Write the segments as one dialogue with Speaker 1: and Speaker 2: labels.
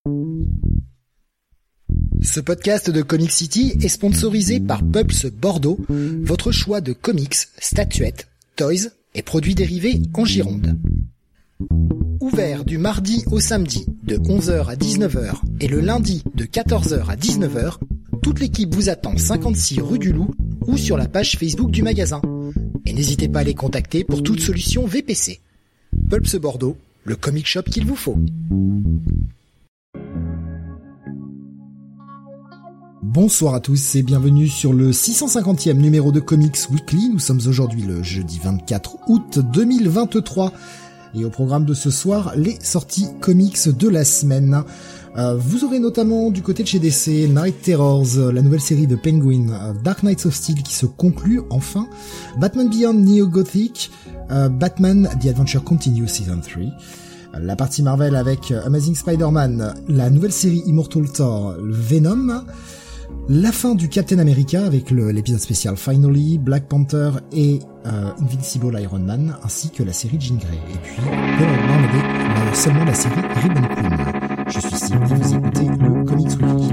Speaker 1: Ce podcast de Comic City est sponsorisé par Pulps Bordeaux, votre choix de comics, statuettes, toys et produits dérivés en Gironde. Ouvert du mardi au samedi de 11h à 19h et le lundi de 14h à 19h, toute l'équipe vous attend 56 rue du Loup ou sur la page Facebook du magasin. Et n'hésitez pas à les contacter pour toute solution VPC. Pulps Bordeaux, le comic shop qu'il vous faut. Bonsoir à tous et bienvenue sur le 650e numéro de Comics Weekly. Nous sommes aujourd'hui le jeudi 24 août 2023. Et au programme de ce soir, les sorties comics de la semaine. Vous aurez notamment du côté de chez DC, Night Terrors, la nouvelle série de Penguin, Dark Knights of Steel qui se conclut enfin, Batman Beyond Neo Gothic, Batman The Adventure Continues Season 3, la partie Marvel avec Amazing Spider-Man, la nouvelle série Immortal Thor, Venom, la fin du Captain America avec l'épisode spécial Finally, Black Panther et Invincible Iron Man, ainsi que la série Jean Grey. Et puis, le lendemain, seulement la série Ribbon Queen. Je suis Steve et vous écoutez le Comics Weekly.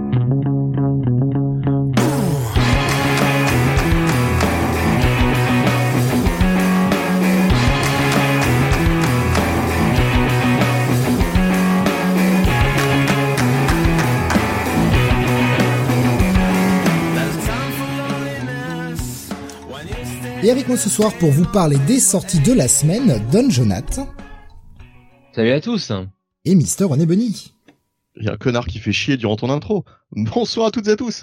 Speaker 1: Et avec moi ce soir pour vous parler des sorties de la semaine, Don Jonath.
Speaker 2: Salut à tous.
Speaker 1: Et Mister René Bunny.
Speaker 3: Il y a un connard qui fait chier durant ton intro. Bonsoir à toutes et à tous.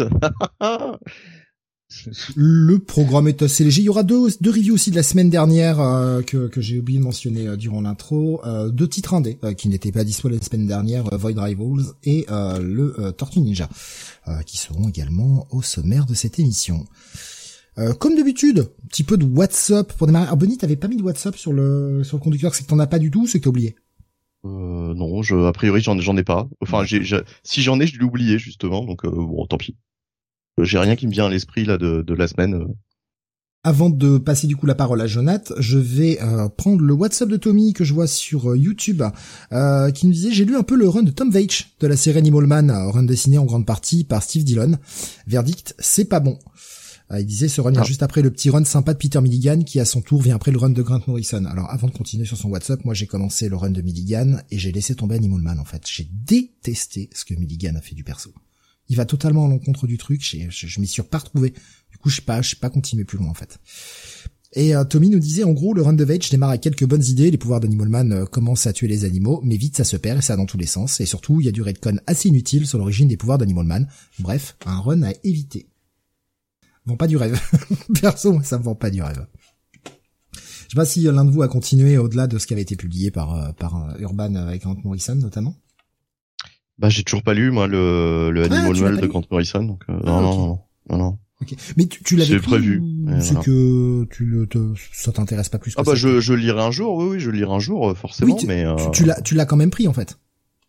Speaker 1: Le programme est assez léger. Il y aura deux reviews aussi de la semaine dernière que j'ai oublié de mentionner durant l'intro. Deux titres indés qui n'étaient pas dispo la semaine dernière, Void Rivals et le Tortue Ninja, qui seront également au sommaire de cette émission. Comme d'habitude, un petit peu de WhatsApp pour démarrer. Ah, Bonnie, t'avais pas mis de WhatsApp sur le conducteur, c'est que t'en as pas du tout, c'est que t'as oublié.
Speaker 3: Non, a priori, j'en ai pas. Enfin, si j'en ai, je l'ai oublié, justement, donc, bon, tant pis. J'ai rien qui me vient à l'esprit, là, de la semaine.
Speaker 1: Avant de passer, du coup, la parole à Jonath, je vais, prendre le WhatsApp de Tommy que je vois sur YouTube, qui nous disait, j'ai lu un peu le run de Tom Veitch de la série Animal Man, run dessiné en grande partie par Steve Dillon. Verdict, c'est pas bon. Il disait ce run vient juste après le petit run sympa de Peter Milligan qui à son tour vient après le run de Grant Morrison. Alors avant de continuer sur son WhatsApp, moi j'ai commencé le run de Milligan et j'ai laissé tomber Animal Man en fait. J'ai détesté ce que Milligan a fait du perso. Il va totalement à l'encontre du truc, je m'y suis pas retrouvé. Du coup je sais pas continuer plus loin en fait. Et Tommy nous disait en gros le run de Veitch démarre avec quelques bonnes idées, les pouvoirs d'Animal Man commencent à tuer les animaux, mais vite ça se perd et ça dans tous les sens. Et surtout il y a du retcon assez inutile sur l'origine des pouvoirs d'Animal Man. Bref, un run à éviter. Vend pas du rêve. Perso, moi, ça me vend pas du rêve. Je sais pas si l'un de vous a continué au-delà de ce qui avait été publié par Urban avec Grant Morrison, notamment.
Speaker 3: Bah, j'ai toujours pas lu, moi, le Animal Man de Grant Morrison, donc, non.
Speaker 1: Okay. Mais tu l'avais
Speaker 3: c'est
Speaker 1: pris,
Speaker 3: prévu.
Speaker 1: C'est voilà. Que ça t'intéresse pas plus que ça.
Speaker 3: Ah bah, je lirai un jour, oui, je lirai un jour, forcément,
Speaker 1: oui,
Speaker 3: mais
Speaker 1: tu l'as quand même pris, en fait.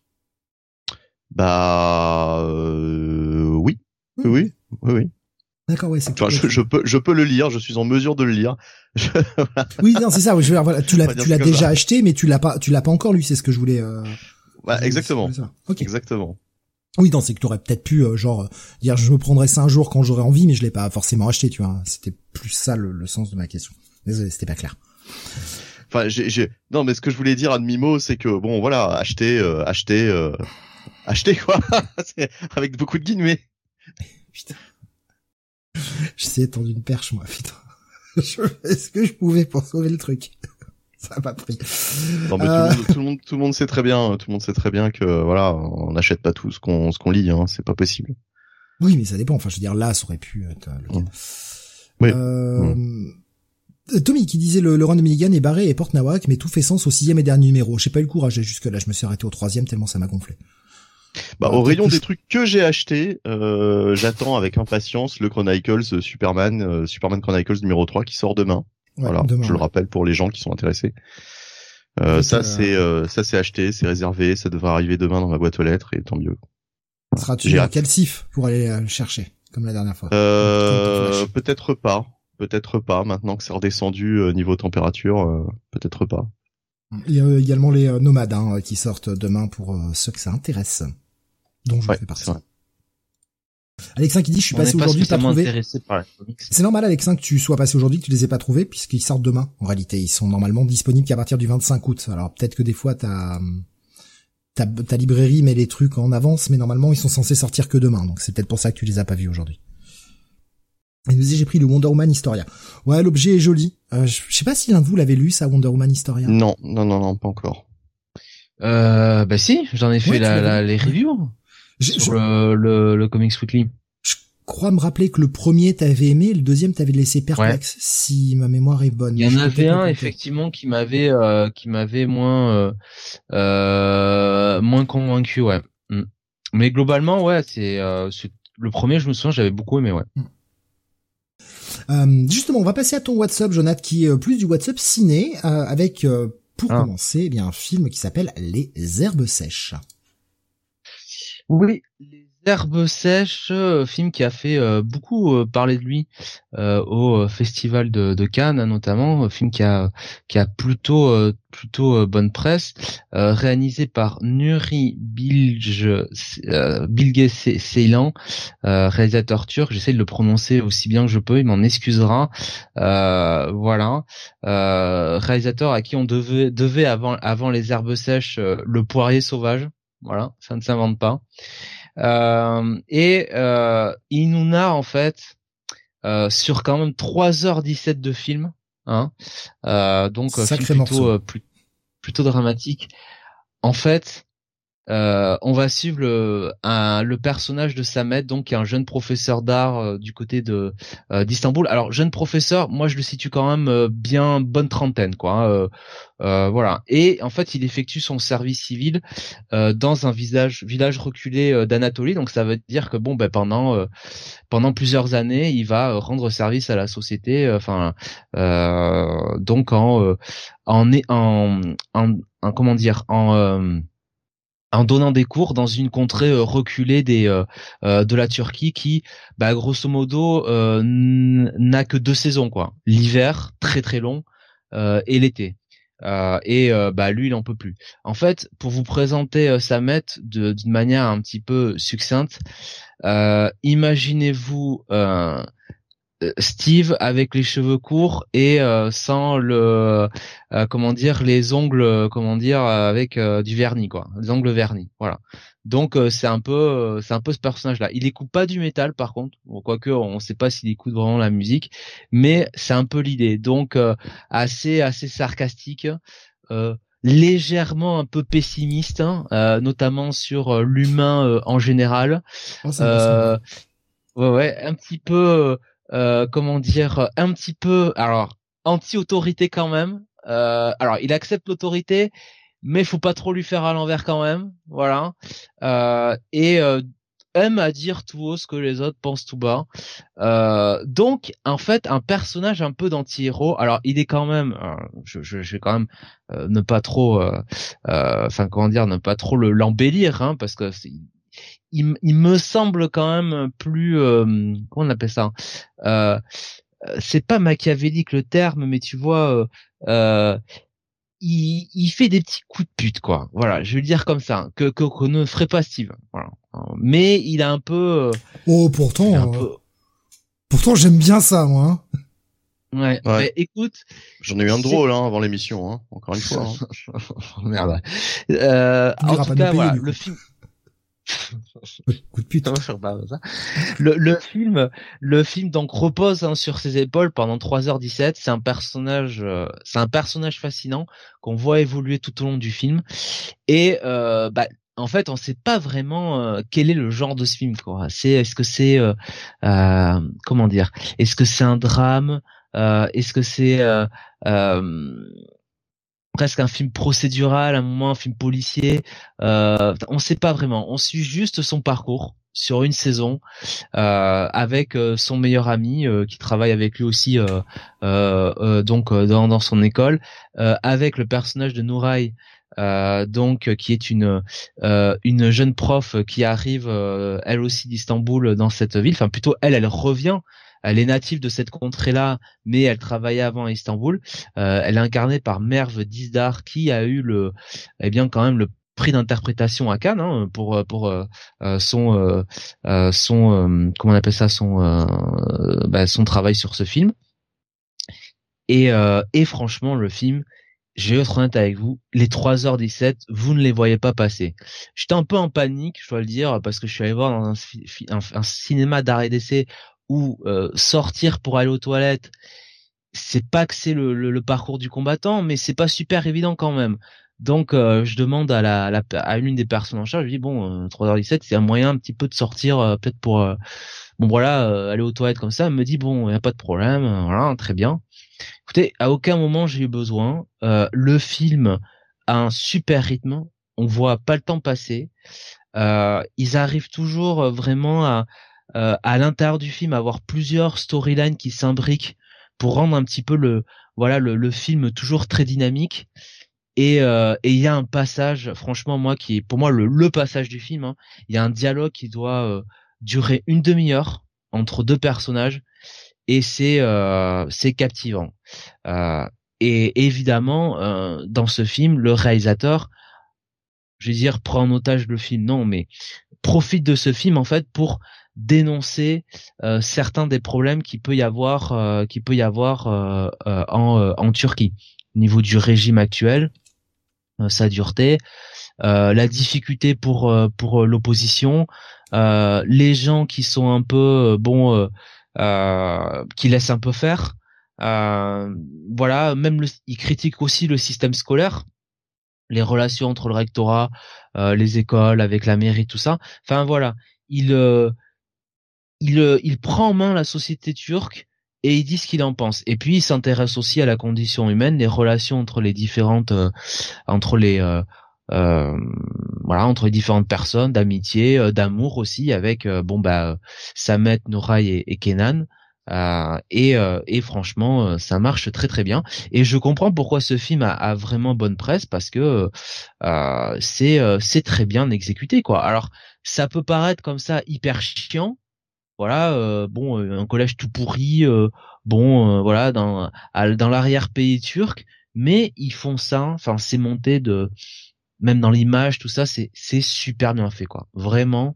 Speaker 3: Bah, oui. Oui.
Speaker 1: D'accord, ouais, c'est
Speaker 3: enfin, je peux le lire, je suis en mesure de le lire.
Speaker 1: Oui, non, c'est ça, je veux dire, voilà, tu l'as déjà acheté, mais tu l'as pas encore lu, c'est ce que je voulais,
Speaker 3: bah, exactement.
Speaker 1: Okay.
Speaker 3: Exactement.
Speaker 1: Oui, non, c'est que t'aurais peut-être pu, dire, je me prendrais ça un jour quand j'aurais envie, mais je l'ai pas forcément acheté, tu vois. C'était plus ça, le sens de ma question. Désolé, c'était pas clair.
Speaker 3: Enfin, non, mais ce que je voulais dire à demi-mot, c'est que, bon, voilà, acheter quoi. C'est avec beaucoup de guillemets.
Speaker 1: Putain. J'essayais de tendre une perche, moi, putain. Je fais ce que je pouvais pour sauver le truc. Ça a pas pris.
Speaker 3: Non, mais tout le monde sait très bien que, voilà, on n'achète pas tout ce qu'on lit, hein, c'est pas possible.
Speaker 1: Oui, mais ça dépend. Enfin, je veux dire, là, ça aurait pu être le cas.
Speaker 3: Oui.
Speaker 1: Tommy qui disait le run de Milligan est barré et porte Nawak, mais tout fait sens au 6e et dernier numéro. J'ai pas eu le courage jusque là, je me suis arrêté au 3e tellement ça m'a gonflé.
Speaker 3: Bah, au rayon des trucs que j'ai achetés, j'attends avec impatience le Chronicles Superman Chronicles numéro 3 qui sort demain. Ouais, voilà, demain, je le rappelle pour les gens qui sont intéressés. Ça c'est acheté, c'est réservé, ça devrait arriver demain dans ma boîte aux lettres et tant mieux.
Speaker 1: Seras-tu à Calcif pour aller le chercher comme la dernière fois?
Speaker 3: Peut-être pas. Maintenant que c'est redescendu niveau température, peut-être pas.
Speaker 1: Il y a également les Nomades qui sortent demain pour ceux que ça intéresse, dont je fais partie. Alexin qui dit je suis passé aujourd'hui, pas trouvé. C'est normal Alexin que tu sois passé aujourd'hui, que tu les aies pas trouvés puisqu'ils sortent demain. En réalité, ils sont normalement disponibles qu'à partir du 25 août. Alors peut-être que des fois ta librairie met les trucs en avance, mais normalement ils sont censés sortir que demain. Donc c'est peut-être pour ça que tu les as pas vus aujourd'hui. Il nous dit j'ai pris le Wonder Woman Historia. Ouais, l'objet est joli. Je sais pas si l'un de vous l'avait lu ça, Wonder Woman Historia.
Speaker 3: Non, pas encore.
Speaker 2: Bah si, j'en ai fait les reviews. Sur le Comics Weekly.
Speaker 1: Je crois me rappeler que le premier t'avais aimé, le deuxième t'avais laissé perplexe, si ma mémoire est bonne.
Speaker 2: Il y en avait un effectivement qui m'avait moins convaincu, ouais. Mais globalement, ouais, c'est le premier, je me souviens, j'avais beaucoup aimé, ouais.
Speaker 1: Justement, on va passer à ton WhatsApp, Jonathan, qui est plus du WhatsApp ciné, avec pour commencer, eh bien un film qui s'appelle Les Herbes Sèches.
Speaker 2: Oui, Les Herbes Sèches, film qui a fait beaucoup parler de lui au festival de Cannes notamment, film qui a plutôt bonne presse, réalisé par Nuri Bilge Ceylan, réalisateur turc. J'essaie de le prononcer aussi bien que je peux, il m'en excusera. Voilà, réalisateur à qui on devait avant Les Herbes Sèches Le Poirier Sauvage. Voilà, ça ne s'invente pas. Il nous a en fait sur quand même 3h17 de film, donc film plutôt dramatique. En fait, on va suivre le personnage de Samet, donc qui est un jeune professeur d'art du côté d'Istanbul. Alors jeune professeur, moi je le situe quand même bien bonne trentaine, quoi. Voilà. Et en fait, il effectue son service civil dans un village reculé d'Anatolie. Donc ça veut dire que pendant plusieurs années, il va rendre service à la société. Donc en donnant des cours dans une contrée reculée de la Turquie qui, grosso modo, n'a que 2 saisons, quoi. L'hiver, très très long, et l'été. Lui, il en peut plus. En fait, pour vous présenter Samet d'une manière un petit peu succincte, imaginez-vous Steve avec les cheveux courts et sans les ongles avec du vernis, quoi, des ongles vernis, voilà. Donc c'est un peu ce personnage là. Il écoute pas du métal par contre, quoique on sait pas s'il écoute vraiment la musique, mais c'est un peu l'idée. Donc assez sarcastique, légèrement un peu pessimiste, notamment sur l'humain en général. Ouais, un petit peu un petit peu, alors anti-autorité quand même. Alors il accepte l'autorité, mais faut pas trop lui faire à l'envers quand même, voilà. Aime à dire tout haut ce que les autres pensent tout bas. Donc en fait un personnage un peu d'anti-héros. Alors il est quand même, je vais quand même ne pas trop, ne pas trop l'embellir, parce que il me semble quand même plus comment on appelle ça, c'est pas machiavélique le terme, mais tu vois, il fait des petits coups de pute, quoi. Voilà, je vais le dire comme ça, que ne ferait pas Steve. Voilà. Mais il a un peu
Speaker 1: pourtant j'aime bien ça, moi.
Speaker 2: Ouais. Mais écoute,
Speaker 3: j'en ai eu un drôle avant l'émission, encore une fois.
Speaker 2: Merde. En tout cas, voilà, le film.
Speaker 1: Coup de pute.
Speaker 2: Le film donc repose sur ses épaules pendant 3h17. C'est un personnage fascinant qu'on voit évoluer tout au long du film. Et en fait, on sait pas vraiment quel est le genre de ce film, quoi. Est-ce que c'est est-ce que c'est un drame, est-ce que c'est presque un film procédural, à un moment un film policier, on sait pas vraiment. On suit juste son parcours sur une saison avec son meilleur ami qui travaille avec lui aussi dans son école, avec le personnage de Nuray, qui est une jeune prof qui arrive elle aussi d'Istanbul dans cette ville. Enfin plutôt elle revient elle est native de cette contrée-là, mais elle travaillait avant à Istanbul. Elle est incarnée par Merve Dizdar, qui a eu quand même le prix d'interprétation à Cannes, hein, pour son comment on appelle ça, son travail sur ce film. Et franchement, le film, je vais être honnête avec vous, les 3h17, vous ne les voyez pas passer. J'étais un peu en panique, je dois le dire, parce que je suis allé voir dans un cinéma d'arrêt d'essai où sortir pour aller aux toilettes, c'est pas que c'est le parcours du combattant, mais c'est pas super évident quand même. Donc je demande à l'une des personnes en charge, je dis 3h17, c'est un moyen un petit peu de sortir, peut-être pour aller aux toilettes comme ça. Elle me dit il y a pas de problème, voilà, très bien. Écoutez, à aucun moment j'ai eu besoin. Le film a un super rythme, on voit pas le temps passer. Ils arrivent toujours vraiment à l'intérieur du film à avoir plusieurs storylines qui s'imbriquent pour rendre un petit peu le film toujours très dynamique. Et il y a un passage, franchement moi qui est pour moi le passage du film, hein. Il y a un dialogue qui doit durer une demi-heure entre deux personnages. Et c'est captivant. Et évidemment, dans ce film, le réalisateur, je veux dire, prend en otage le film, non, mais profite de ce film en fait pour dénoncer certains des problèmes qu'il peut y avoir en Turquie, au niveau du régime actuel, sa dureté, la difficulté pour l'opposition, les gens qui sont un peu qui laisse un peu faire. Voilà, même il critique aussi le système scolaire, les relations entre le rectorat, les écoles, avec la mairie, tout ça. Enfin voilà, il prend en main la société turque et il dit ce qu'il en pense. Et puis il s'intéresse aussi à la condition humaine, les relations entre les différentes, entre les différentes personnes, d'amitié, d'amour aussi, avec Samet, Noray et Kenan. Et franchement, ça marche très très bien. Et je comprends pourquoi ce film a vraiment bonne presse, parce que c'est très bien exécuté, quoi. Alors ça peut paraître comme ça hyper chiant. Voilà, un collège tout pourri, voilà, dans l'arrière-pays turc, mais ils font ça. Enfin, c'est monté même dans l'image, tout ça, c'est super bien fait, quoi. Vraiment,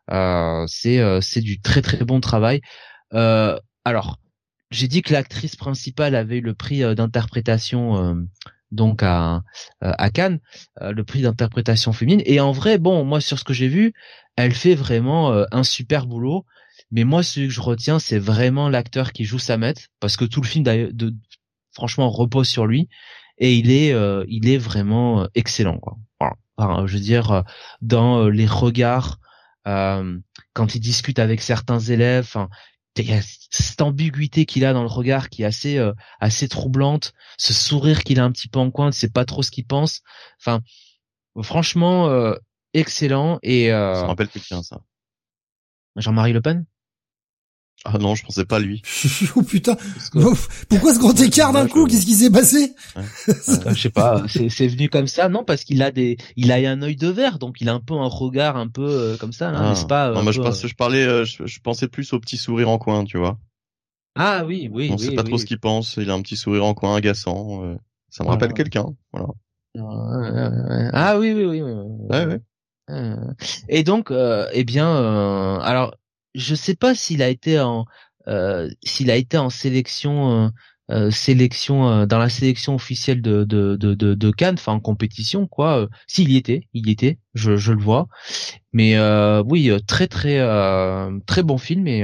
Speaker 2: c'est du très très bon travail. Alors, j'ai dit que l'actrice principale avait eu le prix d'interprétation donc à Cannes, le prix d'interprétation féminine. Et en vrai, moi sur ce que j'ai vu, elle fait vraiment un super boulot. Mais moi, celui que je retiens, c'est vraiment l'acteur qui joue Samet, parce que tout le film franchement repose sur lui, et il est vraiment excellent, quoi. Voilà. Enfin, je veux dire, dans les regards, quand il discute avec certains élèves, enfin, il y a cette ambiguïté qu'il a dans le regard qui est assez troublante, ce sourire qu'il a un petit peu en coin, tu sais pas trop ce qu'il pense. Enfin, franchement, excellent. Et
Speaker 3: ça me rappelle quelqu'un, ça.
Speaker 2: Jean-Marie Le Pen?
Speaker 3: Ah non, je pensais pas à lui.
Speaker 1: Oh putain, pourquoi ce grand écart d'un coup? Qu'est-ce qui s'est passé?
Speaker 2: Je sais pas, c'est venu comme ça, non, parce qu'il a un œil de verre, donc il a un peu un regard un peu comme ça, là, n'est-ce pas?
Speaker 3: Non, moi je pensais plus au petit sourire en coin, tu vois.
Speaker 2: Ah oui.
Speaker 3: On sait pas trop ce qu'il pense, il a un petit sourire en coin agaçant, ça me rappelle quelqu'un, voilà.
Speaker 2: Ah oui.
Speaker 3: Ouais.
Speaker 2: Et donc, alors, je sais pas s'il a été en sélection dans la sélection officielle de Cannes, enfin en compétition, quoi. S'il y était, je le vois. Mais oui, très très très bon film, et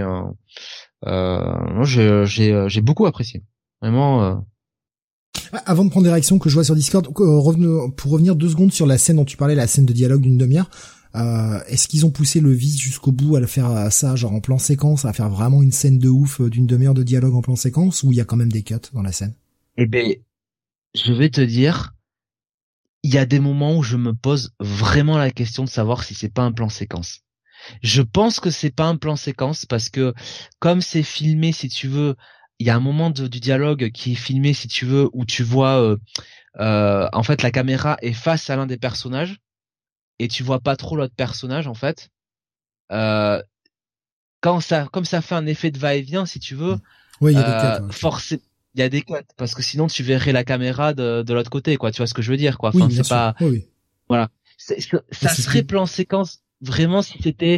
Speaker 2: j'ai beaucoup apprécié, vraiment.
Speaker 1: Avant de prendre des réactions que je vois sur Discord, pour revenir 2 secondes sur la scène dont tu parlais, la scène de dialogue d'une demi-heure, est-ce qu'ils ont poussé le vice jusqu'au bout à le faire ça, genre en plan séquence, à faire vraiment une scène de ouf d'une demi-heure de dialogue en plan séquence, ou il y a quand même des cuts dans la scène?
Speaker 2: Eh ben, je vais te dire, il y a des moments où je me pose vraiment la question de savoir si c'est pas un plan séquence. Je pense que c'est pas un plan séquence, parce que comme c'est filmé, si tu veux, il y a un moment du dialogue qui est filmé, si tu veux, où tu vois en fait la caméra est face à l'un des personnages et tu vois pas trop l'autre personnage, en fait. Quand comme ça fait un effet de va-et-vient, si tu veux.
Speaker 1: Oui, il y a des cuts.
Speaker 2: Il y a des cuts, parce que sinon tu verrais la caméra de l'autre côté, quoi. Tu vois ce que je veux dire, quoi.
Speaker 1: Enfin, c'est pas. Oui.
Speaker 2: Voilà. Ça serait plan séquence vraiment si c'était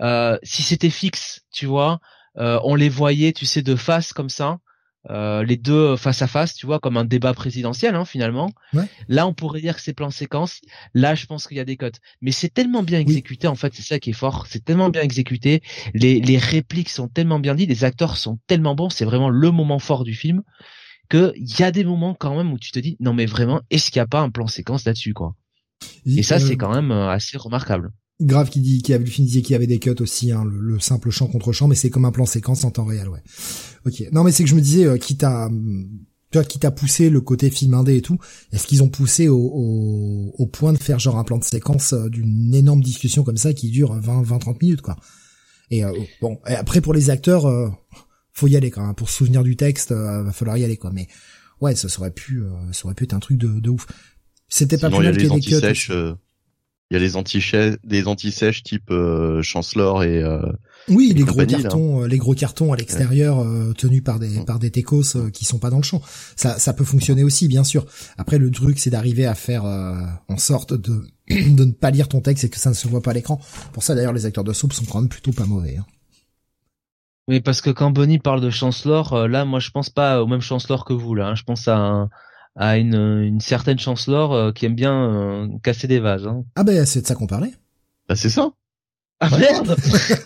Speaker 2: fixe, tu vois. On les voyait, tu sais, de face comme ça. Les deux face à face, tu vois, comme un débat présidentiel, hein, finalement.
Speaker 1: Ouais.
Speaker 2: Là, on pourrait dire que c'est plan séquence. Là, je pense qu'il y a des cuts. Mais c'est tellement bien exécuté, en fait, c'est ça qui est fort. C'est tellement bien exécuté. Les répliques sont tellement bien dites, les acteurs sont tellement bons. C'est vraiment le moment fort du film. Que il y a des moments quand même où tu te dis, non mais vraiment, est-ce qu'il n'y a pas un plan séquence là-dessus, quoi. Et ça, c'est quand même assez remarquable.
Speaker 1: Grave qui avait le film disait qu'il y avait des cuts aussi, hein, le simple champ contre champ, mais c'est comme un plan séquence en temps réel, ouais. Ok. Non, mais c'est que je me disais, quitte à pousser le côté film indé et tout, est-ce qu'ils ont poussé au point de faire genre un plan de séquence d'une énorme discussion comme ça qui dure 20-30 minutes, quoi. Et bon, et après pour les acteurs, faut y aller quand même. Pour se souvenir du texte, va falloir y aller, quoi. Mais ouais, ça aurait pu être un truc de ouf. C'était pas plus mal que les cuts.
Speaker 3: Il y a les anti-sèches type Chancellor et
Speaker 1: oui, les gros cartons à l'extérieur tenus par des techos qui sont pas dans le champ. Ça peut fonctionner aussi, bien sûr. Après, le truc, c'est d'arriver à faire en sorte de ne pas lire ton texte et que ça ne se voit pas à l'écran. Pour ça, d'ailleurs, les acteurs de soupe sont quand même plutôt pas mauvais. Hein.
Speaker 2: Oui, parce que quand Bonnie parle de Chancellor, là, moi, je pense pas au même Chancellor que vous, là. Hein. Je pense à une certaine Chancellor qui aime bien casser des vases. Hein.
Speaker 1: Ah ben, c'est de ça qu'on parlait.
Speaker 3: Bah c'est ça.
Speaker 2: Ah merde.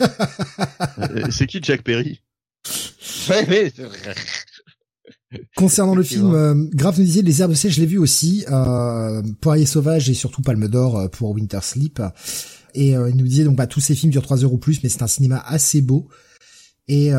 Speaker 3: C'est qui Jack Perry?
Speaker 2: Ouais.
Speaker 1: Concernant le film, Graf nous disait les herbes sèches, je l'ai vu aussi. Poirier sauvage et surtout Palme d'Or pour Winter Sleep. Et il nous disait donc tous ces films durent 3 heures ou plus, mais c'est un cinéma assez beau. Et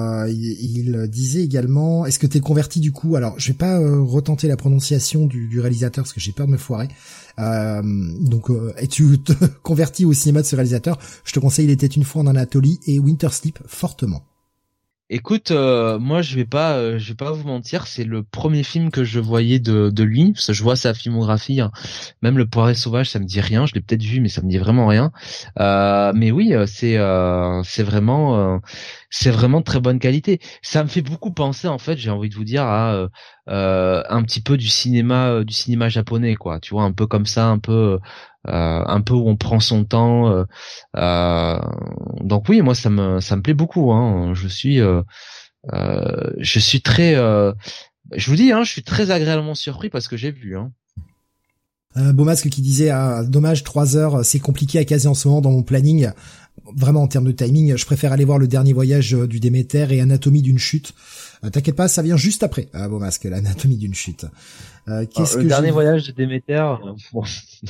Speaker 1: il disait également, est-ce que t'es converti du coup? Alors, je vais pas retenter la prononciation du réalisateur parce que j'ai peur de me foirer. Donc, es-tu converti au cinéma de ce réalisateur? Je te conseille Il était une fois en Anatolie et Winter Sleep fortement.
Speaker 2: Écoute, moi je vais pas vous mentir, c'est le premier film que je voyais de lui, parce que je vois sa filmographie, hein. Même le Poiré sauvage, ça me dit rien, je l'ai peut-être vu, mais ça me dit vraiment rien. Mais oui, c'est vraiment de très bonne qualité. Ça me fait beaucoup penser, en fait, j'ai envie de vous dire à un petit peu du cinéma japonais, quoi. Tu vois, un peu comme ça, un peu où on prend son temps. Donc oui, moi ça me plaît beaucoup. Hein. Je suis très, je vous dis, hein, je suis très agréablement surpris parce que j'ai vu. Hein.
Speaker 1: Beaumasque qui disait dommage 3 heures, c'est compliqué à caser en ce moment dans mon planning. Vraiment en termes de timing, je préfère aller voir Le Dernier Voyage du Déméter et Anatomie d'une chute. T'inquiète pas, ça vient juste après. Beaumasque, l'Anatomie d'une chute.
Speaker 2: Le Dernier Voyage du Déméter. Bon.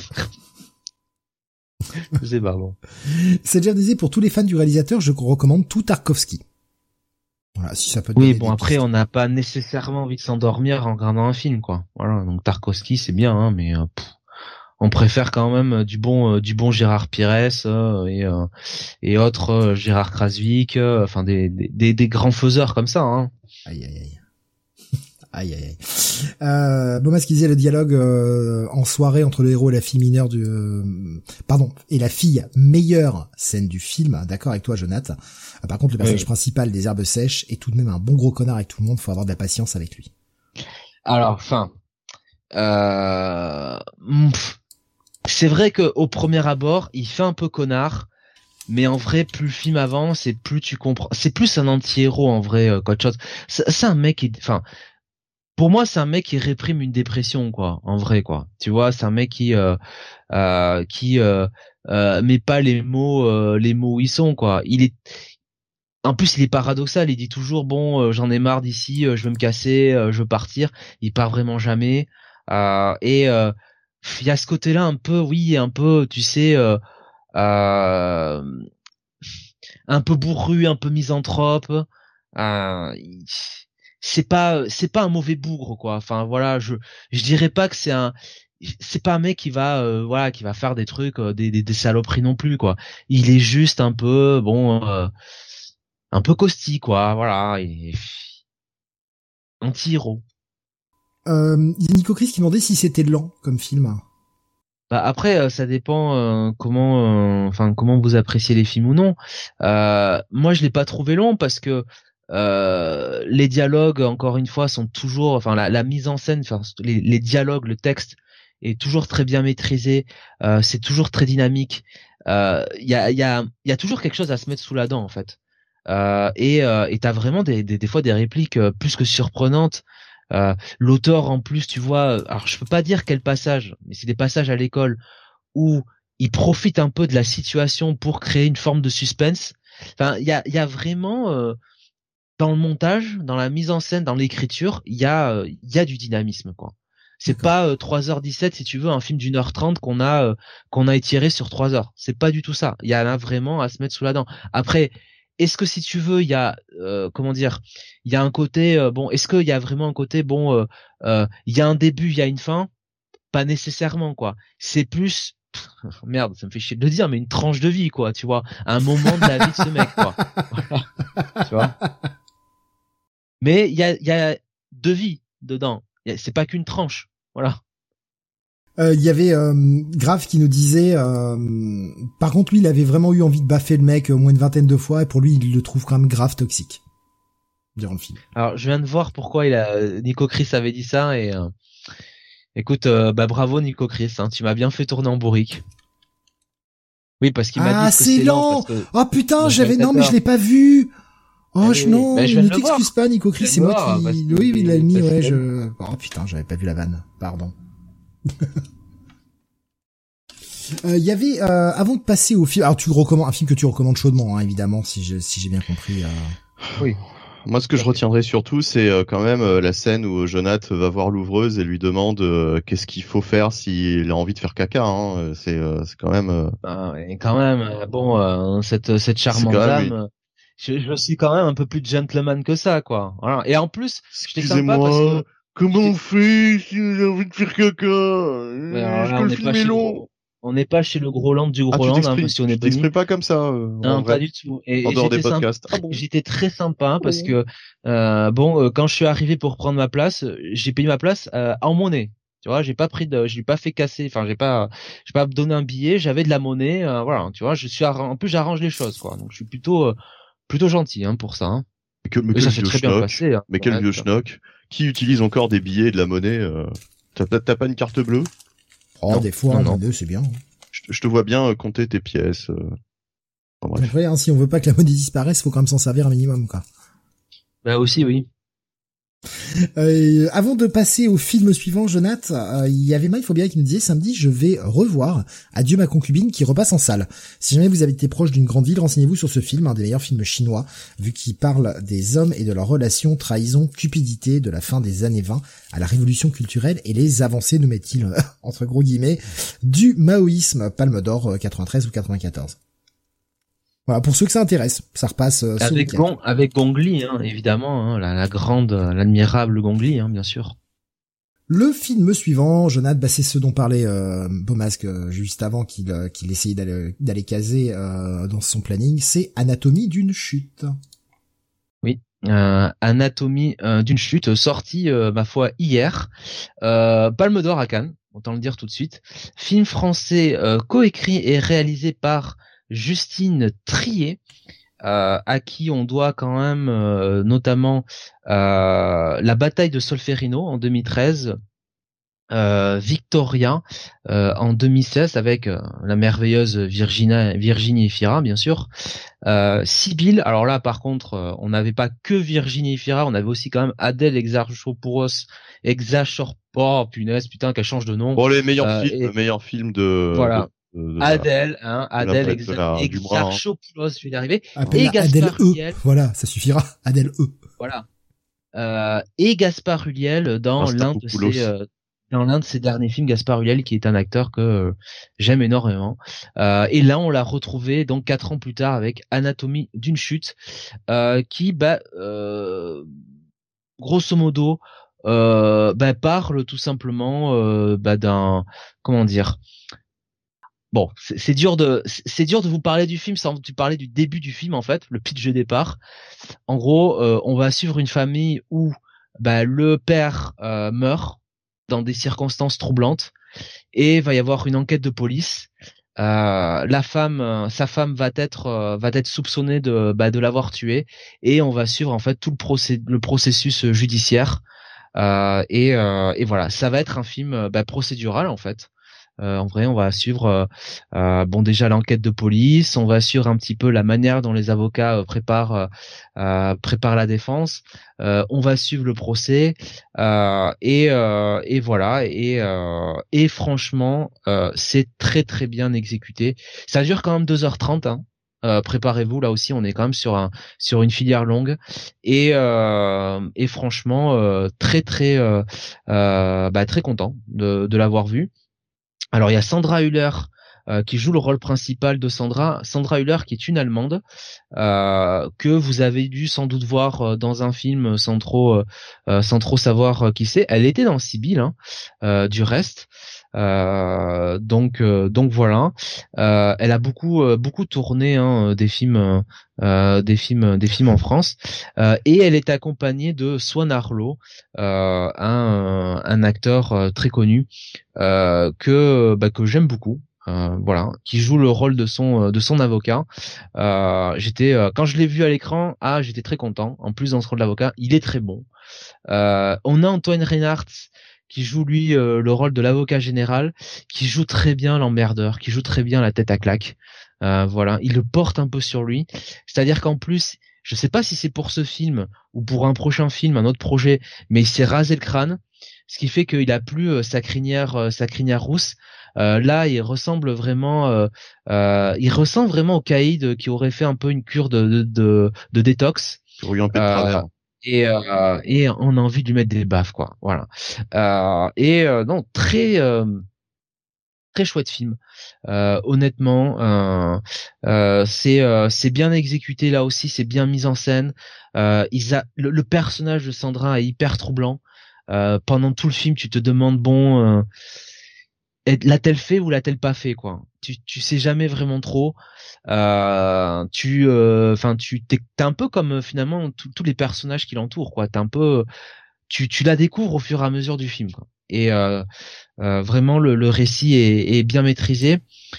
Speaker 2: C'est bon.
Speaker 1: C'est-à-dire disait pour tous les fans du réalisateur, je recommande tout Tarkovsky. Voilà, si ça peut.
Speaker 2: Oui, bon après on n'a pas nécessairement envie de s'endormir en regardant un film, quoi. Voilà, donc Tarkovsky c'est bien, hein, mais on préfère quand même du bon Gérard Pires et autres Gérard Krasvik, enfin des grands faiseurs comme ça. Hein.
Speaker 1: Aïe. Aïe. Beaumasque qui disait le dialogue en soirée entre le héros et la fille mineure et la fille meilleure scène du film. D'accord avec toi, Jonathan. Par contre, le personnage principal des herbes sèches est tout de même un bon gros connard avec tout le monde. Faut avoir de la patience avec lui.
Speaker 2: Alors, c'est vrai que au premier abord, il fait un peu connard. Mais en vrai, plus le film avance et plus tu comprends. C'est plus un anti-héros en vrai qu'autre chose. C'est un mec pour moi, c'est un mec qui réprime une dépression, quoi. En vrai, quoi. Tu vois, c'est un mec qui met pas les mots où ils sont, quoi. En plus, il est paradoxal. Il dit toujours, bon, j'en ai marre d'ici, je veux me casser, je veux partir. Il part vraiment jamais. Il y a ce côté-là un peu, tu sais, un peu bourru, un peu misanthrope. C'est pas un mauvais bougre, quoi. Enfin voilà, je dirais pas que c'est pas un mec qui va faire des trucs des saloperies non plus, quoi. Il est juste un peu un peu caustique, quoi. Voilà, et anti-héros.
Speaker 1: Il y a Nico Chris qui demandait si c'était lent comme film.
Speaker 2: après ça dépend comment vous appréciez les films ou non. Moi je l'ai pas trouvé long parce que les dialogues encore une fois sont toujours la mise en scène, les dialogues, le texte est toujours très bien maîtrisé, c'est toujours très dynamique. Il y a toujours quelque chose à se mettre sous la dent en fait. Et t'as vraiment des fois des répliques plus que surprenantes. L'auteur en plus, tu vois, alors je peux pas dire quel passage, mais c'est des passages à l'école où il profite un peu de la situation pour créer une forme de suspense. Enfin, il y a vraiment dans le montage, dans la mise en scène, dans l'écriture, il y a du dynamisme quoi. C'est pas 3h17 si tu veux, un film d'1h30 qu'on a étiré sur 3 heures. C'est pas du tout ça. Il y a là vraiment à se mettre sous la dent. Après, est-ce que si tu veux, il y a il y a un côté est-ce qu'il y a vraiment un côté il y a un début, il y a une fin? Pas nécessairement quoi. C'est plus merde, ça me fait chier de le dire, mais une tranche de vie quoi, tu vois, un moment de la vie de ce mec quoi. Voilà. Tu vois. Mais il y a deux vies dedans. C'est pas qu'une tranche. Voilà.
Speaker 1: Il y avait Grave qui nous disait par contre lui il avait vraiment eu envie de baffer le mec au moins une vingtaine de fois et pour lui il le trouve quand même grave toxique durant le film.
Speaker 2: Alors je viens de voir pourquoi Nico Chris avait dit ça et écoute bravo Nico Chris, hein, tu m'as bien fait tourner en bourrique. Oui parce qu'il m'a dit que
Speaker 1: c'est lent. Oh putain, non mais je l'ai pas vu. Oh non, ne t'excuse pas Nico Chris, c'est moi qui oui, il l'a mis oh putain, j'avais pas vu la vanne. Pardon. Il y avait avant de passer au film, alors tu recommandes un film que tu recommandes chaudement, hein, évidemment, si j'ai bien compris.
Speaker 3: Oui. Moi, ce que je retiendrai surtout, c'est quand même la scène où Jonath va voir l'ouvreuse et lui demande qu'est-ce qu'il faut faire s'il a envie de faire caca. Hein. C'est quand même.
Speaker 2: Et quand même, cette charmante dame. Je suis quand même un peu plus gentleman que ça, quoi. Voilà. Et en plus,
Speaker 3: excusez-moi. Comment on fait si on a envie de faire caca? Est-ce que le film est long?
Speaker 2: On n'est pas chez le Groland du Groland, hein, parce qu'on est
Speaker 3: t'exprimes pas comme ça.
Speaker 2: Non, pas du tout. Et
Speaker 3: en dehors des podcasts.
Speaker 2: J'étais très sympa parce que quand je suis arrivé pour prendre ma place, j'ai payé ma place en monnaie. Tu vois, j'ai pas fait casser. Enfin, j'ai pas donné un billet. J'avais de la monnaie. Voilà. Tu vois, en plus j'arrange les choses, quoi. Donc je suis plutôt gentil, hein, pour ça. Hein.
Speaker 3: Mais ça s'est très bien passé. Hein, mais quel vieux schnock qui utilise encore des billets et de la monnaie. T'as pas une carte bleue?
Speaker 1: Oh, non, des fois, non. C'est bien.
Speaker 3: Je te vois bien compter tes pièces.
Speaker 1: Bref. Après, hein, si on veut pas que la monnaie disparaisse, faut quand même s'en servir un minimum, quoi.
Speaker 2: Bah aussi, oui.
Speaker 1: Avant de passer au film suivant, Jonath, il y avait Mike Faubier qui nous disait samedi, je vais revoir Adieu ma concubine qui repasse en salle. Si jamais vous avez été proche d'une grande ville, renseignez-vous sur ce film, un des meilleurs films chinois, vu qu'il parle des hommes et de leurs relations, trahison, cupidité de la fin des années 20 à la révolution culturelle et les avancées, nous met-il entre gros guillemets, du maoïsme, Palme d'Or 93 ou 94. Voilà, pour ceux que ça intéresse, ça repasse
Speaker 2: avec Gong Li, hein, évidemment, hein, l'admirable Gong Li, hein, bien sûr.
Speaker 1: Le film suivant, Jonathan, c'est ce dont parlait Beaumasque juste avant qu'il essayait d'aller caser dans son planning, c'est Anatomie d'une chute.
Speaker 2: Oui, Anatomie d'une chute, sorti ma foi hier, Palme d'Or à Cannes, autant le dire tout de suite. Film français coécrit et réalisé par Justine Triet, à qui on doit quand même notamment la bataille de Solferino en 2013, Victoria en 2016 avec la merveilleuse Virginie Efira, bien sûr, Sibylle. Alors là par contre on n'avait pas que Virginie Efira, on avait aussi quand même Adèle Exarchopoulos, oh punaise, putain qu'elle change de nom.
Speaker 3: Bon, les meilleurs films de
Speaker 2: voilà. Adèle Exarchopoulos, je vais y arriver.
Speaker 1: Et Gaspard Ulliel. Voilà, ça suffira. Adèle E.
Speaker 2: Voilà. Et Gaspard Ulliel dans l'un de ses derniers films, Gaspard Ulliel, qui est un acteur que j'aime énormément. Et là, on l'a retrouvé donc 4 ans plus tard avec Anatomie d'une chute, qui, grosso modo, parle tout simplement d'un, comment dire. Bon, c'est dur de vous parler du film sans vous parler du début du film, en fait, le pitch de départ. En gros, on va suivre une famille où le père meurt dans des circonstances troublantes et va y avoir une enquête de police. Sa femme va être soupçonnée de l'avoir tué, et on va suivre en fait tout le processus judiciaire. Et voilà, ça va être un film procédural en fait. En vrai, on va suivre déjà l'enquête de police, on va suivre un petit peu la manière dont les avocats préparent la défense, on va suivre le procès, et voilà, et franchement c'est très très bien exécuté. Ça dure quand même 2h30 hein. Préparez-vous, là aussi on est quand même sur une filière longue, et franchement très très très content de l'avoir vu. Alors il y a Sandra Hüller qui joue le rôle principal de Sandra Hüller, qui est une Allemande que vous avez dû sans doute voir dans un film sans trop savoir qui c'est. Elle était dans Sibylle du reste. Donc voilà. Elle a beaucoup tourné des films en France, et elle est accompagnée de Swan Arlo, un acteur très connu que j'aime beaucoup. Voilà, qui joue le rôle de son avocat. Quand je l'ai vu à l'écran, j'étais très content. En plus, dans ce rôle d'avocat, il est très bon. On a Antoine Reinhardt qui joue lui le rôle de l'avocat général, qui joue très bien l'emmerdeur, qui joue très bien la tête à claque. Voilà, il le porte un peu sur lui. C'est-à-dire qu'en plus, je sais pas si c'est pour ce film ou pour un prochain film, un autre projet, mais il s'est rasé le crâne, ce qui fait qu'il a plus sa crinière rousse. Là, il ressemble vraiment au caïd qui aurait fait un peu une cure de détox. Et on a envie de lui mettre des baffes, quoi. Voilà. Non, très très chouette film. Honnêtement, c'est bien exécuté là aussi, c'est bien mis en scène. Le personnage de Sandra est hyper troublant. Pendant tout le film, tu te demandes l'a-t-elle fait ou l'a-t-elle pas fait, quoi. Tu sais jamais vraiment trop. T'es un peu comme finalement tous les personnages qui l'entourent, quoi. T'es un peu, tu la découvres au fur et à mesure du film, quoi. Et vraiment le récit est bien maîtrisé.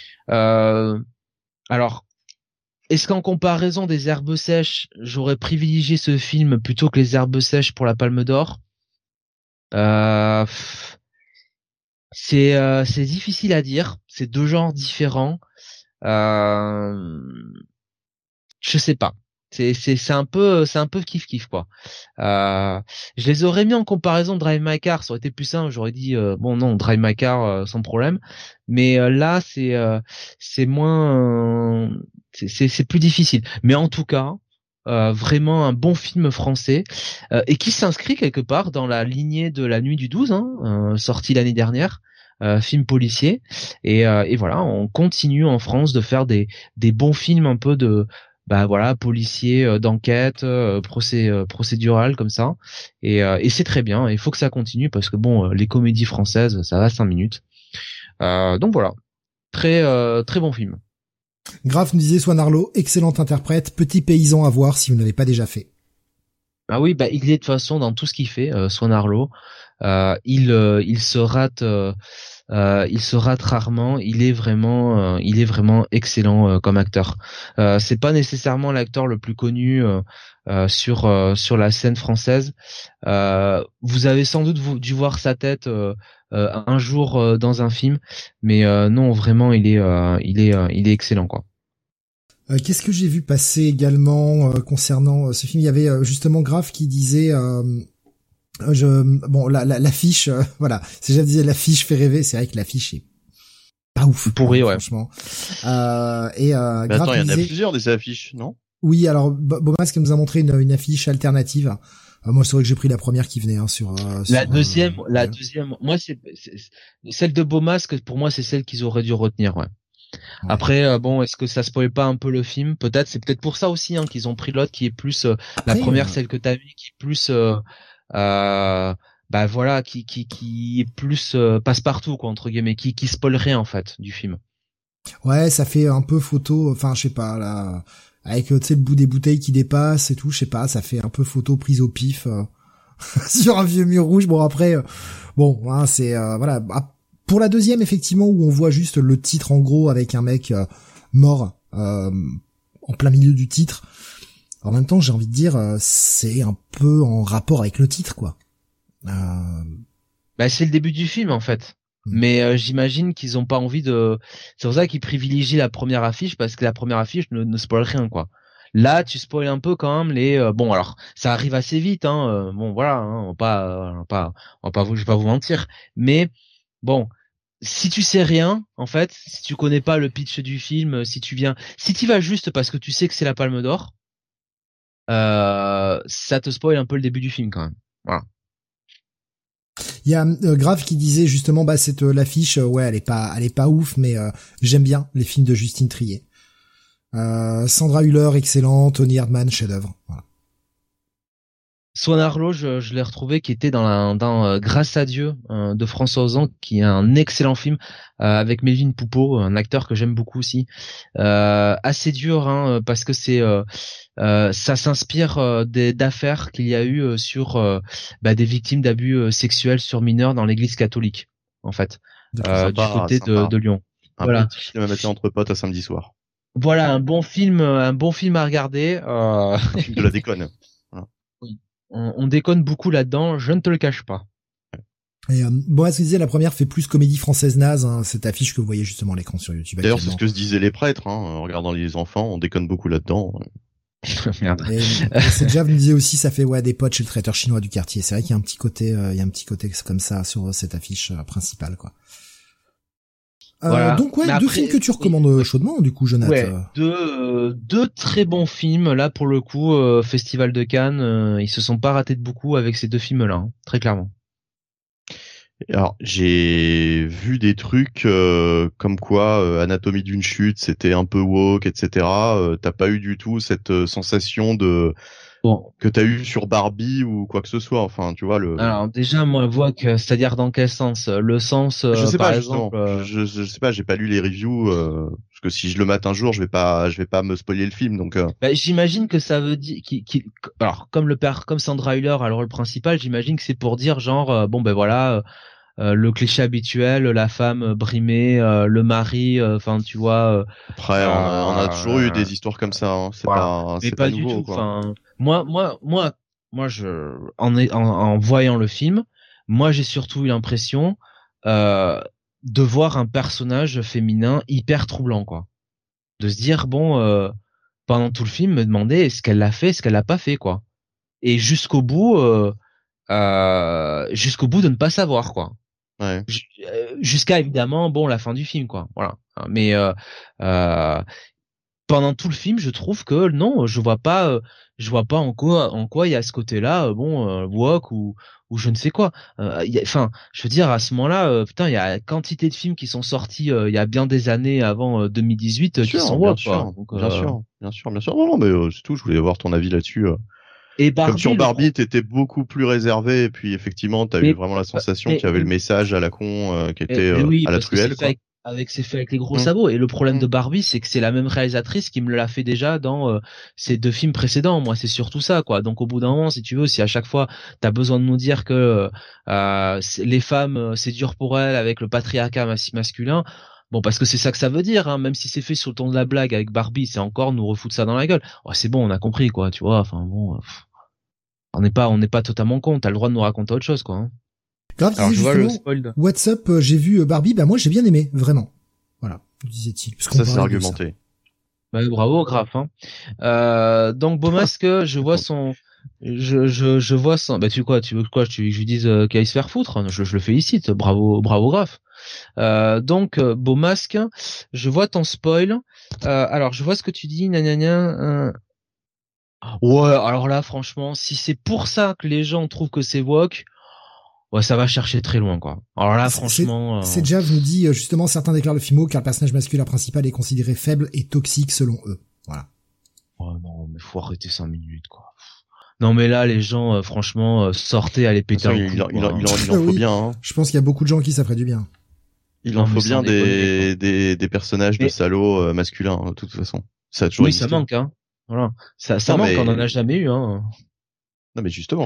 Speaker 2: Alors, est-ce qu'en comparaison des Herbes sèches, j'aurais privilégié ce film plutôt que les Herbes sèches pour la Palme d'Or? C'est difficile à dire. C'est deux genres différents. Je sais pas. C'est un peu kiff quoi. Je les aurais mis en comparaison de Drive My Car, ça aurait été plus simple. J'aurais dit non, Drive My Car sans problème. Mais là c'est moins c'est plus difficile. Mais en tout cas, vraiment un bon film français et qui s'inscrit quelque part dans la lignée de La Nuit du 12 sorti l'année dernière. Film policier, et voilà, on continue en France de faire des bons films un peu de policiers, d'enquête, procédural comme ça, et c'est très bien. Il faut que ça continue parce que les comédies françaises, ça va 5 minutes. Donc voilà, très bon film.
Speaker 1: Graf nous disait Swan Arlo, excellent interprète, petit paysan à voir si vous n'avez pas déjà fait.
Speaker 2: Ah oui, il est de toute façon dans tout ce qu'il fait, Swan Arlo. Il se rate rarement. Il est vraiment excellent comme acteur. C'est pas nécessairement l'acteur le plus connu sur la scène française. Vous avez sans doute dû voir sa tête un jour dans un film, mais non, vraiment il est excellent, quoi.
Speaker 1: Qu'est-ce que j'ai vu passer également concernant ce film? Il y avait justement Graf qui disait l'affiche, voilà, c'est déjà disais l'affiche fait rêver, c'est vrai que l'affiche est pas ouf,
Speaker 2: pourri, ouais,
Speaker 1: franchement.
Speaker 3: Mais attends, il y en a plusieurs des affiches, non?
Speaker 1: Oui, alors Beaumasque nous a montré une affiche alternative. Moi, c'est vrai que j'ai pris la première qui venait sur
Speaker 2: la deuxième. Moi, c'est celle de Beaumasque. Pour moi, c'est celle qu'ils auraient dû retenir, ouais. Ouais. Après, est-ce que ça spoil pas un peu le film? Peut-être, c'est peut-être pour ça aussi qu'ils ont pris l'autre qui est plus la première, celle que t'as vue, qui est plus qui est plus passe-partout, quoi, entre guillemets, qui spoil rien en fait du film.
Speaker 1: Ouais, ça fait un peu photo, enfin je sais pas là, avec tu sais le bout des bouteilles qui dépasse et tout, je sais pas, ça fait un peu photo prise au pif sur un vieux mur rouge. Bon après c'est voilà. Pour la deuxième, effectivement, où on voit juste le titre en gros avec un mec mort en plein milieu du titre. En même temps, j'ai envie de dire, c'est un peu en rapport avec le titre, quoi.
Speaker 2: Bah, c'est le début du film, en fait. Mais j'imagine qu'ils ont pas envie de. C'est pour ça qu'ils privilégient la première affiche, parce que la première affiche ne spoil rien, quoi. Là, tu spoil un peu quand même les. Bon, alors ça arrive assez vite, hein. Bon, voilà, hein, on va pas je vais pas vous mentir. Mais bon, si tu sais rien, en fait, si tu connais pas le pitch du film, si tu vas juste parce que tu sais que c'est la Palme d'Or. Ça te spoil un peu le début du film quand même. Voilà.
Speaker 1: Il y a Grave qui disait justement cette l'affiche ouais elle est pas ouf mais j'aime bien les films de Justine Triet. Sandra Hüller excellent, Tony Erdmann chef-d'œuvre. Voilà.
Speaker 2: Swan Arlo, je l'ai retrouvé qui était dans Grâce à Dieu de François Ozon, qui est un excellent film avec Melvin Poupeau, un acteur que j'aime beaucoup aussi. Assez dur parce que c'est ça s'inspire d'affaires qu'il y a eu sur des victimes d'abus sexuels sur mineurs dans l'Église catholique, en fait, du côté de Lyon.
Speaker 3: Voilà. Petit film à mettre entre potes à samedi soir.
Speaker 2: Voilà, un bon film à regarder.
Speaker 3: Un film de la déconne. Voilà.
Speaker 2: Oui. On déconne beaucoup là-dedans, je ne te le cache pas.
Speaker 1: Et bon, ce que je disais, la première fait plus comédie française naze, cette affiche que vous voyez justement à l'écran sur YouTube.
Speaker 3: D'ailleurs, c'est ce que se disaient les prêtres, en regardant les enfants, on déconne beaucoup là-dedans.
Speaker 2: Merde.
Speaker 1: Et c'est déjà, vous me disiez aussi, ça fait des potes chez le traiteur chinois du quartier. C'est vrai qu'il y a un petit côté, comme ça sur cette affiche principale, quoi. Voilà. Donc après, deux films que tu recommandes chaudement, du coup, Jonathan.
Speaker 2: Ouais, deux très bons films là pour le coup. Festival de Cannes, ils se sont pas ratés de beaucoup avec ces deux films-là, hein, très clairement.
Speaker 3: Alors j'ai vu des trucs comme quoi Anatomie d'une chute, c'était un peu woke, etc. T'as pas eu du tout cette sensation de que t'as eu sur Barbie ou quoi que ce soit. Enfin, tu vois le.
Speaker 2: Alors déjà, moi, woke, c'est-à-dire dans quel sens? Le sens,
Speaker 3: je sais
Speaker 2: par
Speaker 3: pas,
Speaker 2: exemple.
Speaker 3: Je sais pas, j'ai pas lu les reviews parce que si je le mate un jour, je vais pas me spoiler le film. Donc.
Speaker 2: J'imagine que ça veut dire alors comme Sandra Hüller a le rôle principal, j'imagine que c'est pour dire genre voilà. Le cliché habituel, la femme brimée, le mari, enfin tu vois.
Speaker 3: Après, on a toujours eu des histoires comme ça. Hein. C'est
Speaker 2: voilà.
Speaker 3: c'est pas nouveau,
Speaker 2: du tout.
Speaker 3: Quoi.
Speaker 2: Enfin, moi, en voyant le film, moi j'ai surtout eu l'impression de voir un personnage féminin hyper troublant, quoi. De se dire pendant tout le film, me demander est-ce qu'elle l'a fait, est-ce qu'elle l'a pas fait, quoi. Et jusqu'au bout de ne pas savoir, quoi.
Speaker 3: Ouais.
Speaker 2: Jusqu'à évidemment la fin du film, quoi. Voilà. Mais pendant tout le film, je trouve que non, je vois pas en quoi il y a ce côté-là woke ou je ne sais quoi. Enfin, je veux dire à ce moment-là, putain, il y a quantité de films qui sont sortis il y a bien des années avant 2018 qui sont woke, quoi. Donc,
Speaker 3: bien sûr. Non, mais c'est tout. Je voulais avoir ton avis là-dessus.
Speaker 2: Et Barbie,
Speaker 3: comme sur Barbie, t'étais beaucoup plus réservé, et puis effectivement, t'as eu vraiment la sensation qu'il y avait le message à la con qui était à la truelle, quoi.
Speaker 2: C'est fait avec les gros sabots. Et le problème de Barbie, c'est que c'est la même réalisatrice qui me l'a fait déjà dans ces deux films précédents. Moi, c'est surtout ça, quoi. Donc, au bout d'un moment, si tu veux, si à chaque fois t'as besoin de nous dire que les femmes, c'est dur pour elles avec le patriarcat masculin. Bon, parce que c'est ça que ça veut dire, hein, même si c'est fait sur le ton de la blague avec Barbie, c'est encore nous refoutre ça dans la gueule. Oh, c'est bon, on a compris, quoi, tu vois. Enfin bon, on n'est pas totalement con. T'as le droit de nous raconter autre chose, quoi. Hein.
Speaker 1: Grave, alors, je vois le spoil. What's up, j'ai vu Barbie, moi j'ai bien aimé, vraiment. Voilà, disait-il.
Speaker 3: Ça c'est argumenté.
Speaker 2: Bah, bravo, Graf. Hein. Donc Beaumasque, je vois son. Je vois son. Bah tu veux quoi que je lui dise qu'il aille se faire foutre? Je le félicite. Bravo Graf. Donc Beaumasque, je vois ton spoil. Alors je vois ce que tu dis, nanana. Ouais, alors là franchement, si c'est pour ça que les gens trouvent que c'est woke, ouais, ça va chercher très loin, quoi. Alors là, franchement...
Speaker 1: C'est déjà, je nous dis, justement, certains déclarent le film car le personnage masculin principal est considéré faible et toxique selon eux. Voilà.
Speaker 2: Oh non, mais faut arrêter 5 minutes, quoi. Non, mais là, les gens, franchement, sortez, allez péter un coup.
Speaker 3: Il en faut bien, hein.
Speaker 1: Je pense qu'il y a beaucoup de gens qui ça ferait du bien.
Speaker 3: Il en faut bien des personnages de salauds masculins, de toute façon. Ça a toujours existé.
Speaker 2: Ça manque, hein. Voilà. Ça manque, on en a jamais eu, hein.
Speaker 3: Non mais justement,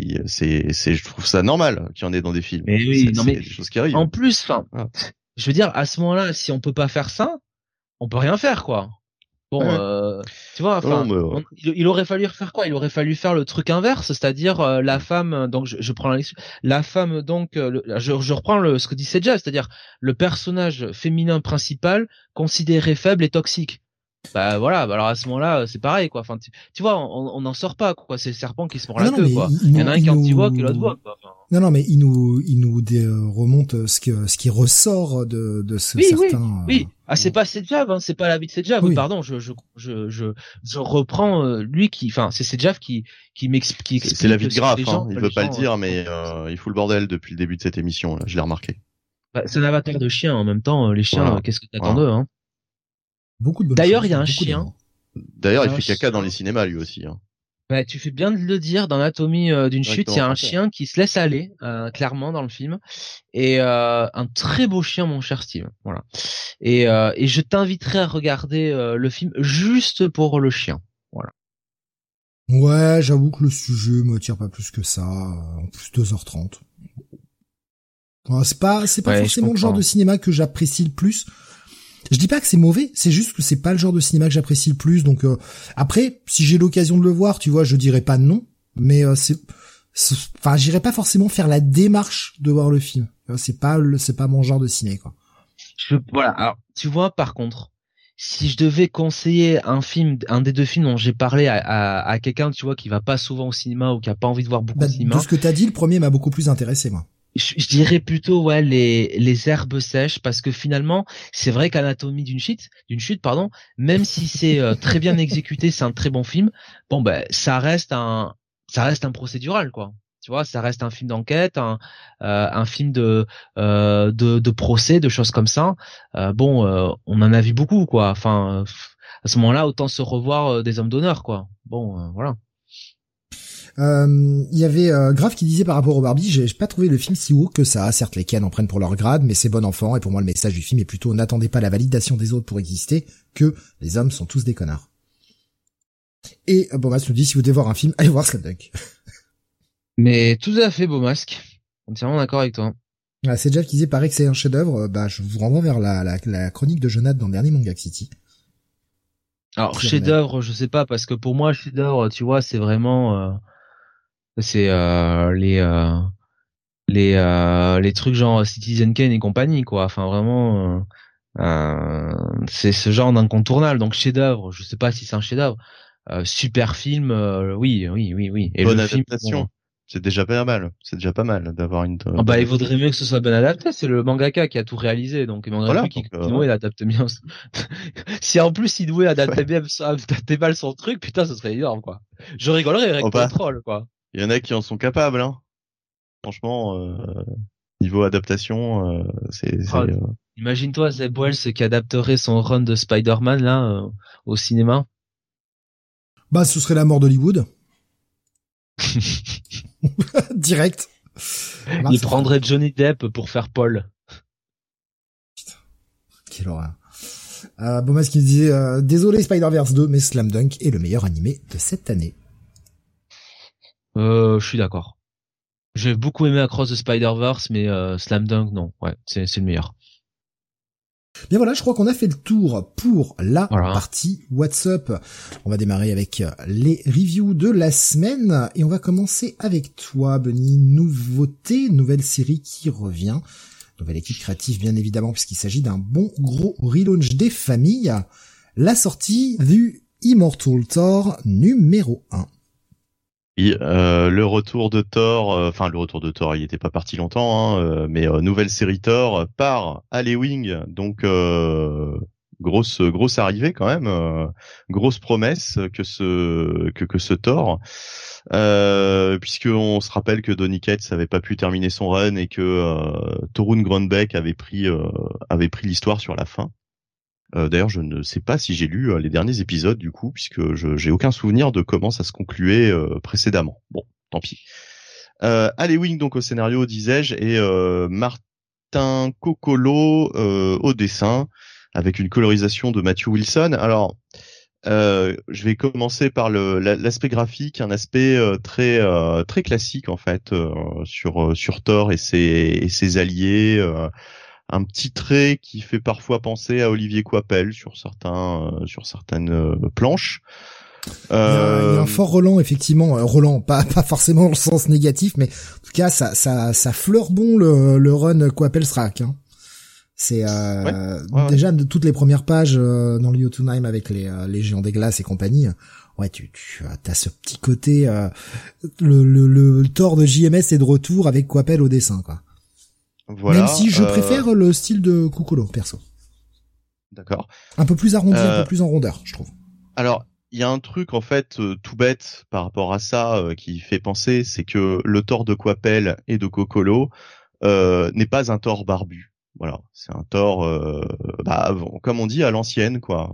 Speaker 3: je trouve ça normal qu'il y en ait dans des films.
Speaker 2: Mais oui,
Speaker 3: c'est des choses qui arrivent.
Speaker 2: En plus, je veux dire, à ce moment-là, si on peut pas faire ça, on peut rien faire, quoi. Bon, tu vois, il aurait fallu refaire quoi? Il aurait fallu faire le truc inverse, c'est-à-dire la femme. Donc, je prends la femme. Donc, je reprends ce que dit Sedja, c'est-à-dire le personnage féminin principal considéré faible et toxique. Bah voilà, alors à ce moment-là, c'est pareil quoi. Enfin, tu vois, on n'en sort pas quoi. C'est le serpent qui se mord la queue quoi. Il y en a un qui en voit, qui l'autre voit quoi.
Speaker 1: Enfin... Non, mais il nous remonte ce qui ressort de ce certain.
Speaker 2: Oui. Ah, c'est pas Sedjav, c'est pas l'avis de Sedjav. Oui, pardon, je reprends lui c'est Sedjav qui m'explique.
Speaker 3: C'est l'avis de Graf, il veut pas le dire, mais il fout le bordel depuis le début de cette émission. Là, je l'ai remarqué.
Speaker 2: Bah, c'est un avatar de chien en même temps. Les chiens, qu'est-ce que t'attends d'eux, hein? D'ailleurs, il y a un chien.
Speaker 3: D'ailleurs, il fait caca dans les cinémas lui aussi.
Speaker 2: Bah, tu fais bien de le dire. Dans l'anatomie d'une chute, il y a un chien qui se laisse aller, clairement dans le film, et un très beau chien, mon cher Steve. Voilà. Et je t'inviterai à regarder le film juste pour le chien. Voilà.
Speaker 1: Ouais, j'avoue que le sujet me tire pas plus que ça. En plus 2h30. C'est pas forcément le genre de cinéma que j'apprécie le plus. Je dis pas que c'est mauvais, c'est juste que c'est pas le genre de cinéma que j'apprécie le plus. Donc après, si j'ai l'occasion de le voir, tu vois, je dirais pas non, mais j'irais pas forcément faire la démarche de voir le film. C'est pas mon genre de ciné quoi.
Speaker 2: Voilà. Alors, tu vois, par contre, si je devais conseiller un des deux films dont j'ai parlé à quelqu'un, tu vois, qui va pas souvent au cinéma ou qui a pas envie de voir beaucoup de cinéma.
Speaker 1: De ce que t'as dit, le premier m'a beaucoup plus intéressé moi.
Speaker 2: Je dirais plutôt les herbes sèches, parce que finalement c'est vrai qu'Anatomie d'une chute même si c'est très bien exécuté, c'est un très bon film. Bon ben ça reste un procédural quoi. Tu vois, ça reste un film d'enquête, un film de procès, de choses comme ça. On en a vu beaucoup quoi. Enfin à ce moment-là autant se revoir des hommes d'honneur quoi. Bon voilà.
Speaker 1: Il y avait Grave qui disait par rapport au Barbie, j'ai pas trouvé le film si haut que ça. Certes, les Ken en prennent pour leur grade, mais c'est bon enfant, et pour moi le message du film est plutôt n'attendez pas la validation des autres pour exister, que les hommes sont tous des connards. Et Beaumasque nous dit, si vous devez voir un film, allez voir Slam Dunk.
Speaker 2: Mais tout à fait, Beaumasque. Entièrement d'accord avec toi.
Speaker 1: C'est Jeff qui disait, pareil que c'est un chef-d'œuvre, je vous renvoie vers la chronique de Jonathan dans le dernier Manga City.
Speaker 2: Alors, chef-d'œuvre, je sais pas, parce que pour moi, chef-d'œuvre, tu vois, c'est vraiment... c'est les trucs genre Citizen Kane et compagnie quoi. Enfin vraiment c'est ce genre d'incontournable. Donc chef-d'œuvre, je sais pas si c'est un chef-d'œuvre. Super film, oui. Et
Speaker 3: bonne
Speaker 2: le
Speaker 3: adaptation.
Speaker 2: Film,
Speaker 3: c'est déjà pas mal. C'est déjà pas mal d'avoir une.
Speaker 2: Il vaudrait mieux que ce soit bien adapté. C'est le mangaka qui a tout réalisé, donc il manquerait plus qu'Inoue adapte bien. Si en plus Inoue adaptait bien, adaptait mal son truc, putain, ce serait énorme quoi. Je rigolerais avec Control quoi.
Speaker 3: Il y en a qui en sont capables, hein. Franchement, niveau adaptation,
Speaker 2: Imagine-toi Zeb Wells qui adapterait son run de Spider-Man là au cinéma.
Speaker 1: Ce serait la mort d'Hollywood. Direct.
Speaker 2: Il prendrait Johnny Depp pour faire Paul.
Speaker 1: Putain, quelle horreur. Bomas qui disait désolé Spider-Verse 2, mais Slam Dunk est le meilleur animé de cette année.
Speaker 2: Je suis d'accord. J'ai beaucoup aimé Across the Spider-Verse, mais Slam Dunk, non. Ouais, c'est le meilleur.
Speaker 1: Bien voilà, je crois qu'on a fait le tour pour la partie What's Up. On va démarrer avec les reviews de la semaine et on va commencer avec toi, Benny. Nouvelle série qui revient. Nouvelle équipe créative, bien évidemment, puisqu'il s'agit d'un bon gros relaunch des familles. La sortie du Immortal Thor numéro 1.
Speaker 3: Et le retour de Thor, il était pas parti longtemps, hein, mais nouvelle série Thor par Alewing, donc grosse arrivée quand même, grosse promesse que ce Thor, puisque on se rappelle que Donny Cates avait pas pu terminer son run et que Torunn Grønbekk avait pris l'histoire sur la fin. D'ailleurs, je ne sais pas si j'ai lu les derniers épisodes du coup, puisque j'ai aucun souvenir de comment ça se concluait précédemment. Bon, tant pis. Alewing donc au scénario, disais-je, et Martin Kokolo au dessin, avec une colorisation de Matthew Wilson. Alors, je vais commencer par l'aspect graphique, un aspect très classique en fait sur Thor et ses alliés. Un petit trait qui fait parfois penser à Olivier Coipel sur certaines planches.
Speaker 1: Il y a un fort Roland, effectivement. Roland, pas forcément dans le sens négatif, mais en tout cas, ça fleure bon le run Coipel-Strack. Hein. C'est déjà de toutes les premières pages dans le Jotunheim avec les géants des glaces et compagnie. Ouais, tu as ce petit côté le Thor de JMS est de retour avec Coipel au dessin, quoi. Voilà, même si je préfère le style de Cucolo, perso.
Speaker 3: D'accord.
Speaker 1: Un peu plus arrondi, un peu plus en rondeur, je trouve.
Speaker 3: Alors, il y a un truc en fait tout bête par rapport à ça qui fait penser, c'est que le Thor de Coipel et de Cucolo n'est pas un Thor barbu. Voilà, c'est un Thor, comme on dit à l'ancienne, quoi.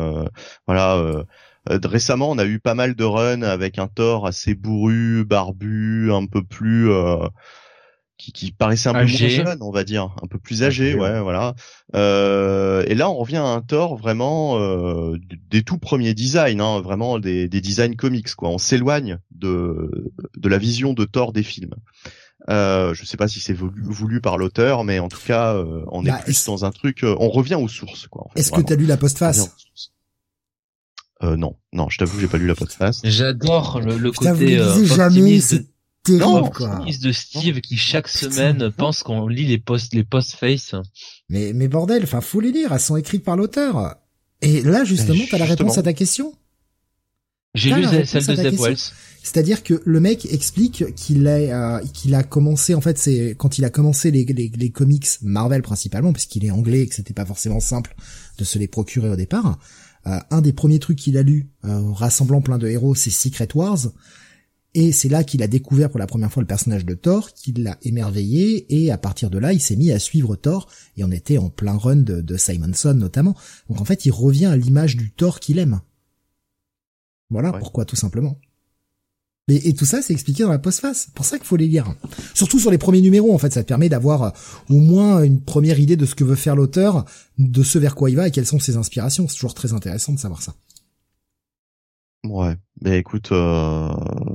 Speaker 3: Récemment, on a eu pas mal de runs avec un Thor assez bourru, barbu, un peu plus qui paraissait un peu moins jeune, on va dire, un peu plus âgé, ouais, voilà. Et là, on revient à un Thor vraiment des tout premiers designs, hein, vraiment des designs comics, quoi. On s'éloigne de la vision de Thor des films. Je sais pas si c'est voulu par l'auteur, mais en tout cas, on est plus dans un truc. On revient aux sources, quoi. En fait,
Speaker 1: est-ce que t'as lu la postface?
Speaker 3: Non, je t'avoue, j'ai pas lu la postface.
Speaker 2: J'adore le côté optimiste.
Speaker 1: Optimiste
Speaker 2: de Steve qui chaque semaine pense qu'on lit les postface.
Speaker 1: Mais bordel, enfin faut les lire, elles sont écrites par l'auteur. Et là justement, t'as la réponse à ta question.
Speaker 2: J'ai lu celle de Zeb Wells.
Speaker 1: C'est-à-dire que le mec explique qu'il a commencé, en fait, c'est quand il a commencé les comics Marvel principalement, puisqu'il est anglais et que c'était pas forcément simple de se les procurer au départ. Un des premiers trucs qu'il a lu, rassemblant plein de héros, c'est Secret Wars. Et c'est là qu'il a découvert pour la première fois le personnage de Thor, qu'il l'a émerveillé, et à partir de là, il s'est mis à suivre Thor, et on était en plein run de Simonson notamment. Donc en fait, il revient à l'image du Thor qu'il aime. Voilà pourquoi, tout simplement. Et tout ça, c'est expliqué dans la postface. C'est pour ça qu'il faut les lire. Surtout sur les premiers numéros, en fait, ça te permet d'avoir au moins une première idée de ce que veut faire l'auteur, de ce vers quoi il va et quelles sont ses inspirations. C'est toujours très intéressant de savoir ça.
Speaker 3: Ouais, mais écoute, on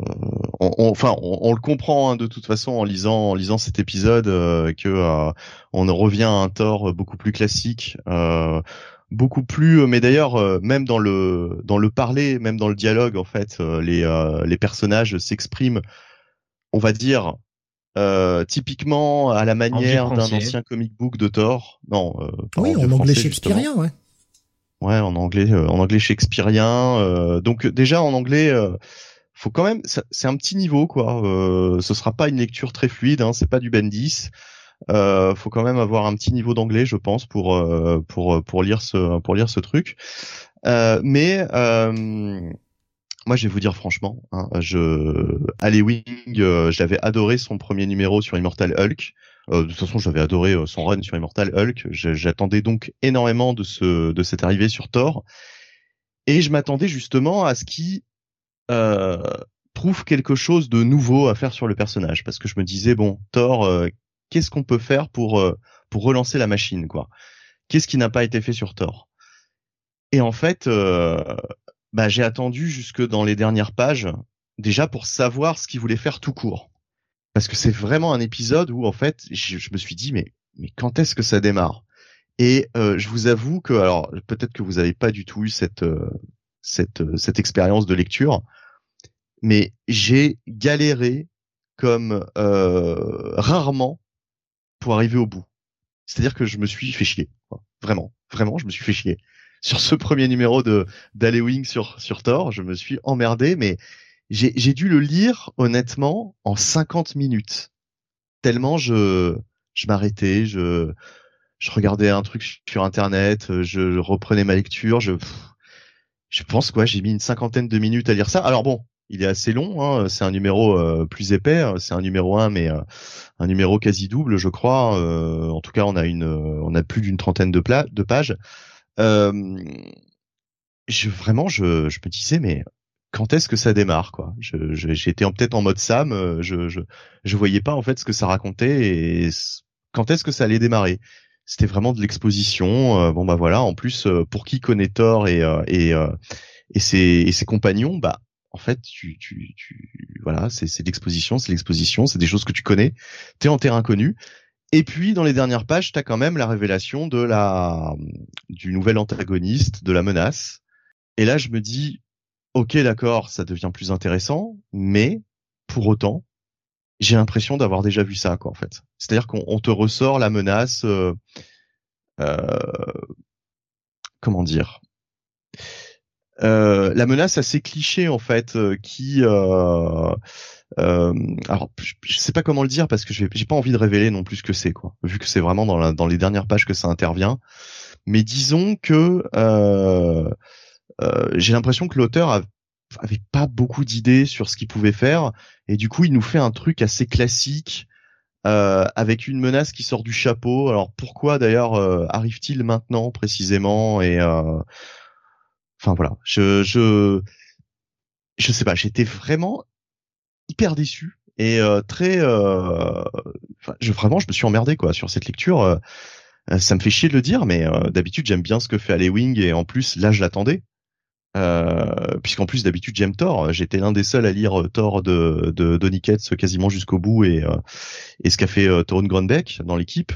Speaker 3: le comprend hein, de toute façon en lisant cet épisode que on revient à un Thor beaucoup plus classique, beaucoup plus. Mais d'ailleurs, même dans le parler, même dans le dialogue, en fait, les personnages s'expriment, on va dire, typiquement à la manière d'un ancien comic book de Thor. Non,
Speaker 1: oui, en anglais shakespearien, ouais.
Speaker 3: Ouais, en anglais shakespearien. Donc déjà en anglais, faut quand même, c'est un petit niveau quoi. Ce sera pas une lecture très fluide, hein, c'est pas du Bendis. Faut quand même avoir un petit niveau d'anglais, je pense, pour lire ce truc. Mais moi, je vais vous dire franchement, hein, Ali Wing, j'avais adoré son premier numéro sur Immortal Hulk. De toute façon, j'avais adoré son run sur Immortal Hulk. J'attendais donc énormément de cette arrivée sur Thor, et je m'attendais justement à ce qui trouve quelque chose de nouveau à faire sur le personnage, parce que je me disais bon, Thor, qu'est-ce qu'on peut faire pour relancer la machine, quoi? Qu'est-ce qui n'a pas été fait sur Thor? Et en fait, j'ai attendu jusque dans les dernières pages, déjà pour savoir ce qu'il voulait faire tout court. Parce que c'est vraiment un épisode où en fait je me suis dit mais quand est-ce que ça démarre? Et je vous avoue que alors peut-être que vous avez pas du tout eu cette expérience de lecture, mais j'ai galéré comme rarement pour arriver au bout. C'est-à-dire que je me suis fait chier, vraiment je me suis fait chier sur ce premier numéro d'Ali Wing sur Thor. Je me suis emmerdé, mais j'ai dû le lire honnêtement en 50 minutes. Tellement je m'arrêtais, je regardais un truc sur internet, je reprenais ma lecture, je pense quoi, j'ai mis une 50aine de minutes à lire ça. Alors bon, il est assez long, hein, c'est un numéro plus épais, c'est un numéro 1 mais un numéro quasi double, je crois. En tout cas, on a plus d'une trentaine de pages. Je me disais mais quand est-ce que ça démarre, quoi? J'étais peut-être en mode Sam, je voyais pas en fait ce que ça racontait et quand est-ce que ça allait démarrer. C'était vraiment de l'exposition. Bon bah voilà. En plus, pour qui connaît Thor et ses compagnons, bah en fait voilà, c'est de l'exposition, c'est des choses que tu connais, t'es en terrain connu. Et puis dans les dernières pages, t'as quand même la révélation du nouvel antagoniste, de la menace. Et là je me dis ok, d'accord, ça devient plus intéressant, mais pour autant j'ai l'impression d'avoir déjà vu ça, quoi, en fait. C'est-à-dire qu'on te ressort la menace, comment dire, la menace assez cliché, en fait, alors je sais pas comment le dire parce que j'ai pas envie de révéler non plus ce que c'est, quoi, vu que c'est vraiment dans les dernières pages que ça intervient. Mais disons que j'ai l'impression que l'auteur avait pas beaucoup d'idées sur ce qu'il pouvait faire, et du coup il nous fait un truc assez classique, avec une menace qui sort du chapeau. Alors pourquoi d'ailleurs arrive-t-il maintenant précisément? Et enfin voilà, je sais pas, j'étais vraiment hyper déçu et vraiment je me suis emmerdé, quoi, sur cette lecture. Ça me fait chier de le dire, mais d'habitude j'aime bien ce que fait Alley-Wing, et en plus là je l'attendais. Puisqu'en plus d'habitude j'aime Thor, j'étais l'un des seuls à lire Thor de Donny Cates quasiment jusqu'au bout, et ce qu'a fait Torunn Grønbekk dans l'équipe.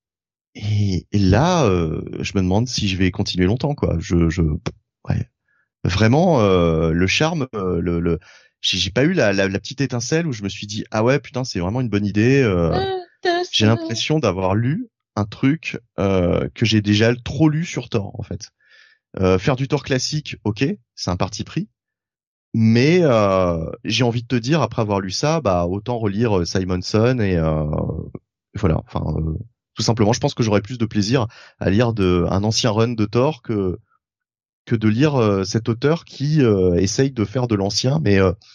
Speaker 3: Et là, je me demande si je vais continuer longtemps, quoi. Ouais. Vraiment, le charme, j'ai pas eu la petite étincelle où je me suis dit ah ouais putain c'est vraiment une bonne idée. J'ai l'impression d'avoir lu un truc que j'ai déjà trop lu sur Thor, en fait. Faire du Thor classique, ok, c'est un parti pris, mais j'ai envie de te dire, après avoir lu ça, bah autant relire Simonson, et voilà. Enfin, tout simplement, je pense que j'aurais plus de plaisir à lire un ancien run de Thor que de lire cet auteur qui essaye de faire de l'ancien, mais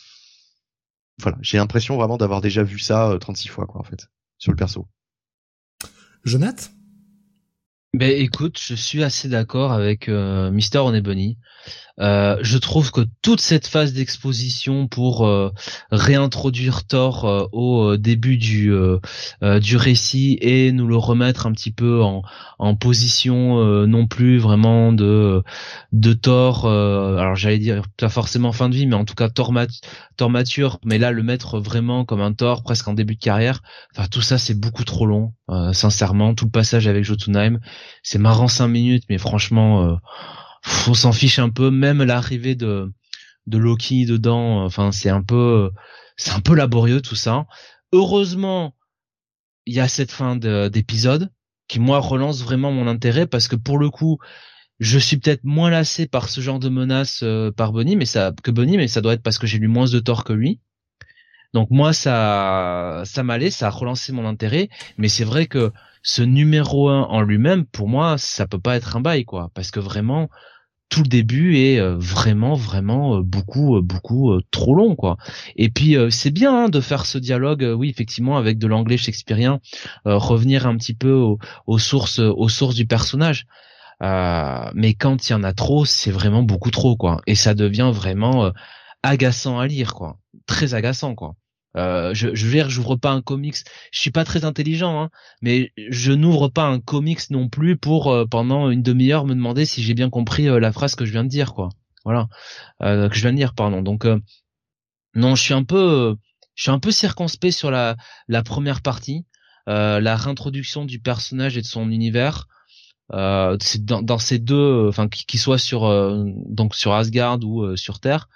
Speaker 3: voilà, j'ai l'impression vraiment d'avoir déjà vu ça 36 fois, quoi, en fait, sur le perso.
Speaker 1: Jonathan ?
Speaker 2: Ben écoute, je suis assez d'accord avec Mister Onebunny. Je trouve que toute cette phase d'exposition pour réintroduire Thor au début du récit et nous le remettre un petit peu en position non plus vraiment de Thor, alors j'allais dire pas forcément fin de vie, mais en tout cas Thor mature, mais là le mettre vraiment comme un Thor presque en début de carrière, enfin tout ça c'est beaucoup trop long, sincèrement. Tout le passage avec Jotunheim, c'est marrant 5 minutes, mais franchement on s'en fiche un peu. Même l'arrivée de Loki dedans, enfin c'est un peu laborieux tout ça. Heureusement, il y a cette fin d'épisode qui moi relance vraiment mon intérêt, parce que pour le coup, je suis peut-être moins lassé par ce genre de menace par Bunny, mais ça doit être parce que j'ai lu moins de Thor que lui. Donc moi ça m'allait, ça a relancé mon intérêt, mais c'est vrai que ce numéro 1 en lui-même, pour moi, ça peut pas être un bail, quoi, parce que vraiment tout le début est vraiment beaucoup trop long, quoi. Et puis c'est bien, hein, de faire ce dialogue, oui effectivement, avec de l'anglais shakespearien, revenir un petit peu aux sources du personnage. Mais quand il y en a trop, c'est vraiment beaucoup trop, quoi. Et ça devient vraiment agaçant à lire, quoi. Très agaçant, quoi. Je veux dire, j'ouvre pas un comics. Je suis pas très intelligent, hein, mais je n'ouvre pas un comics non plus pour pendant une demi-heure me demander si j'ai bien compris la phrase que je viens de dire, quoi. Voilà, que je viens de dire, pardon. Donc non, je suis un peu circonspect sur la première partie, la réintroduction du personnage et de son univers. C'est dans ces deux, enfin qui soit sur donc sur Asgard ou sur Terre.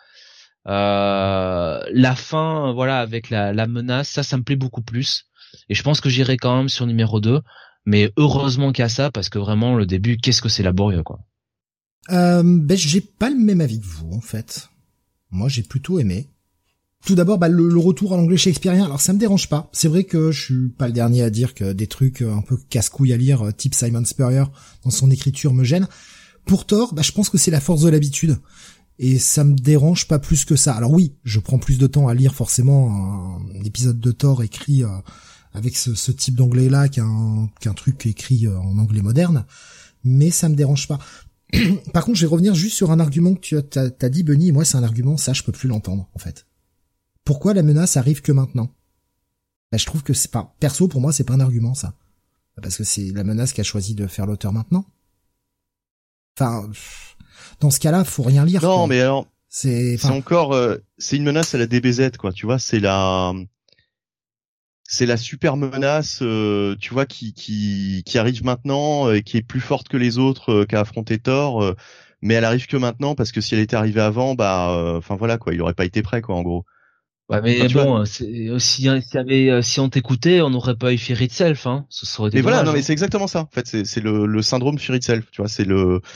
Speaker 2: La fin, voilà, avec la menace, ça me plaît beaucoup plus, et je pense que j'irai quand même sur numéro 2, mais heureusement qu'il y a ça, parce que vraiment le début, qu'est-ce que c'est laborieux, quoi.
Speaker 1: J'ai pas le même avis que vous, en fait. Moi j'ai plutôt aimé. Tout d'abord, le retour à l'anglais shakespearien, alors ça me dérange pas. C'est vrai que je suis pas le dernier à dire que des trucs un peu casse-couilles à lire, type Simon Spurrier, dans son écriture me gênent. Pour Thor, je pense que c'est la force de l'habitude. Et ça me dérange pas plus que ça. Alors oui, je prends plus de temps à lire forcément un épisode de Thor écrit avec ce type d'anglais-là qu'un truc écrit en anglais moderne, mais ça me dérange pas. Par contre, je vais revenir juste sur un argument que t'as dit, Bunny, et moi c'est un argument, ça je peux plus l'entendre, en fait. Pourquoi la menace arrive que maintenant ? Je trouve que c'est pas, perso pour moi c'est pas un argument, ça. Parce que c'est la menace qu'a choisi de faire l'auteur maintenant. Enfin, Dans ce cas-là, faut rien lire.
Speaker 3: Non,
Speaker 1: quoi.
Speaker 3: mais alors
Speaker 1: c'est
Speaker 3: encore, c'est une menace à la DBZ, quoi. Tu vois, c'est la super menace, tu vois, qui arrive maintenant et qui est plus forte que les autres, qu'a affronté Thor. Mais elle arrive que maintenant parce que si elle était arrivée avant, enfin voilà quoi, il aurait pas été prêt, quoi, en gros.
Speaker 2: Ouais, mais bon, si on t'écoutait, on n'aurait pas eu Fear Itself, hein. Ça aurait été
Speaker 3: mais
Speaker 2: dommage,
Speaker 3: voilà, non,
Speaker 2: hein.
Speaker 3: mais c'est exactement ça. En fait, c'est le syndrome Fear Itself, tu vois, c'est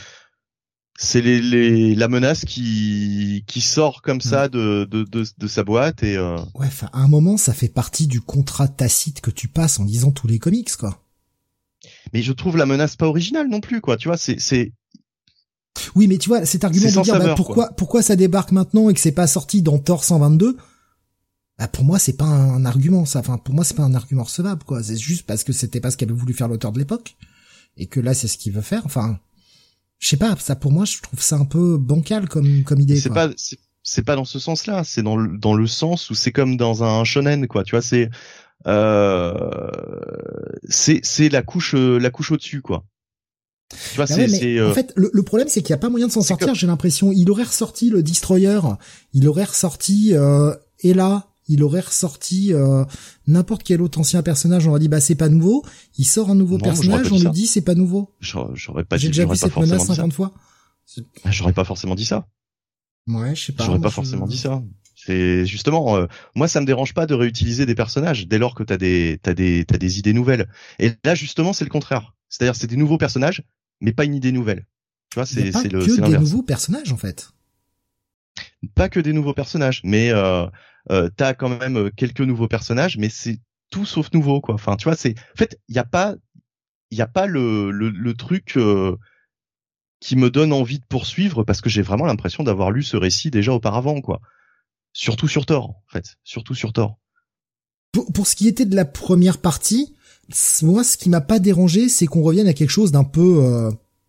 Speaker 3: la menace qui sort comme ça de sa boîte et
Speaker 1: Ouais, enfin, à un moment, ça fait partie du contrat tacite que tu passes en lisant tous les comics, quoi.
Speaker 3: Mais je trouve la menace pas originale non plus, quoi. Tu vois, c'est
Speaker 1: Oui, mais tu vois, cet argument de dire
Speaker 3: saveur,
Speaker 1: pourquoi ça débarque maintenant et que c'est pas sorti dans Thor 122, bah pour moi c'est pas un argument ça. Enfin, pour moi c'est pas un argument recevable, quoi. C'est juste parce que c'était pas ce qu'avait voulu faire l'auteur de l'époque et que là c'est ce qu'il veut faire. Enfin, je sais pas, ça pour moi je trouve ça un peu bancal comme idée.
Speaker 3: C'est pas dans ce sens-là. C'est dans le sens où c'est comme dans un shonen, quoi. Tu vois, c'est la couche au-dessus, quoi. Tu vois,
Speaker 1: en fait, le problème, c'est qu'il n'y a pas moyen de s'en sortir, j'ai l'impression. Il aurait ressorti le Destroyer, il aurait ressorti Ella, il aurait ressorti n'importe quel autre ancien personnage, on aurait dit bah c'est pas nouveau. Il sort un nouveau personnage, on lui dit c'est pas nouveau.
Speaker 3: J'aurais pas
Speaker 1: J'ai déjà vu cette menace 50 fois.
Speaker 3: J'aurais pas forcément dit ça.
Speaker 1: Ouais, je sais pas.
Speaker 3: J'aurais pas forcément dit ça. C'est justement, moi ça me dérange pas de réutiliser des personnages dès lors que t'as des idées nouvelles. Et là justement c'est le contraire. C'est-à-dire c'est des nouveaux personnages, mais pas une idée nouvelle. Tu vois, c'est l'inverse.
Speaker 1: Des nouveaux personnages en fait.
Speaker 3: Pas que des nouveaux personnages, mais t'as quand même quelques nouveaux personnages, mais c'est tout sauf nouveau, quoi. Enfin, tu vois, en fait, il y a pas le truc qui me donne envie de poursuivre parce que j'ai vraiment l'impression d'avoir lu ce récit déjà auparavant, quoi. Surtout sur Thor, en fait. Surtout sur Thor.
Speaker 1: Pour ce qui était de la première partie, moi, ce qui m'a pas dérangé, c'est qu'on revienne à quelque chose d'un peu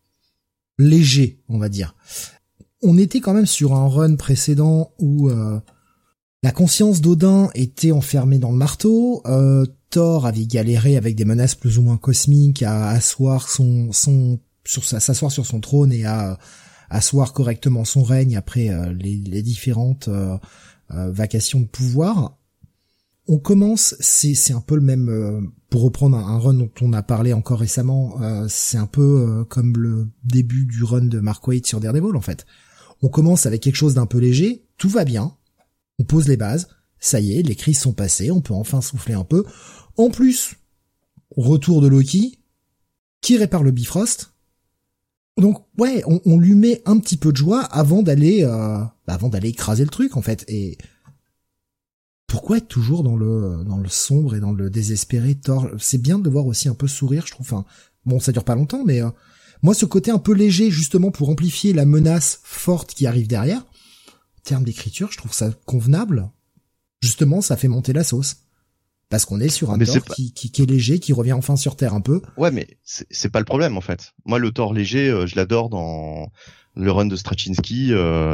Speaker 1: léger, on va dire. On était quand même sur un run précédent où la conscience d'Odin était enfermée dans le marteau. Thor avait galéré avec des menaces plus ou moins cosmiques à asseoir s'asseoir sur son trône et à asseoir correctement son règne après les différentes vacations de pouvoir. On commence, c'est un peu le même, pour reprendre un run dont on a parlé encore récemment, c'est un peu comme le début du run de Mark Waid sur Daredevil en fait. On commence avec quelque chose d'un peu léger, tout va bien, on pose les bases, ça y est, les crises sont passées, on peut enfin souffler un peu. En plus, retour de Loki, qui répare le Bifrost. Donc ouais, on lui met un petit peu de joie avant d'aller écraser le truc en fait. Et pourquoi être toujours dans le sombre et dans le désespéré? Thor, c'est bien de le voir aussi un peu sourire, je trouve. Enfin, bon, ça dure pas longtemps, mais moi, ce côté un peu léger, justement, pour amplifier la menace forte qui arrive derrière, en termes d'écriture, je trouve ça convenable. Justement, ça fait monter la sauce. Parce qu'on est sur un Thor qui est léger, qui revient enfin sur Terre un peu.
Speaker 3: Ouais, mais c'est pas le problème, en fait. Moi, le Thor léger, je l'adore dans le run de Straczynski,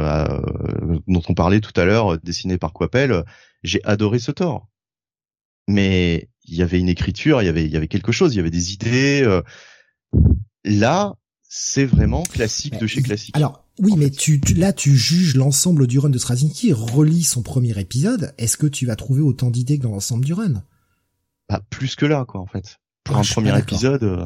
Speaker 3: dont on parlait tout à l'heure, dessiné par Coppel. J'ai adoré ce Thor. Mais il y avait une écriture, il y avait quelque chose, il y avait des idées. Là, c'est vraiment classique de chez classique.
Speaker 1: Alors, oui, mais tu juges l'ensemble du run de Straczynski, relis son premier épisode, est-ce que tu vas trouver autant d'idées que dans l'ensemble du run?
Speaker 3: Bah, plus que là, quoi, en fait. Pour un premier épisode,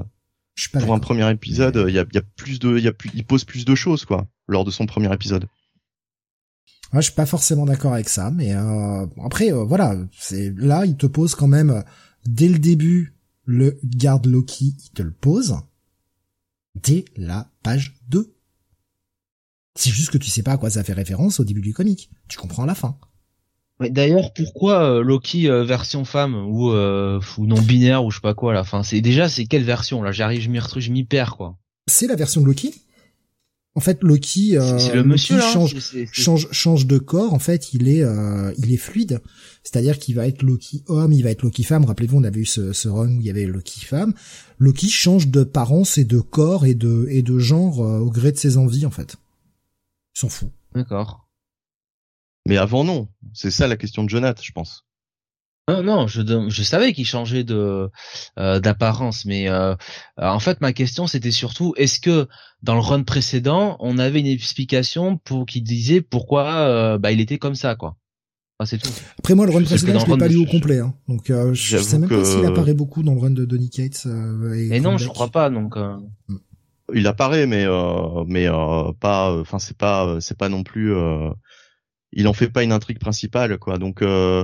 Speaker 3: il pose plus de choses, quoi, lors de son premier épisode.
Speaker 1: Ouais, je suis pas forcément d'accord avec ça, mais après, voilà, là, il te pose quand même, dès le début, le garde Loki, il te le pose, dès la page 2. C'est juste que tu sais pas à quoi ça fait référence au début du comic. Tu comprends à la fin.
Speaker 2: Ouais, d'ailleurs, pourquoi Loki version femme ou non binaire ou je sais pas quoi là. Enfin, c'est quelle version là? Je m'y perds quoi.
Speaker 1: C'est la version de Loki. En fait, Loki,
Speaker 2: c'est le monsieur
Speaker 1: change de corps. En fait, il est fluide. C'est-à-dire qu'il va être Loki homme, il va être Loki femme. Rappelez-vous, on avait eu ce run où il y avait Loki femme. Loki change d'apparence et de corps et de genre au gré de ses envies en fait. Il s'en fout.
Speaker 2: D'accord.
Speaker 3: Mais avant non, c'est ça la question de Jonathan, je pense.
Speaker 2: Non, je savais qu'il changeait d'apparence, mais en fait ma question c'était surtout est-ce que dans le run précédent on avait une explication pour qui disait pourquoi il était comme ça quoi. Enfin, c'est tout.
Speaker 1: Après moi le run précédent je l'ai pas lu au complet, hein. Donc je sais même pas s'il apparaît beaucoup dans le run de Donny Cates.
Speaker 2: Et non, je crois pas donc.
Speaker 3: Il apparaît mais pas. Enfin c'est pas non plus. Il en fait pas une intrigue principale quoi. Donc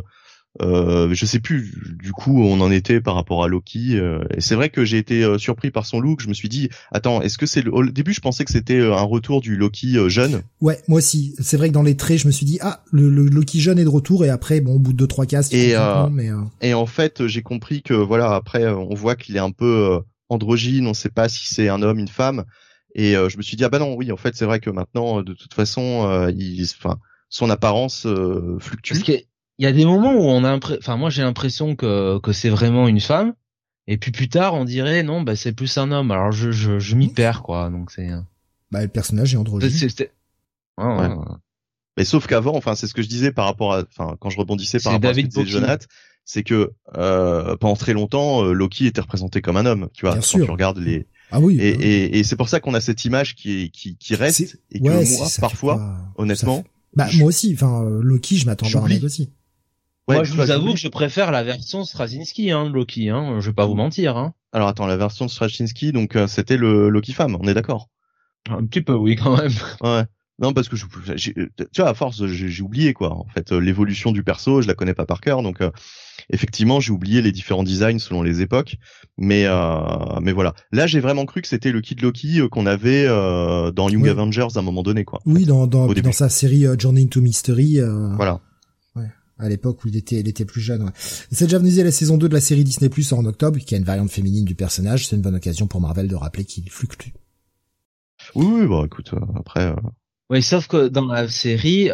Speaker 3: je sais plus du coup où on en était par rapport à Loki. Et c'est vrai que j'ai été surpris par son look. Je me suis dit attends, est-ce que c'est au début je pensais que c'était un retour du Loki jeune.
Speaker 1: Ouais, moi aussi. C'est vrai que dans les traits je me suis dit le Loki jeune est de retour et après bon au bout de 2-3 cases.
Speaker 3: Et en fait j'ai compris que voilà après on voit qu'il est un peu androgyne. On sait pas si c'est un homme, une femme. Et je me suis dit ah bah non oui en fait c'est vrai que maintenant de toute façon son apparence fluctue.
Speaker 2: Parce qu'il y a des moments où on a moi j'ai l'impression que c'est vraiment une femme et puis plus tard on dirait non c'est plus un homme. Alors je m'y perds quoi. Donc c'est
Speaker 1: le personnage est androgyne.
Speaker 3: Ouais. Mais sauf qu'avant c'est ce que je disais par rapport à quand je rebondissais par rapport à ce que disait Jonathan, c'est que pendant très longtemps Loki était représenté comme un homme, tu vois, quand tu regardes les et c'est pour ça qu'on a cette image qui reste et que moi parfois honnêtement
Speaker 1: moi aussi, Loki, je m'attendais à un mec aussi.
Speaker 2: Ouais, moi, je vous avoue que je préfère la version Straczynski, de Loki, je vais pas vous mentir,
Speaker 3: Alors, attends, la version de Straczynski, donc, c'était le Loki femme, on est d'accord?
Speaker 2: Un petit peu, oui, quand même.
Speaker 3: Ouais. Non, parce que tu vois, à force, j'ai oublié, quoi. En fait, l'évolution du perso, je la connais pas par cœur, donc, effectivement, j'ai oublié les différents designs selon les époques, mais voilà. Là, j'ai vraiment cru que c'était le Kid Loki qu'on avait dans Young Avengers à un moment donné, quoi.
Speaker 1: Oui, dans sa série Journey into Mystery.
Speaker 3: Voilà.
Speaker 1: Ouais. À l'époque où il était plus jeune. Ouais. C'est déjà venu la saison 2 de la série Disney Plus en octobre, qui a une variante féminine du personnage. C'est une bonne occasion pour Marvel de rappeler qu'il fluctue.
Speaker 3: Oui, bah écoute, après.
Speaker 2: Oui, sauf que dans la série.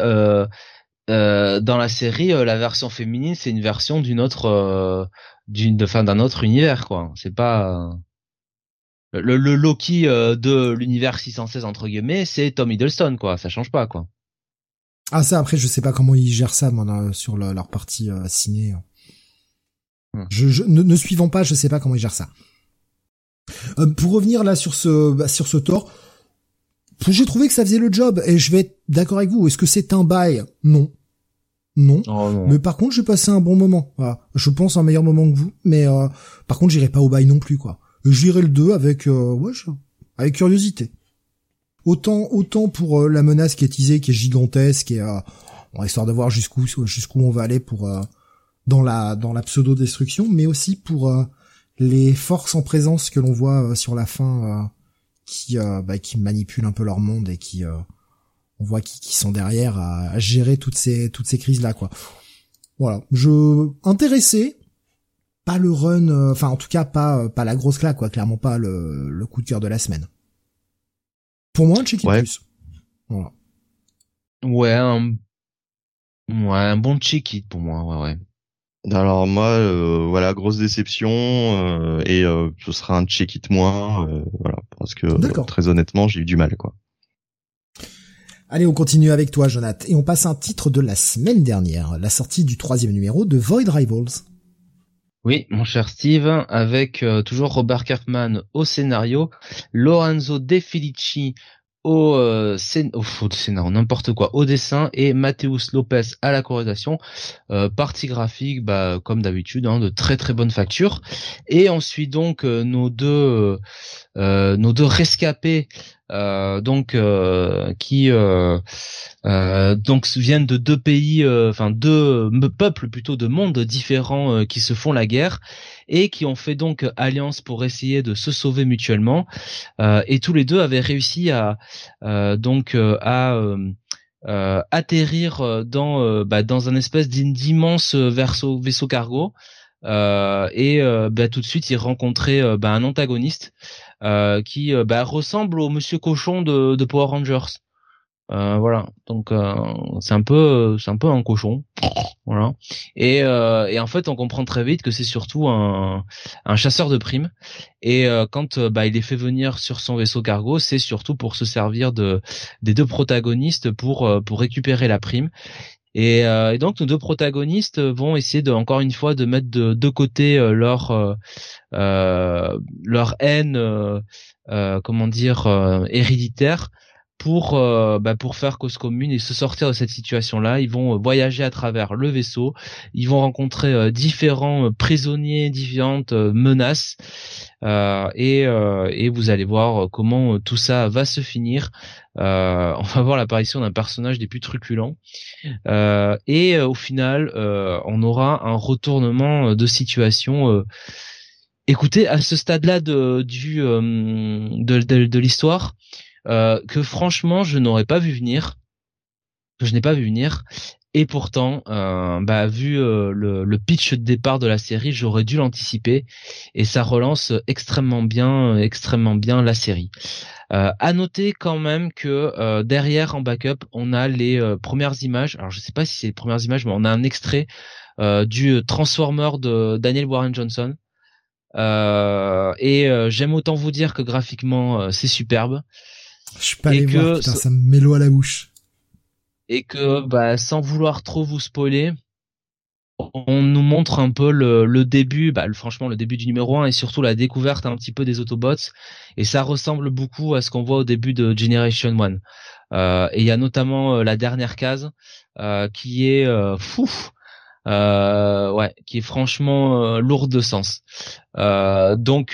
Speaker 2: La version féminine, c'est une version d'un autre univers, quoi. C'est pas le Loki de l'univers 616 entre guillemets, c'est Tom Hiddleston, quoi. Ça change pas, quoi.
Speaker 1: Ah ça, après, je sais pas comment ils gèrent ça, moi, sur leur partie ciné. Ne suivant pas, je sais pas comment ils gèrent ça. Pour revenir là sur ce Thor, j'ai trouvé que ça faisait le job et je vais être d'accord avec vous. Est-ce que c'est un bail? Non. Non.
Speaker 2: Oh, non.
Speaker 1: Mais par contre, j'ai passé un bon moment. Voilà. Je pense un meilleur moment que vous. Mais par contre, j'irai pas au bail non plus, quoi. J'irai le 2 avec avec curiosité. Autant pour la menace qui est teasée, qui est gigantesque et histoire de voir jusqu'où on va aller pour dans la pseudo destruction, mais aussi pour les forces en présence que l'on voit sur la fin qui manipulent un peu leur monde et qui on voit qui sont derrière à gérer toutes ces crises là, quoi. Voilà, intéressé, pas le run, en tout cas pas la grosse claque, quoi, clairement pas le coup de cœur de la semaine. Pour moi, un check it plus. Voilà.
Speaker 2: Ouais, un bon check it pour moi, ouais.
Speaker 3: Alors moi, grosse déception et ce sera un check it moins, parce que très honnêtement, j'ai eu du mal, quoi.
Speaker 1: Allez, on continue avec toi, Jonathan, et on passe un titre de la semaine dernière, la sortie du 3e numéro de Void Rivals.
Speaker 2: Oui, mon cher Steve, avec toujours Robert Kirkman au scénario, Lorenzo De Felici au scénario, n'importe quoi, au dessin, et Mateus Lopez à la colorisation. Partie graphique, comme d'habitude, de très très bonne facture. Et ensuite donc nos deux rescapés qui viennent de deux pays, deux peuples plutôt de mondes différents qui se font la guerre et qui ont fait donc alliance pour essayer de se sauver mutuellement, et tous les deux avaient réussi à atterrir dans un espèce d'immense vaisseau cargo, et tout de suite ils rencontraient un antagoniste qui ressemble au Monsieur Cochon de Power Rangers. Voilà, donc c'est un peu un cochon, voilà. Et en fait on comprend très vite que c'est surtout un chasseur de primes, et quand il les fait venir sur son vaisseau cargo, c'est surtout pour se servir des deux protagonistes pour récupérer la prime. Et donc nos deux protagonistes vont essayer encore une fois de mettre de côté leur haine héréditaire pour faire cause commune et se sortir de cette situation-là. Ils vont voyager à travers le vaisseau, ils vont rencontrer différents prisonniers, différentes menaces, et vous allez voir comment tout ça va se finir. On va voir l'apparition d'un personnage des plus truculents, et au final on aura un retournement de situation. Écoutez, à ce stade-là de l'histoire, que franchement je n'aurais pas vu venir, que je n'ai pas vu venir, et pourtant vu le pitch de départ de la série, j'aurais dû l'anticiper, et ça relance extrêmement bien la série. À noter quand même que derrière en backup on a les premières images, alors je sais pas si c'est les premières images, mais on a un extrait du Transformer de Daniel Warren Johnson. J'aime autant vous dire que graphiquement c'est superbe.
Speaker 1: Je suis pas allé voir, putain, ça me met l'eau à la bouche.
Speaker 2: Et que sans vouloir trop vous spoiler, on nous montre un peu le début, franchement le début du numéro 1 et surtout la découverte un petit peu des Autobots, et ça ressemble beaucoup à ce qu'on voit au début de Generation 1. Et il y a notamment la dernière case qui est qui est franchement lourde de sens. Donc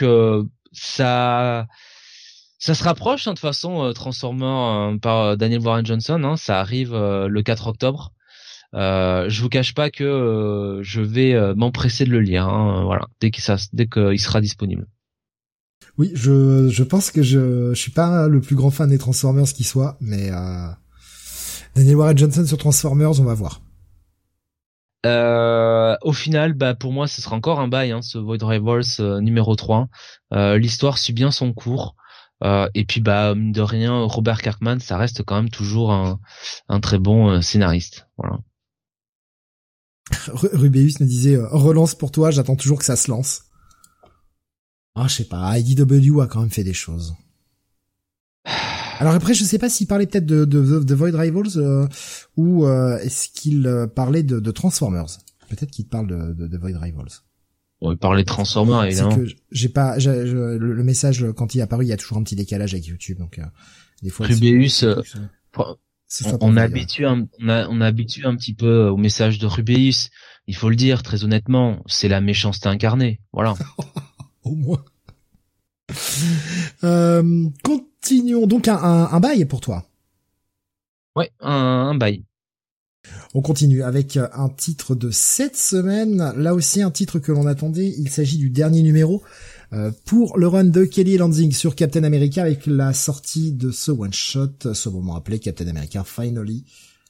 Speaker 2: ça se rapproche de toute façon, Transformer par Daniel Warren Johnson, ça arrive le 4 octobre. Je vous cache pas que je vais m'empresser de le lire, voilà, dès qu'il sera disponible.
Speaker 1: Oui, je pense que je suis pas le plus grand fan des Transformers qui soit, mais Daniel Warren Johnson sur Transformers, on va voir.
Speaker 2: Au final, pour moi, ce sera encore un bail, ce Void Rivals numéro 3. L'histoire suit bien son cours. Et puis mine de rien, Robert Kirkman, ça reste quand même toujours un très bon scénariste. Voilà.
Speaker 1: Rubeus nous disait relance pour toi, j'attends toujours que ça se lance. Je sais pas, IDW a quand même fait des choses. Alors après, je sais pas s'il parlait peut-être de Void Rivals ou est-ce qu'il parlait de Transformers. Peut-être qu'il parle de Void Rivals.
Speaker 2: Bon, il parlait de Transformers, évidemment.
Speaker 1: C'est que le message, quand il est apparu, il y a toujours un petit décalage avec YouTube, donc des fois.
Speaker 2: Rubeus, on habitue un petit peu au message de Rubeus. Il faut le dire, très honnêtement, c'est la méchanceté incarnée. Voilà.
Speaker 1: Au moins. Continuons. Donc un bail pour toi.
Speaker 2: Ouais, un bail.
Speaker 1: On continue avec un titre de cette semaine. Là aussi, un titre que l'on attendait. Il s'agit du dernier numéro pour le run de Kelly Lansing sur Captain America, avec la sortie de ce one-shot, ce moment appelé Captain America Finally.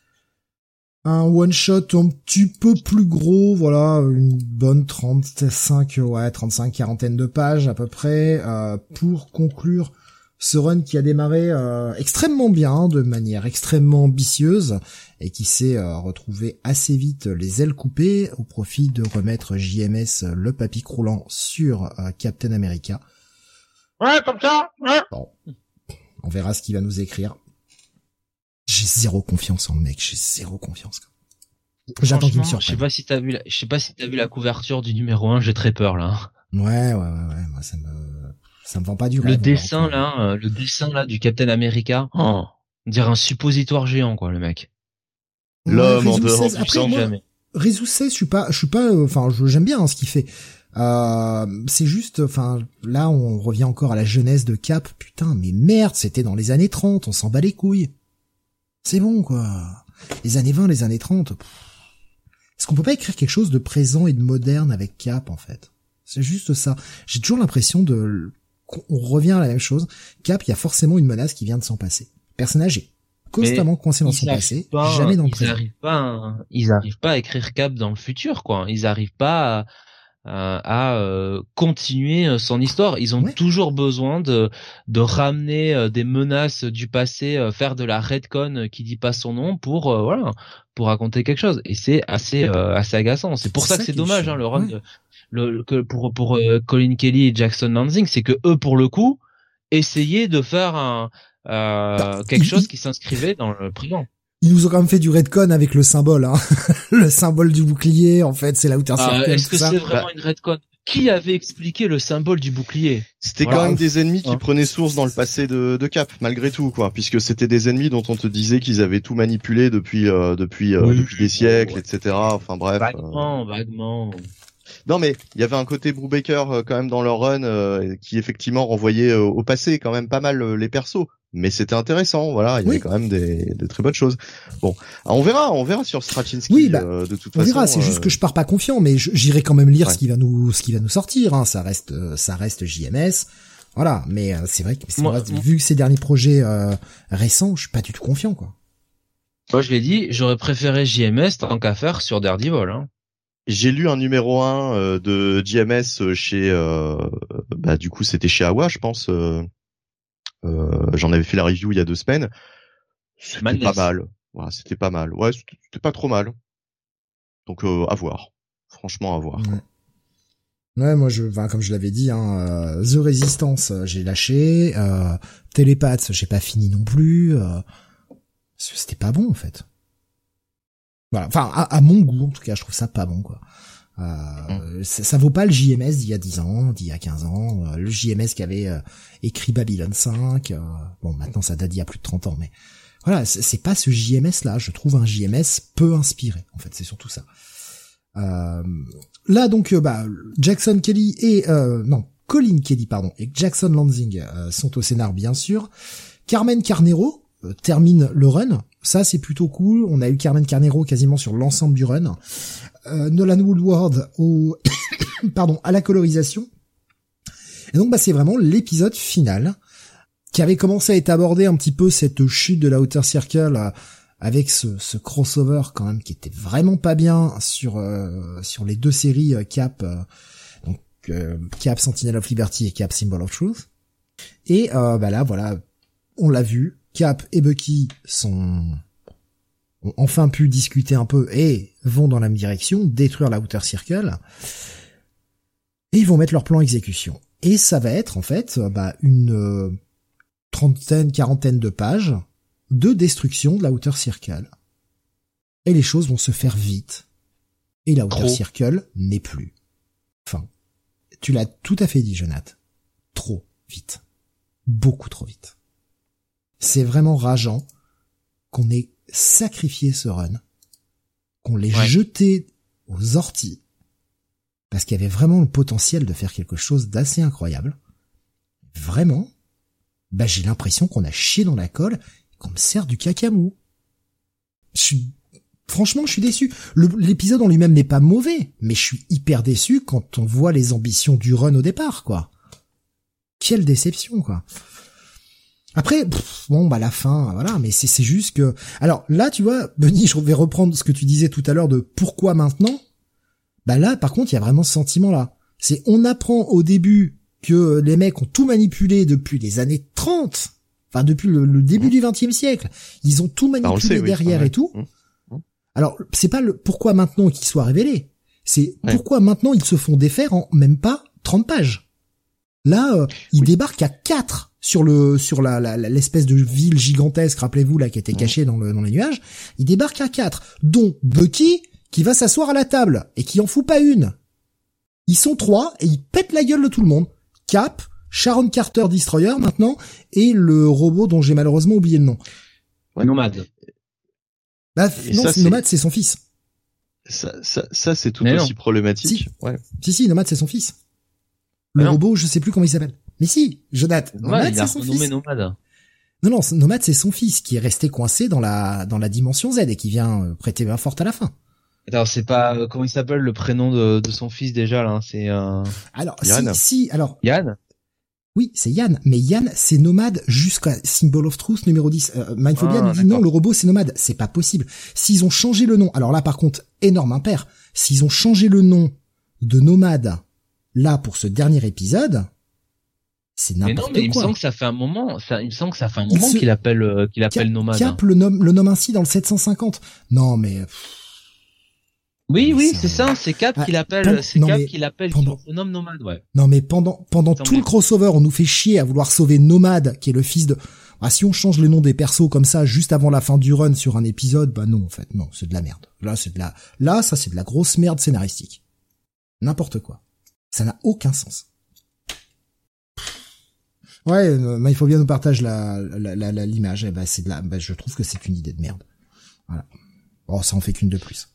Speaker 1: Un one-shot un petit peu plus gros, voilà, une bonne 35, quarantaine de pages à peu près, pour conclure ce run qui a démarré extrêmement bien, de manière extrêmement ambitieuse, et qui s'est retrouvé assez vite les ailes coupées au profit de remettre JMS le papy croulant sur Captain America.
Speaker 2: Ouais, comme ça. Ouais.
Speaker 1: Bon, on verra ce qu'il va nous écrire. J'ai zéro confiance en le mec, j'ai zéro confiance. J'attends qu'il me surprenne.
Speaker 2: Je sais pas si t'as vu la couverture du numéro 1, j'ai très peur là.
Speaker 1: Ouais, moi ça me vend pas du rêve.
Speaker 2: Le dessin là du Captain America, on dirait un suppositoire géant quoi, le mec.
Speaker 3: L'homme en dehors du sang
Speaker 1: jamais. Réseau 16, je suis pas j'aime bien ce qu'il fait. C'est juste, là on revient encore à la jeunesse de Cap, putain, mais merde, c'était dans les années 30, on s'en bat les couilles. C'est bon quoi. Les années 20, les années 30. Est-ce qu'on peut pas écrire quelque chose de présent et de moderne avec Cap en fait? C'est juste ça. J'ai toujours l'impression qu'on revient à la même chose. Cap, il y a forcément une menace qui vient de s'en passer. Le personnage est constamment coincé dans son passé, jamais dans le présent.
Speaker 2: Ils arrivent pas à écrire Cap dans le futur, quoi. Ils arrivent pas à continuer son histoire. Ils ont toujours besoin de ramener des menaces du passé, faire de la retcon qui dit pas son nom pour raconter quelque chose. Et c'est assez agaçant. C'est pour ça que c'est dommage, le run pour Colin Kelly et Jackson Lansing, c'est que eux pour le coup essayaient de faire quelque chose qui s'inscrivait dans le présent.
Speaker 1: Ils nous ont quand même fait du retcon avec le symbole, hein. Le symbole du bouclier, en fait, c'est la Outer Circle.
Speaker 2: Est-ce que c'est vraiment une retcon? Qui avait expliqué le symbole du bouclier?
Speaker 3: C'était quand même des ennemis qui prenaient source dans le passé de Cap, malgré tout, quoi, puisque c'était des ennemis dont on te disait qu'ils avaient tout manipulé depuis des siècles, etc. Enfin bref.
Speaker 2: Vaguement.
Speaker 3: Non mais il y avait un côté Brubaker quand même dans leur run qui effectivement renvoyait au passé quand même pas mal les persos. Mais c'était intéressant, voilà, il y avait quand même des très bonnes choses. Bon, on verra sur Straczynski de toute façon.
Speaker 1: On verra, c'est juste que je pars pas confiant, mais j'irai quand même lire ce qui va nous sortir, hein. Ça reste JMS. Voilà, mais c'est vrai que vu ces derniers projets récents, je suis pas du tout confiant, quoi.
Speaker 2: Moi, je l'ai dit, j'aurais préféré JMS tant qu'à faire sur Daredevil, hein.
Speaker 3: J'ai lu un numéro 1 de JMS chez du coup, c'était chez Awa, je pense. J'en avais fait la review il y a 2 semaines. C'était pas mal. Voilà, c'était pas mal. Ouais, c'était pas trop mal. Donc à voir. Franchement à voir.
Speaker 1: Ouais, moi comme je l'avais dit, hein, The Resistance, j'ai lâché. Télépath, j'ai pas fini non plus. C'était pas bon en fait. Voilà. Enfin, à mon goût en tout cas, je trouve ça pas bon, quoi. Ça vaut pas le JMS d'il y a 10 ans, d'il y a 15 ans, le JMS qui avait écrit Babylon 5, bon maintenant ça date d'il y a plus de 30 ans, mais voilà, c'est pas ce JMS là, je trouve un JMS peu inspiré, en fait, c'est surtout ça. Là donc Jackson Kelly et Colin Kelly et Jackson Lanzing sont au scénar bien sûr. Carmen Carnero termine le run, ça c'est plutôt cool, on a eu Carmen Carnero quasiment sur l'ensemble du run. Nolan Woodward à la colorisation. Et donc c'est vraiment l'épisode final qui avait commencé à être abordé un petit peu cette chute de la Outer Circle avec ce crossover quand même qui était vraiment pas bien sur les 2 séries Cap Cap Sentinel of Liberty et Cap Symbol of Truth. Et là voilà, on l'a vu, Cap et Bucky ont enfin pu discuter un peu et vont dans la même direction, détruire la Outer Circle, et ils vont mettre leur plan en exécution. Et ça va être en fait une 30-40 de pages de destruction de la Outer Circle. Et les choses vont se faire vite. Et la Outer Circle n'est plus. Enfin, tu l'as tout à fait dit, Jonathan. Trop vite. Beaucoup trop vite. C'est vraiment rageant qu'on ait sacrifié ce run, qu'on l'ait jeté aux orties, parce qu'il y avait vraiment le potentiel de faire quelque chose d'assez incroyable. Vraiment, j'ai l'impression qu'on a chié dans la colle et qu'on me sert du cacamou. Franchement, je suis déçu. L'épisode en lui-même n'est pas mauvais, mais je suis hyper déçu quand on voit les ambitions du run au départ, quoi. Quelle déception, quoi. Après, la fin, voilà, mais c'est juste que... Alors là, tu vois, Benny, je vais reprendre ce que tu disais tout à l'heure de pourquoi maintenant. Là, par contre, il y a vraiment ce sentiment-là. C'est, on apprend au début que les mecs ont tout manipulé depuis les années 30, enfin depuis le début du 20e siècle. Ils ont tout manipulé derrière et tout. Alors, c'est pas le pourquoi maintenant qu'ils soient révélés. C'est pourquoi maintenant ils se font défaire en même pas 30 pages. Là, ils débarquent à 4 sur l'espèce de ville gigantesque, rappelez-vous, là, qui était cachée dans les nuages. Ils débarquent à 4, dont Bucky, qui va s'asseoir à la table, et qui en fout pas une. Ils sont 3, et ils pètent la gueule de tout le monde. Cap, Sharon Carter Destroyer, et le robot dont j'ai malheureusement oublié le nom.
Speaker 2: Nomade.
Speaker 1: Nomade, c'est son fils.
Speaker 3: Ça, c'est tout aussi problématique.
Speaker 1: Si, Nomade, c'est son fils. Le robot, je sais plus comment il s'appelle. Mais si, Jonathan. Nomade, c'est son fils.
Speaker 2: Nomade.
Speaker 1: Non, Nomade, c'est son fils qui est resté coincé dans la dimension Z et qui vient prêter main forte à la fin.
Speaker 2: Alors, c'est pas, comment il s'appelle le prénom de son fils déjà, là? C'est,
Speaker 1: Alors,
Speaker 3: Yann.
Speaker 1: alors.
Speaker 2: Yann?
Speaker 1: Oui, c'est Yann. Mais Yann, c'est Nomade jusqu'à Symbol of Truth numéro 10. Mindphobia nous dit non, le robot, c'est Nomade. C'est pas possible. S'ils ont changé le nom, alors là, par contre, énorme impair. S'ils ont changé le nom de Nomade, là, pour ce dernier épisode, c'est n'importe quoi.
Speaker 2: Mais non, mais il me semble que ça fait un moment, qu'il appelle Nomade.
Speaker 1: Cap le nomme ainsi dans le 750. Non, mais...
Speaker 2: Oui, c'est ça, c'est Cap qui l'appelle, qui le nomme Nomade, ouais.
Speaker 1: Non, mais pendant tout le crossover, on nous fait chier à vouloir sauver Nomade, qui est le fils de... Ah, si on change les noms des persos comme ça juste avant la fin du run sur un épisode, bah non, en fait, non, c'est de la merde. Là, c'est de la grosse merde scénaristique. N'importe quoi. Ça n'a aucun sens. Ouais, mais il faut bien nous partager l'image. Bah, je trouve que c'est une idée de merde. Voilà. Oh, ça en fait qu'une de plus.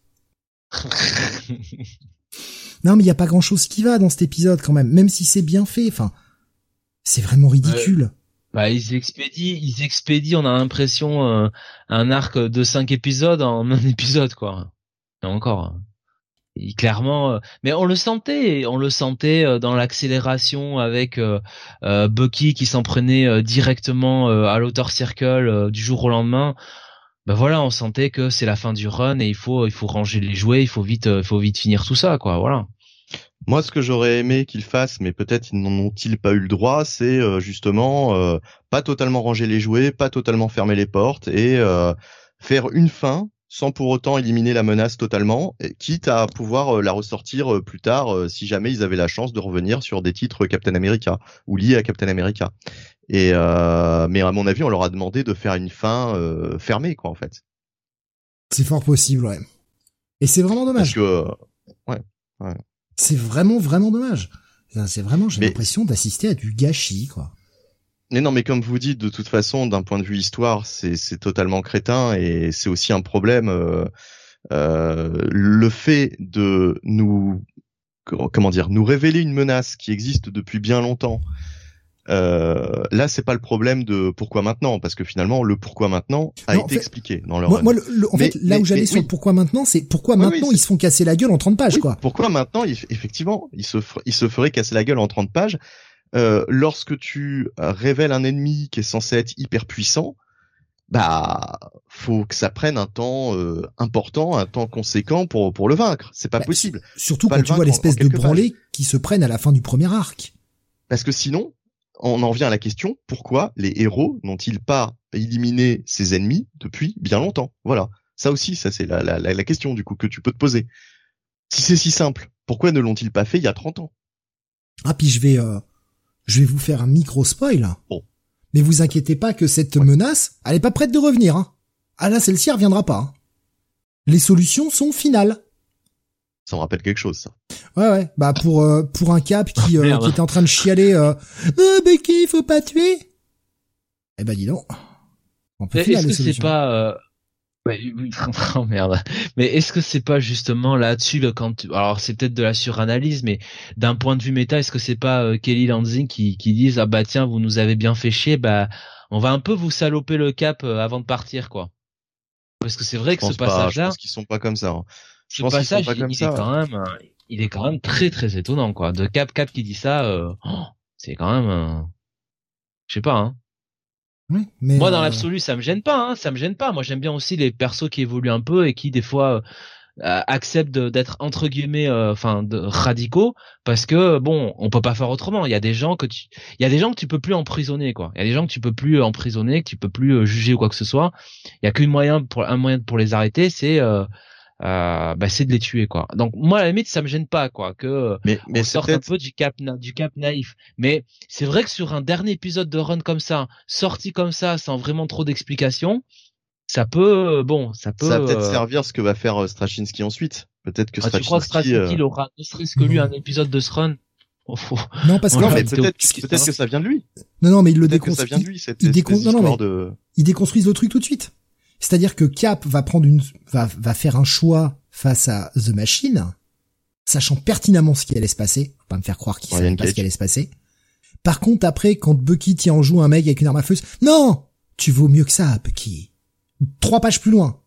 Speaker 1: Non, mais il y a pas grand chose qui va dans cet épisode quand même si c'est bien fait. Enfin, c'est vraiment ridicule.
Speaker 2: Ouais. Bah, ils expédient, on a l'impression, un arc de 5 épisodes en un épisode, quoi. Et encore. Clairement, mais on le sentait dans l'accélération avec Bucky qui s'en prenait directement à l'Outer Circle du jour au lendemain. Ben voilà, on sentait que c'est la fin du run et il faut ranger les jouets, il faut vite finir tout ça, quoi. Voilà.
Speaker 3: Moi, ce que j'aurais aimé qu'ils fassent, mais peut-être ils n'en ont-ils pas eu le droit, c'est justement pas totalement ranger les jouets, pas totalement fermer les portes et faire une fin sans pour autant éliminer la menace totalement, quitte à pouvoir la ressortir plus tard si jamais ils avaient la chance de revenir sur des titres Captain America ou liés à Captain America. Et mais à mon avis, on leur a demandé de faire une fin fermée, quoi, en fait.
Speaker 1: C'est fort possible, ouais. Et c'est vraiment dommage.
Speaker 3: Parce que ouais.
Speaker 1: C'est vraiment dommage. C'est vraiment, j'ai l'impression d'assister à du gâchis, quoi.
Speaker 3: Mais non, mais comme vous dites, de toute façon, d'un point de vue histoire, c'est totalement crétin et c'est aussi un problème. Le fait de nous révéler une menace qui existe depuis bien longtemps. Là, c'est pas le problème de pourquoi maintenant, parce que finalement, le pourquoi maintenant a été expliqué dans leur.
Speaker 1: Moi, là où j'allais sur le pourquoi maintenant, c'est pourquoi maintenant ils se font casser la gueule en 30 pages, quoi.
Speaker 3: Pourquoi maintenant, effectivement, ils se feraient casser la gueule en 30 pages. Lorsque tu révèles un ennemi qui est censé être hyper puissant, bah faut que ça prenne un temps important, un temps conséquent pour le vaincre. C'est pas possible.
Speaker 1: Surtout quand tu vois l'espèce de branlée qui se prennent à la fin du premier arc.
Speaker 3: Parce que sinon, on en revient à la question, pourquoi les héros n'ont-ils pas éliminé ces ennemis depuis bien longtemps? Voilà. Ça aussi, ça c'est la question du coup que tu peux te poser. Si c'est si simple, pourquoi ne l'ont-ils pas fait il y a 30 ans?
Speaker 1: Ah, puis je vais vous faire un micro spoil.
Speaker 3: Bon.
Speaker 1: Mais vous inquiétez pas que cette menace, elle est pas prête de revenir, hein. Ah là, celle-ci, elle reviendra pas, hein. Les solutions sont finales.
Speaker 3: Ça me rappelle quelque chose, ça.
Speaker 1: Ouais. Bah, pour un Cap qui était en train de chialer, Bucky, faut pas tuer. Eh ben, dis donc. On peut
Speaker 2: est-ce que c'est pas, oh merde. Mais est-ce que c'est pas justement là-dessus alors c'est peut-être de la suranalyse, mais d'un point de vue méta, est-ce que c'est pas Kelly Lansing qui disent ah bah tiens vous nous avez bien fait chier, bah on va un peu vous saloper le Cap avant de partir, quoi. Parce que c'est vrai que ce passage-là,
Speaker 3: je pense qu'ils sont pas comme ça. Hein.
Speaker 2: Ce passage, il est quand même très très étonnant, quoi. De Cap qui dit ça, c'est quand même, je sais pas, hein.
Speaker 1: Oui, mais
Speaker 2: moi, dans l'absolu, ça me gêne pas, hein, Moi, j'aime bien aussi les persos qui évoluent un peu et qui, des fois, acceptent d'être, entre guillemets, radicaux, parce que, bon, on peut pas faire autrement. Il y a des gens que tu peux plus emprisonner, quoi. Il y a des gens que tu peux plus emprisonner, que tu peux plus juger ou quoi que ce soit. Il y a qu'un moyen pour les arrêter, c'est c'est de les tuer, quoi. Donc moi à la limite ça me gêne pas, quoi, que on sorte un peu du cap naïf, mais c'est vrai que sur un dernier épisode de run comme ça, sorti comme ça sans vraiment trop d'explications, ça peut ça va
Speaker 3: peut-être servir ce que va faire Straczynski ensuite. Peut-être que
Speaker 2: tu crois que Straczynski il aura ne serait-ce que lu un épisode de ce run?
Speaker 1: Non, parce que
Speaker 3: peut-être que ça vient de lui.
Speaker 1: Non, mais il le
Speaker 3: déconstruit. Ça vient de lui,
Speaker 1: ils déconstruisent le truc tout de suite. C'est-à-dire que Cap va va faire un choix face à The Machine, sachant pertinemment ce qui allait se passer. Faut pas me faire croire qu'il savait pas ce qui allait se passer. Par contre, après, quand Bucky tient en joue un mec avec une arme à feu, non! Tu vaux mieux que ça, Bucky. 3 pages plus loin.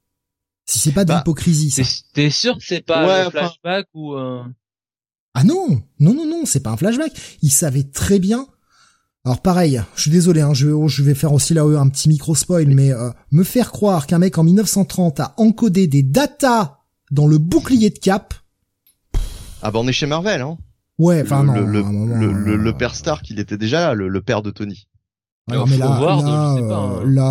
Speaker 1: Si c'est pas de l'hypocrisie, ça.
Speaker 2: T'es sûr que c'est pas un flashback ou
Speaker 1: Ah non, c'est pas un flashback. Il savait très bien. Alors pareil, je suis désolé, hein, je vais faire aussi là un petit micro spoil, mais me faire croire qu'un mec en 1930 a encodé des datas dans le bouclier de Cap.
Speaker 3: Ah bah on est chez Marvel, hein.
Speaker 1: Ouais, enfin non.
Speaker 3: Le père Stark, il était déjà là, le père de Tony.
Speaker 1: Alors mais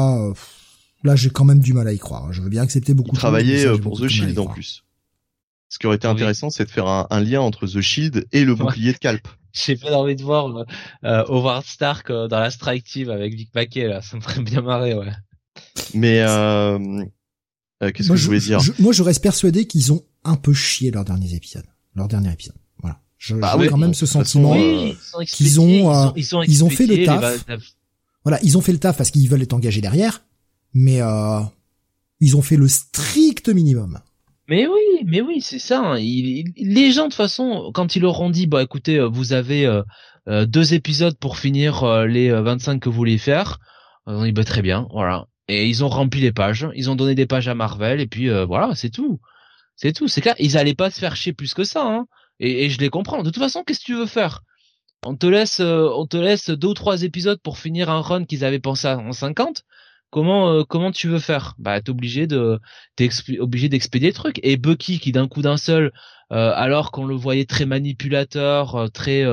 Speaker 1: là, j'ai quand même du mal à y croire. Je veux bien accepter beaucoup.
Speaker 3: Il travaillait pour The Shield en plus. Ce qui aurait été intéressant, c'est de faire un lien entre The Shield et le bouclier de Calp.
Speaker 2: J'ai pas envie de voir Howard Stark dans la Strike Team avec Vic Paquet, là. Ça me ferait bien marrer, ouais.
Speaker 3: Mais qu'est-ce que je voulais dire?
Speaker 1: Moi, je reste persuadé qu'ils ont un peu chié leur dernier épisode. Voilà. J'ai quand même ce sentiment qu'ils ont fait le taf. Voilà, ils ont fait le taf parce qu'ils veulent être engagés derrière, mais ils ont fait le strict minimum.
Speaker 2: Mais oui, c'est ça. Hein. Les gens, de toute façon, quand ils leur ont dit, bah écoutez, vous avez 2 épisodes pour finir les 25 que vous voulez faire, ils ont dit, bah très bien, voilà. Et ils ont rempli les pages, ils ont donné des pages à Marvel, et puis voilà, c'est tout. C'est clair, ils allaient pas se faire chier plus que ça, hein. Et je les comprends. De toute façon, qu'est-ce que tu veux faire? On te laisse 2 ou 3 épisodes pour finir un run qu'ils avaient pensé en 50. Comment tu veux faire? Bah, t'es obligé d'expédier le truc. Et Bucky qui d'un coup d'un seul, alors qu'on le voyait très manipulateur, très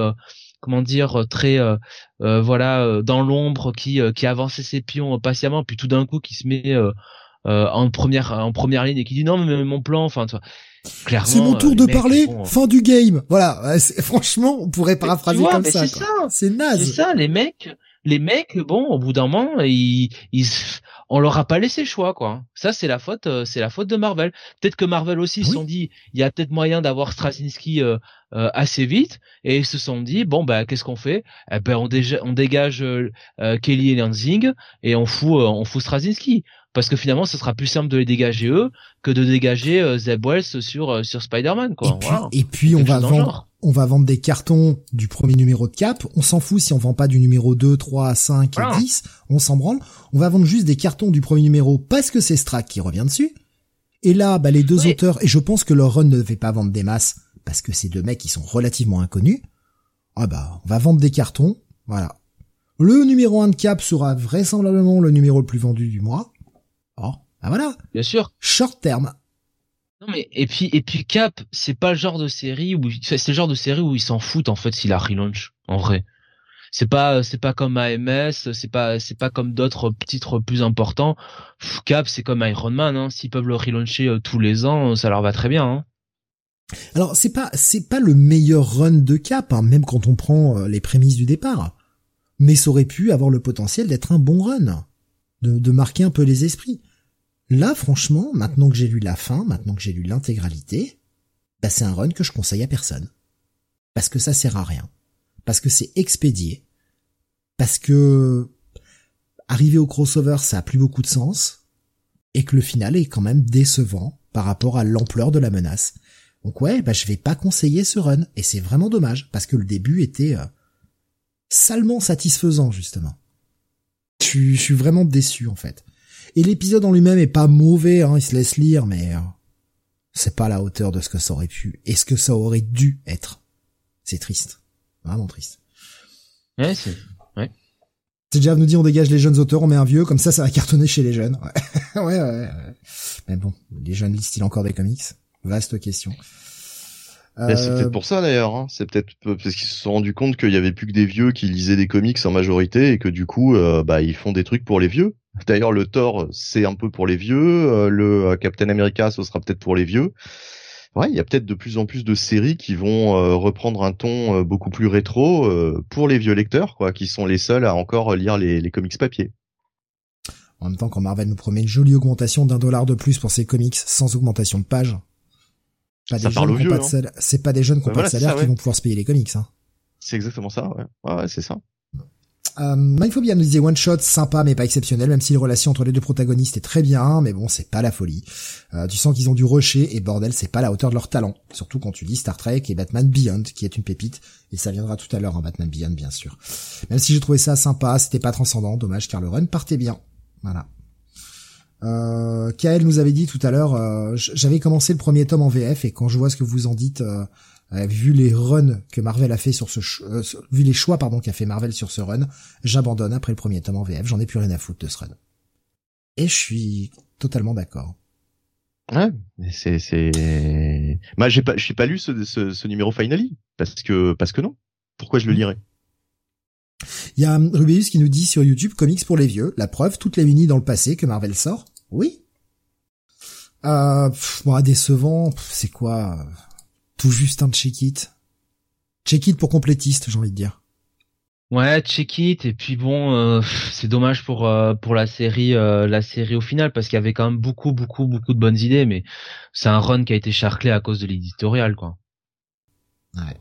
Speaker 2: dans l'ombre, qui avançait ses pions patiemment, puis tout d'un coup qui se met en première ligne et qui dit non mais mon plan, enfin tu vois. Clairement,
Speaker 1: c'est mon tour de parler, fin du game. Voilà, franchement, on pourrait paraphraser comme ça. C'est naze.
Speaker 2: C'est ça, les mecs, bon, au bout d'un moment, on leur a pas laissé le choix, quoi. Ça, c'est la faute de Marvel. Peut-être que Marvel aussi se sont dit, il y a peut-être moyen d'avoir Straczynski assez vite, et ils se sont dit, bon, bah, qu'est-ce qu'on fait? Eh ben, on dégage Kelly et Lansing, et on fout Straczynski. Parce que finalement, ce sera plus simple de les dégager eux que de dégager Zeb Wells sur Spider-Man, quoi.
Speaker 1: Et puis on va vendre des cartons du premier numéro de Cap. On s'en fout si on vend pas du numéro 2, 3, 5 et 10. On s'en branle. On va vendre juste des cartons du premier numéro parce que c'est Strack qui revient dessus. Et là, bah, les deux auteurs, et je pense que leur run ne devait pas vendre des masses parce que c'est deux mecs qui sont relativement inconnus. Ah bah, on va vendre des cartons. Voilà. Le numéro 1 de Cap sera vraisemblablement le numéro le plus vendu du mois. Oh, bah voilà.
Speaker 2: Bien sûr.
Speaker 1: Short terme.
Speaker 2: Non mais et puis Cap, c'est pas le genre de série où c'est le genre de série où ils s'en foutent en fait s'il a relaunch en vrai. C'est pas comme AMS, c'est pas comme d'autres titres plus importants. Cap, c'est comme Iron Man, hein, s'ils peuvent le relauncher tous les ans, ça leur va très bien, hein.
Speaker 1: Alors, c'est pas le meilleur run de Cap, hein, même quand on prend les prémices du départ. Mais ça aurait pu avoir le potentiel d'être un bon run, de marquer un peu les esprits. Là, franchement, maintenant que j'ai lu la fin, maintenant que j'ai lu l'intégralité, bah c'est un run que je conseille à personne. Parce que ça sert à rien. Parce que c'est expédié. Parce que arriver au crossover, ça a plus beaucoup de sens. Et que le final est quand même décevant par rapport à l'ampleur de la menace. Donc ouais, bah je vais pas conseiller ce run. Et c'est vraiment dommage, parce que le début était salement satisfaisant, justement. Je suis vraiment déçu, en fait. Et l'épisode en lui-même est pas mauvais, hein, il se laisse lire, mais c'est pas à la hauteur de ce que ça aurait pu, et ce que ça aurait dû être. C'est triste. Vraiment triste.
Speaker 2: Ouais.
Speaker 1: C'est déjà nous dit on dégage les jeunes auteurs, on met un vieux, comme ça va cartonner chez les jeunes. Ouais. Mais bon, les jeunes lisent-ils encore des comics? Vaste question.
Speaker 3: C'est peut-être pour ça d'ailleurs, hein. C'est peut-être parce qu'ils se sont rendus compte qu'il y avait plus que des vieux qui lisaient des comics en majorité et que du coup, ils font des trucs pour les vieux. D'ailleurs, le Thor, c'est un peu pour les vieux. Le Captain America, ce sera peut-être pour les vieux. Ouais, il y a peut-être de plus en plus de séries qui vont reprendre un ton beaucoup plus rétro pour les vieux lecteurs, quoi, qui sont les seuls à encore lire les comics papier.
Speaker 1: En même temps, quand Marvel nous promet une jolie augmentation d'$1 de plus pour ses comics sans augmentation de page,
Speaker 3: ça parle aux vieux,
Speaker 1: c'est pas des jeunes qui ont pas de salaire qui vont pouvoir se payer les comics, hein.
Speaker 3: C'est exactement ça, ouais. Ouais, c'est ça.
Speaker 1: Mindphobia nous disait one shot sympa mais pas exceptionnel, même si les relations entre les deux protagonistes est très bien, mais bon, c'est pas la folie. Tu sens qu'ils ont dû rusher et bordel, c'est pas à la hauteur de leur talent. Surtout quand tu lis Star Trek et Batman Beyond, qui est une pépite, et ça viendra tout à l'heure en Batman Beyond, bien sûr. Même si j'ai trouvé ça sympa, c'était pas transcendant, dommage car le run partait bien. Voilà. Kael nous avait dit tout à l'heure, j'avais commencé le premier tome en VF et quand je vois ce que vous en dites, vu les runs que Marvel a fait sur vu les choix qu'a fait Marvel sur ce run, j'abandonne après le premier tome en VF, j'en ai plus rien à foutre de ce run. Et je suis totalement d'accord.
Speaker 3: Ouais, mais moi j'ai pas lu ce numéro Finally parce que non. Pourquoi je le lirais?
Speaker 1: Il y a Rubius qui nous dit sur YouTube comics pour les vieux, la preuve, toutes les mini dans le passé que Marvel sort. Oui. Décevant, c'est quoi? Tout juste un check it. Check it pour complétiste, j'ai envie de dire.
Speaker 2: Ouais, check it, et puis bon, c'est dommage pour la série au final, parce qu'il y avait quand même beaucoup de bonnes idées, mais c'est un run qui a été charclé à cause de l'éditorial, quoi.
Speaker 1: Ouais.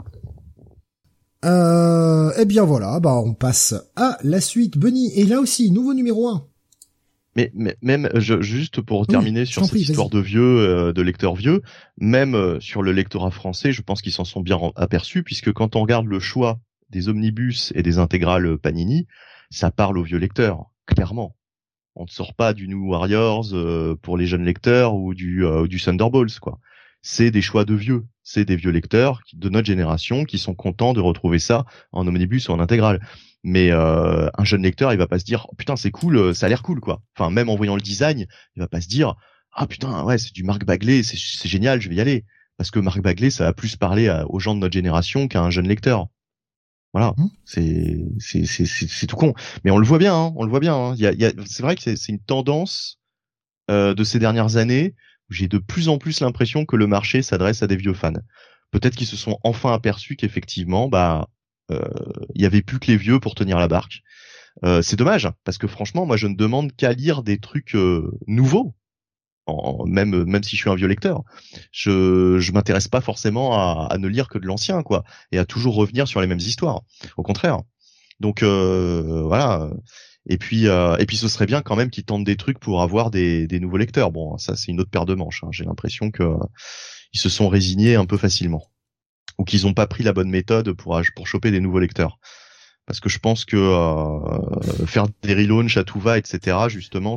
Speaker 1: Eh bien voilà, on passe à la suite. Bunny, et là aussi, nouveau numéro 1.
Speaker 3: Mais même juste pour terminer sur cette histoire de vieux, de lecteurs vieux, même sur le lectorat français, je pense qu'ils s'en sont bien aperçus, puisque quand on regarde le choix des omnibus et des intégrales Panini, ça parle aux vieux lecteurs, clairement. On ne sort pas du New Warriors pour les jeunes lecteurs ou du Thunderbolts, quoi. C'est des choix de vieux, c'est des vieux lecteurs de notre génération qui sont contents de retrouver ça en omnibus ou en intégrale. Mais un jeune lecteur, il va pas se dire oh, putain c'est cool, ça a l'air cool, quoi. Enfin, même en voyant le design, il va pas se dire ah putain ouais c'est du Mark Bagley, c'est génial, je vais y aller, parce que Mark Bagley ça va plus parler aux gens de notre génération qu'à un jeune lecteur. Voilà, c'est tout con, mais on le voit bien, hein. C'est vrai que c'est une tendance de ces dernières années où j'ai de plus en plus l'impression que le marché s'adresse à des vieux fans. Peut-être qu'ils se sont enfin aperçus qu'effectivement, il y avait plus que les vieux pour tenir la barque. C'est dommage, parce que franchement, moi, je ne demande qu'à lire des trucs nouveaux. Même si je suis un vieux lecteur, je m'intéresse pas forcément à ne lire que de l'ancien, quoi, et à toujours revenir sur les mêmes histoires. Au contraire. Donc voilà. Et puis ce serait bien quand même qu'ils tentent des trucs pour avoir des nouveaux lecteurs. Bon, ça c'est une autre paire de manches, hein. J'ai l'impression que ils se sont résignés un peu facilement, ou qu'ils ont pas pris la bonne méthode pour choper des nouveaux lecteurs. Parce que je pense que faire des relaunchs à tout va, etc. Justement,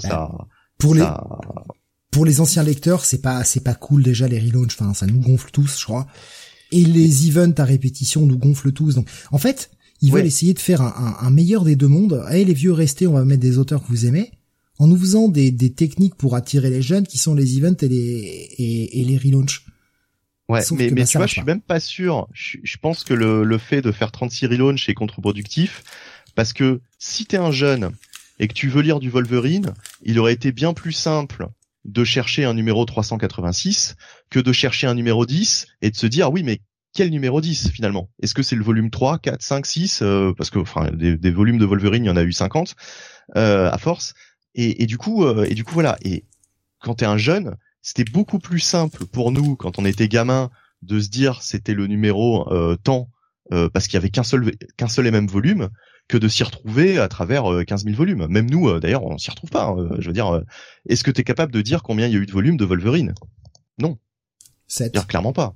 Speaker 1: pour les anciens lecteurs, c'est pas cool déjà les relaunchs. Enfin, ça nous gonfle tous, je crois. Et les events à répétition nous gonflent tous. Donc, en fait, ils veulent essayer de faire un meilleur des deux mondes. Hey, les vieux, restez, on va mettre des auteurs que vous aimez, en nous faisant des techniques pour attirer les jeunes, qui sont les events et les relaunchs.
Speaker 3: Ouais, mais tu vois, je suis même pas sûr. Je pense que le fait de faire 36 relaunchs est contre-productif, parce que si t'es un jeune et que tu veux lire du Wolverine, il aurait été bien plus simple de chercher un numéro 386 que de chercher un numéro 10 et de se dire oui, mais quel numéro 10 finalement? Est-ce que c'est le volume 3, 4, 5, 6 parce que enfin des volumes de Wolverine, il y en a eu 50 à force, et du coup voilà. Et quand t'es un jeune, c'était beaucoup plus simple pour nous quand on était gamin de se dire c'était le numéro tant parce qu'il y avait qu'un seul et même volume, que de s'y retrouver à travers 15 000 volumes. Même nous, d'ailleurs, on s'y retrouve pas. Hein. Je veux dire, est-ce que t'es capable de dire combien il y a eu de volumes de Wolverine? Non.
Speaker 1: 7.
Speaker 3: Dire clairement pas.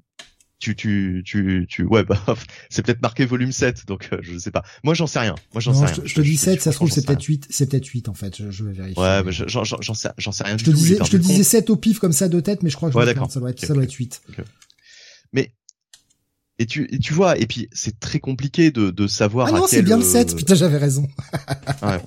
Speaker 3: Ouais, c'est peut-être marqué volume 7, donc je sais pas. Moi, j'en sais rien.
Speaker 1: Je te dis 7, ça se trouve, c'est peut-être 8. C'est peut-être 8, en fait. Je vais vérifier.
Speaker 3: Ouais, mais j'en sais rien
Speaker 1: du tout. Je te disais 7 au pif, comme ça, de tête, mais je crois que ça doit être 8.
Speaker 3: Okay. Mais, et tu vois, et puis c'est très compliqué de savoir.
Speaker 1: Ah non, c'est bien le 7. Putain, j'avais raison.
Speaker 3: Ouais.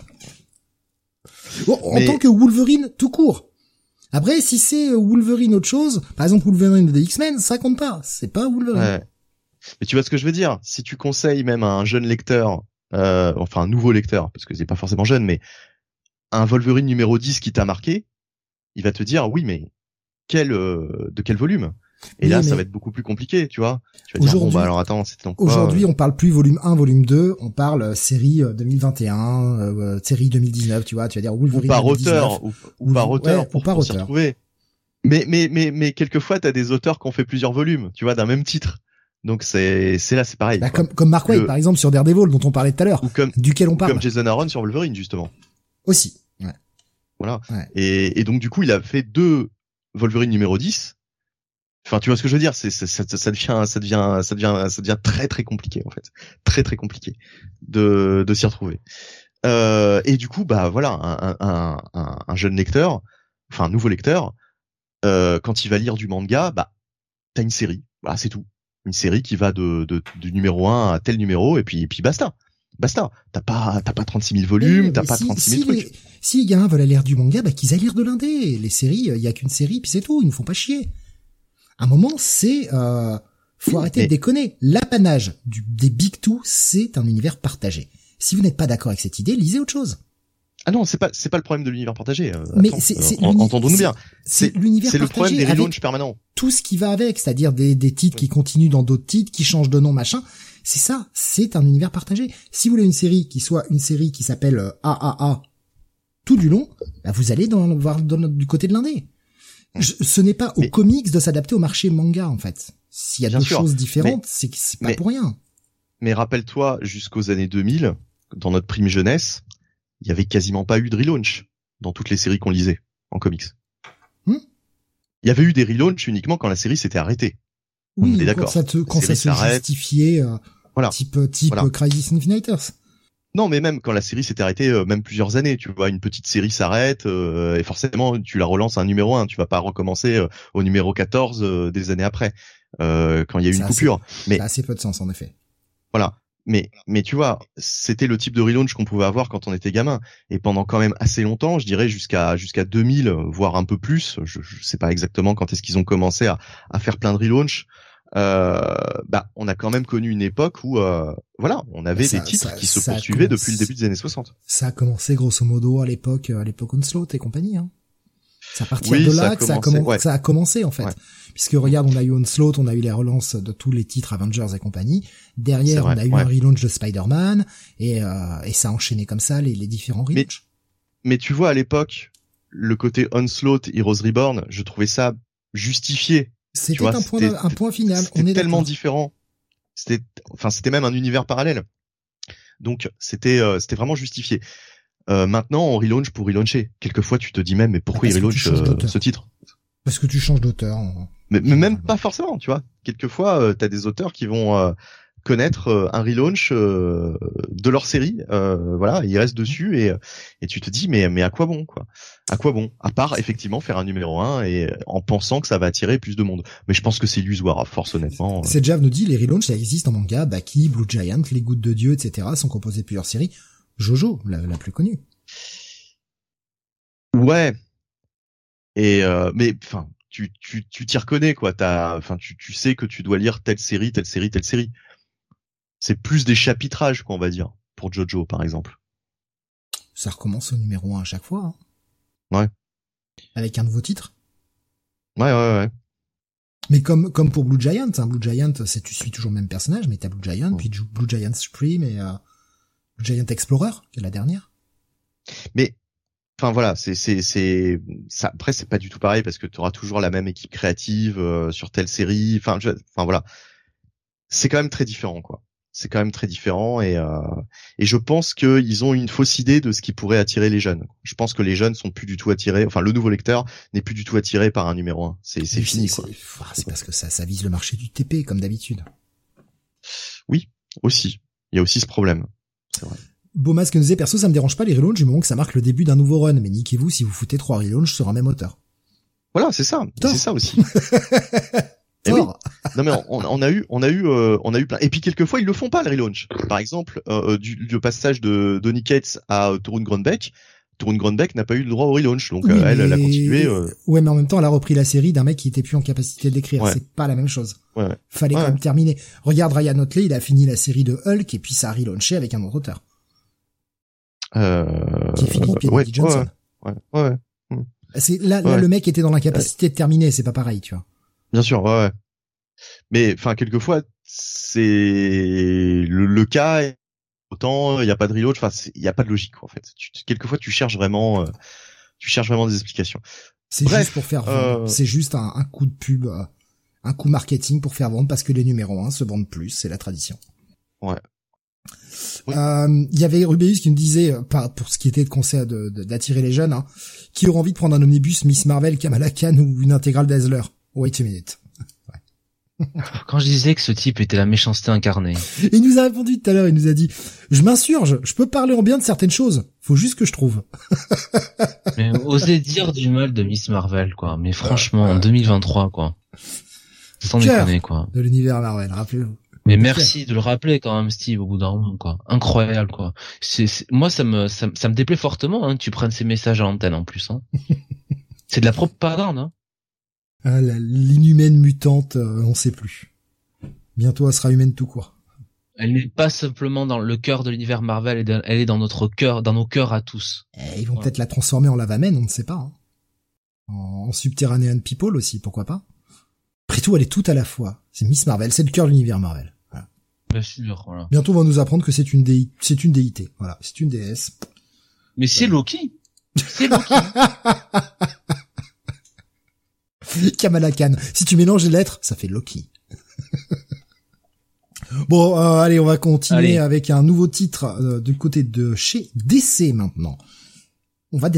Speaker 1: Bon, en tant que Wolverine tout court. Après, si c'est Wolverine autre chose, par exemple Wolverine des X-Men, ça compte pas. C'est pas Wolverine.
Speaker 3: Ouais. Mais tu vois ce que je veux dire? Si tu conseilles même à un jeune lecteur, enfin un nouveau lecteur, parce que c'est pas forcément jeune, mais un Wolverine numéro 10 qui t'a marqué, il va te dire oui, mais de quel volume? Et là, ça va être beaucoup plus compliqué, tu vois. Tu vas dire, bon, alors attends, c'était donc quoi,
Speaker 1: aujourd'hui, on parle plus volume 1, volume 2, on parle série 2021, série 2019, tu vois, tu vas dire Wolverine
Speaker 3: ou par auteur, ou par auteur, pour s'y retrouver. Mais quelquefois, t'as des auteurs qui ont fait plusieurs volumes, tu vois, d'un même titre. Donc c'est pareil.
Speaker 1: Bah, comme Mark Waid, par exemple, sur Daredevil, dont on parlait tout à l'heure.
Speaker 3: Ou
Speaker 1: duquel on parle.
Speaker 3: Comme Jason Aaron sur Wolverine, justement.
Speaker 1: Aussi. Ouais.
Speaker 3: Voilà. Ouais. Et donc, du coup, il a fait 2 Wolverine numéro 10. Enfin, tu vois ce que je veux dire, ça devient très très compliqué en fait, très très compliqué de s'y retrouver. Et du coup, bah voilà, un jeune lecteur, enfin un nouveau lecteur, quand il va lire du manga, bah t'as une série, voilà, c'est tout, une série qui va du numéro 1 à tel numéro et puis basta. T'as pas 36 000 volumes, t'as pas 36 000 trucs.
Speaker 1: Si les gars veulent aller lire du manga, bah qu'ils aillent lire de l'indé. Les séries, il y a qu'une série puis c'est tout, ils nous font pas chier. À un moment, faut arrêter de déconner. L'apanage des Big Two, c'est un univers partagé. Si vous n'êtes pas d'accord avec cette idée, lisez autre chose.
Speaker 3: Ah non, c'est pas le problème de l'univers partagé.
Speaker 1: Mais
Speaker 3: entendons-nous bien.
Speaker 1: C'est l'univers partagé.
Speaker 3: C'est le problème des relaunchs permanents.
Speaker 1: Tout ce qui va avec, c'est-à-dire des titres qui continuent dans d'autres titres, qui changent de nom, machin. C'est ça. C'est un univers partagé. Si vous voulez une série qui soit une série qui s'appelle AAA tout du long, bah vous allez voir du côté de l'indé. Ce n'est pas aux comics de s'adapter au marché manga, en fait. S'il y a deux choses différentes, c'est pas pour rien.
Speaker 3: Mais rappelle-toi, jusqu'aux années 2000, dans notre prime jeunesse, il y avait quasiment pas eu de relaunch dans toutes les séries qu'on lisait en comics. Il y avait eu des relaunchs uniquement quand la série s'était arrêtée.
Speaker 1: Oui,
Speaker 3: on est d'accord.
Speaker 1: Quand ça se justifiait,
Speaker 3: voilà.
Speaker 1: type Crisis Infinitors.
Speaker 3: Non, mais même quand la série s'était arrêtée, même plusieurs années, tu vois, une petite série s'arrête, et forcément, tu la relances à un numéro 1, tu vas pas recommencer au numéro 14 des années après, quand il y a eu une coupure. Mais
Speaker 1: ça a assez peu de sens, en effet.
Speaker 3: Voilà. Mais tu vois, c'était le type de relaunch qu'on pouvait avoir quand on était gamin. Et pendant quand même assez longtemps, je dirais jusqu'à 2000, voire un peu plus. Je sais pas exactement quand est-ce qu'ils ont commencé à faire plein de relaunch. On a quand même connu une époque où, on avait des titres qui se poursuivaient depuis le début des années 60.
Speaker 1: Ça a commencé grosso modo à l'époque Onslaught et compagnie, hein. C'est à partir de là que ça a commencé en fait. Ouais. Puisque regarde, on a eu Onslaught, on a eu les relances de tous les titres Avengers et compagnie. Derrière, on a eu un relaunch de Spider-Man et ça a enchaîné comme ça les différents relaunchs.
Speaker 3: Mais tu vois, à l'époque, le côté Onslaught, Heroes Reborn, je trouvais ça justifié.
Speaker 1: C'était un point final.
Speaker 3: C'était tellement différent. C'était même un univers parallèle. Donc, c'était vraiment justifié. Maintenant, on relaunch pour relauncher. Quelquefois, tu te dis même, mais pourquoi il relaunch ce titre?
Speaker 1: Parce que tu changes d'auteur.
Speaker 3: Mais même pas forcément, tu vois. Quelquefois, t'as des auteurs qui vont connaître un relaunch de leur série. Ils restent dessus et tu te dis, mais à quoi bon, quoi? À quoi bon? À part, effectivement, faire un numéro 1 et en pensant que ça va attirer plus de monde. Mais je pense que c'est illusoire, à force, honnêtement.
Speaker 1: Jav nous dit, les relaunchs, ça existe en manga. Baki, Blue Giant, Les Gouttes de Dieu, etc. sont composés de plusieurs séries. Jojo, la plus connue.
Speaker 3: Ouais. Et mais enfin, tu t'y reconnais quoi. Tu sais que tu dois lire telle série. C'est plus des chapitrages, quoi, on va dire, pour Jojo par exemple.
Speaker 1: Ça recommence au numéro 1 à chaque fois. Hein.
Speaker 3: Ouais.
Speaker 1: Avec un nouveau titre.
Speaker 3: Ouais.
Speaker 1: Mais comme pour Blue Giant, Blue Giant, tu suis toujours le même personnage, mais t'as Blue Giant, puis Blue Giant Supreme et Blue Giant Explorer, qui est la dernière.
Speaker 3: Mais enfin voilà, c'est ça. Après, c'est pas du tout pareil parce que tu auras toujours la même équipe créative sur telle série. Enfin voilà, c'est quand même très différent, quoi. C'est quand même très différent et je pense qu'ils ont une fausse idée de ce qui pourrait attirer les jeunes. Je pense que les jeunes sont plus du tout attirés. Enfin, le nouveau lecteur n'est plus du tout attiré par un numéro 1. C'est fini, quoi.
Speaker 1: C'est parce que ça vise le marché du TP comme d'habitude.
Speaker 3: Oui, aussi. Il y a aussi ce problème. C'est vrai.
Speaker 1: Beaumasque nous disait, perso, ça me dérange pas les relaunchs du moment que ça marque le début d'un nouveau run, mais niquez-vous si vous foutez 3 relaunchs sur un même auteur.
Speaker 3: Voilà, c'est ça. C'est ça aussi. Et oui. Non mais on a eu plein. Et puis quelquefois ils le font pas les relaunchs. Par exemple, du passage de Donny Cates à Torunn Grønbekk. Torunn Grønbekk n'a pas eu le droit au relaunch, donc elle a continué.
Speaker 1: Ouais, mais en même temps, elle a repris la série d'un mec qui était plus en capacité d'écrire. Ouais. C'est pas la même chose.
Speaker 3: Ouais.
Speaker 1: Fallait quand même terminer. Regarde Ryan Otley, il a fini la série de Hulk et puis ça a relaunché avec un autre auteur. Qui est Philippe Kennedy Johnson.
Speaker 3: Ouais.
Speaker 1: C'est là, le mec était dans l'incapacité de terminer, c'est pas pareil, tu vois.
Speaker 3: Bien sûr, ouais. Mais enfin, quelquefois, c'est le cas. Autant il y a pas de relaunch, enfin il y a pas de logique en fait. Quelquefois, tu cherches vraiment des explications.
Speaker 1: C'est juste pour faire vendre. C'est juste un coup de pub, un coup marketing pour faire vendre parce que les numéros 1 se vendent plus, c'est la tradition.
Speaker 3: Ouais.
Speaker 1: Oui. Y avait Rubeus qui me disait, pour ce qui était de conseil d'attirer les jeunes, hein, qui aura envie de prendre un omnibus Miss Marvel, Kamala Khan ou une intégrale d'Azler. Wait a minute. Ouais.
Speaker 2: Quand je disais que ce type était la méchanceté incarnée.
Speaker 1: Il nous a répondu tout à l'heure, il nous a dit, je m'insurge, je peux parler en bien de certaines choses, faut juste que je trouve.
Speaker 2: Mais oser dire du mal de Miss Marvel, quoi. Mais franchement, en 2023, quoi. Sans déconner, quoi.
Speaker 1: De l'univers Marvel, rappelez-vous.
Speaker 2: Mais merci de le rappeler quand même, Steve, au bout d'un moment, quoi. Incroyable, quoi. Moi, ça me déplaît fortement, hein, que tu prennes ces messages à l'antenne, en plus, hein. C'est de la propagande, hein.
Speaker 1: Ah, l'inhumaine mutante, on sait plus. Bientôt, elle sera humaine tout court.
Speaker 2: Elle n'est pas simplement dans le cœur de l'univers Marvel, elle est dans notre cœur, dans nos cœurs à tous.
Speaker 1: Et ils vont peut-être la transformer en Lavamen, on ne sait pas. Hein. En Subterranean People aussi, pourquoi pas. Après tout, elle est tout à la fois. C'est Miss Marvel, c'est le cœur de l'univers Marvel. Voilà.
Speaker 2: Bien sûr, voilà.
Speaker 1: Bientôt, on va nous apprendre que c'est une déité. Voilà, c'est une déesse.
Speaker 2: Mais c'est Loki. C'est Loki.
Speaker 1: Kamala Khan. Si tu mélanges les lettres, ça fait Loki. Bon, allez, on va continuer avec un nouveau titre du côté de chez DC maintenant. On va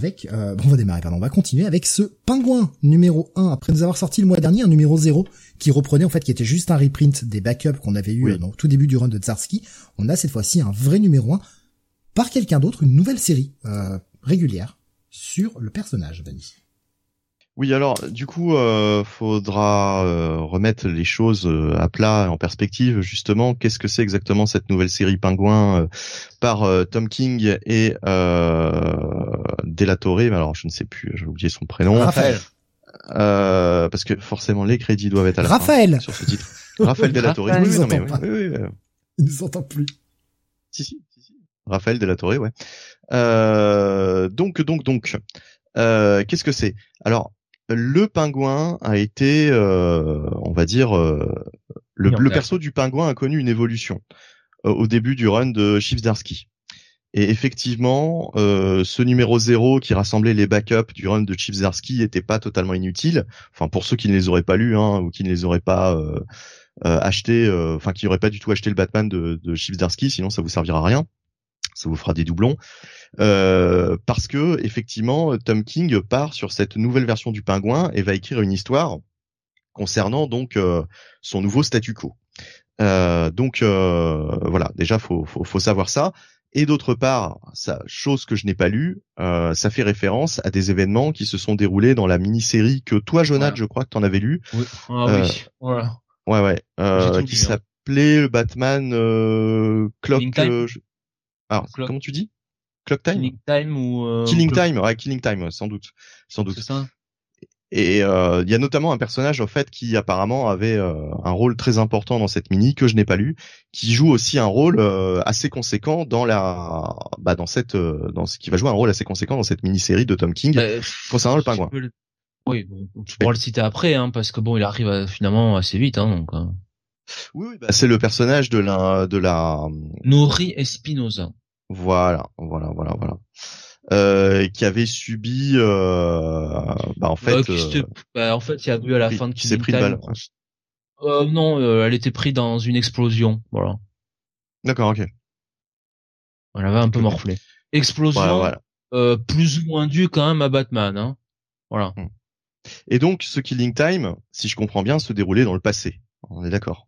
Speaker 1: continuer avec ce Pingouin numéro 1, après nous avoir sorti le mois dernier un numéro 0 qui reprenait, en fait, qui était juste un reprint des backups qu'on avait eu dans tout début du run de Zdarsky. On a cette fois-ci un vrai numéro 1 par quelqu'un d'autre, une nouvelle série régulière sur le personnage, Vanny.
Speaker 3: Oui, alors du coup, faudra remettre les choses à plat, en perspective. Justement, qu'est-ce que c'est exactement cette nouvelle série Pingouin par Tom King et Della Torre. Alors, je ne sais plus, j'ai oublié son prénom.
Speaker 1: Raphaël.
Speaker 3: Parce que forcément, les crédits doivent être à la fin sur ce titre. Raphaël Della Torre.
Speaker 1: Oui, il ne s'entend plus.
Speaker 3: Si. Raphaël Della Torre, ouais. Donc, qu'est-ce que c'est? Alors, le Pingouin a été, on va dire, le perso du Pingouin a connu une évolution au début du run de Chip Zdarsky. Et effectivement, ce numéro 0 qui rassemblait les backups du run de Chip Zdarsky était pas totalement inutile. Enfin, pour ceux qui ne les auraient pas lus, ou qui ne les auraient pas achetés, qui n'auraient pas du tout acheté le Batman de Chip Zdarsky, sinon ça vous servira à rien. Ça vous fera des doublons. Parce que effectivement, Tom King part sur cette nouvelle version du Pingouin et va écrire une histoire concernant donc son nouveau statu quo. Voilà, déjà faut savoir ça. Et d'autre part, ça, chose que je n'ai pas lue, ça fait référence à des événements qui se sont déroulés dans la mini-série que toi, Jonathan, je crois que t'en avais lu.
Speaker 2: Oui. Oui, voilà.
Speaker 3: Ouais. Qui s'appelait le Batman Clock. Alors, comment tu dis? Clock Time?
Speaker 2: Killing Time ou
Speaker 3: Killing Time, sans doute.
Speaker 2: C'est ça.
Speaker 3: Et il y a notamment un personnage en fait qui apparemment avait un rôle très important dans cette mini que je n'ai pas lu, qui joue aussi un rôle assez conséquent dans qui va jouer un rôle assez conséquent dans cette mini-série de Tom King concernant le Pingouin.
Speaker 2: Oui, bon, tu pourras le citer après, parce que bon, il arrive finalement assez vite, donc.
Speaker 3: Oui, c'est le personnage de la
Speaker 2: Nori Espinosa.
Speaker 3: Voilà. Qui avait subi en fait il
Speaker 2: y a eu à la fin de
Speaker 3: qui s'est pris de balle.
Speaker 2: Non, elle était prise dans une explosion, voilà.
Speaker 3: D'accord, OK.
Speaker 2: Elle avait un peu morflé. Explosion plus ou moins due quand même à Batman, Voilà.
Speaker 3: Et donc ce Killing Time, si je comprends bien, se déroulait dans le passé. On est d'accord.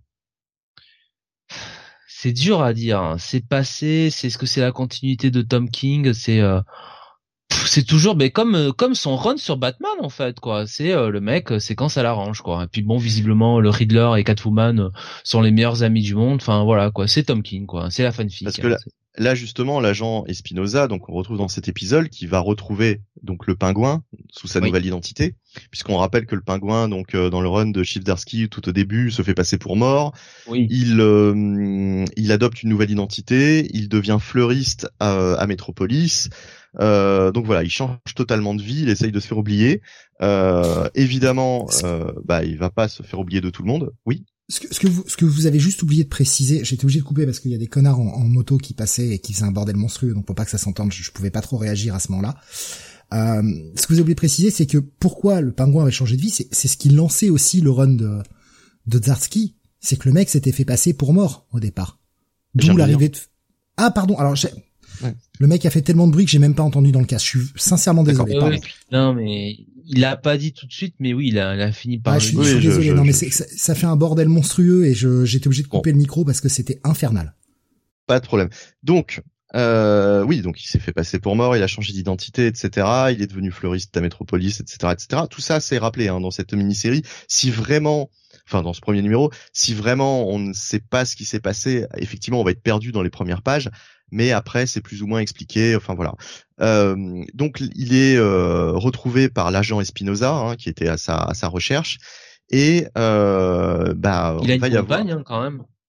Speaker 2: C'est dur à dire. C'est passé. C'est ce que c'est la continuité de Tom King. C'est toujours, mais comme son run sur Batman en fait, quoi. C'est le mec, c'est quand ça l'arrange, quoi. Et puis bon, visiblement, le Riddler et Catwoman sont les meilleurs amis du monde. Enfin voilà, quoi. C'est Tom King, quoi. C'est la fanfic.
Speaker 3: Parce que là justement, l'agent Espinosa, donc on retrouve dans cet épisode, qui va retrouver donc le Pingouin sous sa nouvelle identité, puisqu'on rappelle que le Pingouin, donc dans le run de Chip Zdarsky, tout au début, se fait passer pour mort.
Speaker 2: Oui.
Speaker 3: Il adopte une nouvelle identité, il devient fleuriste à Metropolis. Donc voilà, il change totalement de vie, il essaye de se faire oublier. Évidemment, il va pas se faire oublier de tout le monde. Oui.
Speaker 1: Ce que vous avez juste oublié de préciser, j'étais obligé de couper parce qu'il y a des connards en moto qui passaient et qui faisaient un bordel monstrueux, donc pour pas que ça s'entende, je pouvais pas trop réagir à ce moment-là. Ce que vous avez oublié de préciser, c'est que pourquoi le Pingouin avait changé de vie, c'est ce qui lançait aussi le run de Zdarsky, c'est que le mec s'était fait passer pour mort au départ. D'où l'arrivée de... Ah pardon, alors le mec a fait tellement de bruit que j'ai même pas entendu dans le casque. Je suis sincèrement désolé.
Speaker 2: Non mais il a pas dit tout de suite, mais oui, il a fini par.
Speaker 1: Je suis désolé. Non mais ça fait un bordel monstrueux et j'étais obligé de couper le micro parce que c'était infernal.
Speaker 3: Pas de problème. Donc donc il s'est fait passer pour mort, il a changé d'identité, etc. Il est devenu fleuriste à Metropolis, etc., etc. Tout ça, c'est rappelé dans cette mini-série. Si vraiment, dans ce premier numéro, si vraiment on ne sait pas ce qui s'est passé, effectivement, on va être perdu dans les premières pages. Mais après, c'est plus ou moins expliqué. Enfin voilà. Donc il est retrouvé par l'agent Espinosa, qui était à sa recherche. Et
Speaker 2: il a une compagne quand même.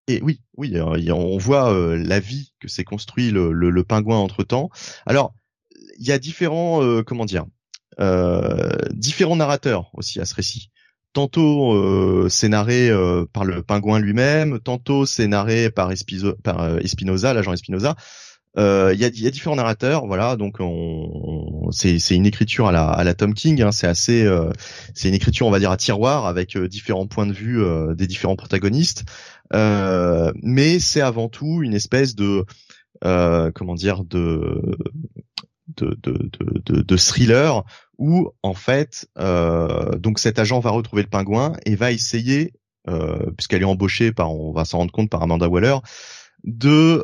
Speaker 3: Et oui, on voit la vie que s'est construit le pingouin entre-temps. Alors, il y a différents différents narrateurs aussi à ce récit. Tantôt c'est narré par le pingouin lui-même, tantôt c'est narré par Espinosa, l'agent Espinosa. Il y a différents narrateurs, voilà. Donc c'est une écriture à la Tom King. Hein, c'est une écriture, on va dire, à tiroir avec différents points de vue des différents protagonistes. Mais c'est avant tout une espèce de de thriller où en fait donc cet agent va retrouver le pingouin et va essayer puisqu'elle est embauchée on va s'en rendre compte par Amanda Waller de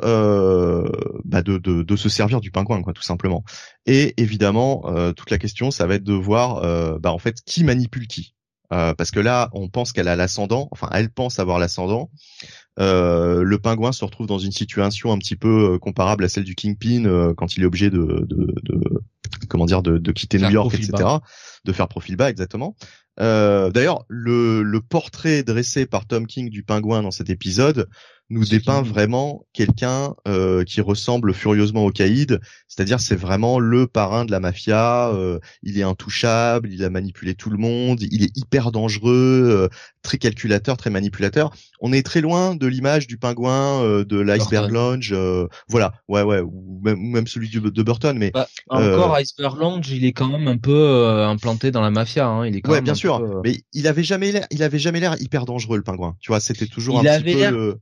Speaker 3: se servir du pingouin, quoi, tout simplement. Et évidemment toute la question ça va être de voir en fait qui manipule qui. Parce que là, on pense qu'elle a l'ascendant, enfin, elle pense avoir l'ascendant. Le pingouin se retrouve dans une situation un petit peu comparable à celle du Kingpin quand il est obligé de quitter New York, etc. De faire profil bas, exactement. D'ailleurs, le portrait dressé par Tom King du pingouin dans cet épisode nous dépeint vraiment quelqu'un qui ressemble furieusement au caïd, c'est-à-dire c'est vraiment le parrain de la mafia, il est intouchable, il a manipulé tout le monde, il est hyper dangereux, très calculateur, très manipulateur. On est très loin de l'image du pingouin de l'Iceberg Lounge, voilà, ouais, ou même celui de Burton, mais
Speaker 2: encore Iceberg Lounge, il est quand même un peu implanté dans la mafia, hein. Il est quand même
Speaker 3: bien sûr, mais il avait jamais l'air hyper dangereux, le pingouin. Tu vois, c'était toujours
Speaker 2: un petit peu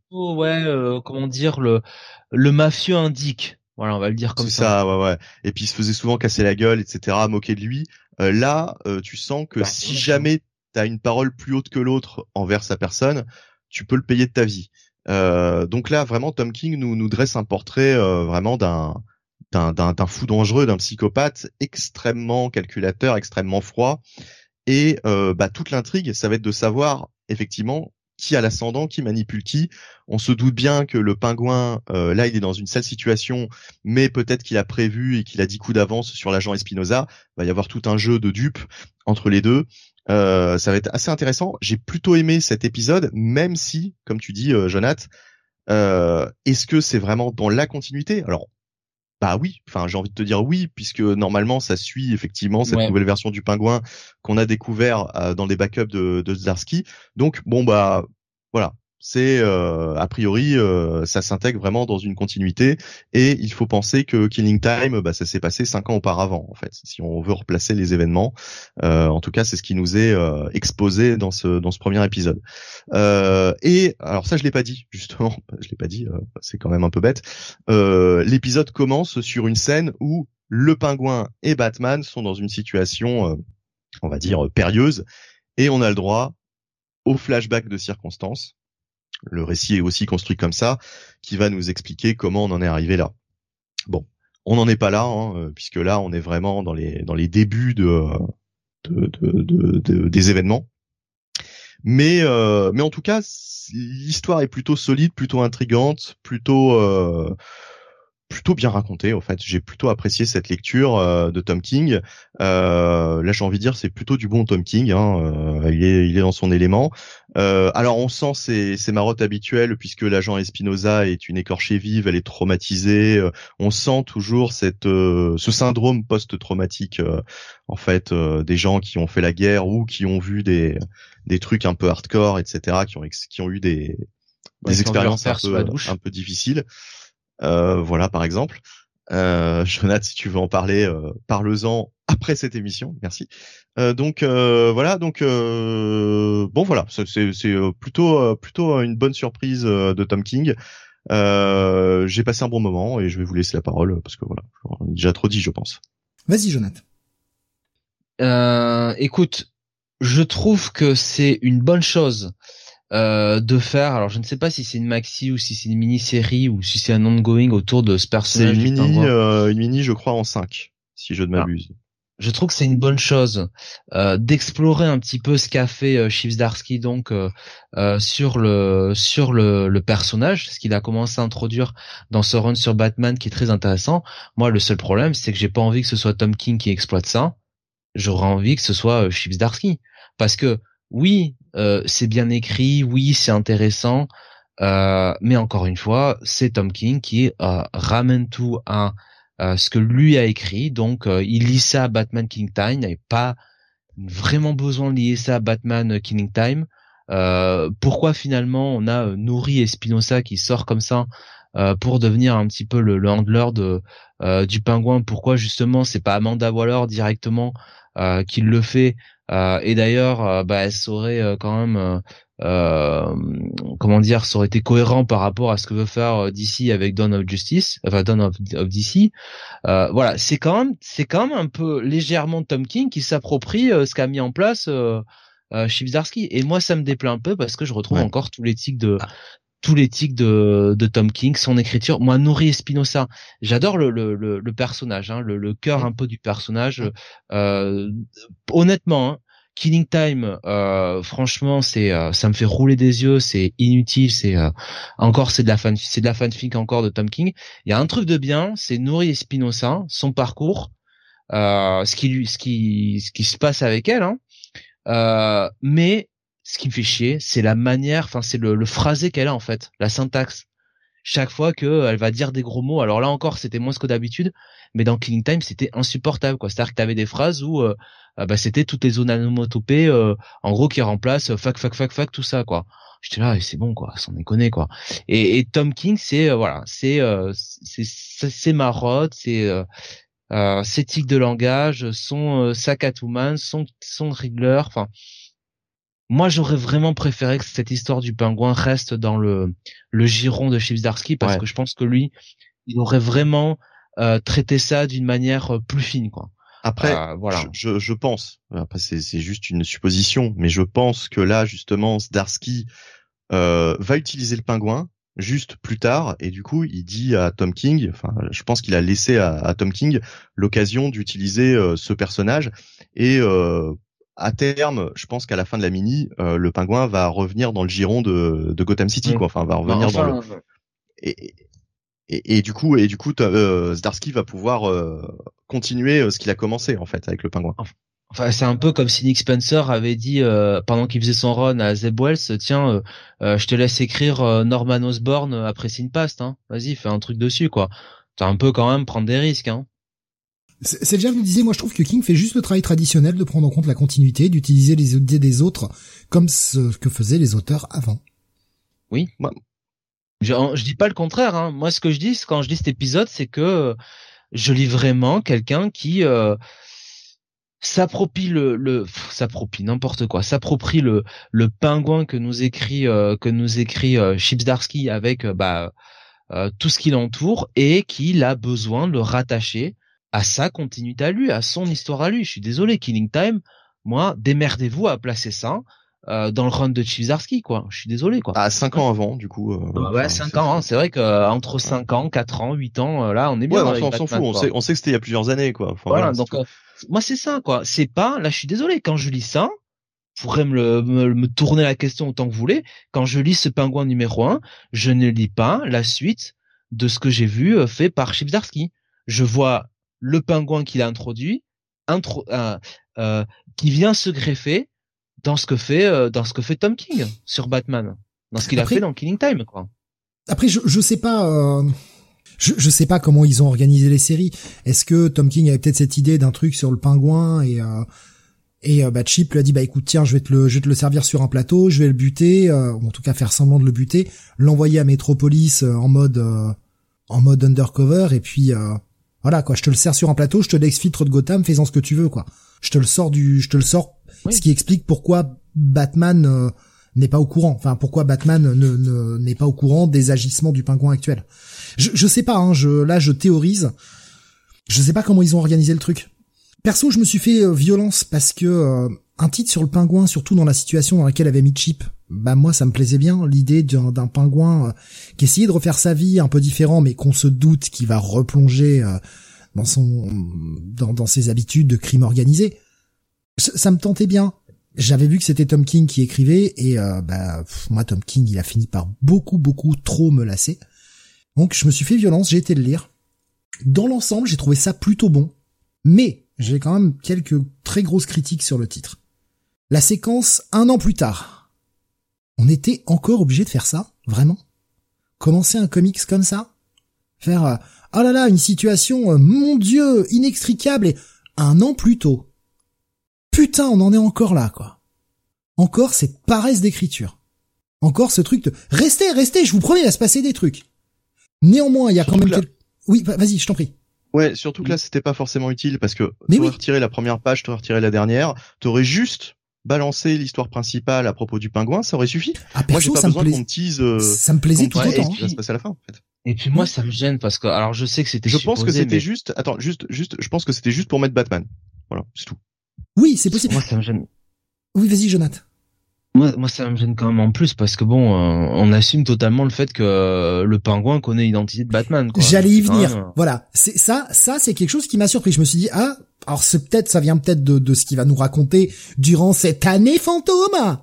Speaker 2: le mafieux indique. Voilà, on va le dire comme ça.
Speaker 3: C'est ça, ouais. Et puis il se faisait souvent casser la gueule, etc., moquer de lui. Là, tu sens que si jamais t'as une parole plus haute que l'autre envers sa personne, tu peux le payer de ta vie. Donc là, vraiment, Tom King nous dresse un portrait vraiment d'un fou dangereux, d'un psychopathe extrêmement calculateur, extrêmement froid. Et toute l'intrigue, ça va être de savoir effectivement qui a l'ascendant, qui manipule qui. On se doute bien que le pingouin, là, il est dans une sale situation, mais peut-être qu'il a prévu et qu'il a 10 coups d'avance sur l'agent Espinosa. Il va y avoir tout un jeu de dupes entre les deux. Ça va être assez intéressant. J'ai plutôt aimé cet épisode, même si, comme tu dis, Jonath, est-ce que c'est vraiment dans la continuité? Alors, oui, enfin j'ai envie de te dire oui, puisque normalement ça suit effectivement cette nouvelle version du pingouin qu'on a découvert dans les backups de Zdarsky. Donc voilà, c'est a priori ça s'intègre vraiment dans une continuité et il faut penser que Killing Time ça s'est passé 5 ans auparavant en fait, si on veut replacer les événements. En tout cas, c'est ce qui nous est exposé dans ce premier épisode. Et alors ça je l'ai pas dit justement, c'est quand même un peu bête. L'épisode commence sur une scène où le pingouin et Batman sont dans une situation on va dire périlleuse et on a le droit au flashback de circonstances. Le récit est aussi construit comme ça, qui va nous expliquer comment on en est arrivé là. Bon, on n'en est pas là, puisque là on est vraiment dans les débuts des événements. Mais en tout cas, l'histoire est plutôt solide, plutôt intrigante, plutôt bien racontée. En fait, j'ai plutôt apprécié cette lecture de Tom King. Là, j'ai envie de dire, c'est plutôt du bon Tom King. Il est dans son élément. Alors, on sent ses marottes habituelles puisque l'agent Espinosa est une écorchée vive, elle est traumatisée. On sent toujours ce syndrome post-traumatique, en fait, des gens qui ont fait la guerre ou qui ont vu des trucs un peu hardcore, etc., qui ont eu des expériences un peu difficiles. Voilà, par exemple. Jonathan, si tu veux en parler, parle-en après cette émission. Merci. Voilà. Bon, voilà. C'est plutôt une bonne surprise de Tom King. J'ai passé un bon moment et je vais vous laisser la parole parce que voilà, j'en ai déjà trop dit, je pense.
Speaker 1: Vas-y, Jonathan.
Speaker 2: Écoute, je trouve que c'est une bonne chose de faire, alors je ne sais pas si c'est une maxi ou si c'est une mini-série ou si c'est un ongoing autour de ce personnage.
Speaker 3: C'est une mini, je crois, en 5, si je ne m'abuse.
Speaker 2: Je trouve que c'est une bonne chose d'explorer un petit peu ce qu'a fait Chip Zdarsky donc sur le personnage, ce qu'il a commencé à introduire dans ce run sur Batman qui est très intéressant. Moi, le seul problème, c'est que j'ai pas envie que ce soit Tom King qui exploite ça. J'aurais envie que ce soit Chip Zdarsky, parce que oui, c'est bien écrit, oui, c'est intéressant, Mais encore une fois, c'est Tom King qui ramène tout à ce que lui a écrit. Donc, il lit ça à Batman Killing Time. Il n'avait pas vraiment besoin de lier ça à Batman Killing Time. Pourquoi finalement on a Nouri Espinosa qui sort comme ça pour devenir un petit peu le handler du Pingouin? Pourquoi justement c'est pas Amanda Waller directement qui le fait? Et d'ailleurs, elle saurait quand même comment dire, ça aurait été cohérent par rapport à ce que veut faire DC avec Dawn of DC. Voilà, c'est quand même un peu légèrement Tom King qui s'approprie ce qu'a mis en place Chip Zdarsky. Et moi, ça me déplaît un peu parce que je retrouve encore tous les tics de Tom King, son écriture. Moi, Nouri Espinosa, j'adore le personnage, hein, le cœur un peu du personnage. Honnêtement, hein, Killing Time, franchement, ça me fait rouler des yeux, c'est inutile, c'est de la fanfic encore de Tom King. Il y a un truc de bien, c'est Nouri Espinosa, son parcours, ce qui se passe avec elle, hein. Mais ce qui me fait chier, c'est la manière, enfin c'est le phrasé qu'elle a en fait, la syntaxe. Chaque fois que elle va dire des gros mots, alors là encore c'était moins que d'habitude, mais dans Killing Time c'était insupportable quoi. C'est-à-dire que t'avais des phrases où c'était toutes les onomatopées en gros qui remplacent fuck tout ça quoi. J'étais là et c'est bon quoi, sans déconner quoi. Et Tom King c'est c'est marotte, ses tics de langage, sa Catwoman, son Riddler, enfin. Moi, j'aurais vraiment préféré que cette histoire du Pingouin reste dans le giron de Chip Zdarsky parce que je pense que lui, il aurait vraiment traité ça d'une manière plus fine, quoi.
Speaker 3: Après, voilà. Je pense, après c'est juste une supposition, mais je pense que là, justement, Zdarsky va utiliser le Pingouin juste plus tard, et du coup, il dit à Tom King, enfin, je pense qu'il a laissé à Tom King l'occasion d'utiliser ce personnage, et à terme, je pense qu'à la fin de la mini, le Pingouin va revenir dans le giron de Gotham City, quoi. Enfin, va revenir dans le. Et du coup, Zdarsky va pouvoir continuer ce qu'il a commencé en fait avec le Pingouin.
Speaker 2: Enfin, c'est un peu comme si Nick Spencer avait dit pendant qu'il faisait son run à Zeb Wells, tiens, je te laisse écrire Norman Osborn après Sin Past, hein. Vas-y, fais un truc dessus, quoi. T'as un peu quand même prendre des risques, hein.
Speaker 1: C'est déjà, je me disais, moi je trouve que King fait juste le travail traditionnel de prendre en compte la continuité, d'utiliser les idées des autres comme ce que faisaient les auteurs avant.
Speaker 2: Oui. Je dis pas le contraire, hein. Moi ce que je dis quand je lis cet épisode, c'est que je lis vraiment quelqu'un qui s'approprie s'approprie n'importe quoi, s'approprie le Pingouin que nous écrit Chip Zdarsky avec tout ce qui l'entoure et qu'il a besoin de le rattacher à sa continuité à lui, à son histoire à lui. Je suis désolé, Killing Time, moi, démerdez-vous à placer ça dans le run de Chip Zdarsky, quoi. Je suis désolé, quoi.
Speaker 3: À 5 ans avant, du coup.
Speaker 2: 5 ans, hein. C'est vrai que entre 5 ans, 4 ans, 8 ans, là, on est bien.
Speaker 3: Ouais, on s'en fout. On sait que c'était il y a plusieurs années, quoi. Enfin,
Speaker 2: voilà, donc moi c'est ça, quoi. C'est pas, là, je suis désolé, quand je lis ça, vous pourrez me tourner la question autant que vous voulez. Quand je lis ce Pingouin numéro 1, je ne lis pas la suite de ce que j'ai vu fait par Chip Zdarsky. Je vois le Pingouin qu'il a introduit, qui vient se greffer dans ce que fait Tom King sur Batman, dans ce qu'il a fait dans Killing Time, quoi.
Speaker 1: Après, je sais pas, je sais pas comment ils ont organisé les séries. Est-ce que Tom King avait peut-être cette idée d'un truc sur le Pingouin et Chip lui a dit écoute tiens je vais te le servir sur un plateau, je vais le buter, ou en tout cas faire semblant de le buter, l'envoyer à Metropolis en mode undercover et puis voilà quoi, je te le sers sur un plateau, je te l'exfiltre de Gotham, fais-en ce que tu veux quoi. Je te le sors, oui. Ce qui explique pourquoi Batman n'est pas au courant. Enfin, pourquoi Batman n'est pas au courant des agissements du Pingouin actuel. Je sais pas, hein, je théorise. Je sais pas comment ils ont organisé le truc. Perso, je me suis fait violence parce que un titre sur le Pingouin, surtout dans la situation dans laquelle avait mis Chip, moi ça me plaisait bien, l'idée d'un Pingouin qui essayait de refaire sa vie un peu différent, mais qu'on se doute qu'il va replonger dans ses habitudes de crime organisé. Ça me tentait bien. J'avais vu que c'était Tom King qui écrivait et moi Tom King il a fini par beaucoup trop me lasser. Donc je me suis fait violence, j'ai été le lire. Dans l'ensemble, j'ai trouvé ça plutôt bon, mais j'ai quand même quelques très grosses critiques sur le titre. La séquence 1 an plus tard. On était encore obligé de faire ça, vraiment ? commencer un comics comme ça, faire oh là là, une situation mon Dieu, inextricable, et 1 an plus tôt. Putain, on en est encore là, quoi. Encore cette paresse d'écriture. Encore ce truc de restez, je vous promets, il va se passer des trucs. Néanmoins, il y a quand même Oui, vas-y, je t'en prie.
Speaker 3: Ouais, surtout que là, c'était pas forcément utile parce que t'aurais retiré la première page, t'aurais retiré la dernière, t'aurais juste balancé l'histoire principale à propos du pingouin, ça aurait suffi.
Speaker 1: Moi, j'ai pas besoin qu'on
Speaker 3: me tease.
Speaker 1: Ça me plaisait tout autant.
Speaker 3: Ce qui va se passer à la fin, en fait.
Speaker 2: Et puis moi, ça me gêne parce que, alors je sais que c'était.
Speaker 3: Je pense que c'était juste. Attends, juste. Je pense que c'était juste pour mettre Batman. Voilà, c'est tout.
Speaker 1: Oui, c'est possible.
Speaker 2: Moi, ça me gêne.
Speaker 1: Oui, vas-y, Jonathan.
Speaker 2: Moi, ça me gêne quand même en plus parce que bon, on assume totalement le fait que le pingouin connaît l'identité de Batman, quoi.
Speaker 1: J'allais y venir. Voilà. C'est ça, c'est quelque chose qui m'a surpris. Je me suis dit, alors ça vient peut-être de ce qu'il va nous raconter durant cette année fantôme.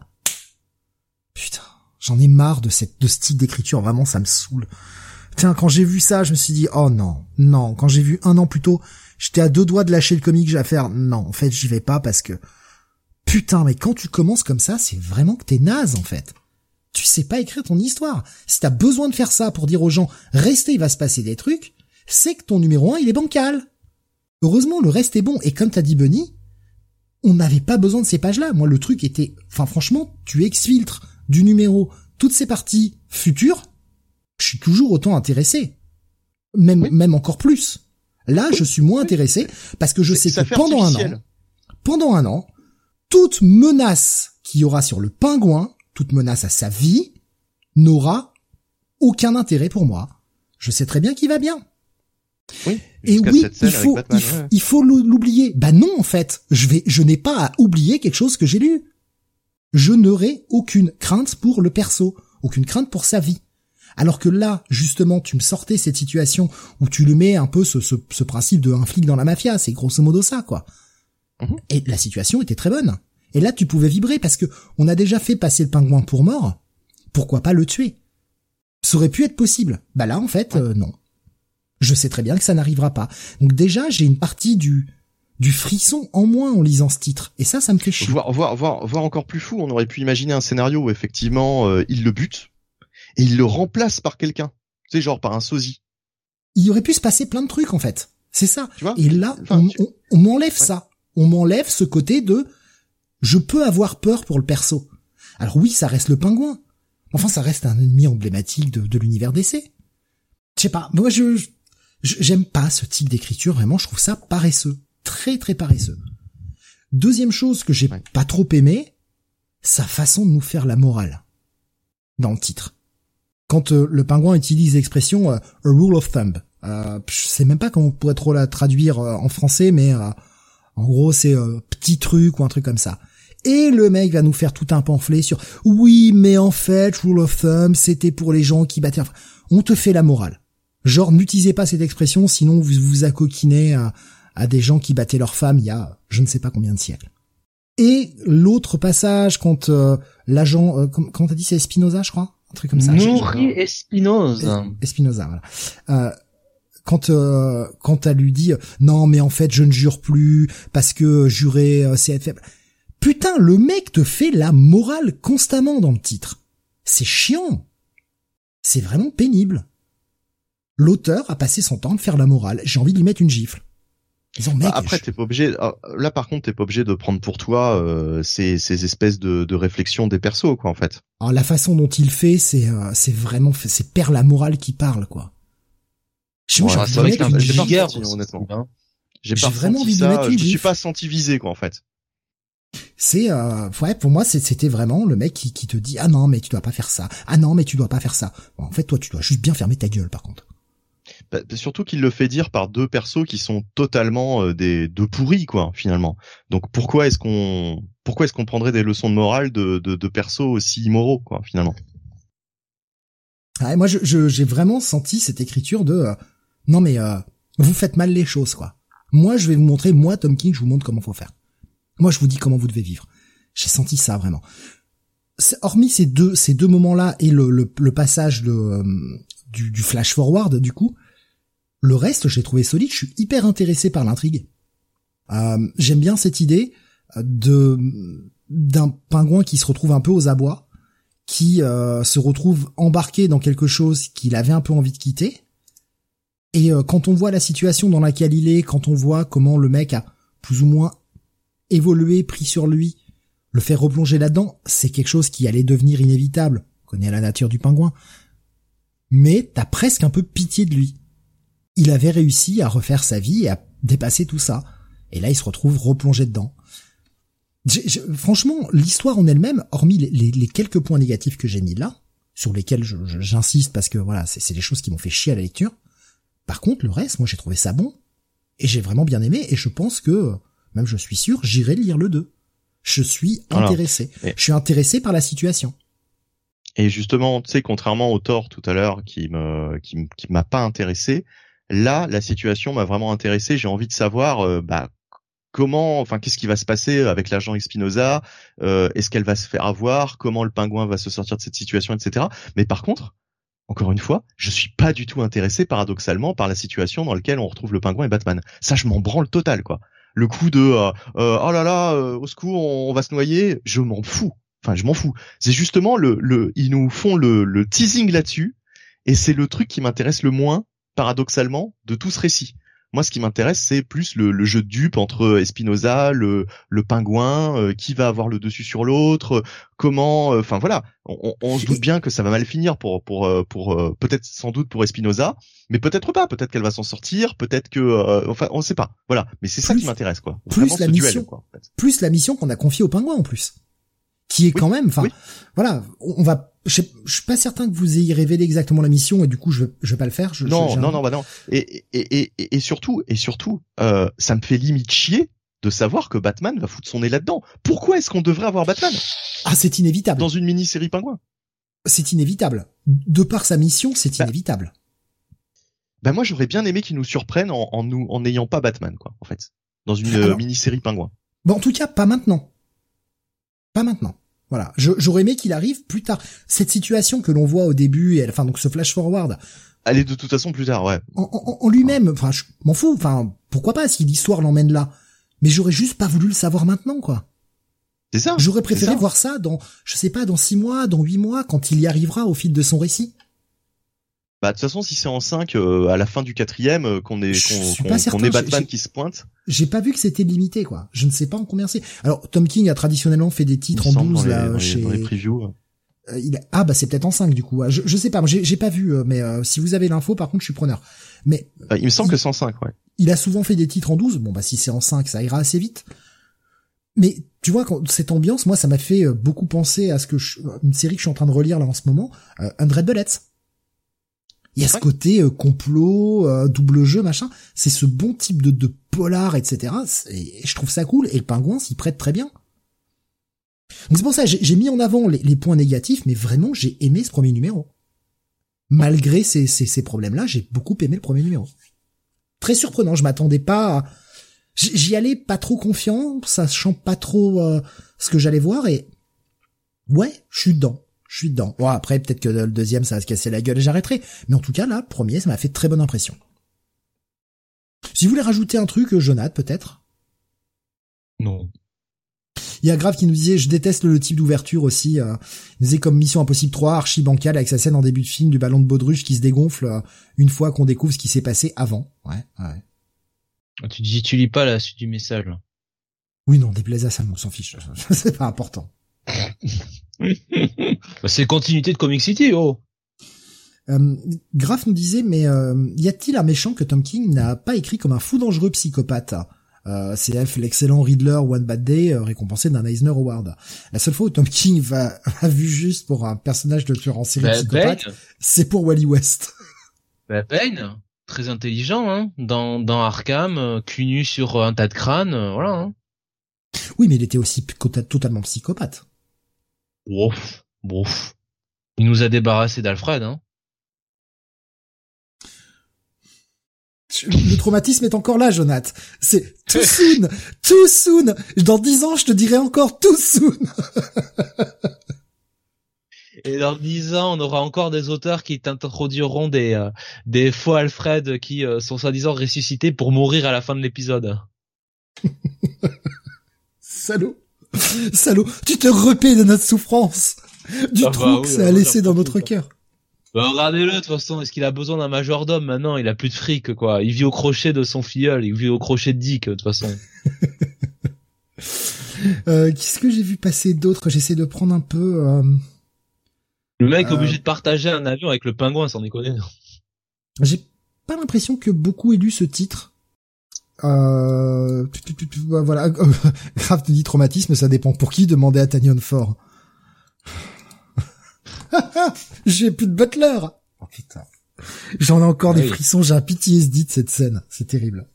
Speaker 1: Putain, j'en ai marre de ce style d'écriture. Vraiment, ça me saoule. Tiens, quand j'ai vu ça, je me suis dit, oh non. Quand j'ai vu 1 an plus tôt, j'étais à 2 doigts de lâcher le comic. J'ai à faire, non, en fait, j'y vais pas parce que, putain, mais quand tu commences comme ça, c'est vraiment que t'es naze, en fait. Tu sais pas écrire ton histoire. Si t'as besoin de faire ça pour dire aux gens, restez, il va se passer des trucs, c'est que ton numéro 1, il est bancal. Heureusement, le reste est bon. Et comme t'as dit, Bunny, on n'avait pas besoin de ces pages-là. Moi, le truc était, franchement, tu exfiltres du numéro toutes ces parties futures, je suis toujours autant intéressé. Même encore plus. Là, je suis moins intéressé parce que je sais que pendant un an, toute menace qu'il y aura sur le pingouin, toute menace à sa vie, n'aura aucun intérêt pour moi. Je sais très bien qu'il va bien.
Speaker 3: Oui.
Speaker 1: Et oui, il faut l'oublier. Bah non, en fait. Je n'ai pas à oublier quelque chose que j'ai lu. Je n'aurai aucune crainte pour le perso. Aucune crainte pour sa vie. Alors que là, justement, tu me sortais cette situation où tu le mets un peu ce principe de un flic dans la mafia. C'est grosso modo ça, quoi. Et la situation était très bonne. Et là, tu pouvais vibrer parce que on a déjà fait passer le pingouin pour mort. Pourquoi pas le tuer? Ça aurait pu être possible. Bah là, en fait, non. Je sais très bien que ça n'arrivera pas. Donc déjà, j'ai une partie du frisson en moins en lisant ce titre. Et ça me fait chier.
Speaker 3: Voir encore plus fou, on aurait pu imaginer un scénario où effectivement, il le bute et il le remplace par quelqu'un. Tu sais, genre par un sosie.
Speaker 1: Il aurait pu se passer plein de trucs, en fait. C'est ça.
Speaker 3: Tu vois,
Speaker 1: et là, on m'enlève ça. On m'enlève ce côté de je peux avoir peur pour le perso. Alors oui, ça reste le pingouin. Enfin, ça reste un ennemi emblématique de l'univers DC. Je sais pas. Moi, j'aime pas ce type d'écriture. Vraiment, je trouve ça paresseux. Très, très paresseux. Deuxième chose que j'ai pas trop aimé, sa façon de nous faire la morale. Dans le titre. Quand le pingouin utilise l'expression a rule of thumb. Je sais même pas comment on pourrait trop la traduire en français, mais en gros, c'est petit truc ou un truc comme ça. Et le mec va nous faire tout un pamphlet sur oui, mais en fait, rule of thumb, c'était pour les gens qui battaient. Enfin, on te fait la morale. Genre, n'utilisez pas cette expression, sinon vous vous accoquinez à des gens qui battaient leurs femmes il y a je ne sais pas combien de siècles. Et l'autre passage, quand l'agent, comment t'as dit, c'est Espinosa, je crois, un truc comme ça.
Speaker 2: Nourri Espinosa.
Speaker 1: Espinosa, voilà. Quand elle lui dit non mais en fait je ne jure plus parce que jurer c'est être faible. Putain, le mec te fait la morale constamment dans le titre. C'est chiant. C'est vraiment pénible. L'auteur a passé son temps de faire la morale. J'ai envie de lui mettre une gifle. Disons, mec,
Speaker 3: après, t'es pas obligé. Là, par contre, t'es pas obligé de prendre pour toi ces espèces de réflexions des persos, quoi, en fait.
Speaker 1: Alors la façon dont il fait, c'est vraiment, c'est père la morale qui parle, quoi.
Speaker 3: C'est vrai que c'est un giga, honnêtement. J'ai vraiment envie de mettre une gifle. Je suis pas senti visé, quoi, en fait.
Speaker 1: C'est pour moi c'était vraiment le mec qui te dit ah non mais tu dois pas faire ça, ah non mais tu dois pas faire ça. Bon, en fait toi tu dois juste bien fermer ta gueule par contre.
Speaker 3: Surtout qu'il le fait dire par deux persos qui sont totalement des deux pourris quoi finalement. Donc pourquoi est-ce qu'on prendrait des leçons de morale de persos aussi immoraux quoi finalement.
Speaker 1: Ah, moi j'ai vraiment senti cette écriture de non mais vous faites mal les choses quoi. Moi je vais vous montrer, moi Tom King je vous montre comment faut faire. Moi, je vous dis comment vous devez vivre. J'ai senti ça, vraiment. Hormis ces deux moments-là et le passage du flash forward, du coup, le reste, j'ai trouvé solide. Je suis hyper intéressé par l'intrigue. J'aime bien cette idée d'un pingouin qui se retrouve un peu aux abois qui se retrouve embarqué dans quelque chose qu'il avait un peu envie de quitter. Et quand on voit la situation dans laquelle il est, quand on voit comment le mec a plus ou moins évolué, pris sur lui, le faire replonger là-dedans, c'est quelque chose qui allait devenir inévitable. On connaît la nature du pingouin. Mais t'as presque un peu pitié de lui. Il avait réussi à refaire sa vie et à dépasser tout ça. Et là, il se retrouve replongé dedans. Franchement, l'histoire en elle-même, hormis les quelques points négatifs que j'ai mis là, sur lesquels j'insiste parce que voilà, c'est des choses qui m'ont fait chier à la lecture. Par contre, le reste, moi, j'ai trouvé ça bon. Et j'ai vraiment bien aimé. Et je pense que, même je suis sûr, j'irai lire le 2. Je suis intéressé. Je suis intéressé par la situation.
Speaker 3: Et justement, tu sais, contrairement au Thor tout à l'heure qui m'a pas intéressé, là, la situation m'a vraiment intéressé. J'ai envie de savoir, qu'est-ce qui va se passer avec l'agent Espinosa, est-ce qu'elle va se faire avoir, comment le pingouin va se sortir de cette situation, etc. Mais par contre, encore une fois, je suis pas du tout intéressé, paradoxalement, par la situation dans laquelle on retrouve le pingouin et Batman. Ça, je m'en branle total, quoi. Le coup de oh là là, au secours, on va se noyer, je m'en fous. Enfin, je m'en fous. C'est justement ils nous font le teasing là-dessus, et c'est le truc qui m'intéresse le moins, paradoxalement, de tout ce récit. Moi, ce qui m'intéresse, c'est plus le jeu de dupe entre Espinosa, le pingouin, qui va avoir le dessus sur l'autre, comment, enfin voilà, on se doute bien que ça va mal finir pour peut-être sans doute pour Espinosa, mais peut-être pas, peut-être qu'elle va s'en sortir, peut-être que, enfin, on sait pas, voilà. Mais c'est ça qui m'intéresse, quoi.
Speaker 1: Plus la mission, duel, quoi, en fait. Plus la mission qu'on a confiée au pingouin en plus, qui est quand même, enfin, voilà, on va. Je suis pas certain que vous ayez révélé exactement la mission et du coup je vais pas le faire. Non.
Speaker 3: Et surtout, ça me fait limite chier de savoir que Batman va foutre son nez là-dedans. Pourquoi est-ce qu'on devrait avoir Batman ?
Speaker 1: Ah, c'est inévitable.
Speaker 3: Dans une mini-série pingouin.
Speaker 1: C'est inévitable. De par sa mission, c'est inévitable.
Speaker 3: Moi j'aurais bien aimé qu'il nous surprenne en n'ayant pas Batman, quoi, en fait. Dans une mini-série pingouin.
Speaker 1: En tout cas, pas maintenant. Pas maintenant. Voilà, j'aurais aimé qu'il arrive plus tard. Cette situation que l'on voit au début, donc ce flash forward,
Speaker 3: elle est de toute façon plus tard, ouais.
Speaker 1: En lui-même, enfin, je m'en fous. Enfin, pourquoi pas si l'histoire l'emmène là. Mais j'aurais juste pas voulu le savoir maintenant, quoi.
Speaker 3: C'est ça.
Speaker 1: J'aurais préféré voir ça dans, je sais pas, dans 6 mois, dans 8 mois, quand il y arrivera au fil de son récit.
Speaker 3: De toute façon, si c'est en 5, à la fin du 4e, qu'on est Batman qui se pointe.
Speaker 1: J'ai pas vu que c'était limité, quoi. Je ne sais pas en combien c'est. Alors, Tom King a traditionnellement fait des titres en 12,
Speaker 3: dans les previews.
Speaker 1: C'est peut-être en 5, du coup. Je sais pas, moi, j'ai pas vu, mais si vous avez l'info, par contre, je suis preneur. Mais.
Speaker 3: Il me semble que c'est en 5, ouais.
Speaker 1: Il a souvent fait des titres en 12. Si c'est en 5, ça ira assez vite. Mais, tu vois, cette ambiance, moi, ça m'a fait beaucoup penser à une série que je suis en train de relire là en ce moment, 100 Bullets. Il y a ce côté complot, double jeu, machin. C'est ce bon type de polar, etc. Et je trouve ça cool. Et le pingouin s'y prête très bien. Donc c'est pour ça, j'ai mis en avant les points négatifs, mais vraiment, j'ai aimé ce premier numéro. Malgré ces problèmes-là, j'ai beaucoup aimé le premier numéro. Très surprenant, je m'attendais pas à... J'y allais pas trop confiant, sachant pas trop ce que j'allais voir, et... Ouais, je suis dedans. Bon, après, peut-être que le deuxième, ça va se casser la gueule et j'arrêterai. Mais en tout cas, là, le premier, ça m'a fait très bonne impression. Si vous voulez rajouter un truc, Jonathan, peut-être?
Speaker 2: Non.
Speaker 1: Il y a Grave qui nous disait, je déteste le type d'ouverture aussi. Il disait comme Mission Impossible 3, archi bancal avec sa scène en début de film du ballon de baudruche qui se dégonfle une fois qu'on découvre ce qui s'est passé avant. Ouais.
Speaker 2: Tu lis pas la suite du message, là.
Speaker 1: Oui, non, déplaise à ça, on s'en fiche. C'est pas important.
Speaker 2: C'est continuité de Comic City, oh.
Speaker 1: Graf nous disait, mais y a-t-il un méchant que Tom King n'a pas écrit comme un fou dangereux psychopathe? CF, l'excellent Riddler One Bad Day, récompensé d'un Eisner Award. La seule fois où Tom King a vu juste pour un personnage de tueur en série psychopathe, c'est pour Wally West.
Speaker 2: Bane, très intelligent, hein, dans Arkham, cul nu sur un tas de crânes, voilà. Hein.
Speaker 1: Oui, mais il était aussi totalement psychopathe.
Speaker 2: Ouf. Il nous a débarrassé d'Alfred, hein.
Speaker 1: Le traumatisme est encore là, Jonathan. C'est too soon. Dans 10 ans, je te dirai encore too soon.
Speaker 2: Et dans 10 ans, on aura encore des auteurs qui t'introduiront des faux Alfred qui sont soi-disant ressuscités pour mourir à la fin de l'épisode.
Speaker 1: Salaud, tu te repais de notre souffrance. Du trou que ça a laissé dans notre cœur.
Speaker 2: Bah, regardez-le, de toute façon, est-ce qu'il a besoin d'un majordome maintenant? Il a plus de fric, quoi. Il vit au crochet de son filleul, il vit au crochet de Dick, de toute façon.
Speaker 1: Qu'est-ce que j'ai vu passer d'autre? J'essaie de prendre un peu...
Speaker 2: Le mec est obligé de partager un avion avec le pingouin, sans déconner.
Speaker 1: J'ai pas l'impression que beaucoup aient lu ce titre. Voilà. Grave te dit traumatisme, ça dépend pour qui, demander à Tanyon Ford. J'ai plus de butler. Oh putain. J'en ai encore des frissons, j'ai un PTSD de cette scène. C'est terrible.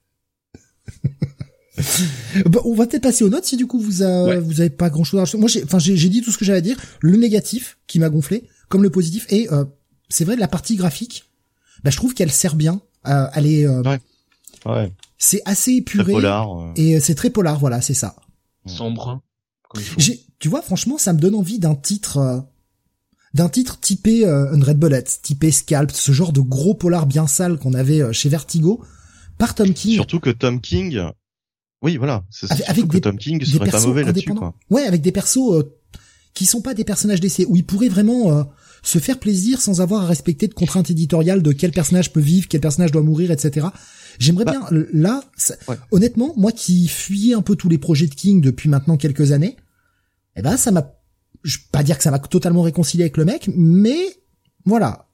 Speaker 1: Bon, on va peut-être passer aux notes si du coup vous avez pas grand chose à rajouter. Moi j'ai dit tout ce que j'avais à dire. Le négatif qui m'a gonflé, comme le positif. Et c'est vrai de la partie graphique, je trouve qu'elle sert bien. Elle est
Speaker 3: ouais.
Speaker 1: C'est assez épuré.
Speaker 3: Très polar,
Speaker 1: et c'est très polar, voilà, c'est ça.
Speaker 2: Sombre.
Speaker 1: Tu vois, franchement, ça me donne envie d'un titre typé Red Bullet, typé Scalp, ce genre de gros polar bien sale qu'on avait chez Vertigo par Tom King.
Speaker 3: Surtout que Tom King, oui, voilà, avec que Tom King serait pas mauvais là-dessus, quoi.
Speaker 1: Ouais, avec des persos qui sont pas des personnages d'essai, où il pourrait vraiment se faire plaisir sans avoir à respecter de contraintes éditoriales de quel personnage peut vivre, quel personnage doit mourir, etc. J'aimerais bien, là, honnêtement, moi qui fuyais un peu tous les projets de King depuis maintenant quelques années, ça m'a, je vais pas dire que ça m'a totalement réconcilié avec le mec, mais voilà,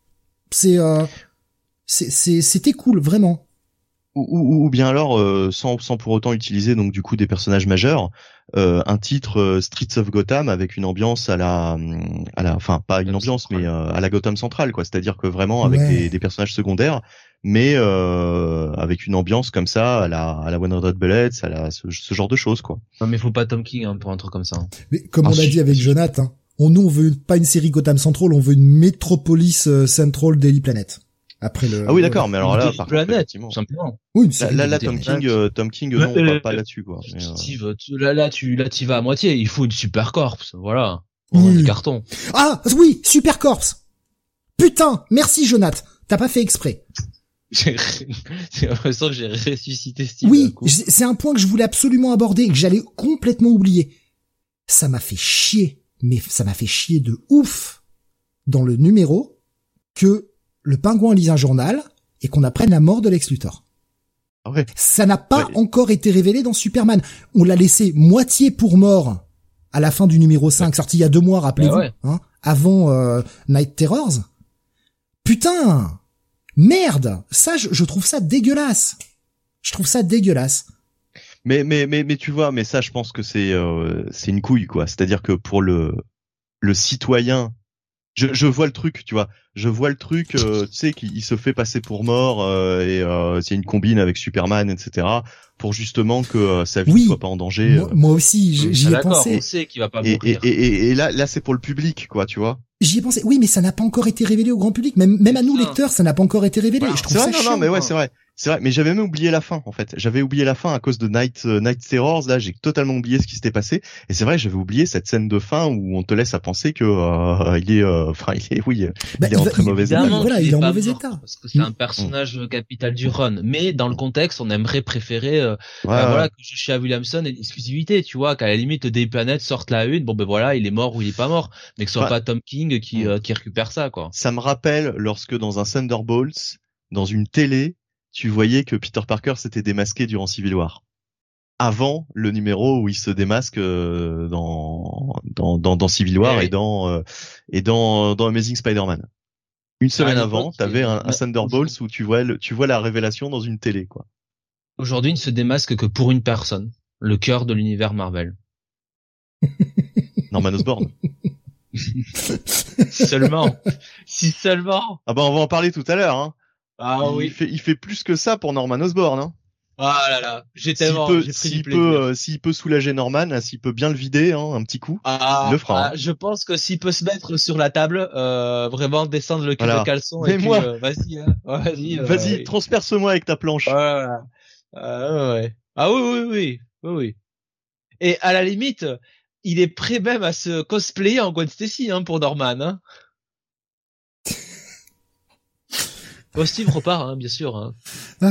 Speaker 1: c'était cool, vraiment.
Speaker 3: Ou bien alors, sans pour autant utiliser donc du coup des personnages majeurs, un titre Streets of Gotham avec une ambiance à la, enfin pas une ambiance mais à la Gotham centrale, quoi. C'est-à-dire que vraiment avec des personnages secondaires, mais avec une ambiance comme ça à la 100 Bullets, à ce genre de choses, quoi.
Speaker 2: Non mais faut pas Tom King pour un truc comme ça.
Speaker 1: Mais comme on a dit avec Jonathan, on veut pas une série Gotham Central, on veut une Metropolis Central Daily Planet. Après
Speaker 3: ah oui, d'accord, mais alors là, par
Speaker 2: contre, effectivement, simplement.
Speaker 1: Oui,
Speaker 3: là, Tom King, non, pas là-dessus, quoi.
Speaker 2: Là, tu vas à moitié. Il faut une Super Corps, voilà. Des cartons.
Speaker 1: Ah, oui, Super Corps. Putain, merci, Jonathan. T'as pas fait exprès.
Speaker 2: J'ai l'impression que j'ai ressuscité Steve.
Speaker 1: Oui, c'est un point que je voulais absolument aborder et que j'allais complètement oublier. Ça m'a fait chier, mais ça m'a fait chier de ouf dans le numéro que le pingouin lise un journal et qu'on apprenne la mort de Lex Luthor.
Speaker 3: Ouais.
Speaker 1: Ça n'a pas encore été révélé dans Superman. On l'a laissé moitié pour mort à la fin du numéro 5, sorti il y a 2 mois, rappelez-vous, avant Night Terrors. Putain, merde, ça je trouve ça dégueulasse. Je trouve ça dégueulasse.
Speaker 3: Mais tu vois, mais ça je pense que c'est une couille, quoi. C'est-à-dire que pour le citoyen, je vois le truc, tu vois. Je vois le truc, tu sais, qu'il se fait passer pour mort et c'est une combine avec Superman, etc. pour justement que sa vie soit pas en danger.
Speaker 1: Moi aussi, j'y ai pensé.
Speaker 2: On sait qu'il va pas mourir.
Speaker 3: Et là c'est pour le public, quoi, tu vois.
Speaker 1: J'y ai pensé. Oui, mais ça n'a pas encore été révélé au grand public. Même à nous lecteurs, ça n'a pas encore été révélé. Voilà. Je trouve ça chiant.
Speaker 3: Non, mais ouais, c'est vrai. C'est vrai, mais j'avais même oublié la fin, en fait. J'avais oublié la fin à cause de Night Terrors. Là, j'ai totalement oublié ce qui s'était passé. Et c'est vrai, j'avais oublié cette scène de fin où on te laisse à penser que il est en très mauvais état.
Speaker 1: Voilà, il est en mauvais état.
Speaker 2: Parce que c'est un personnage capital du run. Mais dans le contexte, on aimerait préférer, voilà, que Joshua Williamson ait l'exclusivité, tu vois, qu'à la limite, Daily Planet sorte la une. Bon, ben voilà, il est mort ou il est pas mort. Mais que ce soit pas Tom King qui récupère ça, quoi.
Speaker 3: Ça me rappelle lorsque dans un Thunderbolts, dans une télé, tu voyais que Peter Parker s'était démasqué durant Civil War. Avant le numéro où il se démasque dans Civil War et dans Amazing Spider-Man. Une semaine avant, t'avais un Thunderbolts où tu vois la révélation dans une télé, quoi.
Speaker 2: Aujourd'hui, il ne se démasque que pour une personne, le cœur de l'univers Marvel.
Speaker 3: Norman Osborn.
Speaker 2: Seulement. Si seulement.
Speaker 3: Ah bah on va en parler tout à l'heure, hein.
Speaker 2: Ah oui.
Speaker 3: Il fait plus que ça pour Norman Osborn, hein.
Speaker 2: Ah là là, j'ai
Speaker 3: s'il peut soulager Norman, s'il peut bien le vider, hein, un petit coup, il le fera.
Speaker 2: Je pense que s'il peut se mettre sur la table, vraiment descendre le cul de caleçon.
Speaker 3: Mais
Speaker 2: et
Speaker 3: moi,
Speaker 2: puis,
Speaker 3: vas-y, transperce-moi avec ta planche.
Speaker 2: Ouais. Ouais. Ah oui. Et à la limite, il est prêt même à se cosplayer en Gwen Stacy, hein, pour Norman, hein. Steve repart, hein, bien sûr, hein.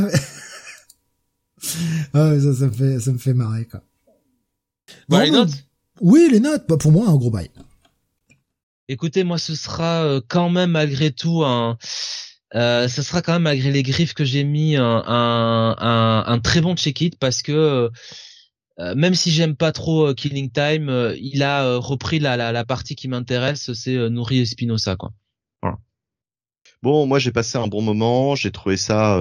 Speaker 1: Ça me fait marrer, quoi.
Speaker 2: Bon, les notes?
Speaker 1: Oui, les notes. Bah, pour moi, un gros bail.
Speaker 2: Écoutez, moi, ce sera quand même malgré tout ça sera quand même malgré les griffes que j'ai mis un très bon check-it parce que même si j'aime pas trop Killing Time, il a repris la partie qui m'intéresse, c'est Nouri Espinosa, quoi. Voilà.
Speaker 3: Bon, moi j'ai passé un bon moment, j'ai trouvé ça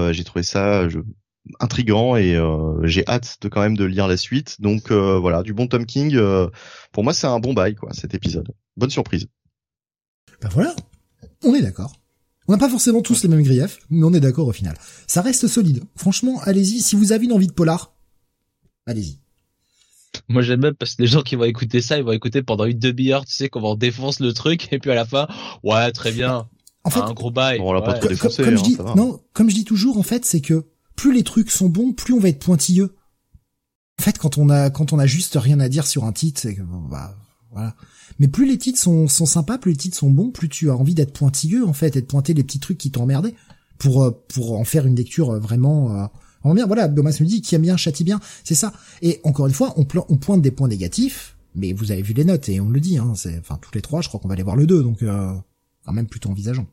Speaker 3: intriguant et j'ai hâte de quand même de lire la suite. Donc voilà, du bon Tom King. Pour moi, c'est un bon bail, quoi, cet épisode. Bonne surprise.
Speaker 1: Ben voilà, on est d'accord. On n'a pas forcément tous les mêmes griefs, mais on est d'accord au final. Ça reste solide. Franchement, allez-y. Si vous avez une envie de polar, allez-y.
Speaker 2: Moi j'aime même parce que les gens qui vont écouter ça, ils vont écouter pendant une demi-heure, tu sais, qu'on défonce le truc, et puis à la fin, ouais, très bien.
Speaker 1: En fait,
Speaker 2: un gros bail.
Speaker 3: On l'a pas trop défoncé,
Speaker 1: comme je dis, non, comme je dis toujours, en fait, c'est que plus les trucs sont bons, plus on va être pointilleux. En fait, quand on a juste rien à dire sur un titre, c'est que voilà. Mais plus les titres sont sympas, plus les titres sont bons, plus tu as envie d'être pointilleux, en fait, et de pointer les petits trucs qui t'emmerdaient pour en faire une lecture vraiment bien. Voilà, Thomas me dit qui aime bien châtie bien, c'est ça. Et encore une fois, on pointe des points négatifs, mais vous avez vu les notes et on le dit, hein, tous les trois, je crois qu'on va aller voir le 2, donc quand même plutôt envisageant.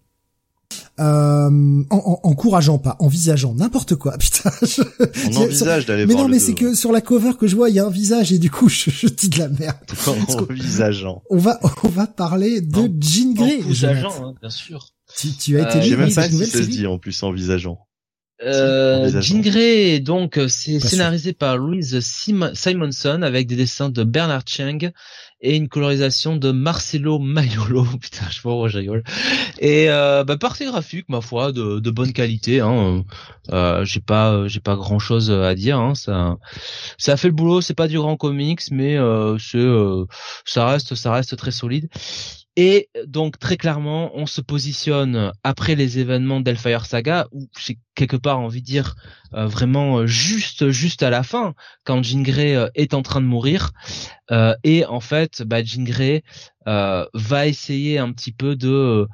Speaker 1: Encourageant, pas envisageant, n'importe quoi, putain.
Speaker 3: On envisage d'aller
Speaker 1: mais
Speaker 3: voir
Speaker 1: non, mais c'est que sur la cover que je vois, il y a un visage et du coup, je dis de la merde.
Speaker 3: Envisageant.
Speaker 1: On va parler de Jean Grey.
Speaker 2: Envisageant, hein, bien sûr.
Speaker 1: Tu as été
Speaker 3: je sais même pas si ça se dit en plus envisageant.
Speaker 2: Jean Grey, donc, c'est scénarisé par Louise Simonson avec des dessins de Bernard Cheng et une colorisation de Marcelo Maiolo. Putain, je rigole. Et partie graphique, ma foi, de bonne qualité. Hein. J'ai pas grand chose à dire. Hein. Ça a fait le boulot. C'est pas du grand comics, mais ça reste très solide. Et donc très clairement, on se positionne après les événements d'Hellfire Saga, où j'ai quelque part envie de dire vraiment juste à la fin, quand Jean Grey est en train de mourir, et en fait, Jean Grey va essayer un petit peu de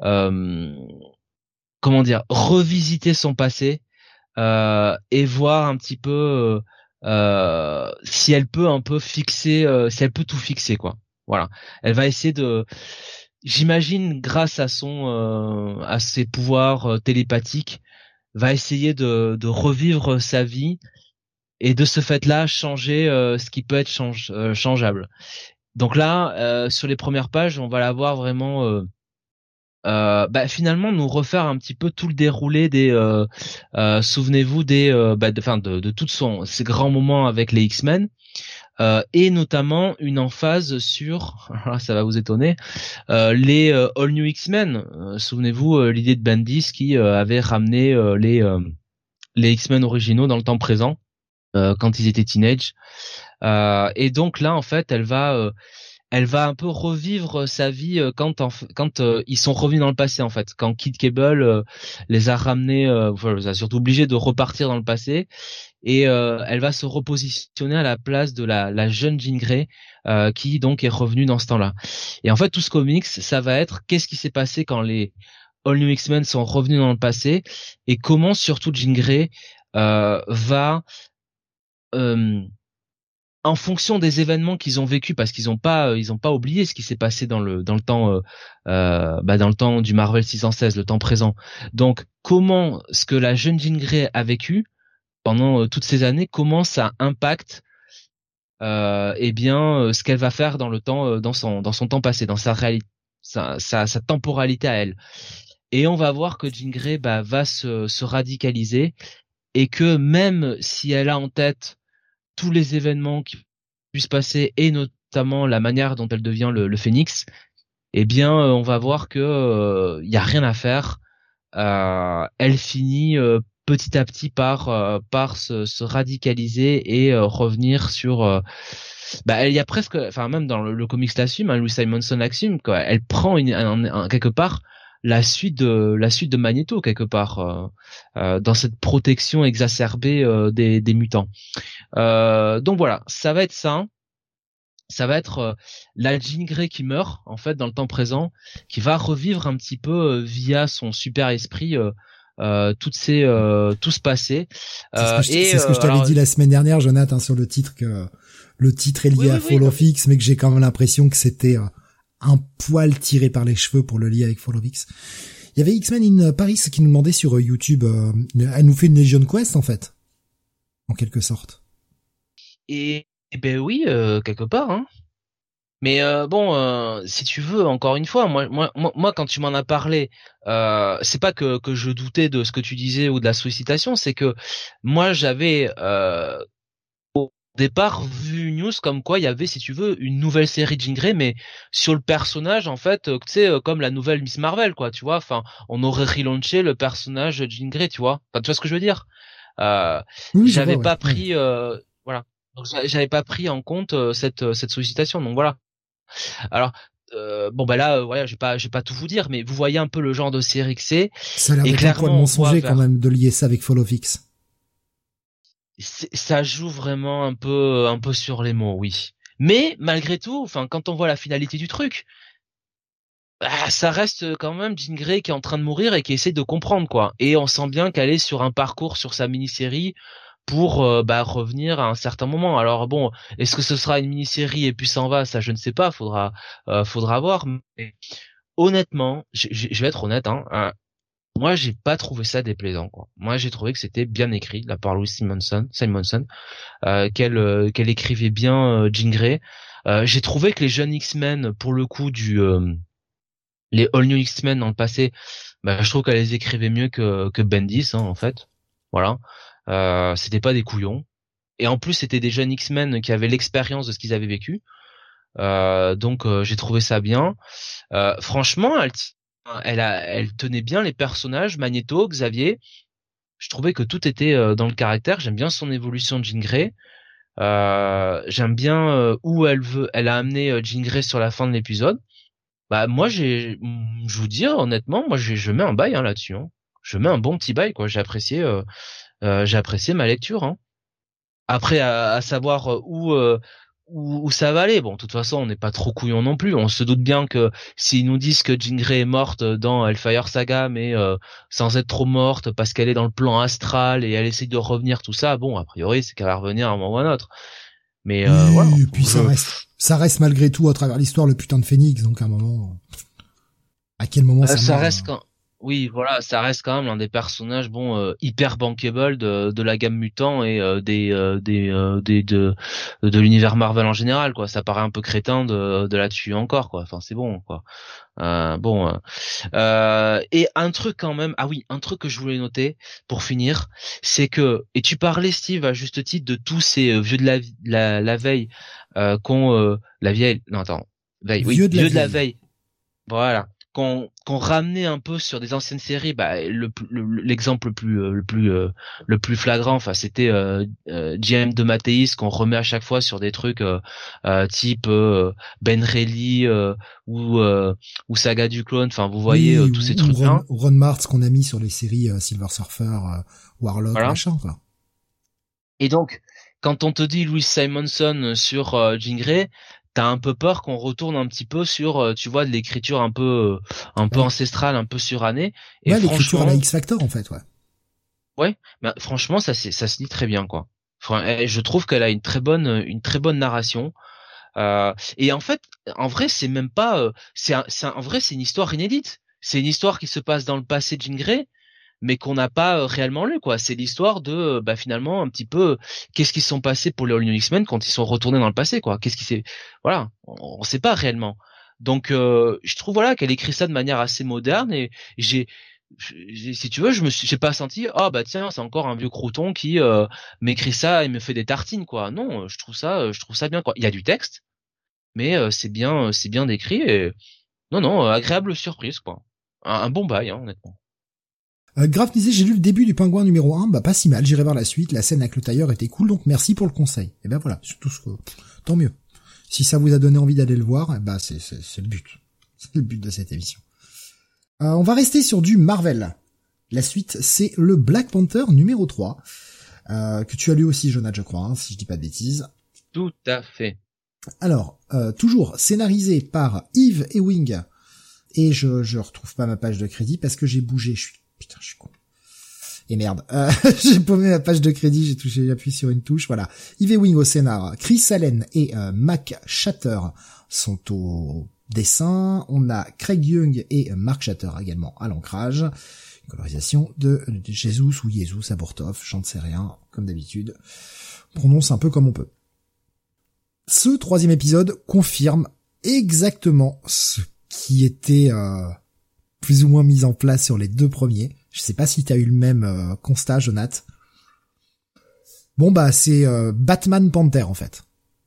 Speaker 2: revisiter son passé et voir un petit peu si elle peut un peu fixer, si elle peut tout fixer, quoi. Voilà, elle va essayer j'imagine, grâce à à ses pouvoirs télépathiques, va essayer de revivre sa vie et de ce fait-là changer ce qui peut être changeable. Donc là, sur les premières pages, on va la voir vraiment finalement nous refaire un petit peu tout le déroulé des souvenez-vous de tous ces grands moments avec les X-Men. Et notamment une emphase sur, ça va vous étonner, les All New X-Men. Souvenez-vous l'idée de Bendis qui avait ramené les X-Men originaux dans le temps présent quand ils étaient teenage. Et donc là en fait elle va un peu revivre sa vie quand ils sont revenus dans le passé, en fait, quand Kid Cable les a ramenés, les a surtout obligés de repartir dans le passé. Et elle va se repositionner à la place de la jeune Jean Grey qui donc est revenue dans ce temps-là. Et en fait tout ce comics, ça va être qu'est-ce qui s'est passé quand les All New X-Men sont revenus dans le passé et comment surtout Jean Grey va en fonction des événements qu'ils ont vécu, parce qu'ils ont pas oublié ce qui s'est passé dans le temps dans le temps du Marvel 616, le temps présent. Donc comment ce que la jeune Jean Grey a vécu pendant toutes ces années, comment ça impacte ce qu'elle va faire dans le temps dans son temps passé, dans sa réalité, sa temporalité à elle. Et on va voir que Jean Grey va se radicaliser et que même si elle a en tête tous les événements qui puissent passer et notamment la manière dont elle devient le Phénix, on va voir que y a rien à faire. Elle finit petit à petit par se radicaliser et revenir sur il y a presque, enfin même dans le comics l'assume, Louis Simonson l'assume, quoi. Elle prend quelque part la suite de Magneto quelque part dans cette protection exacerbée des mutants. Donc voilà, ça va être ça. Ça va être la Jean Grey qui meurt en fait dans le temps présent, qui va revivre un petit peu via son super esprit tout ce passé.
Speaker 1: C'est ce que je t'avais dit la semaine dernière, Jonathan, sur le titre, que le titre est lié à Fall of X, mais que j'ai quand même l'impression que c'était un poil tiré par les cheveux pour le lier avec Fall of X. Il y avait X-Men in Paris qui nous demandait sur YouTube, elle nous fait une Legion Quest en fait, en quelque sorte.
Speaker 2: Et ben oui, quelque part. Hein. Mais bon, si tu veux, encore une fois, moi, quand tu m'en as parlé, c'est pas que je doutais de ce que tu disais ou de la sollicitation, c'est que moi j'avais au départ vu une news comme quoi il y avait, si tu veux, une nouvelle série de Jean Grey, mais sur le personnage en fait, tu sais, comme la nouvelle Miss Marvel, quoi, tu vois. Enfin, on aurait relaunché le personnage de Jean Grey, tu vois. Enfin, tu vois ce que je veux dire.
Speaker 1: Oui,
Speaker 2: j'avais pas pris, voilà. Donc j'avais pas pris en compte cette sollicitation. Donc voilà. Alors bon bah là voilà, je vais pas tout vous dire, mais vous voyez un peu le genre de série que c'est.
Speaker 1: Ça a l'air d'être un poil mensonger quand même de lier ça avec Fall of X.
Speaker 2: Ça joue vraiment un peu sur les mots, oui. Mais malgré tout, enfin quand on voit la finalité du truc, bah, ça reste quand même Jean Grey qui est en train de mourir et qui essaie de comprendre quoi. Et on sent bien qu'elle est sur un parcours sur sa mini-série pour revenir à un certain moment. Alors bon, est-ce que ce sera une mini-série et puis s'en va, ça je ne sais pas, faudra voir. Mais honnêtement, je vais être honnête, moi j'ai pas trouvé ça déplaisant, quoi. Moi j'ai trouvé que c'était bien écrit de la part de Louise Simonson, qu'elle écrivait bien Jean Grey. J'ai trouvé que les jeunes X-Men, pour le coup les All New X-Men dans le passé, je trouve qu'elle les écrivait mieux que Bendis, en fait. Voilà. C'était pas des couillons. Et en plus, c'était des jeunes X-Men qui avaient l'expérience de ce qu'ils avaient vécu. Donc j'ai trouvé ça bien. Franchement, elle tenait bien les personnages, Magneto, Xavier. Je trouvais que tout était dans le caractère. J'aime bien son évolution de Jean Grey. J'aime bien où elle a amené Jean Grey sur la fin de l'épisode. Bah moi je vous dis honnêtement, moi je mets un bail là-dessus. Je mets un bon petit bail quoi. J'ai apprécié ma lecture. Après à savoir où ça va aller. Bon, de toute façon, on n'est pas trop couillon non plus. On se doute bien que s'ils nous disent que Jean Grey est morte dans Hellfire Saga, mais sans être trop morte parce qu'elle est dans le plan astral et elle essaie de revenir, tout ça, bon, a priori, c'est qu'elle va revenir à un moment ou à un autre. Mais
Speaker 1: oui,
Speaker 2: voilà.
Speaker 1: Et puis ça reste malgré tout à travers l'histoire le putain de Phénix. Donc à un moment, à quel moment
Speaker 2: ça reste quand. Oui, voilà, ça reste quand même l'un des personnages hyper bankable de la gamme mutant et de l'univers Marvel en général quoi. Ça paraît un peu crétin de la tuer encore quoi. Enfin c'est bon quoi. Et un truc quand même, un truc que je voulais noter pour finir, c'est que et tu parlais Steve à juste titre de tous ces vieux de la veille la vieille non attends veille oui vieux de la veille voilà. Qu'on ramenait un peu sur des anciennes séries, l'exemple le plus flagrant, enfin c'était JM de Mathéis qu'on remet à chaque fois sur des trucs type Ben Reilly ou Saga du Clone, enfin vous voyez tous ces trucs là.
Speaker 1: Ron Martz qu'on a mis sur les séries Silver Surfer, Warlock, voilà. Machin quoi.
Speaker 2: Et donc quand on te dit Louise Simonson sur Jean Grey, t'as un peu peur qu'on retourne un petit peu sur, tu vois, de l'écriture un peu ancestrale, un peu surannée. Et
Speaker 1: l'écriture à la X-Factor, en fait, ouais.
Speaker 2: Ouais, mais franchement, ça se lit très bien, quoi. Je trouve qu'elle a une très bonne narration. Et en fait, en vrai, c'est même pas, en vrai, c'est une histoire inédite. C'est une histoire qui se passe dans le passé de Jean Grey, mais qu'on n'a pas réellement lu quoi. C'est l'histoire de finalement un petit peu qu'est-ce qui se sont passés pour les All New X-Men quand ils sont retournés dans le passé quoi. Qu'est-ce qui s'est voilà, on sait pas réellement. Donc je trouve voilà qu'elle écrit ça de manière assez moderne et j'ai si tu veux, j'ai pas senti tiens, c'est encore un vieux crouton qui m'écrit ça et me fait des tartines quoi. Non, je trouve ça bien quoi. Il y a du texte mais c'est bien décrit et non, agréable surprise quoi. Un bon bail honnêtement.
Speaker 1: Graf disait, j'ai lu le début du Pingouin numéro 1, pas si mal, j'irai voir la suite, la scène avec le tailleur était cool, donc merci pour le conseil. Et ben voilà, surtout tant mieux. Si ça vous a donné envie d'aller le voir, c'est le but. C'est le but de cette émission. On va rester sur du Marvel. La suite, c'est le Black Panther numéro 3, que tu as lu aussi, Jonathan, je crois, si je dis pas de bêtises.
Speaker 2: Tout à fait.
Speaker 1: Alors, toujours scénarisé par Yves Ewing, et je retrouve pas ma page de crédit parce que j'ai bougé, Putain, je suis con. Et merde, j'ai paumé ma page de crédit, j'ai appuyé sur une touche, voilà. Yves Ewing au scénar, Chris Allen et Mac Shatter sont au dessin, on a Craig Young et Mark Shatter également à l'ancrage. Colorisation de Jesus ou Jesus Aburtov, j'en ne sais rien, comme d'habitude. On prononce un peu comme on peut. Ce 3e épisode confirme exactement ce qui était plus ou moins mis en place sur les 2 premiers. Je sais pas si t'as eu le même constat, Jonath. Bon bah c'est Batman Panther en fait.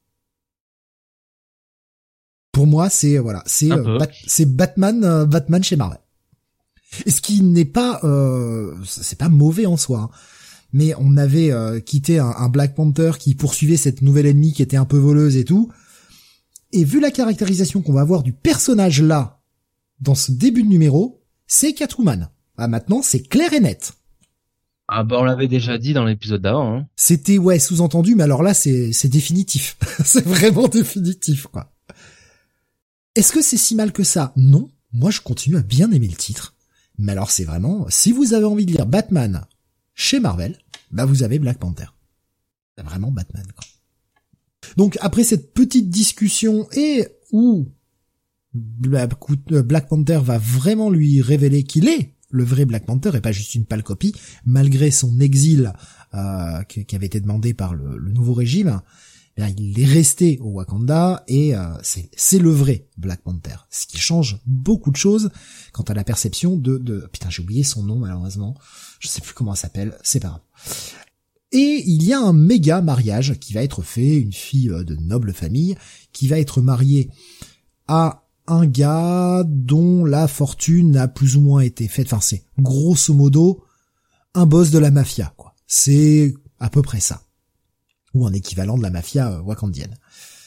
Speaker 1: Pour moi c'est c'est Batman chez Marvel. Et ce qui n'est pas c'est pas mauvais en soi, hein. Mais on avait quitté un Black Panther qui poursuivait cette nouvelle ennemie qui était un peu voleuse et tout. Et vu la caractérisation qu'on va avoir du personnage là dans ce début de numéro, c'est Catwoman. Ah maintenant c'est clair et net.
Speaker 2: Ah bah on l'avait déjà dit dans l'épisode d'avant. Hein.
Speaker 1: C'était sous-entendu, mais alors là c'est définitif. C'est vraiment définitif quoi. Est-ce que c'est si mal que ça? Non. Moi je continue à bien aimer le titre. Mais alors c'est vraiment, si vous avez envie de lire Batman chez Marvel, bah vous avez Black Panther. C'est vraiment Batman quoi. Donc après cette petite discussion et où Black Panther va vraiment lui révéler qu'il est le vrai Black Panther et pas juste une pâle copie, malgré son exil qui avait été demandé par le nouveau régime, il est resté au Wakanda et c'est le vrai Black Panther. Ce qui change beaucoup de choses quant à la perception de putain j'ai oublié son nom malheureusement, je sais plus comment elle s'appelle, c'est pas grave. Et il y a un méga mariage qui va être fait, une fille de noble famille qui va être mariée à un gars dont la fortune a plus ou moins été faite, enfin c'est grosso modo un boss de la mafia quoi. C'est à peu près ça. Ou un équivalent de la mafia wakandienne.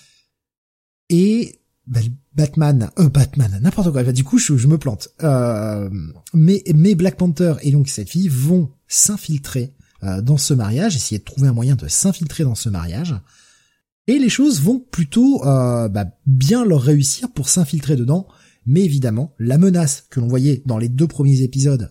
Speaker 1: Et Batman, n'importe quoi. Du coup, je me plante. Mais Black Panther et donc cette fille vont s'infiltrer dans ce mariage, essayer de trouver un moyen de s'infiltrer dans ce mariage. Et les choses vont plutôt bien leur réussir pour s'infiltrer dedans. Mais évidemment, la menace que l'on voyait dans les 2 premiers épisodes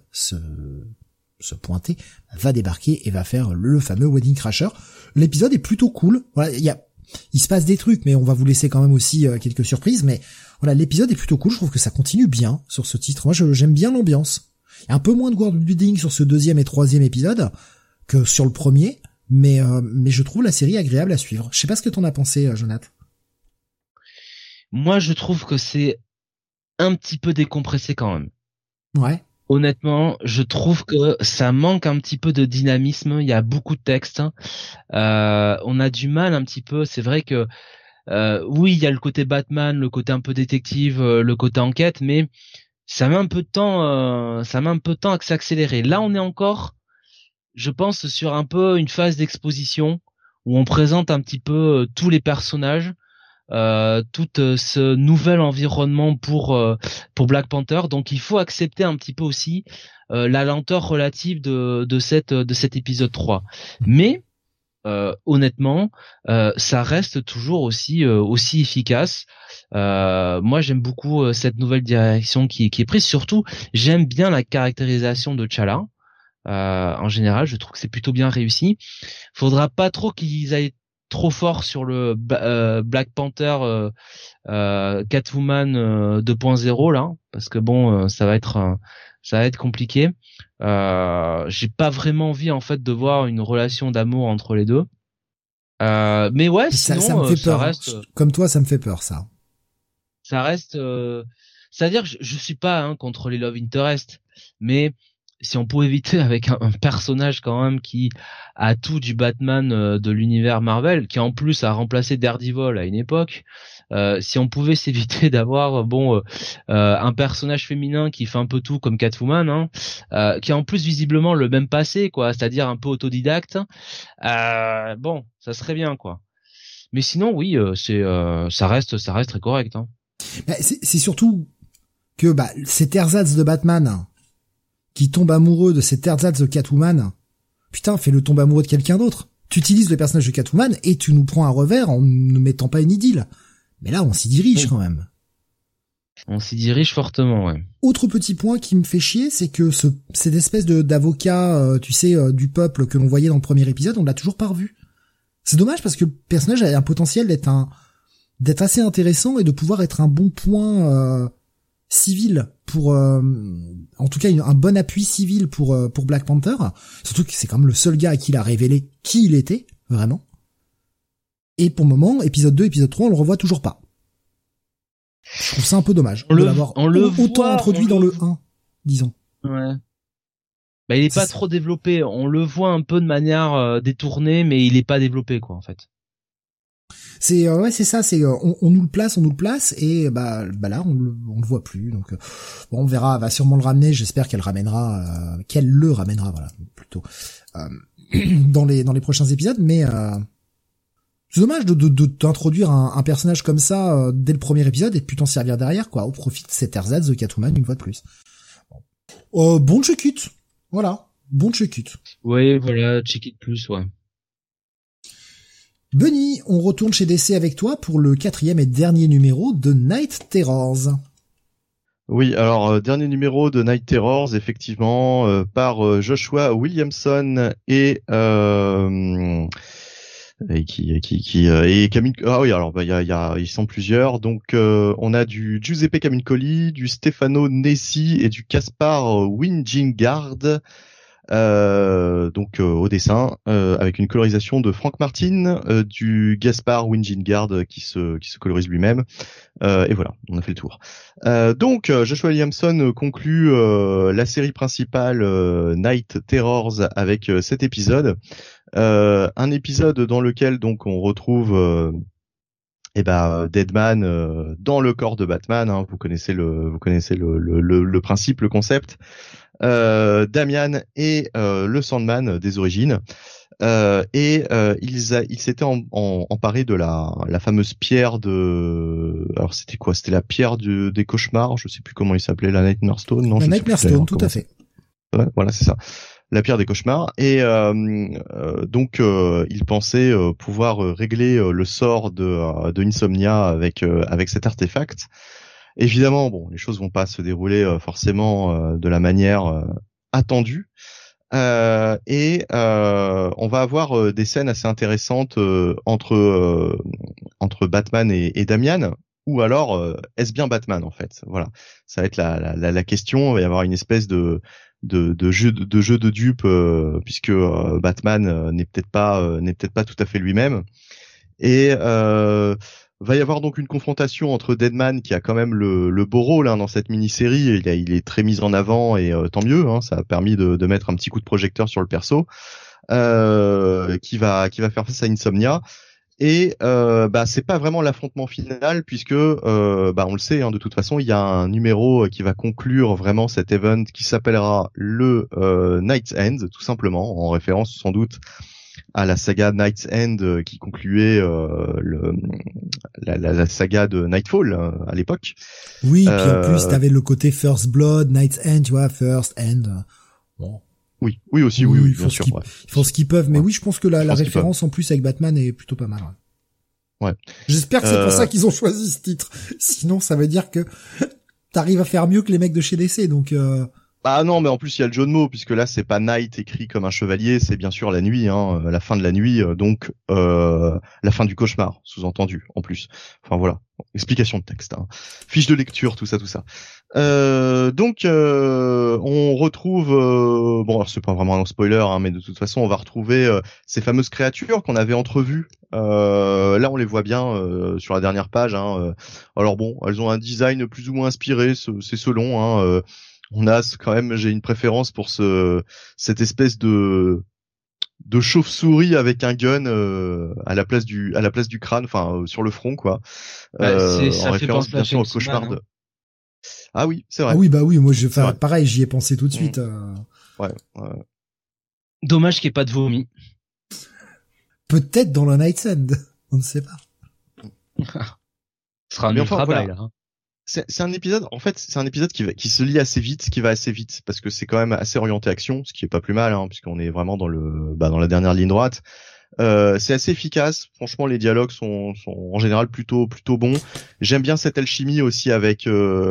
Speaker 1: se pointer, va débarquer et va faire le fameux Wedding Crasher. L'épisode est plutôt cool. Voilà, il se passe des trucs, mais on va vous laisser quand même aussi quelques surprises. Mais voilà, l'épisode est plutôt cool. Je trouve que ça continue bien sur ce titre. Moi, j'aime bien l'ambiance. Il y a un peu moins de world building sur ce 2e et 3e épisode que sur le premier, mais je trouve la série agréable à suivre. Je sais pas ce que t'en as pensé, Jonathan.
Speaker 2: Moi, je trouve que c'est un petit peu décompressé quand même.
Speaker 1: Ouais.
Speaker 2: Honnêtement, je trouve que ça manque un petit peu de dynamisme. Il y a beaucoup de textes. On a du mal un petit peu. C'est vrai que oui, il y a le côté Batman, le côté un peu détective, le côté enquête, mais ça met un peu de temps. Ça met un peu de temps à s'accélérer. Là, on est encore, je pense, sur un peu une phase d'exposition où on présente un petit peu tous les personnages. Tout ce nouvel environnement pour Black Panther, donc il faut accepter un petit peu aussi la lenteur relative de cet épisode 3. Mais honnêtement, ça reste toujours aussi efficace. Moi, j'aime beaucoup cette nouvelle direction qui est prise. Surtout, j'aime bien la caractérisation de T'Challa. En général, je trouve que c'est plutôt bien réussi. Faudra pas trop qu'ils aillent trop fort sur le Black Panther Catwoman 2.0 là, parce que bon, ça va être compliqué. J'ai pas vraiment envie en fait de voir une relation d'amour entre les deux. Mais ouais, sinon
Speaker 1: ça me fait peur.
Speaker 2: Ça reste,
Speaker 1: comme toi, ça me fait peur ça.
Speaker 2: Ça reste, c'est-à-dire que je suis pas contre les love interest, mais si on pouvait éviter avec un personnage quand même qui a tout du Batman de l'univers Marvel, qui en plus a remplacé Daredevil à une époque, si on pouvait s'éviter d'avoir un personnage féminin qui fait un peu tout comme Catwoman, qui a en plus visiblement le même passé, quoi, c'est-à-dire un peu autodidacte, bon, ça serait bien, quoi. Mais sinon, oui, ça reste très correct. Hein.
Speaker 1: C'est surtout que cet ersatz de Batman qui tombe amoureux de cet ersatz de Catwoman, putain, fais-le tomber amoureux de quelqu'un d'autre. Tu utilises le personnage de Catwoman et tu nous prends un revers en ne mettant pas une idylle. Mais là, on s'y dirige quand même.
Speaker 2: On s'y dirige fortement, ouais.
Speaker 1: Autre petit point qui me fait chier, c'est que cette espèce d'avocat, du peuple que l'on voyait dans le premier épisode, on l'a toujours pas revu. C'est dommage parce que le personnage a un potentiel d'être d'être assez intéressant et de pouvoir être un bon point civil pour en tout cas un bon appui civil pour Black Panther, surtout que c'est quand même le seul gars à qui il a révélé qui il était vraiment. Et pour le moment, épisode 2, épisode 3, on le revoit toujours pas. Je trouve ça un peu dommage de l'avoir autant introduit dans le 1, disons.
Speaker 2: Ouais. Bah il est pas trop développé, on le voit un peu de manière détournée, mais il est pas développé quoi en fait.
Speaker 1: C'est c'est ça, c'est on nous le place et bah là on le voit plus, donc bon, on verra, elle va sûrement le ramener, j'espère qu'elle le ramènera voilà, plutôt dans les prochains épisodes, mais c'est dommage de t'introduire un personnage comme ça dès le premier épisode et de plus t'en servir derrière quoi, au profit de cet ersatz de Catwoman une fois de plus. Bon check it. Voilà, bon check it.
Speaker 2: Ouais, voilà, check it plus, ouais.
Speaker 1: Benny, on retourne chez DC avec toi pour le 4e et dernier numéro de Night Terrors.
Speaker 3: Oui, alors dernier numéro de Night Terrors, effectivement, par Joshua Williamson et Camille. Ah oui, alors ils sont plusieurs. Donc on a du Giuseppe Camincoli, du Stefano Nessi et du Caspar Wingingard. Donc au dessin, avec une colorisation de Frank Martin, du Gaspard Wingingard qui se colorise lui-même, et voilà, on a fait le tour. Donc Joshua Williamson conclut la série principale Night Terrors avec 7 épisodes, un épisode dans lequel donc on retrouve Deadman dans le corps de Batman, hein, vous connaissez le principe, le concept. Damian et le Sandman des origines, ils s'étaient emparés de la fameuse pierre alors c'était quoi, c'était la pierre des cauchemars, je sais plus comment il s'appelait, la Nightmare Stone, non,
Speaker 1: la Nightmare Stone, tout à fait.
Speaker 3: Ouais, voilà, c'est ça, la pierre des cauchemars, et donc ils pensaient pouvoir régler le sort de Insomnia avec cet artefact. Évidemment, bon, les choses vont pas se dérouler forcément de la manière attendue, et on va avoir des scènes assez intéressantes entre Batman et Damian, ou alors est-ce bien Batman en fait? Voilà, ça va être la question. Il va y avoir une espèce de jeu de dupe, puisque Batman n'est peut-être pas tout à fait lui-même, et va y avoir donc une confrontation entre Deadman, qui a quand même le beau rôle dans cette mini-série, il est très mis en avant, et tant mieux, hein, ça a permis de mettre un petit coup de projecteur sur le perso, qui va faire face à Insomnia. Et c'est pas vraiment l'affrontement final, puisque on le sait, hein, de toute façon il y a un numéro qui va conclure vraiment cet event, qui s'appellera le Night's End, tout simplement, en référence sans doute à la saga Night's End qui concluait la saga de Nightfall à l'époque.
Speaker 1: Oui, puis en plus t'avais le côté First Blood, Night's End, tu vois, First End. Bon.
Speaker 3: Oui aussi, oui, bien sûr.
Speaker 1: Ils font ce qu'ils peuvent, mais oui, je pense que la référence en plus avec Batman est plutôt pas mal.
Speaker 3: Ouais.
Speaker 1: J'espère que c'est pour ça qu'ils ont choisi ce titre. Sinon, ça veut dire que t'arrives à faire mieux que les mecs de chez DC, donc.
Speaker 3: Bah non, mais en plus il y a le jeu de mots, puisque là c'est pas Night écrit comme un chevalier, c'est bien sûr la nuit, hein, la fin de la nuit, donc la fin du cauchemar, sous-entendu en plus. Enfin voilà, explication de texte, hein. Fiche de lecture, tout ça. Donc on retrouve, bon alors c'est pas vraiment un spoiler, hein, mais de toute façon on va retrouver ces fameuses créatures qu'on avait entrevues. Là on les voit bien sur la dernière page, hein. Alors bon, elles ont un design plus ou moins inspiré, c'est selon, hein. On a quand même, j'ai une préférence pour cette espèce de chauve-souris avec un gun à la place du crâne, enfin sur le front quoi. En référence bien sûr au cauchemar de. Ah oui, c'est vrai.
Speaker 1: Ah oui, bah oui, moi pareil, j'y ai pensé tout de suite.
Speaker 3: Ouais.
Speaker 2: Dommage qu'il n'y ait pas de vomi.
Speaker 1: Peut-être dans le Night's End, on ne sait pas.
Speaker 2: Ce sera un ultra bail, là. Hein.
Speaker 3: C'est un épisode, en fait, c'est un épisode qui se lit assez vite, qui va assez vite, parce que c'est quand même assez orienté action, ce qui est pas plus mal, hein, puisqu'on est vraiment dans la dernière ligne droite. C'est assez efficace. Franchement, les dialogues sont en général plutôt bons. J'aime bien cette alchimie aussi avec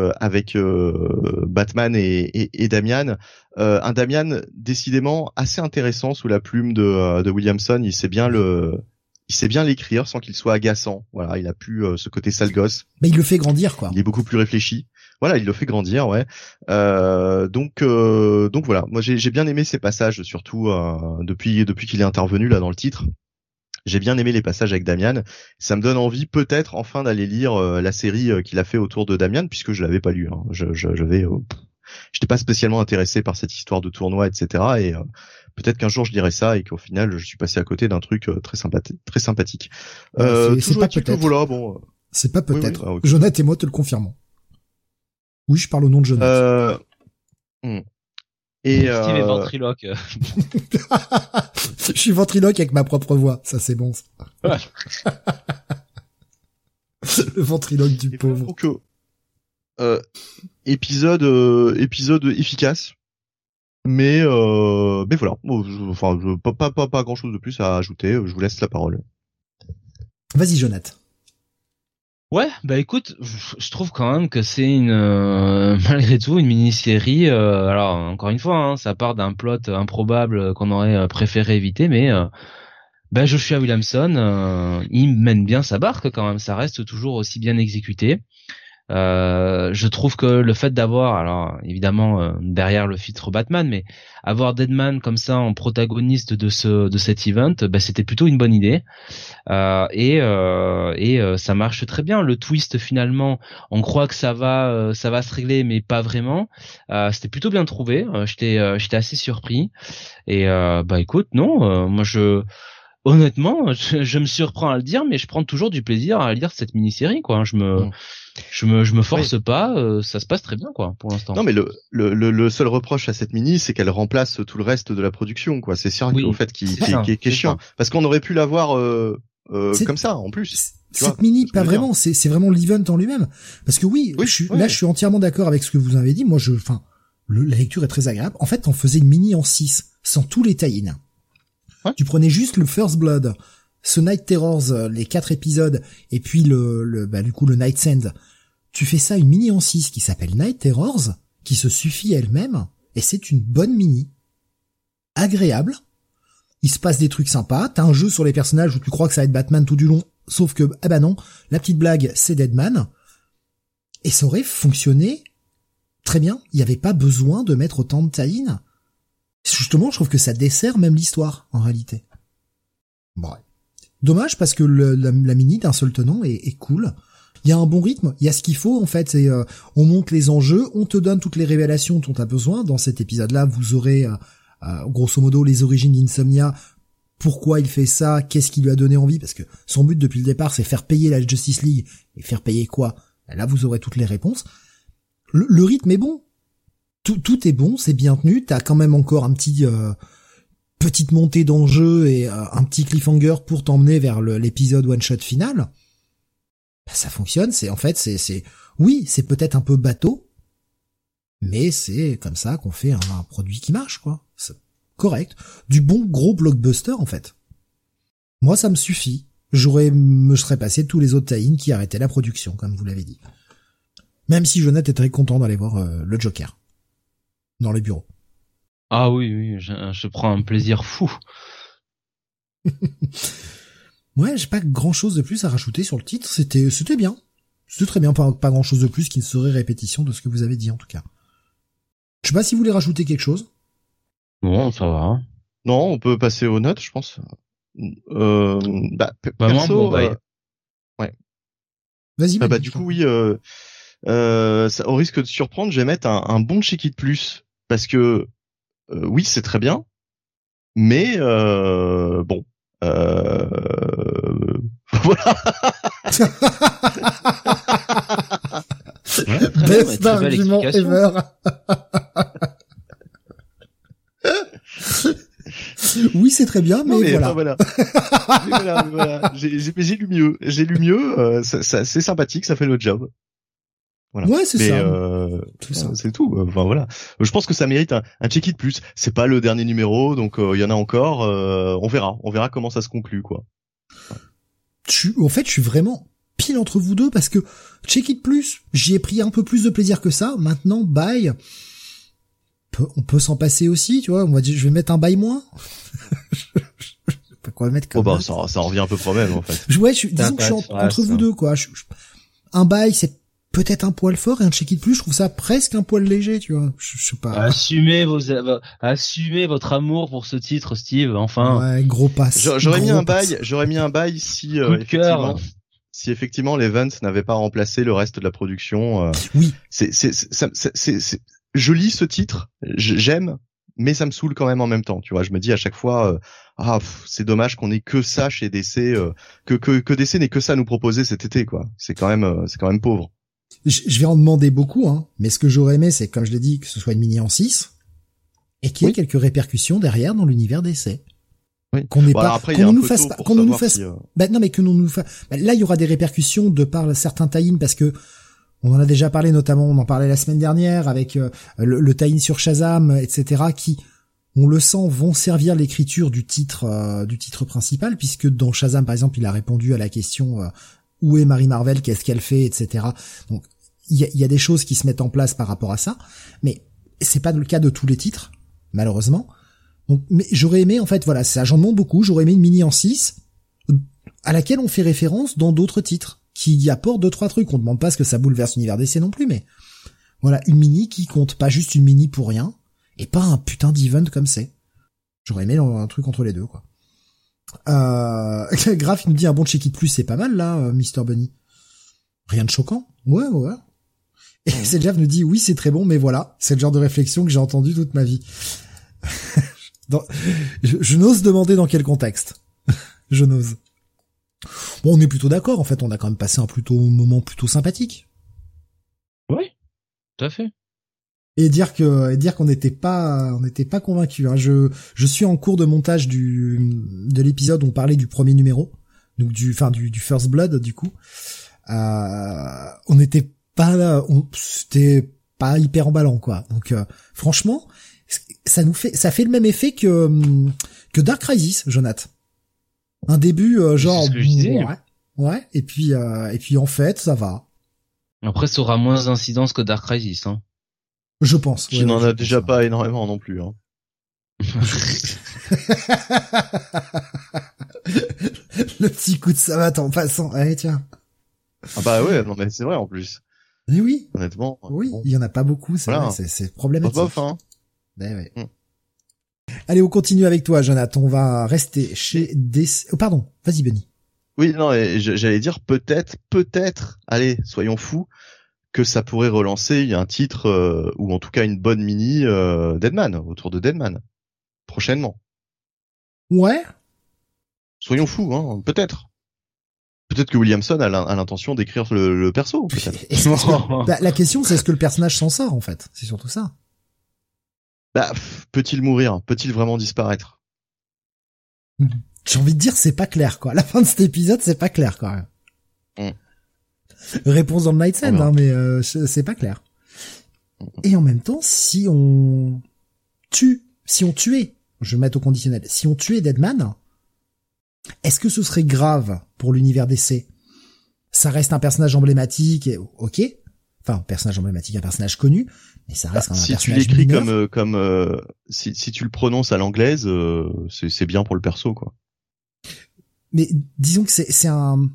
Speaker 3: Batman et Damian. Un Damian décidément assez intéressant sous la plume de Williamson. Il sait bien il sait bien l'écrire sans qu'il soit agaçant. Voilà, il a plus ce côté sale gosse.
Speaker 1: Mais il le fait grandir, quoi.
Speaker 3: Il est beaucoup plus réfléchi. Voilà, il le fait grandir, ouais. Donc voilà. Moi, j'ai bien aimé ces passages, surtout depuis qu'il est intervenu là dans le titre. J'ai bien aimé les passages avec Damian. Ça me donne envie, peut-être, enfin, d'aller lire la série qu'il a fait autour de Damian, puisque je l'avais pas lu. Hein. J'étais pas spécialement intéressé par cette histoire de tournoi, etc. Et peut-être qu'un jour je lirai ça et qu'au final je suis passé à côté d'un truc très sympathique.
Speaker 1: C'est pas peut-être.
Speaker 3: Voilà, bon.
Speaker 1: C'est pas peut-être.
Speaker 3: Oui, okay.
Speaker 1: Jonathan et moi te le confirmons. Oui, je parle au nom de Jonathan.
Speaker 2: Et Steve est ventriloque.
Speaker 1: Je suis ventriloque avec ma propre voix. Ça, c'est bon. Ça. Le ventriloque du pauvre.
Speaker 3: Donc, épisode efficace. Mais voilà. Enfin, pas grand chose de plus à ajouter. Je vous laisse la parole.
Speaker 1: Vas-y, Jonathan.
Speaker 2: Ouais, bah écoute, je trouve quand même que c'est malgré tout une mini-série. Alors encore une fois, hein, ça part d'un plot improbable qu'on aurait préféré éviter, mais Joshua Williamson, il mène bien sa barque quand même. Ça reste toujours aussi bien exécuté. Je trouve que le fait d'avoir, alors évidemment derrière le filtre Batman, mais avoir Deadman comme ça en protagoniste de cet event, c'était plutôt une bonne idée. Et ça marche très bien. Le twist finalement, on croit que ça va se régler, mais pas vraiment. C'était plutôt bien trouvé. J'étais assez surpris. Et écoute, non, moi honnêtement, je me surprends à le dire, mais je prends toujours du plaisir à lire cette mini-série, quoi. Je me force pas, ça se passe très bien, quoi, pour l'instant.
Speaker 3: Non, mais le seul reproche à cette mini, c'est qu'elle remplace tout le reste de la production, quoi. C'est sûr au fait qui est chiant. Parce qu'on aurait pu l'avoir, comme ça, en plus.
Speaker 1: Cette mini, pas vraiment, c'est vraiment l'event en lui-même. Parce que je suis entièrement d'accord avec ce que vous avez dit. Moi, la lecture est très agréable. En fait, on faisait une mini en 6, sans tous les tie-in. Tu prenais juste le First Blood, ce Night Terrors, les 4 épisodes, et puis du coup le Night's End. Tu fais ça une mini en 6 qui s'appelle Night Terrors, qui se suffit elle-même, et c'est une bonne mini. Agréable. Il se passe des trucs sympas. T'as un jeu sur les personnages où tu crois que ça va être Batman tout du long, sauf que, non, la petite blague, c'est Deadman. Et ça aurait fonctionné très bien. Il n'y avait pas besoin de mettre autant de tie-in. Justement, je trouve que ça dessert même l'histoire, en réalité. Bon. Dommage, parce que la mini d'un seul tenant est cool. Il y a un bon rythme, il y a ce qu'il faut, en fait, c'est on monte les enjeux, on te donne toutes les révélations dont tu as besoin. Dans cet épisode-là, vous aurez, grosso modo, les origines d'Insomnia, pourquoi il fait ça, qu'est-ce qui lui a donné envie, parce que son but depuis le départ, c'est faire payer la Justice League. Et faire payer quoi? Là, vous aurez toutes les réponses. Le rythme est bon. Tout est bon, c'est bien tenu. T'as quand même encore un petit petite montée d'enjeu et un petit cliffhanger pour t'emmener vers l'épisode one shot final. Ça fonctionne. C'est oui, c'est peut-être un peu bateau, mais c'est comme ça qu'on fait un produit qui marche, quoi. C'est correct, du bon gros blockbuster en fait. Moi, ça me suffit. Me serais passé tous les autres tie-in qui arrêtaient la production, comme vous l'avez dit. Même si Jonathan est très content d'aller voir le Joker dans les bureaux.
Speaker 2: Ah oui, je prends un plaisir fou.
Speaker 1: Ouais, j'ai pas grand chose de plus à rajouter sur le titre. C'était bien. C'était très bien. Pas grand chose de plus qui ne serait répétition de ce que vous avez dit, en tout cas. Je sais pas si vous voulez rajouter quelque chose.
Speaker 2: Non, ça va.
Speaker 3: Non, on peut passer aux notes, je pense. Perso, ouais.
Speaker 1: Vas-y.
Speaker 3: Du coup, oui, ça, au risque de surprendre, je vais mettre un bon check it plus. Parce que, oui, c'est très bien. Mais, bon. Voilà.
Speaker 1: Best argument ever. Oui, c'est très bien, mais voilà.
Speaker 3: Voilà. J'ai lu mieux. C'est sympathique, ça fait le job. Voilà.
Speaker 1: Ouais, c'est ça.
Speaker 3: C'est tout. Enfin voilà. Je pense que ça mérite un check it plus. C'est pas le dernier numéro, donc il y en a encore. On verra comment ça se conclut, quoi.
Speaker 1: En fait, je suis vraiment pile entre vous deux parce que check it plus, j'y ai pris un peu plus de plaisir que ça. Maintenant, bye. On peut s'en passer aussi, tu vois. On va dire, je vais mettre un bye moins. pas quoi mettre comme.
Speaker 3: Oh bah ça revient un peu près même en fait.
Speaker 1: Ouais, disons que je suis entre vous deux quoi. Un bail c'est peut-être un poil fort et un check it plus, je trouve ça presque un poil léger, tu vois. Je sais pas.
Speaker 2: Assumez votre amour pour ce titre, Steve. Enfin.
Speaker 1: Ouais, gros pass.
Speaker 3: J'aurais mis un bail si effectivement les Vance n'avaient pas remplacé le reste de la production.
Speaker 1: Oui.
Speaker 3: C'est je lis ce titre, j'aime, mais ça me saoule quand même en même temps, tu vois. Je me dis à chaque fois c'est dommage qu'on ait que ça chez DC, que DC n'ait que ça à nous proposer cet été, quoi. C'est quand même pauvre.
Speaker 1: Je vais en demander beaucoup, hein, mais ce que j'aurais aimé, c'est, comme je l'ai dit, que ce soit une mini en 6, et qu'il y ait quelques répercussions derrière dans l'univers d'essai.
Speaker 3: Oui.
Speaker 1: Qu'on n'ait pas, qu'on ne nous fasse pas, qu'on ne nous fasse, non, mais que nous nous fasse, là, il y aura des répercussions de par certains tie-in, parce que, on en a déjà parlé, notamment, on en parlait la semaine dernière, avec, le tie-in sur Shazam, etc., qui, on le sent, vont servir l'écriture du titre principal, puisque dans Shazam, par exemple, il a répondu à la question, où est Mary Marvel, qu'est-ce qu'elle fait, etc. Donc il y a des choses qui se mettent en place par rapport à ça, mais c'est pas le cas de tous les titres, malheureusement. Donc, mais j'aurais aimé, en fait, voilà, ça j'en demande beaucoup, j'aurais aimé une mini en 6, à laquelle on fait référence dans d'autres titres, qui y apportent 2-3 trucs. On demande pas ce que ça bouleverse l'univers d'essai non plus, mais voilà, une mini qui compte, pas juste une mini pour rien, et pas un putain d'event comme c'est. J'aurais aimé un truc entre les deux, quoi. Graf, il nous dit un bon check it plus, c'est pas mal, là, Mr. Bunny. Rien de choquant. Ouais. Et Seljav nous dit, oui, c'est très bon, mais voilà, c'est le genre de réflexion que j'ai entendu toute ma vie. Je n'ose demander dans quel contexte. Je n'ose. Bon, on est plutôt d'accord, en fait, on a quand même passé un moment plutôt sympathique.
Speaker 2: Oui, tout à fait.
Speaker 1: Et dire qu'on n'était pas convaincu, hein. Je suis en cours de montage de l'épisode où on parlait du premier numéro, donc du First Blood, du coup. On n'était pas là, c'était pas hyper emballant, quoi. Donc, franchement, ça fait le même effet que Dark Crisis, Jonathan. Un début, genre, ouais, et puis en fait, ça va.
Speaker 2: Après, ça aura moins d'incidence que Dark Crisis, hein.
Speaker 1: Je pense.
Speaker 3: Qui n'en a déjà pas énormément non plus, hein.
Speaker 1: Le petit coup de savate en passant. Allez, tiens.
Speaker 3: Ah bah ouais, non mais c'est vrai en plus.
Speaker 1: Mais oui.
Speaker 3: Honnêtement.
Speaker 1: Oui, il y en a pas beaucoup, c'est vrai, c'est problématique.
Speaker 3: Bof, hein.
Speaker 1: Ouais. Allez, on continue avec toi, Jonathan. On va rester chez DC. Oh, pardon. Vas-y, Benny.
Speaker 3: Oui, non, et j'allais dire peut-être, allez, soyons fous, que ça pourrait relancer un titre, ou en tout cas une bonne mini, Deadman, autour de Deadman. Prochainement.
Speaker 1: Ouais.
Speaker 3: Soyons fous, hein, peut-être. Peut-être que Williamson a l'intention d'écrire le perso, peut-être.
Speaker 1: La question, c'est est-ce que le personnage s'en sort, en fait? C'est surtout ça.
Speaker 3: Bah, peut-il mourir? Peut-il vraiment disparaître?
Speaker 1: J'ai envie de dire, c'est pas clair, quoi. À la fin de cet épisode, c'est pas clair, quand même. Réponse dans le Night's End, hein, mais c'est pas clair. Et en même temps, si on tuait, je vais mettre au conditionnel, si on tuait Deadman, est-ce que ce serait grave pour l'univers DC? Ça reste un personnage emblématique, ok. Enfin, un personnage emblématique, un personnage connu, mais ça reste un personnage
Speaker 3: si tu l'écris
Speaker 1: mineur.
Speaker 3: comme si tu le prononces à l'anglaise, c'est bien pour le perso, quoi.
Speaker 1: Mais disons que c'est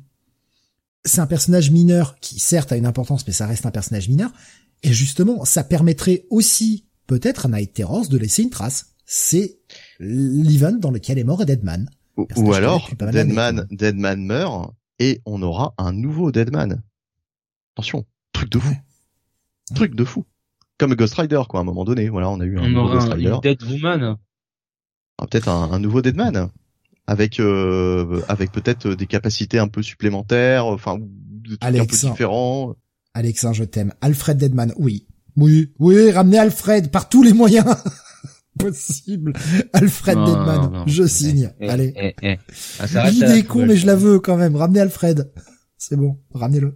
Speaker 1: un personnage mineur qui certes a une importance, mais ça reste un personnage mineur. Et justement, ça permettrait aussi peut-être à Night Terrors de laisser une trace. C'est l'event dans lequel est mort Deadman.
Speaker 3: Ou alors Deadman meurt et on aura un nouveau Deadman. Attention, truc de fou. Truc de fou. Comme Ghost Rider, quoi, à un moment donné. Voilà, on a eu un nouveau Ghost Rider.
Speaker 2: Deadwoman.
Speaker 3: Peut-être un nouveau Deadman. Avec peut-être des capacités un peu supplémentaires, enfin, des trucs un peu différents.
Speaker 1: Alexin, je t'aime. Alfred Deadman, oui, ramenez Alfred par tous les moyens possibles. Alfred Deadman, non, je signe. Allez. L'idée est con, mais je la veux quand même. Ramenez Alfred. C'est bon, ramenez-le.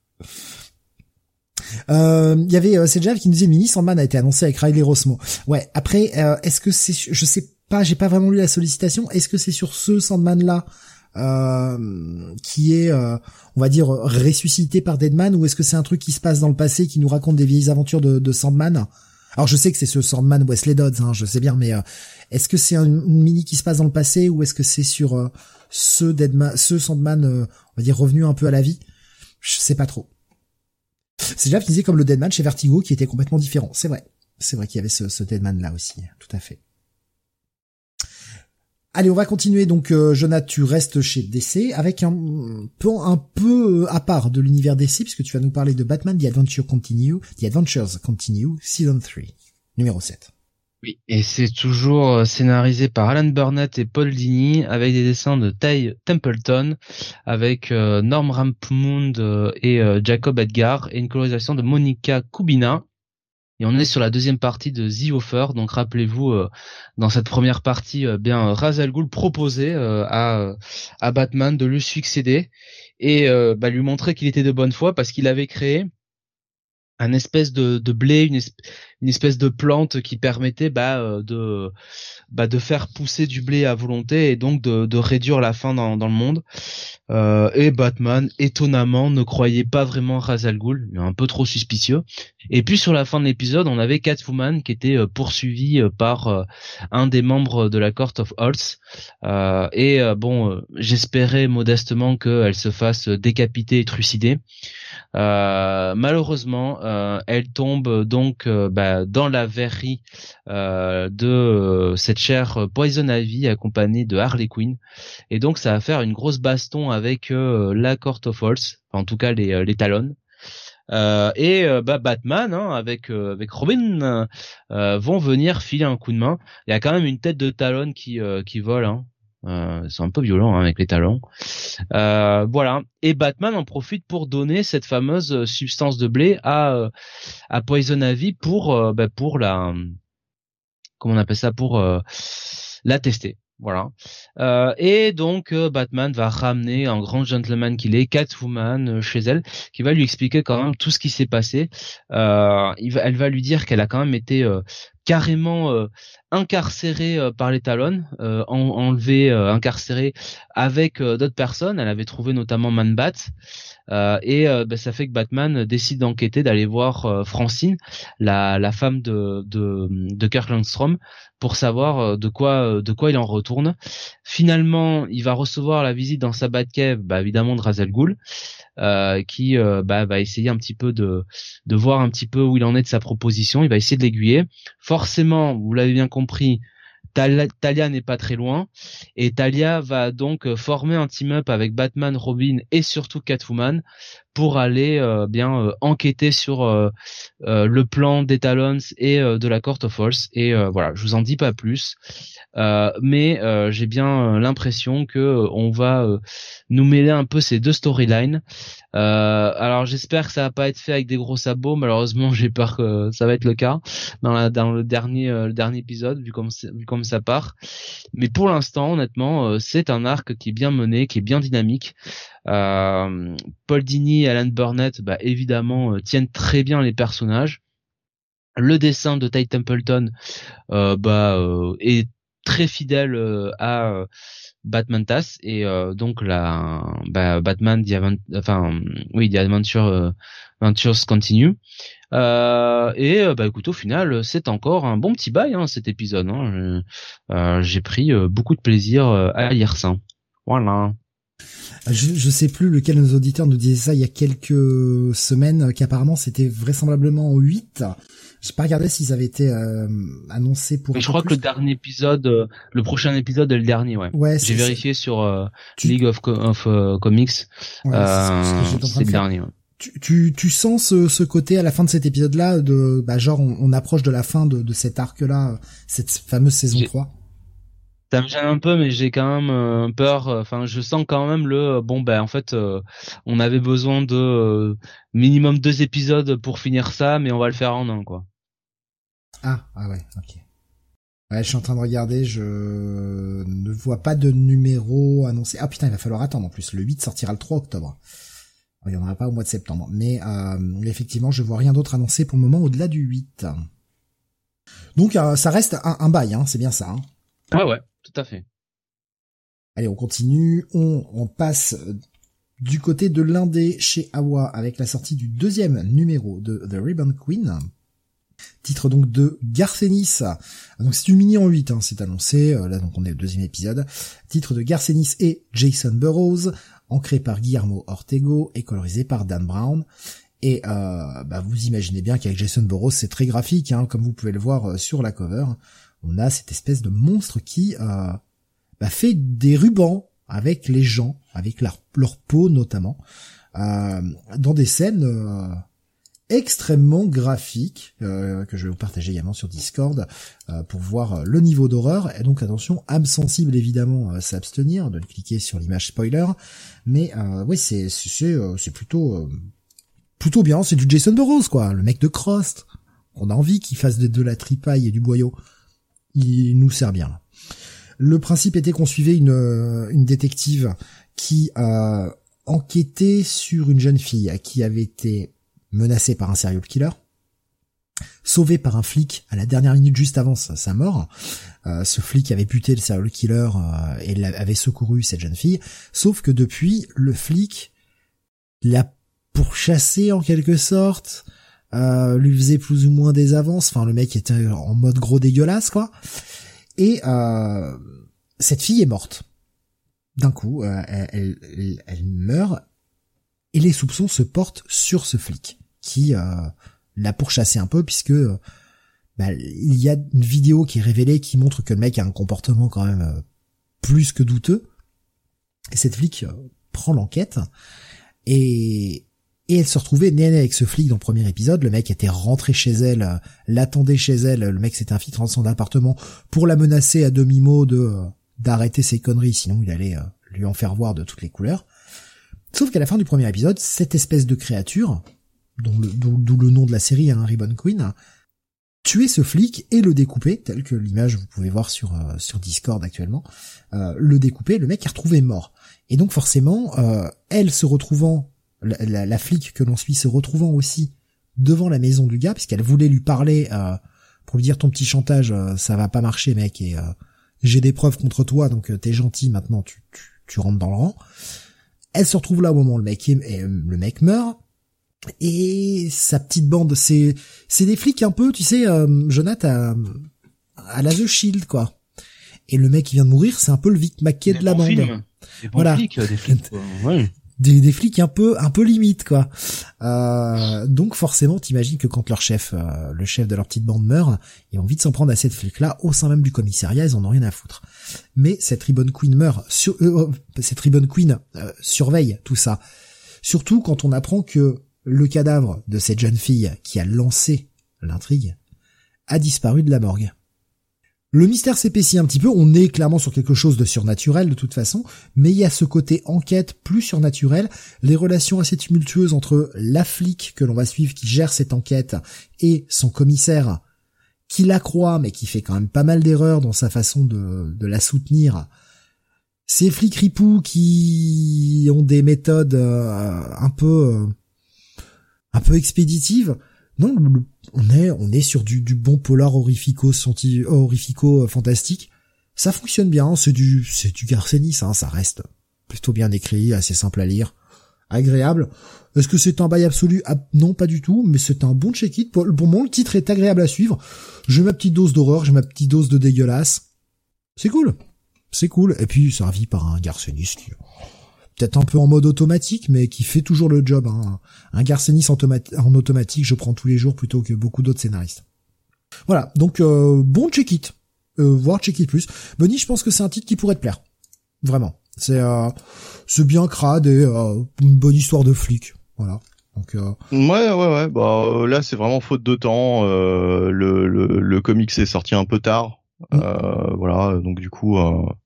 Speaker 1: Il y avait Seljav qui nous disait Mini Sandman a été annoncé avec Riley Rossmo. Ouais, après, est-ce que c'est, je sais pas, j'ai pas vraiment lu la sollicitation. Est-ce que c'est sur ce Sandman là qui est, on va dire, ressuscité par Deadman, ou est-ce que c'est un truc qui se passe dans le passé, qui nous raconte des vieilles aventures de Sandman? Alors je sais que c'est ce Sandman Wesley Dodds, hein, je sais bien, mais est-ce que c'est une mini qui se passe dans le passé ou est-ce que c'est sur ce Sandman, on va dire revenu un peu à la vie? Je sais pas trop. C'est déjà utilisé comme le Deadman chez Vertigo qui était complètement différent. C'est vrai qu'il y avait ce Deadman là aussi, tout à fait. Allez, on va continuer. Donc, Jonathan, tu restes chez DC avec un peu à part de l'univers DC, puisque tu vas nous parler de Batman The Adventures Continue, Season 3, numéro 7.
Speaker 2: Oui, et c'est toujours scénarisé par Alan Burnett et Paul Dini, avec des dessins de Ty Templeton, avec Norm Rampmund et Jacob Edgar, et une colorisation de Monica Kubina. Et on est sur la deuxième partie de The Offer. Donc rappelez-vous, dans cette première partie, Ra's al Ghul proposait à Batman de lui succéder et lui montrer qu'il était de bonne foi parce qu'il avait créé un espèce de blé, une espèce de plante qui permettait de faire pousser du blé à volonté et donc de réduire la faim dans le monde. Et Batman, étonnamment, ne croyait pas vraiment Ra's al Ghul, un peu trop suspicieux. Et puis sur la fin de l'épisode, on avait Catwoman qui était poursuivie par un des membres de la Court of Owls. J'espérais modestement qu'elle se fasse décapiter et trucider. Malheureusement, elle tombe donc dans la verrerie de cette chère Poison Ivy accompagnée de Harley Quinn, et donc ça va faire une grosse baston avec la Court of Owls, en tout cas les Talons. Batman avec Robin vont venir filer un coup de main. Il y a quand même une tête de Talon qui vole, hein. C'est un peu violent avec les talons. Voilà. Et Batman en profite pour donner cette fameuse substance de blé à Poison Ivy pour la, comment on appelle ça, pour la tester. Voilà. Et donc Batman va ramener, un grand gentleman qu'il est, Catwoman chez elle, qui va lui expliquer quand même tout ce qui s'est passé. Elle va lui dire qu'elle a quand même été carrément incarcérée par les Talons, enlevée, incarcérée avec d'autres personnes. Elle avait trouvé notamment Man-Bat. Ça fait que Batman décide d'enquêter, d'aller voir Francine, la femme de Kirk Langstrom, pour savoir de quoi il en retourne. Finalement, il va recevoir la visite dans sa Batcave, évidemment de Ra's al Ghul, qui va essayer un petit peu de voir un petit peu où il en est de sa proposition. Il va essayer de l'aiguiller. Forcément, vous l'avez bien compris, Talia n'est pas très loin, et Talia va donc former un team-up avec Batman, Robin et surtout Catwoman pour aller enquêter sur le plan des Talons et de la Court of Owls. Et voilà, je vous en dis pas plus, mais j'ai bien l'impression que on va nous mêler un peu ces deux storylines. Alors j'espère que ça va pas être fait avec des gros sabots. Malheureusement, j'ai peur que ça va être le cas dans le dernier épisode, vu comme ça part. Mais pour l'instant, honnêtement, c'est un arc qui est bien mené, qui est bien dynamique. Paul Dini et Alan Burnett, évidemment, tiennent très bien les personnages. Le dessin de Ty Templeton, est très fidèle à Batman TAS, et donc Batman The Adventures Continue. Écoute, au final, c'est encore un bon petit bail, cet épisode. J'ai pris beaucoup de plaisir à lire ça. Voilà.
Speaker 1: Je sais plus lequel de nos auditeurs nous disait ça il y a quelques semaines, qu'apparemment c'était vraisemblablement en 8. J'ai pas regardé s'ils avaient été annoncés pour.
Speaker 2: Mais je crois que le dernier épisode, le prochain épisode est le dernier, ouais. J'ai vérifié sur League of Comics. C'est le dernier. Ouais.
Speaker 1: Tu sens ce côté à la fin de cet épisode-là de genre on approche de la fin de cet arc-là, cette fameuse saison 3.
Speaker 2: Ça me gêne un peu, mais j'ai quand même peur. Enfin, je sens quand même on avait besoin de minimum 2 épisodes pour finir ça, mais on va le faire en un, quoi.
Speaker 1: Ah ouais, ok. Ouais, je suis en train de regarder, je ne vois pas de numéro annoncé. Ah putain, il va falloir attendre en plus. Le 8 sortira le 3 octobre. Il n'y en aura pas au mois de septembre. Mais effectivement, je vois rien d'autre annoncé pour le moment au-delà du 8. Donc ça reste un bail, c'est bien ça.
Speaker 2: Ouais, tout à fait.
Speaker 1: Allez, on continue. On passe du côté de l'indé chez Awa avec la sortie du 2e numéro de The Ribbon Queen. Titre donc de Garcenis. Donc c'est une mini en 8, c'est annoncé. Là donc on est au 2e épisode. Titre de Garcenis et Jason Burrows, ancré par Guillermo Ortego et colorisé par Dan Brown. Et vous imaginez bien qu'avec Jason Burrows c'est très graphique, comme vous pouvez le voir sur la cover. On a cette espèce de monstre qui fait des rubans avec les gens, avec leur peau notamment, dans des scènes extrêmement graphiques que je vais vous partager également sur Discord pour voir le niveau d'horreur. Et donc attention, âme sensible évidemment, s'abstenir de cliquer sur l'image spoiler, mais c'est plutôt bien. C'est du Jason Burrows quoi, le mec de Crost. On a envie qu'il fasse de la tripaille et du boyau. Il nous sert bien là. Le principe était qu'on suivait une détective qui enquêtait sur une jeune fille qui avait été menacée par un serial killer, sauvée par un flic à la dernière minute juste avant sa mort. Ce flic avait buté le serial killer et avait secouru cette jeune fille, sauf que depuis, le flic l'a pourchassée en quelque sorte, lui faisait plus ou moins des avances, le mec était en mode gros dégueulasse quoi. Et cette fille est morte. D'un coup, elle meurt et les soupçons se portent sur ce flic qui l'a pourchassé un peu puisque il y a une vidéo qui est révélée qui montre que le mec a un comportement quand même plus que douteux. Et cette flic prend l'enquête et elle se retrouvait nez avec ce flic dans le premier épisode. Le mec était rentré chez elle, l'attendait chez elle. Le mec s'était infiltré dans son appartement pour la menacer à demi-mot d'arrêter ses conneries, sinon il allait lui en faire voir de toutes les couleurs. Sauf qu'à la fin du premier épisode, cette espèce de créature, d'où le nom de la série, Ribbon Queen, tuait ce flic et le découpait, tel que l'image vous pouvez voir sur Discord actuellement. Le découpait, le mec est retrouvé mort. Et donc forcément, elle se retrouvant, la flic que l'on suit se retrouvant aussi devant la maison du gars, puisqu'elle voulait lui parler pour lui dire ton petit chantage, ça va pas marcher mec, et j'ai des preuves contre toi, donc t'es gentil, maintenant tu rentres dans le rang. Elle se retrouve là au moment où le mec meurt, et sa petite bande, c'est des flics un peu, tu sais, Jonathan à la The Shield quoi. Et le mec qui vient de mourir, c'est un peu le Vic Mackey de la bande.
Speaker 2: Des bons flics, des flics quoi. Ouais.
Speaker 1: Des flics un peu limite quoi. Donc forcément t'imagines que quand leur chef, le chef de leur petite bande meurt, ils vont vite s'en prendre à cette flic là au sein même du commissariat, ils en ont rien à foutre. Mais cette Ribbon Queen surveille tout ça. Surtout quand on apprend que le cadavre de cette jeune fille qui a lancé l'intrigue a disparu de la morgue. Le mystère s'épaissit un petit peu, on est clairement sur quelque chose de surnaturel de toute façon, mais il y a ce côté enquête plus surnaturel, les relations assez tumultueuses entre la flic que l'on va suivre qui gère cette enquête et son commissaire qui la croit mais qui fait quand même pas mal d'erreurs dans sa façon de la soutenir. Ces flics ripoux qui ont des méthodes un peu expéditives. Non, on est sur du bon polar horrifico fantastique. Ça fonctionne bien, c'est du Garcenis, ça reste plutôt bien écrit, assez simple à lire, agréable. Est-ce que c'est un bail absolu? Non, pas du tout, mais c'est un bon check-it. Pour le moment, le titre est agréable à suivre. J'ai ma petite dose d'horreur, j'ai ma petite dose de dégueulasse. C'est cool. Et puis, servi par un Garcenis qui peut-être un peu en mode automatique, mais qui fait toujours le job. Un Garcenis en automatique, je prends tous les jours plutôt que beaucoup d'autres scénaristes. Voilà, donc bon check-it, voire check-it plus. Bunny, je pense que c'est un titre qui pourrait te plaire. Vraiment. C'est bien crade et une bonne histoire de flic. Voilà. Donc
Speaker 3: ouais. Bah là, c'est vraiment faute de temps. Le comics est sorti un peu tard. Voilà, donc du coup.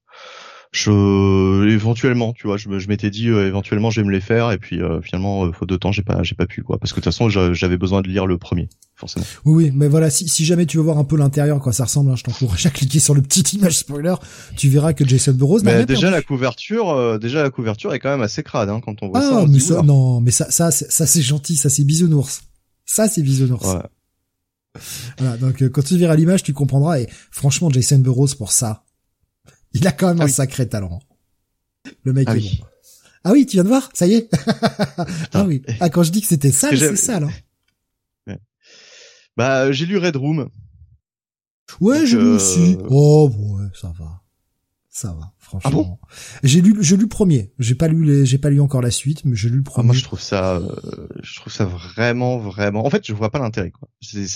Speaker 3: Éventuellement, tu vois, je m'étais dit éventuellement je vais me les faire et puis finalement faute de temps j'ai pas pu quoi, parce que de toute façon j'avais besoin de lire le premier forcément.
Speaker 1: Oui, mais voilà, si jamais tu veux voir un peu l'intérieur quoi ça ressemble, je t'encourage à cliquer sur le petit image spoiler, tu verras que Jason Burrows
Speaker 3: mais déjà la couverture est quand même assez crade quand on voit ça.
Speaker 1: Mais ça non, mais ça c'est gentil, ça c'est bisounours. Ça c'est bisounours. Ouais. Voilà, donc quand tu verras l'image, tu comprendras et franchement Jason Burrows pour ça. Il a quand même un sacré talent. Le mec est bon. Ah oui, tu viens de voir? Ça y est? Ah oui. Ah, quand je dis que c'était sale, c'est sale,
Speaker 3: Bah, j'ai lu Red Room.
Speaker 1: Ouais, j'ai lu aussi. Oh, ouais, ça va, franchement.
Speaker 3: Ah bon?
Speaker 1: J'ai lu le premier. J'ai pas lu encore la suite, mais j'ai lu le premier.
Speaker 3: Moi, je trouve ça vraiment, vraiment. En fait, je vois pas l'intérêt, quoi.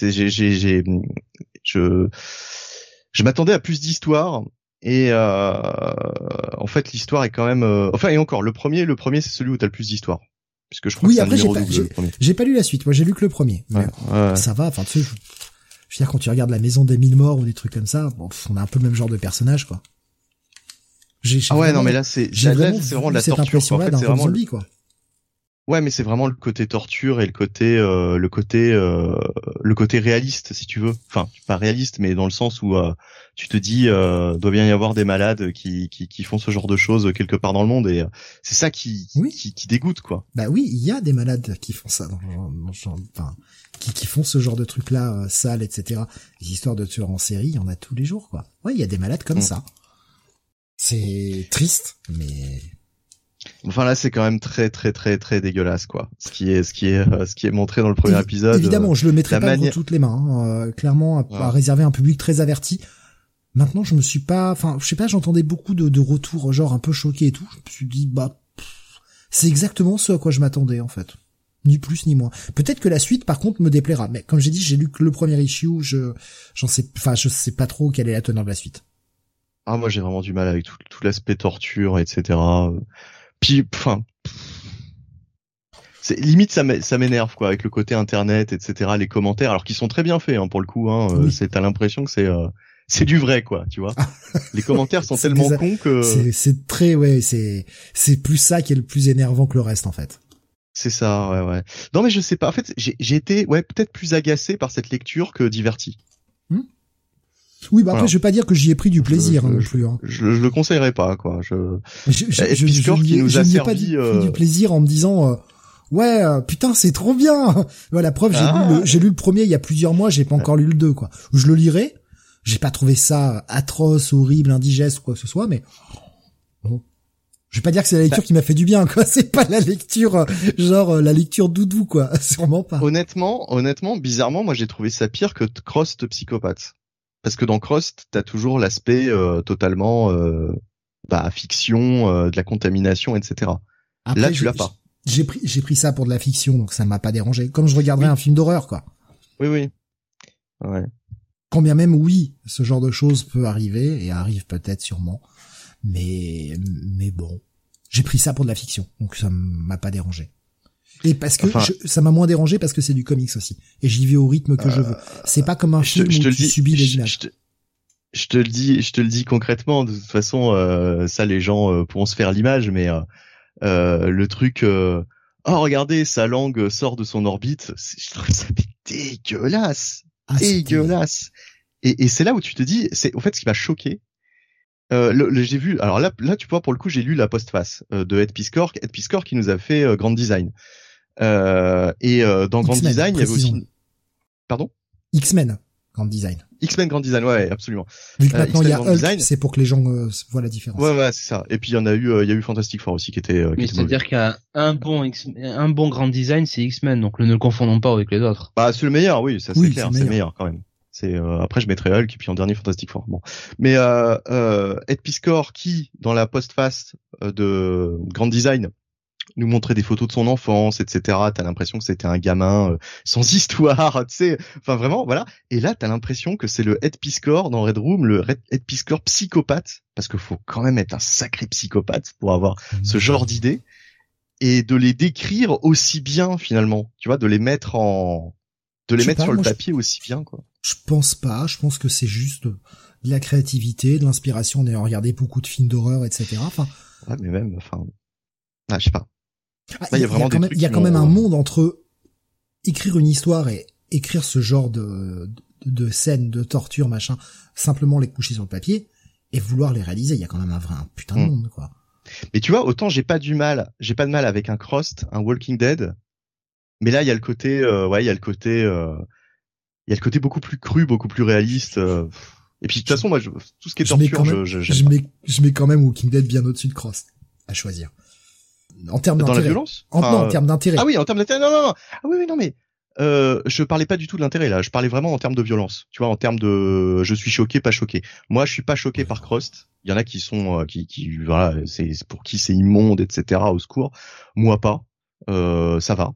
Speaker 3: Je m'attendais à plus d'histoire. Et en fait, l'histoire est quand même. Enfin, et encore, le premier, c'est celui où t'as le plus d'histoire, puisque je crois que c'est un numéro double. Le premier.
Speaker 1: J'ai pas lu la suite. Moi, j'ai lu que le premier. Ouais. Ça va. Enfin, tu sais, je veux dire, quand tu regardes La Maison des Mille Morts ou des trucs comme ça, bon, on a un peu le même genre de personnage, quoi.
Speaker 3: Non, mais là, c'est vraiment de la torture.
Speaker 1: En fait, c'est vraiment zombie, quoi.
Speaker 3: Ouais, mais c'est vraiment le côté torture et le côté réaliste, si tu veux. Enfin, pas réaliste, mais dans le sens où tu te dis doit bien y avoir des malades qui font ce genre de choses quelque part dans le monde, et c'est ça qui dégoûte, quoi.
Speaker 1: Bah oui, il y a des malades qui font ça, enfin, qui font ce genre de trucs là, sales, etc. Les histoires de tueurs en série, il y en a tous les jours, quoi. Ouais, il y a des malades comme ça. C'est triste, mais
Speaker 3: enfin là, c'est quand même très très très très dégueulasse, quoi. Ce qui est montré dans le premier épisode.
Speaker 1: Évidemment, je le mettrai pas entre toutes les mains. Clairement, à réserver un public très averti. Maintenant, je me suis pas, enfin, je sais pas, j'entendais beaucoup de retours, genre un peu choqués et tout. Je me suis dit, c'est exactement ce à quoi je m'attendais, en fait. Ni plus ni moins. Peut-être que la suite, par contre, me déplaira. Mais comme j'ai dit, j'ai lu que le premier issue. Je sais pas trop quelle est la teneur de la suite.
Speaker 3: Ah, moi, j'ai vraiment du mal avec tout l'aspect torture, etc. Puis, enfin, c'est limite ça m'énerve, quoi, avec le côté internet, etc. Les commentaires, alors qu'ils sont très bien faits, hein, pour le coup. Hein, oui. T'as l'impression que c'est du vrai, quoi, tu vois. Les commentaires sont tellement cons que
Speaker 1: c'est très, ouais, c'est plus ça qui est le plus énervant que le reste, en fait.
Speaker 3: C'est ça, ouais. Non, mais je sais pas. En fait, j'ai été, peut-être plus agacé par cette lecture que diverti.
Speaker 1: Oui, après, je vais pas dire que j'y ai pris du plaisir non plus. Hein.
Speaker 3: Je le conseillerais pas, quoi. Je
Speaker 1: n'y ai pas pris du plaisir en me disant putain, c'est trop bien. La preuve, j'ai lu le premier il y a plusieurs mois, j'ai pas encore lu le 2, quoi. Je le lirai. J'ai pas trouvé ça atroce, horrible, indigeste ou quoi que ce soit, mais bon. Je vais pas dire que c'est la lecture qui m'a fait du bien, quoi. C'est pas la lecture, la lecture doudou, quoi. Sûrement pas.
Speaker 3: Honnêtement, bizarrement, moi j'ai trouvé ça pire que Crossed Psychopathe. Parce que dans Crossed, t'as toujours l'aspect totalement fiction, de la contamination, etc. Après, là, tu l'as pas.
Speaker 1: J'ai pris ça pour de la fiction, donc ça m'a pas dérangé. Comme je regarderais un film d'horreur, quoi.
Speaker 3: Oui. Ouais.
Speaker 1: Quand bien même, oui, ce genre de choses peut arriver, et arrive peut-être sûrement. Mais bon. J'ai pris ça pour de la fiction, donc ça m'a pas dérangé. Et parce que ça m'a moins dérangé parce que c'est du comics aussi. Et j'y vais au rythme que je veux. C'est pas comme un film où tu subis les images.
Speaker 3: Je te le dis concrètement. De toute façon, ça, les gens pourront se faire l'image, mais le truc, regardez, sa langue sort de son orbite. Je trouve ça dégueulasse, dégueulasse. Et c'est là où tu te dis, c'est au fait ce qui m'a choqué. J'ai vu. Alors là, tu vois, pour le coup, j'ai lu la postface de Ed Piscork qui nous a fait Grand Design. Dans Grand Design, il y avait aussi. Pardon?
Speaker 1: X-Men Grand Design.
Speaker 3: X-Men Grand Design, ouais, absolument.
Speaker 1: Vu que maintenant il y a Hulk, c'est pour que les gens voient la différence.
Speaker 3: Ouais, c'est ça. Et puis il y a eu Fantastic Four aussi qui était.
Speaker 2: Mais c'est-à-dire qu'un bon Grand Design, c'est X-Men, donc ne le confondons pas avec les autres.
Speaker 3: Bah c'est le meilleur, oui, ça c'est clair, c'est le meilleur quand même. C'est après je mettrai Hulk et puis en dernier Fantastic Four. Bon, mais Ed Piscork qui dans la postface de Grand Design nous montrait des photos de son enfance, etc. T'as l'impression que c'était un gamin sans histoire, tu sais. Enfin vraiment, voilà. Et là, t'as l'impression que c'est le Ed Piscork dans Red Room, le Ed Piscork psychopathe, parce qu'il faut quand même être un sacré psychopathe pour avoir ce genre d'idées et de les décrire aussi bien finalement. Tu vois, de les mettre sur le papier aussi bien, quoi.
Speaker 1: Je pense pas. Je pense que c'est juste de la créativité, de l'inspiration en ayant regardé beaucoup de films d'horreur, etc. Enfin.
Speaker 3: Ouais, mais même, je sais pas.
Speaker 1: Il y a quand même un monde entre écrire une histoire et écrire ce genre de scènes, de torture, machin, simplement les coucher sur le papier et vouloir les réaliser. Il y a quand même un putain de monde, quoi.
Speaker 3: Mais tu vois, autant j'ai pas de mal avec un Crossed, un Walking Dead, mais là il y a le côté, il y a le côté beaucoup plus cru, beaucoup plus réaliste. Et puis de toute façon, moi, tout ce qui est torture,
Speaker 1: je mets quand même Walking Dead bien au-dessus de Crossed à choisir. En termes d'intérêt.
Speaker 3: Dans la violence?
Speaker 1: En termes d'intérêt.
Speaker 3: Ah oui, en termes d'intérêt. Non. Ah oui, non, mais Je parlais pas du tout de l'intérêt là, je parlais vraiment en termes de violence. Tu vois, en termes de je suis choqué, pas choqué. Moi, je suis pas choqué par Crust. Il y en a qui sont qui voilà, c'est pour qui c'est immonde, etc. Au secours. Moi pas. Ça va.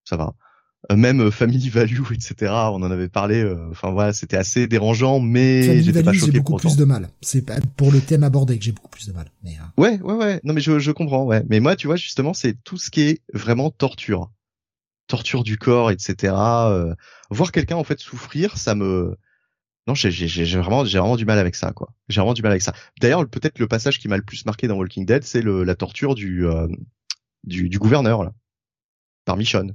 Speaker 3: Même Family Value, etc. On en avait parlé. Enfin voilà, c'était assez dérangeant, mais j'étais pas choqué.
Speaker 1: J'ai beaucoup plus de mal. C'est pour le thème abordé que j'ai beaucoup plus de mal. Mais
Speaker 3: ouais. Non mais je comprends. Ouais. Mais moi, tu vois, justement, c'est tout ce qui est vraiment torture du corps, etc. Voir quelqu'un en fait souffrir, ça me non, j'ai vraiment du mal avec ça, quoi. J'ai vraiment du mal avec ça. D'ailleurs, peut-être le passage qui m'a le plus marqué dans Walking Dead, c'est la torture du gouverneur là, par Michonne.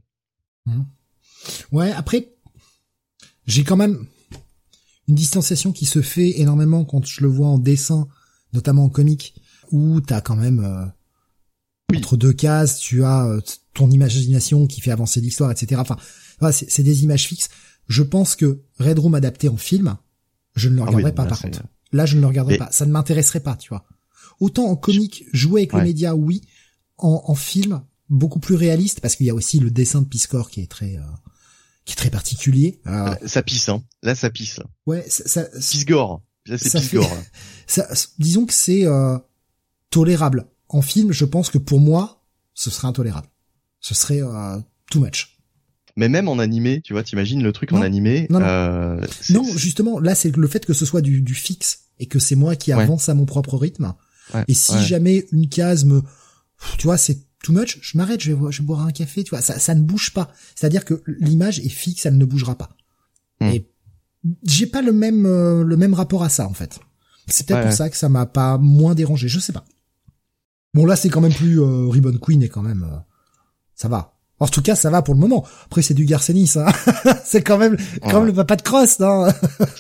Speaker 1: Ouais, après, j'ai quand même une distanciation qui se fait énormément quand je le vois en dessin, notamment en comics, où t'as quand même entre deux cases, tu as ton imagination qui fait avancer l'histoire, etc. Enfin, voilà, c'est des images fixes. Je pense que Red Room adapté en film, je ne le regarderai pas, par contre. Là, je ne le regarderai pas. Ça ne m'intéresserait pas, tu vois. Autant en comics, jouer avec le média, oui. En film, beaucoup plus réaliste, parce qu'il y a aussi le dessin de Piscor qui est très particulier.
Speaker 3: Ça pisse, hein. Là, ça pisse. Là.
Speaker 1: Ouais, ça
Speaker 3: Pisgore. Là, c'est Pisgore.
Speaker 1: Là. Disons que c'est tolérable. En film, je pense que pour moi, ce serait intolérable. Ce serait too much.
Speaker 3: Mais même en animé, tu vois, t'imagines le truc en animé.
Speaker 1: Non, justement, là, c'est le fait que ce soit du fixe et que c'est moi qui avance à mon propre rythme. Ouais, et si jamais une case tu vois, c'est too much, je m'arrête, je vais boire un café, tu vois, ça ne bouge pas. C'est-à-dire que l'image est fixe, elle ne bougera pas. Et j'ai pas le même rapport à ça, en fait. C'est peut-être pour ça que ça m'a pas moins dérangé, je sais pas. Bon, là, c'est quand même plus Ribbon Queen et quand même ça va. En tout cas, ça va pour le moment. Après, c'est du Garcenis, hein. C'est quand même le papa de Crust, hein.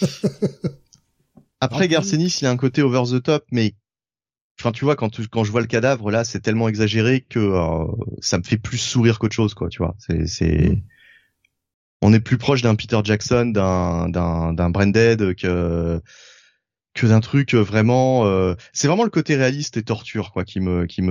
Speaker 3: Après, Garcenis, il a un côté over the top, mais enfin, tu vois, quand je vois le cadavre, là, c'est tellement exagéré que ça me fait plus sourire qu'autre chose, quoi, tu vois. On est plus proche d'un Peter Jackson, d'un Branded que d'un truc vraiment c'est vraiment le côté réaliste et torture, quoi, avec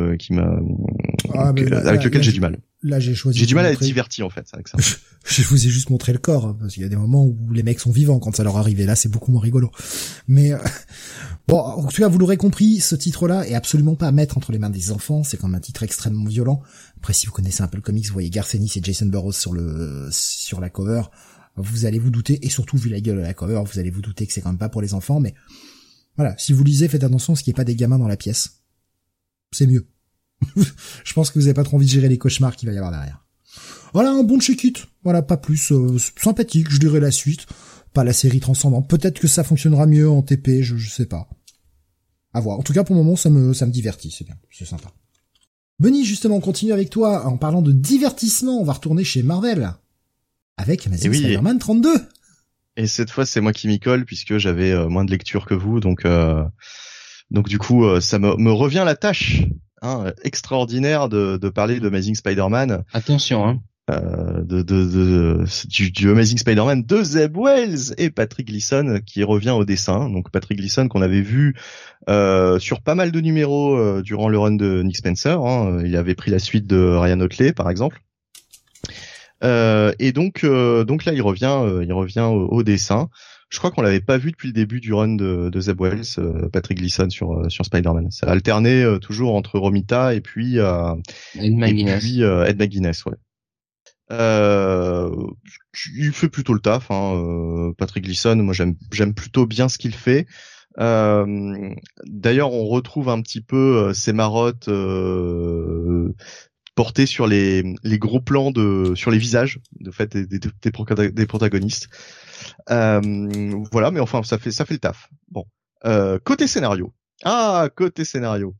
Speaker 3: lequel j'ai du mal.
Speaker 1: Là, j'ai
Speaker 3: du mal à être diverti, en fait, avec ça.
Speaker 1: Je vous ai juste montré le corps, hein, parce qu'il y a des moments où les mecs sont vivants quand ça leur arrive, et là, c'est beaucoup moins rigolo. Mais bon, en tout cas, vous l'aurez compris, ce titre-là est absolument pas à mettre entre les mains des enfants. C'est quand même un titre extrêmement violent. Après, si vous connaissez un peu le comics, vous voyez Garcenis et Jason Burroughs sur la cover, vous allez vous douter, et surtout vu la gueule de la cover, vous allez vous douter que c'est quand même pas pour les enfants. Mais voilà, si vous lisez, faites attention à ce qu'il n'y ait pas des gamins dans la pièce. C'est mieux. Je pense que vous avez pas trop envie de gérer les cauchemars qu'il va y avoir derrière. Voilà, un bon check-it. Voilà, pas plus. Sympathique, je dirais la suite. Pas la série transcendante. Peut-être que ça fonctionnera mieux en TP, je sais pas. À voir. En tout cas, pour le moment, ça me divertit. C'est bien. C'est sympa. Benny, justement, on continue avec toi. En parlant de divertissement, on va retourner chez Marvel. Avec Amazing Spider-Man 32.
Speaker 3: Et cette fois, c'est moi qui m'y colle, puisque j'avais moins de lecture que vous. Donc du coup, ça me revient la tâche. Extraordinaire de parler de Amazing Spider-Man.
Speaker 2: Attention, hein.
Speaker 3: Du Amazing Spider-Man de Zeb Wells et Patrick Gleason qui revient au dessin. Donc Patrick Gleason qu'on avait vu sur pas mal de numéros durant le run de Nick Spencer. Il avait pris la suite de Ryan Otley, par exemple. Et donc là il revient au dessin. Je crois qu'on l'avait pas vu depuis le début du run de Zeb Wells, Patrick Gleason sur Spider-Man. Ça a alterné toujours entre Romita et puis
Speaker 2: Ed
Speaker 3: McGuinness, ouais. Il fait plutôt le taf, Patrick Gleason. Moi, j'aime plutôt bien ce qu'il fait. D'ailleurs, on retrouve un petit peu ses marottes portées sur les gros plans sur les visages, de fait, des protagonistes. Voilà, mais enfin, ça fait le taf. Bon, côté scénario. Côté scénario.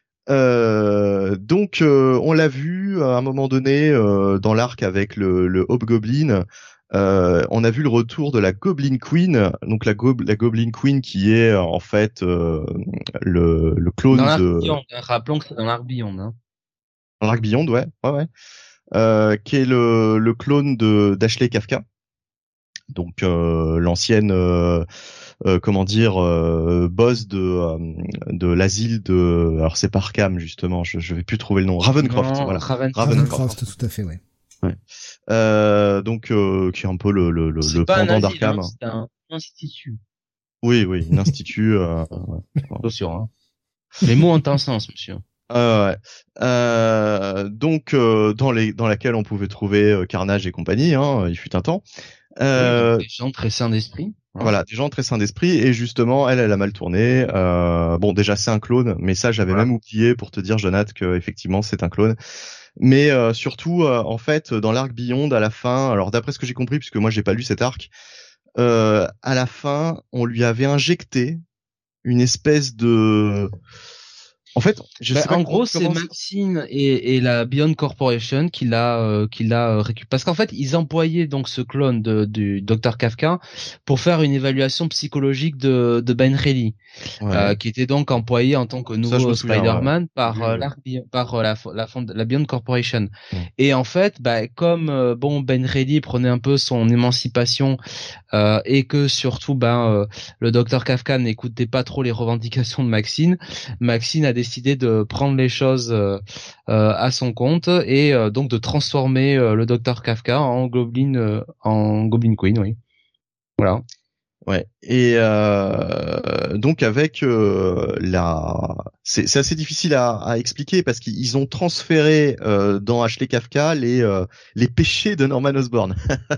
Speaker 3: Donc on l'a vu à un moment donné dans l'arc avec le Hobgoblin. On a vu le retour de la Goblin Queen, donc la Goblin Queen qui est en fait le clone de.
Speaker 2: Rappelons que c'est dans l'Arc Beyond. Hein.
Speaker 3: Dans l'Arc Beyond, ouais. Qui est le clone d'Ashley Kafka. Donc l'ancienne boss de l'asile de, alors c'est par Arkham justement, je vais plus trouver le nom, Ravencroft. Voilà.
Speaker 1: Ravencroft, tout à fait, ouais.
Speaker 3: Donc qui est un peu le pendant d'Arkham.
Speaker 2: C'est un institut.
Speaker 3: Oui, un institut.
Speaker 2: Attention, hein. Les mots ont un sens, monsieur.
Speaker 3: Ouais. Donc dans laquelle on pouvait trouver Carnage et compagnie, hein, il fut un temps.
Speaker 2: Des gens très sains d'esprit.
Speaker 3: Voilà, des gens très sains d'esprit, et justement, elle a mal tourné. Bon, déjà c'est un clone, mais ça j'avais même oublié pour te dire, Jonathan, que effectivement c'est un clone. Mais surtout, en fait, dans l'arc Beyond, à la fin, alors d'après ce que j'ai compris, puisque moi j'ai pas lu cet arc, à la fin, on lui avait injecté une espèce de... En fait,
Speaker 2: en gros, c'est Maxine et la Beyond Corporation qui l'a récupéré. Parce qu'en fait, ils employaient donc ce clone du Dr Kafka pour faire une évaluation psychologique de Ben Reilly, qui était donc employé en tant que nouveau Spider-Man par la Beyond Corporation. Et en fait, comme Ben Reilly prenait un peu son émancipation et que surtout le Dr Kafka n'écoutait pas trop les revendications de Maxine a décidé de prendre les choses à son compte et donc de transformer le Dr Kafka en Goblin Queen, oui. Voilà.
Speaker 3: Ouais. Et donc avec c'est assez difficile à expliquer parce qu'ils ont transféré dans Ashley Kafka les péchés de Norman Osborn.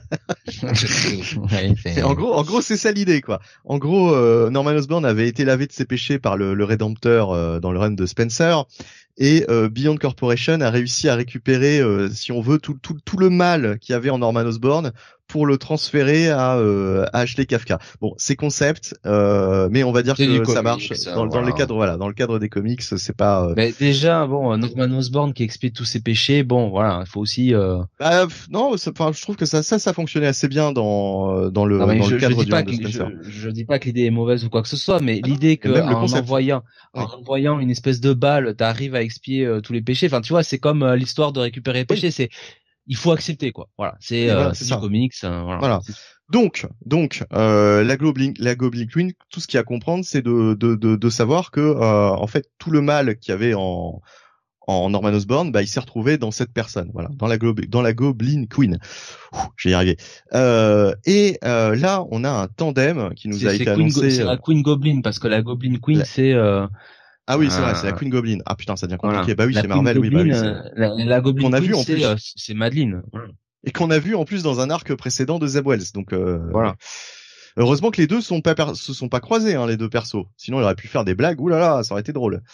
Speaker 3: En gros c'est ça l'idée, quoi. En gros Norman Osborn avait été lavé de ses péchés par le Rédempteur dans le run de Spencer, et Beyond Corporation a réussi à récupérer si on veut tout le mal qu'il y avait en Norman Osborn pour le transférer à Ashley Kafka. Bon, c'est concept, mais on va dire que ça marche dans le cadre, dans le cadre des comics, c'est pas.
Speaker 2: Mais déjà, Norman Osborn qui expiait tous ses péchés, il faut aussi.
Speaker 3: Non, je trouve que ça fonctionnait assez bien dans le cadre du Spencer.
Speaker 2: Je dis pas que l'idée est mauvaise ou quoi que ce soit, mais l'idée que en envoyant une espèce de balle, t'arrives à expier tous les péchés. Enfin, tu vois, c'est comme l'histoire de récupérer les péchés. Il faut accepter, quoi. Voilà, c'est du comics.
Speaker 3: Voilà. Donc la Goblin Queen, tout ce qu'il y a à comprendre, c'est de savoir que en fait tout le mal qu'il y avait en Norman Osborn, il s'est retrouvé dans cette personne, voilà, dans la Goblin Queen. J'ai y arrivé. Et là, on a un tandem qui nous a été annoncé.
Speaker 2: C'est la Queen Goblin, parce que la Goblin Queen, c'est
Speaker 3: Ah oui, c'est vrai, c'est la Queen Goblin. Ah putain, ça devient compliqué. Voilà. C'est Marvel,
Speaker 2: Goblin,
Speaker 3: oui.
Speaker 2: La Goblin Queen, a vu, en plus, c'est Madeleine. Voilà.
Speaker 3: Et qu'on a vu en plus dans un arc précédent de Zeb Wells. Donc voilà. Heureusement que les deux se sont pas croisés, hein, les deux persos. Sinon, il aurait pu faire des blagues. Ouh là là, ça aurait été drôle.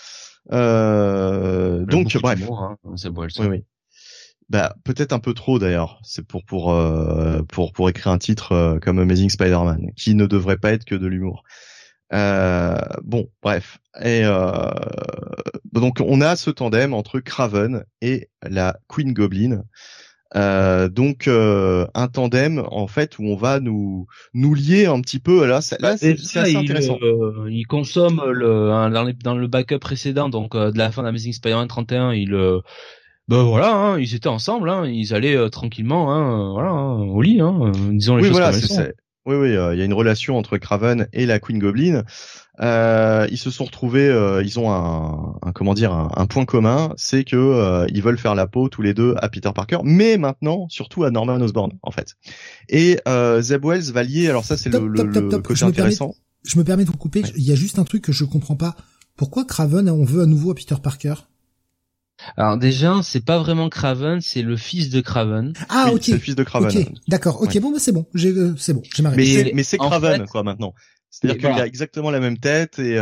Speaker 3: Donc bref.
Speaker 2: Zeb Wells.
Speaker 3: Oui. Peut-être un peu trop d'ailleurs. C'est pour écrire un titre comme Amazing Spider-Man, qui ne devrait pas être que de l'humour. Bon, bref. Et donc on a ce tandem entre Kraven et la Queen Goblin. Donc un tandem en fait où on va nous lier un petit peu. Là, c'est assez intéressant.
Speaker 2: Il consomme dans le backup précédent, donc de la fin d'Amazing Spider-Man 31, ils étaient ensemble, ils allaient tranquillement, au lit, disons les choses comme elles sont.
Speaker 3: Oui, il y a une relation entre Kraven et la Queen Goblin. Ils se sont retrouvés, ils ont un point commun, c'est que ils veulent faire la peau tous les deux à Peter Parker, mais maintenant surtout à Norman Osborn en fait. Et Zeb Wells va lier. Alors ça c'est le côté intéressant.
Speaker 1: Je me permets de vous couper. Ouais. Il y a juste un truc que je comprends pas. Pourquoi Kraven on veut à nouveau à Peter Parker?
Speaker 2: Alors déjà, c'est pas vraiment Kraven, c'est le fils de Kraven.
Speaker 1: Ah
Speaker 3: oui,
Speaker 1: ok.
Speaker 3: C'est le fils de Kraven.
Speaker 1: Ok, d'accord. Ok, bon c'est bon. J'ai m'arrêté.
Speaker 3: Mais c'est Kraven quoi maintenant. C'est-à-dire qu'il a exactement la même tête et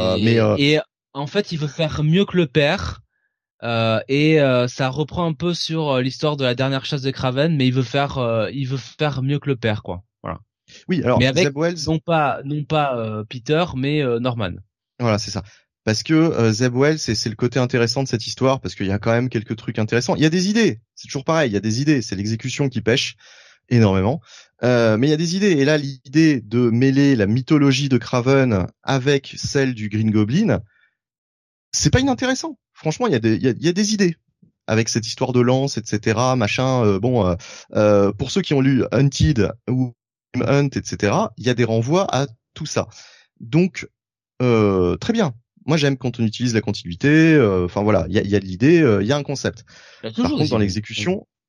Speaker 2: en fait, il veut faire mieux que le père. Et ça reprend un peu sur l'histoire de la dernière chasse de Kraven, mais il veut faire mieux que le père, quoi. Voilà.
Speaker 3: Oui, alors
Speaker 2: mais avec
Speaker 3: Zeb Wells,
Speaker 2: non pas Peter, mais Norman.
Speaker 3: Voilà, c'est ça. Parce que Zeb Wells, c'est le côté intéressant de cette histoire, parce qu'il y a quand même quelques trucs intéressants. Il y a des idées, c'est toujours pareil, il y a des idées, c'est l'exécution qui pêche énormément. Mais il y a des idées, et là l'idée de mêler la mythologie de Kraven avec celle du Green Goblin, c'est pas inintéressant. Franchement, il y a des idées avec cette histoire de lance, etc., machin. Pour ceux qui ont lu Hunted ou Hunt, etc., il y a des renvois à tout ça. Donc très bien. Moi, j'aime quand on utilise la continuité. Enfin voilà, il y a de l'idée, il y a un concept. Par contre, dans l'exécution,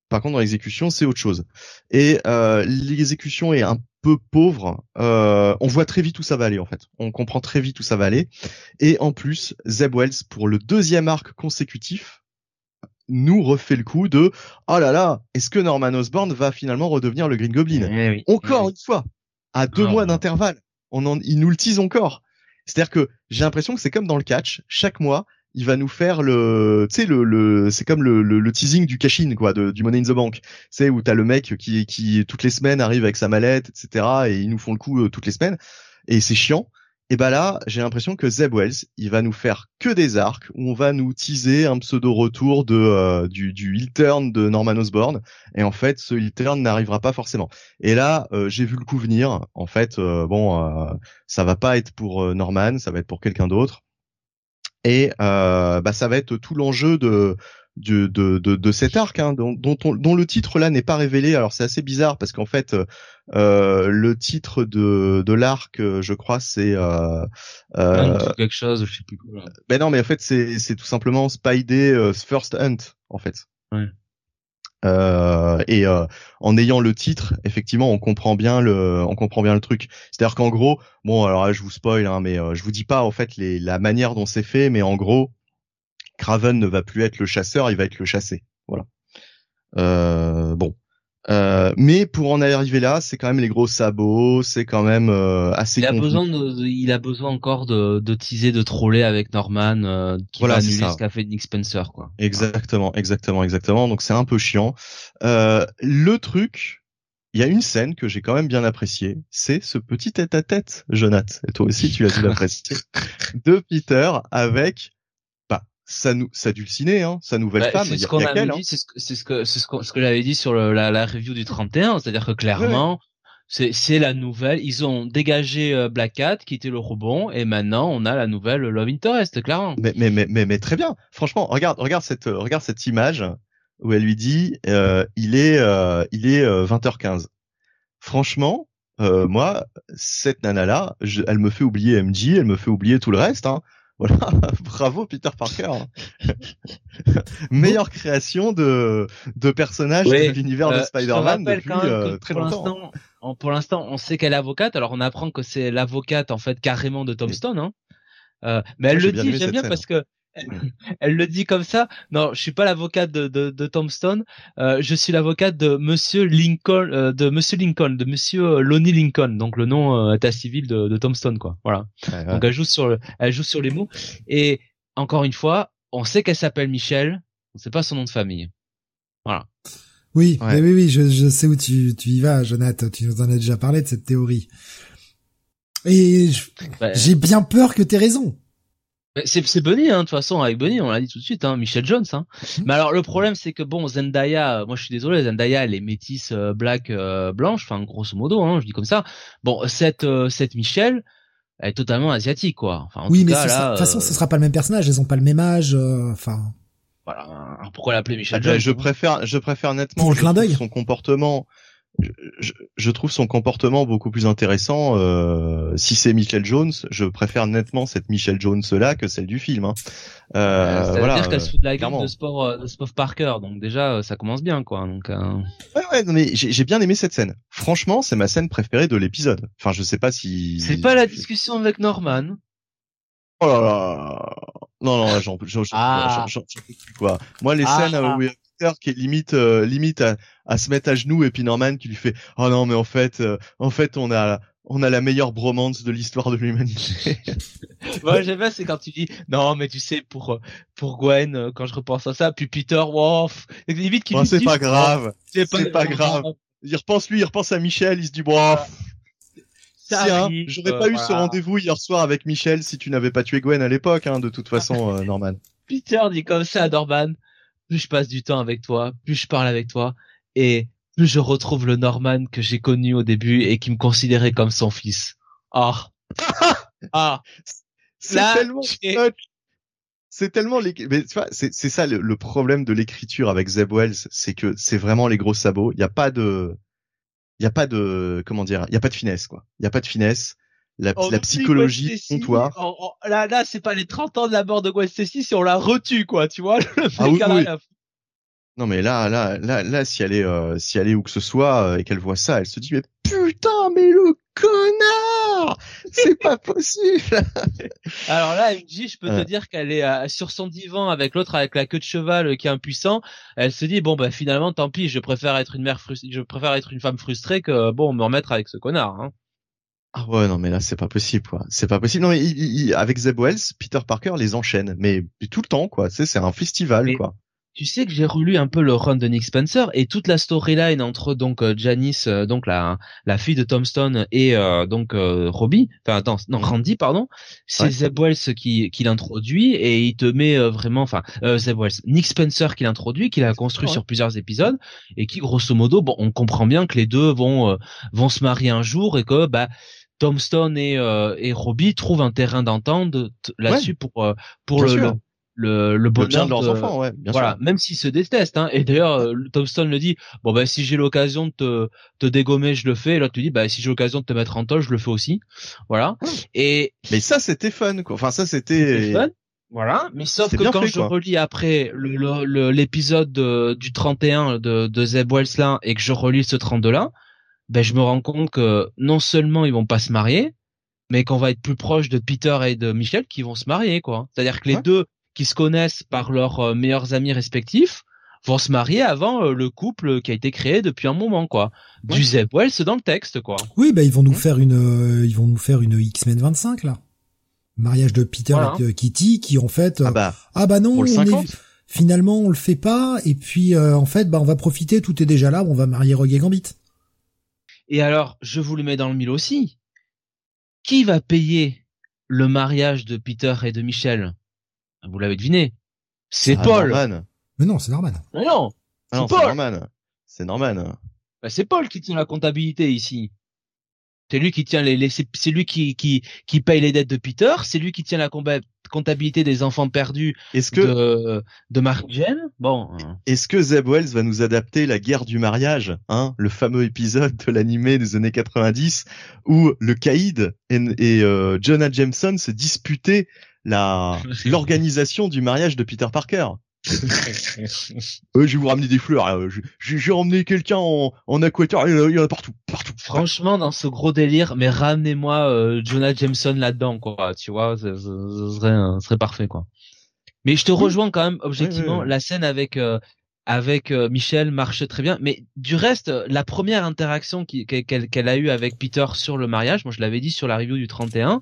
Speaker 3: Par contre, dans l'exécution, c'est autre chose. Et l'exécution est un peu pauvre. On voit très vite où ça va aller, en fait. On comprend très vite où ça va aller. Et en plus, Zeb Wells, pour le 2e arc consécutif, nous refait le coup de « Oh là là, est-ce que Norman Osborn va finalement redevenir le Green Goblin ?»
Speaker 2: Oui.
Speaker 3: Encore une fois, à 2 mois d'intervalle. Il nous le tease encore. C'est-à-dire que j'ai l'impression que c'est comme dans le catch. Chaque mois, il va nous faire c'est comme le teasing du cash-in, quoi, du Money in the Bank. C'est où t'as le mec qui toutes les semaines arrive avec sa mallette, etc. et ils nous font le coup toutes les semaines. Et c'est chiant. Et bah là, j'ai l'impression que Zeb Wells, il va nous faire que des arcs où on va nous teaser un pseudo retour du heel turn de Norman Osborn. Et en fait, ce heel turn n'arrivera pas forcément. Et là, j'ai vu le coup venir. En fait, ça va pas être pour Norman, ça va être pour quelqu'un d'autre. Et ça va être tout l'enjeu de cet arc, hein, dont le titre là n'est pas révélé. Alors c'est assez bizarre parce qu'en fait le titre de l'arc, je crois, c'est
Speaker 2: quelque chose, je sais plus quoi.
Speaker 3: Ben non, mais en fait c'est tout simplement Spidey First Hunt, en fait.
Speaker 2: Ouais.
Speaker 3: En ayant le titre, effectivement, on comprend bien le truc. C'est-à-dire qu'en gros, bon, alors là, je vous spoil, hein, mais je vous dis pas en fait la manière dont c'est fait, mais en gros, Kraven ne va plus être le chasseur, il va être le chassé. Voilà. Mais pour en arriver là, c'est quand même les gros sabots, c'est quand même assez.
Speaker 2: Il a besoin encore de teaser, de troller avec Norman, qui va annuler ce qu'a fait Nick Spencer, quoi.
Speaker 3: Exactement. Donc c'est un peu chiant. Le truc, il y a une scène que j'ai quand même bien appréciée, c'est ce petit tête-à-tête, Jonathan. Et toi aussi, tu l'as dû l'apprécier, de Peter avec sa dulcinée, hein, sa nouvelle femme.
Speaker 2: C'est ce qu'on avait dit, c'est ce que j'avais dit sur la review du 31, c'est-à-dire que clairement, c'est la nouvelle. Ils ont dégagé Black Cat, qui était le rebond, et maintenant on a la nouvelle Love Interest, clairement.
Speaker 3: Mais très bien. Franchement, regarde cette image où elle lui dit, il est 20h15. Franchement, moi, cette nana-là, elle me fait oublier MJ, elle me fait oublier tout le reste, hein. Voilà, bravo Peter Parker. Meilleure création de personnage de l'univers de Spider-Man depuis très longtemps.
Speaker 2: Pour l'instant, on sait qu'elle est avocate. Alors on apprend que c'est l'avocate en fait carrément de Tom Stone, hein. Mais elle le dit, j'aime bien parce que elle le dit comme ça. Non, je suis pas l'avocate de Tom Stone. Je suis l'avocate de Monsieur Lincoln, de Monsieur Lonnie Lincoln. Donc le nom état civil de Tom Stone, quoi. Voilà. Ouais. Donc elle joue sur les mots. Et encore une fois, on sait qu'elle s'appelle Michelle. On sait pas son nom de famille. Voilà.
Speaker 1: Oui, ouais. Mais oui, je sais où tu y vas, Jonathan. Tu nous en as déjà parlé de cette théorie. Et j'ai bien peur que t'aies raison.
Speaker 2: C'est Bunny, hein, de toute façon, avec Bunny, on l'a dit tout de suite, hein, Michelle Jones, hein. Mais alors, le problème, c'est que bon, Zendaya, moi, je suis désolé, Zendaya, elle est métisse, black, blanche, enfin, grosso modo, hein, je dis comme ça. Bon, cette Michelle, elle est totalement asiatique, quoi. Enfin, en
Speaker 1: oui,
Speaker 2: tout
Speaker 1: mais
Speaker 2: cas,
Speaker 1: de toute façon, ce sera pas le même personnage, elles ont pas le même âge, enfin.
Speaker 2: Voilà. Alors, pourquoi l'appeler Michelle Jones?
Speaker 3: Je préfère nettement
Speaker 1: pour le clin d'œil.
Speaker 3: Son comportement. Je trouve son comportement beaucoup plus intéressant. Si c'est Michelle Jones, je préfère nettement cette Michelle Jones là que celle du film. Hein.
Speaker 2: Ça veut dire qu'elle se fout de la gueule de Spov Parker, donc déjà ça commence bien, quoi. Donc.
Speaker 3: Ouais, non, mais j'ai bien aimé cette scène. Franchement, c'est ma scène préférée de l'épisode. Enfin, je sais pas si.
Speaker 2: C'est pas la discussion avec Norman.
Speaker 3: Oh là là. Non, j'en peux plus, quoi. Moi, les scènes où il y a Peter qui est limite à se mettre à genoux et puis Norman qui lui fait « Oh non, mais en fait, on a la meilleure bromance de l'histoire de l'humanité. »
Speaker 2: Moi, j'aime bien, c'est quand tu dis « Non, mais tu sais, pour Gwen, quand je repense à ça, puis Peter, wow, limite qu'il
Speaker 3: c'est pas grave. C'est pas grave. Il repense à Michel, il se dit « Bon, j'aurais pas eu ce rendez-vous hier soir avec Michel si tu n'avais pas tué Gwen à l'époque, hein, de toute façon, Norman. »
Speaker 2: Peter dit comme ça à Norman, plus je passe du temps avec toi, plus je parle avec toi, et plus je retrouve le Norman que j'ai connu au début et qui me considérait comme son fils.
Speaker 3: C'est tellement mais tu vois, c'est ça le problème de l'écriture avec Zeb Wells, c'est que c'est vraiment les gros sabots. Il y a pas de comment dire, il y a pas de finesse, quoi. Il y a pas de finesse. La psychologie comptoir.
Speaker 2: Là, c'est pas les 30 ans de la mort de Gwen Stacy si on la retue, quoi, tu vois.
Speaker 3: Oui. Non mais là, si elle est où que ce soit et qu'elle voit ça, elle se dit mais putain, mais le connard, c'est pas possible.
Speaker 2: Alors là, MJ, je peux te dire qu'elle est sur son divan avec l'autre avec la queue de cheval qui est impuissant. Elle se dit bon bah finalement tant pis, je préfère être une femme frustrée que me remettre avec ce connard. Hein.
Speaker 3: Ah ouais, non mais là c'est pas possible quoi. C'est pas possible. Non mais avec Zeb Wells, Peter Parker les enchaîne, mais tout le temps quoi. C'est un festival quoi.
Speaker 2: Tu sais que j'ai relu un peu le run de Nick Spencer et toute la storyline entre donc Janice, donc la fille de Tombstone et Randy pardon, c'est Zeb Wells qui l'introduit et il te met vraiment Zeb Wells, Nick Spencer qui l'introduit, qui l'a construit sur plusieurs épisodes et qui grosso modo on comprend bien que les deux vont se marier un jour et que Tombstone et Robbie trouvent un terrain d'entente là-dessus pour le bonheur
Speaker 3: de leurs enfants, bien sûr.
Speaker 2: Même s'ils se détestent, hein. Et d'ailleurs, Tombstone le dit, si j'ai l'occasion de te dégommer, je le fais. Et l'autre te dit, si j'ai l'occasion de te mettre en tôle, je le fais aussi. Voilà.
Speaker 3: Mais ça, c'était fun, quoi. Enfin, ça, c'était
Speaker 2: fun. Voilà. Mais sauf que quand je relis après l'épisode du 31 de Zeb Wells là, et que je relis ce 32 là, je me rends compte que non seulement ils vont pas se marier, mais qu'on va être plus proche de Peter et de Michelle qui vont se marier, quoi. C'est-à-dire que les deux qui se connaissent par leurs meilleurs amis respectifs vont se marier avant le couple qui a été créé depuis un moment, quoi. Du Zeb Wells dans le texte, quoi.
Speaker 1: Oui, ils vont nous faire une X-Men 25 là. Mariage de Peter et de Kitty qui en fait non, finalement on le fait pas et puis en fait on va profiter, tout est déjà là, on va marier Rogue et Gambit.
Speaker 2: Et alors, je vous le mets dans le mille aussi. Qui va payer le mariage de Peter et de Michelle? Vous l'avez deviné. C'est Paul.
Speaker 3: Norman.
Speaker 1: Mais non, c'est Norman.
Speaker 2: Mais non.
Speaker 3: C'est Norman. C'est Norman.
Speaker 2: C'est Paul qui tient la comptabilité ici. C'est lui qui tient c'est lui qui paye les dettes de Peter, c'est lui qui tient la comptabilité des enfants perdus de Mary-Jane. Bon.
Speaker 3: Est-ce que Zeb Wells va nous adapter la guerre du mariage, le fameux épisode de l'animé des années 90 où le Caïd et Jonah Jameson se disputaient l'organisation du mariage de Peter Parker? Je vais vous ramener des fleurs. J'ai ramené quelqu'un en aquateur. Il y en a partout.
Speaker 2: Franchement, dans ce gros délire, mais ramenez-moi Jonah Jameson là-dedans, quoi. Tu vois, ce serait parfait, quoi. Mais je te rejoins quand même. Objectivement, la scène avec Michelle marche très bien. Mais du reste, la première interaction qu'elle a eue avec Peter sur le mariage, moi je l'avais dit sur la review du 31.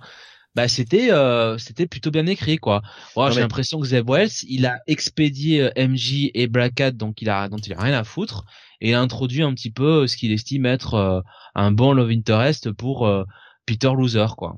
Speaker 2: C'était plutôt bien écrit, quoi. J'ai l'impression que Zeb Wells, il a expédié MJ et Black Cat dont il a rien à foutre, et il a introduit un petit peu ce qu'il estime être un bon love interest pour Peter Loser, quoi.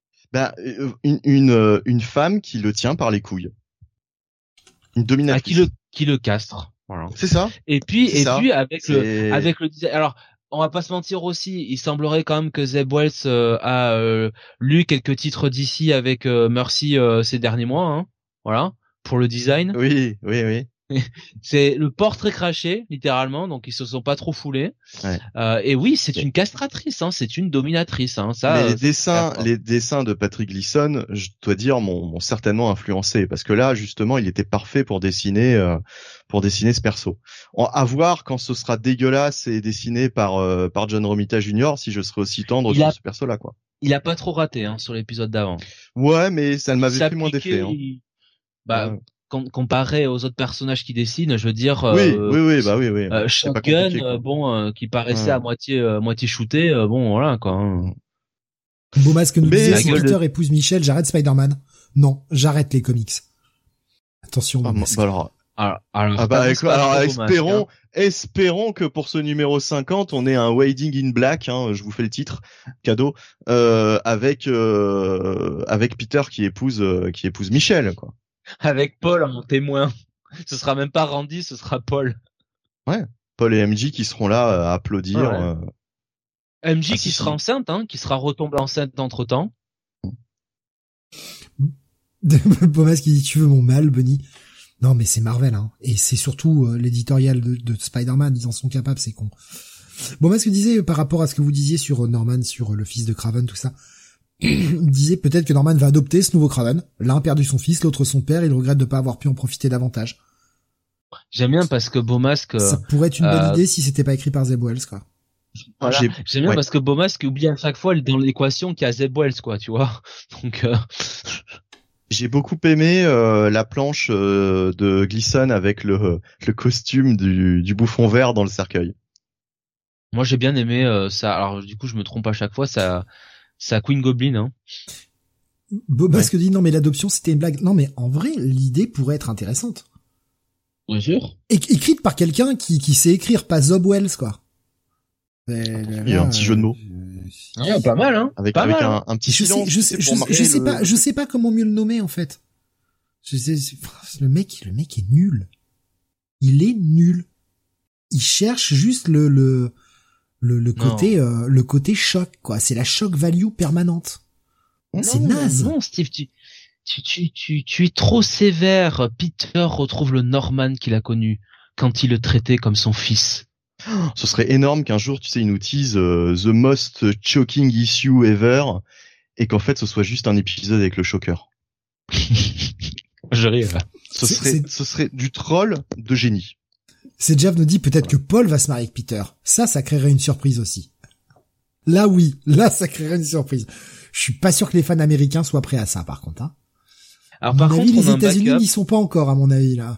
Speaker 3: Une femme qui le tient par les couilles. Une dominatrice.
Speaker 2: Qui le castre. Voilà.
Speaker 3: C'est ça.
Speaker 2: Et puis avec le design. Alors, on va pas se mentir aussi, il semblerait quand même que Zeb Wells a lu quelques titres d'ici avec Mercy ces derniers mois, hein. Voilà, pour le design.
Speaker 3: Oui.
Speaker 2: C'est le portrait craché, littéralement, donc ils se sont pas trop foulés. Et oui, c'est une castratrice, hein, c'est une dominatrice, hein. Ça.
Speaker 3: Mais les dessins de Patrick Gleason, je dois dire, m'ont certainement influencé, parce que là, justement, il était parfait pour dessiner ce perso. À voir quand ce sera dégueulasse et dessiné par John Romita Jr. si je serai aussi tendre sur ce perso-là, quoi.
Speaker 2: Il a pas trop raté, hein, sur l'épisode d'avant.
Speaker 3: Ouais, mais ça ne m'avait fait moins d'effet, hein.
Speaker 2: Comparé aux autres personnages qui dessinent, je veux dire.
Speaker 3: Oui.
Speaker 2: Shotgun, qui paraissait à moitié shooté, voilà, quoi.
Speaker 1: Beau masque nous disait, si Peter épouse Michelle, j'arrête Spider-Man. Non, j'arrête les comics. Attention,
Speaker 3: espérons que pour ce numéro 50, on ait un Wading in Black, je vous fais le titre, cadeau, avec Peter qui épouse Michelle, quoi.
Speaker 2: Avec Paul en témoin. Ce sera même pas Randy, ce sera Paul.
Speaker 3: Ouais. Paul et MJ qui seront là à applaudir.
Speaker 2: MJ qui sera enceinte, qui sera retombée enceinte entre temps.
Speaker 1: Bomas qui dit, tu veux mon mal, Bunny? Non, mais c'est Marvel, hein. Et c'est surtout l'éditorial de Spider-Man, ils en sont capables, c'est con. Bomas qui disait, par rapport à ce que vous disiez sur Norman, sur le fils de Kraven, tout ça, disait peut-être que Norman va adopter ce nouveau Kraven. L'un a perdu son fils, l'autre son père, il regrette de pas avoir pu en profiter davantage.
Speaker 2: J'aime bien parce que Beaumasque...
Speaker 1: Ça pourrait être une bonne idée si c'était pas écrit par Zeb Wells, quoi.
Speaker 2: Voilà. J'aime bien parce que Beaumasque oublie à chaque fois dans l'équation qu'il y a Zeb Wells, quoi, tu vois. Donc...
Speaker 3: J'ai beaucoup aimé la planche de Gleason avec le costume du bouffon vert dans le cercueil.
Speaker 2: Moi j'ai bien aimé ça. Alors du coup je me trompe à chaque fois, ça Queen Goblin, hein.
Speaker 1: Beaumasque dit non mais l'adoption c'était une blague. Non mais en vrai l'idée pourrait être intéressante.
Speaker 2: Bien sûr.
Speaker 1: Écrite par quelqu'un qui sait écrire, pas Zob Wells, quoi.
Speaker 3: Il y a un petit jeu de mots.
Speaker 2: Ah, pas mal, hein.
Speaker 3: Avec
Speaker 2: mal,
Speaker 3: un petit silence.
Speaker 1: Je sais pas comment mieux le nommer, en fait. Le mec est nul. Il est nul. Il cherche juste le côté choc, quoi. C'est la shock value permanente. C'est naze.
Speaker 2: Non, Steve, tu es trop sévère. Peter retrouve le Norman qu'il a connu quand il le traitait comme son fils.
Speaker 3: Ce serait énorme qu'un jour, tu sais, ils nous teasent the most choking issue ever et qu'en fait, ce soit juste un épisode avec le choker.
Speaker 2: Je ris, là.
Speaker 3: Ce serait du troll de génie.
Speaker 1: C'est Jeff nous dit peut-être que Paul va se marier avec Peter. Ça créerait une surprise aussi. Là, oui. Là, ça créerait une surprise. Je suis pas sûr que les fans américains soient prêts à ça, par contre, hein.
Speaker 2: Alors, par contre,
Speaker 1: les États-Unis n'y sont pas encore, à mon avis, là.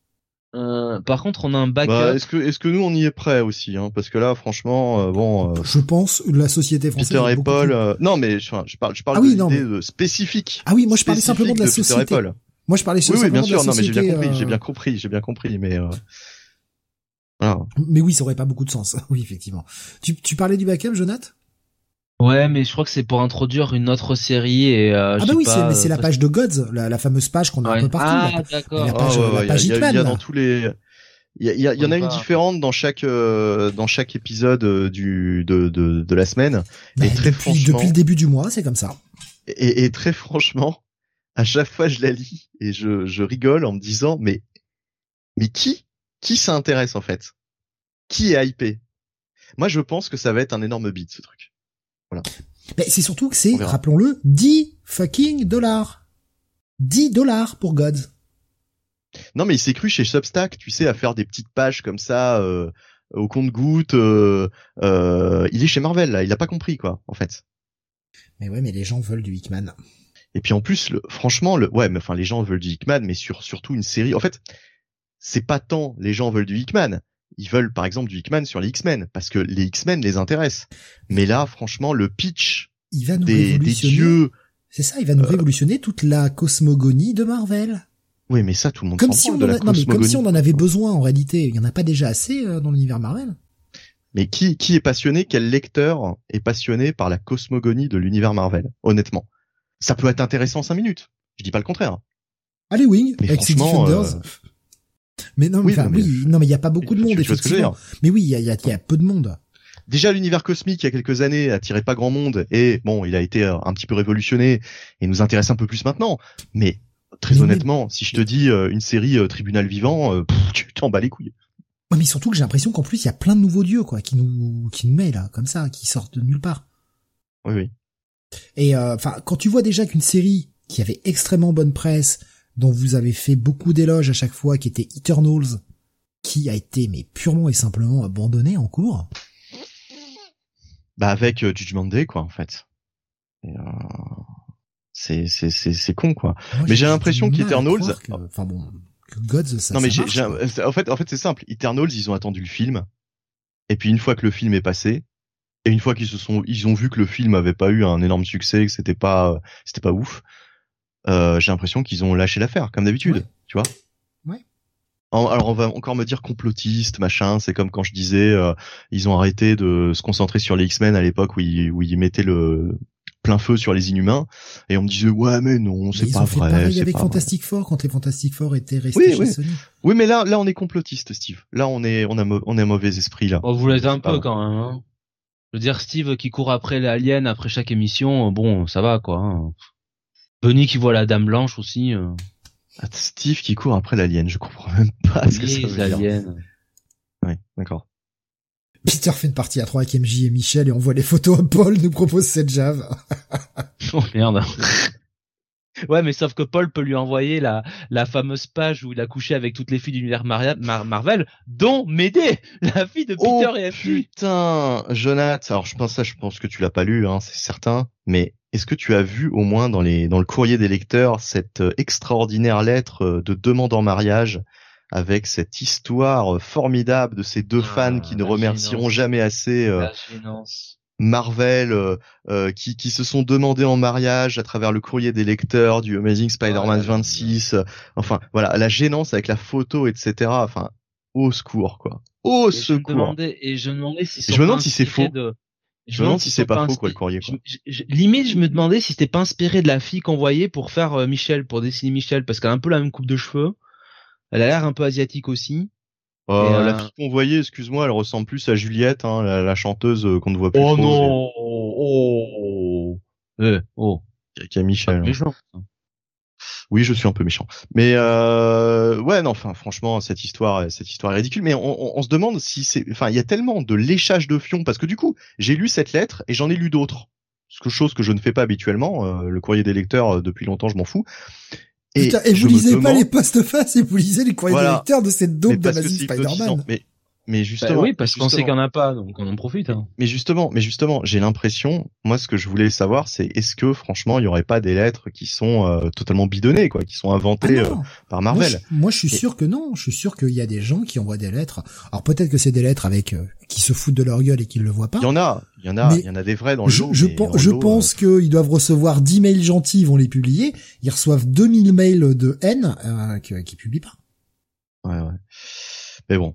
Speaker 2: Par contre, on a un backup.
Speaker 3: Bah, est-ce que nous on y est prêt aussi, hein, parce que là, franchement,
Speaker 1: je pense la société française.
Speaker 3: Peter et Paul. Non, mais je parle d'idée spécifique.
Speaker 1: Ah oui, moi je parlais simplement de la société.
Speaker 3: Peter et Paul.
Speaker 1: Moi je parlais simplement de la société.
Speaker 3: Oui, bien sûr. Non, mais j'ai bien compris, mais voilà.
Speaker 1: Mais oui, ça aurait pas beaucoup de sens. Oui, effectivement. Tu parlais du backup, Jonathan?
Speaker 2: Ouais, mais je crois que c'est pour introduire une autre série et
Speaker 1: mais c'est la page de Gods, la fameuse page qu'on a un peu partout.
Speaker 2: Ah, d'accord.
Speaker 1: La page Hitman.
Speaker 3: Il y a dans tous les il y en a une différente dans chaque épisode de la semaine et très franchement
Speaker 1: depuis le début du mois, c'est comme ça.
Speaker 3: Et très franchement, à chaque fois je la lis et je rigole en me disant mais qui s'intéresse en fait? Qui est hypé? Moi je pense que ça va être un énorme beat ce truc. Voilà.
Speaker 1: Mais c'est surtout que c'est, rappelons-le, $10 fucking $10 pour Gods.
Speaker 3: Non, mais il s'est cru chez Substack, tu sais, à faire des petites pages comme ça, au compte-gouttes, il est chez Marvel, là, il a pas compris, quoi, en fait.
Speaker 1: Mais ouais, mais les gens veulent du Hickman.
Speaker 3: Et puis en plus, les gens veulent du Hickman, mais surtout une série, en fait, c'est pas tant les gens veulent du Hickman. Ils veulent, par exemple, du Hickman sur les X-Men, parce que les X-Men les intéressent. Mais là, franchement, le pitch des dieux...
Speaker 1: C'est ça, il va nous révolutionner toute la cosmogonie de Marvel.
Speaker 3: Oui, mais ça, tout le monde s'en parle de la cosmogonie.
Speaker 1: Comme si on en avait besoin, en réalité. Il y en a pas déjà assez dans l'univers Marvel.
Speaker 3: Mais qui est passionné, quel lecteur est passionné par la cosmogonie de l'univers Marvel, honnêtement? Ça peut être intéressant 5 minutes. Je dis pas le contraire.
Speaker 1: Allez, Wing,
Speaker 3: mais
Speaker 1: avec ses Defenders. Mais non, mais il y a pas beaucoup de monde, effectivement. Mais oui, il y a peu de monde.
Speaker 3: Déjà, l'univers cosmique, il y a quelques années, attirait pas grand monde, et bon, il a été un petit peu révolutionné, et nous intéresse un peu plus maintenant. Mais, très honnêtement, si je te dis une série Tribunal Vivant, tu t'en bats les couilles.
Speaker 1: Ouais, mais surtout que j'ai l'impression qu'en plus, il y a plein de nouveaux dieux, quoi, qui nous met, là, comme ça, qui sortent de nulle part.
Speaker 3: Oui.
Speaker 1: Et, quand tu vois déjà qu'une série qui avait extrêmement bonne presse, dont vous avez fait beaucoup d'éloges à chaque fois, qui était Eternals, qui a été mais purement et simplement abandonné en cours.
Speaker 3: Bah avec Judgment Day quoi en fait. Et, c'est con quoi.
Speaker 1: Moi,
Speaker 3: mais j'ai l'impression qu'Eternals,
Speaker 1: que Gods ça.
Speaker 3: Non mais
Speaker 1: marche,
Speaker 3: en fait c'est simple. Eternals ils ont attendu le film, et puis une fois que le film est passé, et une fois ils ont vu que le film avait pas eu un énorme succès, que c'était pas ouf. J'ai l'impression qu'ils ont lâché l'affaire, comme d'habitude, tu vois.
Speaker 1: Ouais.
Speaker 3: Alors on va encore me dire complotiste, machin, c'est comme quand je disais, ils ont arrêté de se concentrer sur les X-Men à l'époque où ils mettaient le plein feu sur les Inhumains, et on me disait, ouais mais non, c'est pas vrai. Ils ont fait
Speaker 1: pareil avec Fantastic Four, quand les Fantastic Four étaient restés chez Sony.
Speaker 3: Oui, mais là on est complotiste, Steve. Là on a mauvais esprit, là.
Speaker 2: Vous l'êtes un peu quand même, hein. Je veux dire, Steve qui court après l'alien après chaque émission, bon, ça va, quoi, hein. Benny qui voit la Dame Blanche aussi.
Speaker 3: Steve qui court après l'alien, je comprends même pas ce que ça veut dire. Oui, d'accord.
Speaker 1: Peter fait une partie à 3 avec MJ et Michel et on voit les photos. Paul nous propose cette Jave.
Speaker 2: Oh merde. Ouais, mais sauf que Paul peut lui envoyer la fameuse page où il a couché avec toutes les filles de l'univers Marvel, dont Médée, la fille de Peter et FP.
Speaker 3: Putain, Jonathan, alors je pense que tu l'as pas lu, hein, c'est certain, mais est-ce que tu as vu au moins dans le courrier des lecteurs cette extraordinaire lettre de demande en mariage avec cette histoire formidable de ces deux fans qui ne remercieront jamais assez Marvel, qui se sont demandés en mariage à travers le courrier des lecteurs du Amazing Spider-Man 26. Enfin, voilà, la gênance avec la photo, etc. Enfin, au secours, quoi. Au secours.
Speaker 2: Je me demandais si
Speaker 3: je me demande si c'est faux. Je me demande si c'est pas faux, quoi, le courrier, quoi.
Speaker 2: Limite, je me demandais si c'était pas inspiré de la fille qu'on voyait pour faire Michel, pour dessiner Michel, parce qu'elle a un peu la même coupe de cheveux. Elle a l'air un peu asiatique aussi.
Speaker 3: La fille qu'on voyait, excuse-moi, elle ressemble plus à Juliette, hein, la chanteuse qu'on ne voit plus.
Speaker 2: Oh
Speaker 3: non, Qui a Michel.
Speaker 2: Méchant.
Speaker 3: Oui, je suis un peu méchant. Mais ouais, non, enfin, franchement, cette histoire est ridicule. Mais on se demande si il y a tellement de léchage de fion parce que du coup, j'ai lu cette lettre et j'en ai lu d'autres. Chose que je ne fais pas habituellement. Le courrier des lecteurs, depuis longtemps, je m'en fous.
Speaker 1: Putain, et vous lisez pas les post-face et vous lisez les courriers des lecteurs de cette dope d'Amazing Spider-Man.
Speaker 3: Mais justement.
Speaker 2: Oui, parce qu'on sait qu'il n'y en a pas, donc on en profite, hein.
Speaker 3: Mais justement, j'ai l'impression, moi, ce que je voulais savoir, c'est est-ce que, franchement, il y aurait pas des lettres qui sont totalement bidonnées, quoi, qui sont inventées par Marvel.
Speaker 1: Moi, je suis sûr que non. Je suis sûr qu'il y a des gens qui envoient des lettres. Alors peut-être que c'est des lettres avec qui se foutent de leur gueule et qui le voient pas.
Speaker 3: Il y en a des vrais dans le lot.
Speaker 1: Je pense qu'ils doivent recevoir 10 mails gentils, ils vont les publier. Ils reçoivent 2000 mails de haine qui publient pas.
Speaker 3: Ouais. Mais bon.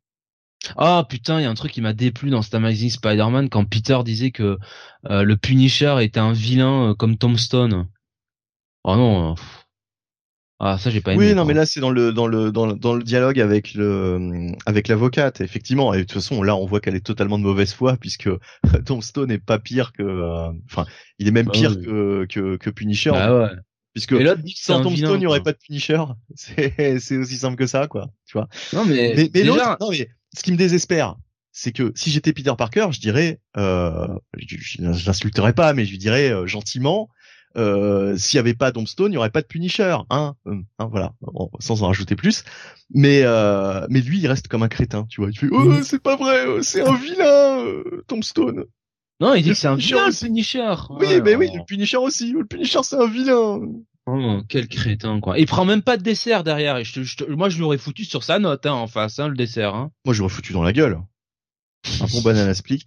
Speaker 2: Ah putain, il y a un truc qui m'a déplu dans cet Amazing Spider-Man quand Peter disait que le Punisher était un vilain comme Tombstone. Oh non. Ah ça j'ai pas aimé.
Speaker 3: Oui, non mais là c'est dans le dialogue avec l'avocate, effectivement. Et de toute façon, là on voit qu'elle est totalement de mauvaise foi puisque Tombstone est pas pire que il est même pire que Punisher.
Speaker 2: Ah ouais.
Speaker 3: Puisque sans Tombstone, il n'y aurait pas de Punisher. C'est aussi simple que ça, quoi. Tu vois.
Speaker 2: Non mais
Speaker 3: déjà... ce qui me désespère, c'est que si j'étais Peter Parker, je dirais, je l'insulterais pas, mais je lui dirais gentiment, s'il y avait pas Tombstone, il n'y aurait pas de Punisher, voilà, sans en rajouter plus. Mais lui, il reste comme un crétin, tu vois. Il fait, c'est pas vrai, c'est un vilain, Tombstone.
Speaker 2: Non, il dit que c'est un vilain, le Punisher.
Speaker 3: Oui, oui, le Punisher aussi. Le Punisher, c'est un vilain.
Speaker 2: Oh, quel crétin, quoi. Il prend même pas de dessert derrière. Et moi, je l'aurais foutu sur sa note, en face, le dessert,
Speaker 3: Moi, je l'aurais foutu dans la gueule. Un bon banana split,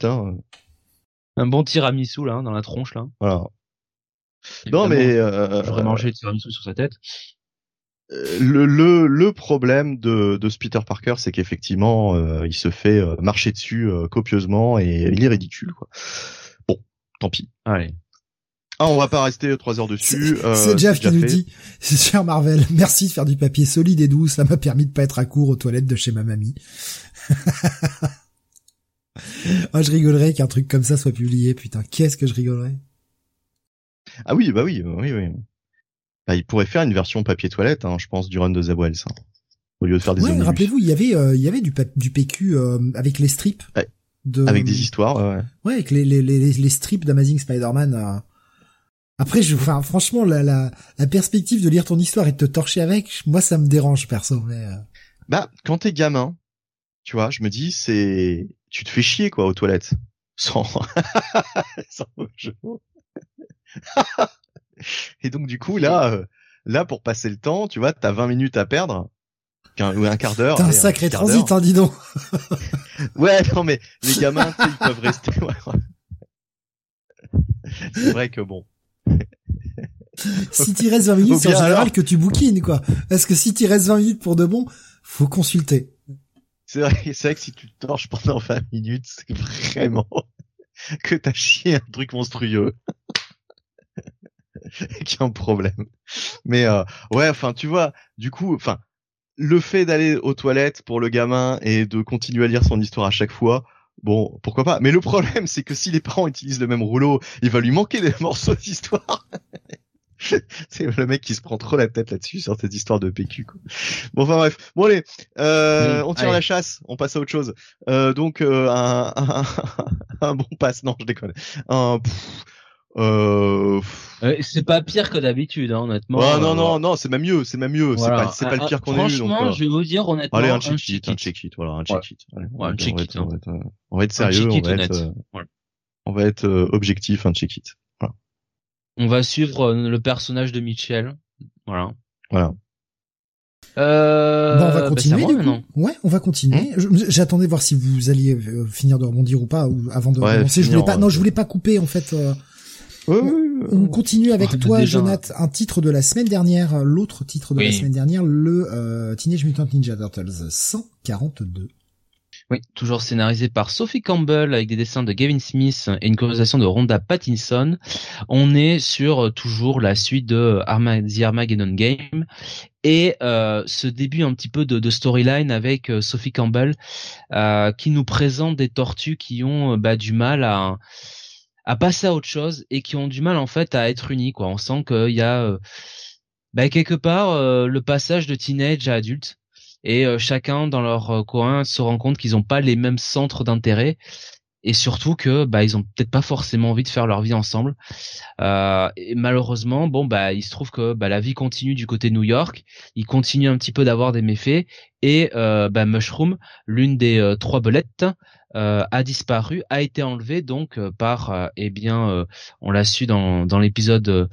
Speaker 2: Un bon tiramisu, là, dans la tronche, là.
Speaker 3: Voilà. Non, mais,
Speaker 2: j'aurais mangé le tiramisu sur sa tête.
Speaker 3: Le problème de ce Peter Parker, c'est qu'effectivement, il se fait marcher dessus copieusement et il est ridicule, quoi. Bon, tant pis.
Speaker 2: Allez.
Speaker 3: On va pas rester 3 heures dessus.
Speaker 1: C'est Jeff qui nous dit, cher Marvel, merci de faire du papier solide et doux, ça m'a permis de pas être à court aux toilettes de chez ma mamie. Je rigolerais qu'un truc comme ça soit publié, putain, qu'est-ce que je rigolerais.
Speaker 3: Ah oui, oui. Bah, il pourrait faire une version papier toilette, je pense, du run de The Wells, au lieu de faire des omnibus.
Speaker 1: Rappelez-vous, il y avait du PQ avec les strips.
Speaker 3: Ouais. Avec des histoires, ouais.
Speaker 1: Ouais, avec les strips d'Amazing Spider-Man. Après, franchement, la perspective de lire ton histoire et de te torcher avec, moi, ça me dérange, perso, mais...
Speaker 3: Bah, quand t'es gamin, tu vois, je me dis, tu te fais chier, quoi, aux toilettes. Sans jeu. Et donc, du coup, là, pour passer le temps, tu vois, t'as 20 minutes à perdre. Ou un quart d'heure.
Speaker 1: T'as un sacré transit, dis donc.
Speaker 3: Ouais, non, mais les gamins, ils peuvent rester, ouais. C'est vrai que bon.
Speaker 1: Si t'y restes 20 minutes, c'est en général que tu bouquines, quoi. Parce que si t'y restes 20 minutes pour de bon, faut consulter.
Speaker 3: C'est vrai que si tu te torches pendant 20 minutes, c'est vraiment que t'as chié un truc monstrueux. Qu'il y a un problème. Mais, ouais, enfin, tu vois, du coup, enfin, le fait d'aller aux toilettes pour le gamin et de continuer à lire son histoire à chaque fois, bon, pourquoi pas. Mais le problème, c'est que si les parents utilisent le même rouleau, il va lui manquer des morceaux d'histoire. C'est le mec qui se prend trop la tête là-dessus sur cette histoire de PQ, quoi. Bon, enfin bref. Bon allez, on tire la chasse, on passe à autre chose. Donc un bon pass, non, je déconne.
Speaker 2: C'est pas pire que d'habitude, hein, honnêtement.
Speaker 3: Non, c'est même mieux. Voilà. C'est pas le pire qu'on ait eu.
Speaker 2: Franchement, je vais vous dire honnêtement.
Speaker 3: Allez, un check it, voilà, un check it. On va être sérieux, on va être objectif, un check it. Voilà.
Speaker 2: On va suivre le personnage de Mitchell. Voilà.
Speaker 1: Bon, on va continuer maintenant. Ouais, on va continuer. J'attendais voir si vous alliez finir de rebondir ou pas avant de commencer. Je voulais pas couper en fait. On continue avec toi, Jonathan. Un titre de la semaine dernière, l'autre titre de la semaine dernière, le Teenage Mutant Ninja Turtles 142.
Speaker 2: Oui, toujours scénarisé par Sophie Campbell avec des dessins de Gavin Smith et une colorisation de Rhonda Pattinson. On est sur toujours la suite de The Armageddon Game et ce début un petit peu de storyline avec Sophie Campbell qui nous présente des tortues qui ont du mal à passer à autre chose et qui ont du mal en fait à être unis, quoi. On sent qu'il y a quelque part le passage de teenage à adulte. Et chacun dans leur coin se rend compte qu'ils n'ont pas les mêmes centres d'intérêt et surtout que ils ont peut-être pas forcément envie de faire leur vie ensemble. Et malheureusement, il se trouve que la vie continue du côté de New York. Il continue un petit peu d'avoir des méfaits et Mushroom, l'une des trois belettes, a disparu, a été enlevée donc par on l'a su dans l'épisode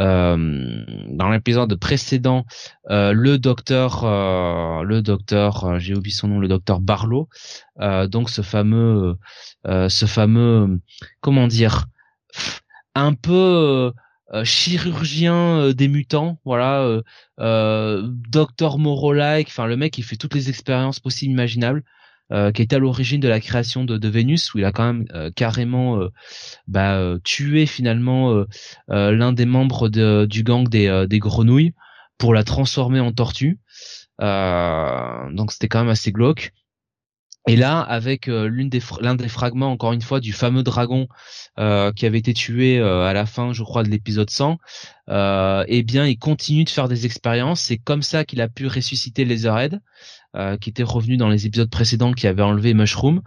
Speaker 2: précédent, le docteur j'ai oublié son nom, le docteur Barlow, donc ce fameux comment dire, un peu chirurgien des mutants, voilà, Docteur Moreau-like, enfin le mec qui fait toutes les expériences possibles imaginables, qui était à l'origine de la création de Vénus, où il a quand même carrément tué finalement l'un des membres du gang des grenouilles pour la transformer en tortue. Donc c'était quand même assez glauque. Et là, avec l'un des fragments, encore une fois, du fameux dragon qui avait été tué à la fin, je crois, de l'épisode 100, il continue de faire des expériences. C'est comme ça qu'il a pu ressusciter Leatherhead, qui était revenu dans les épisodes précédents, qui avait enlevé Mushroom.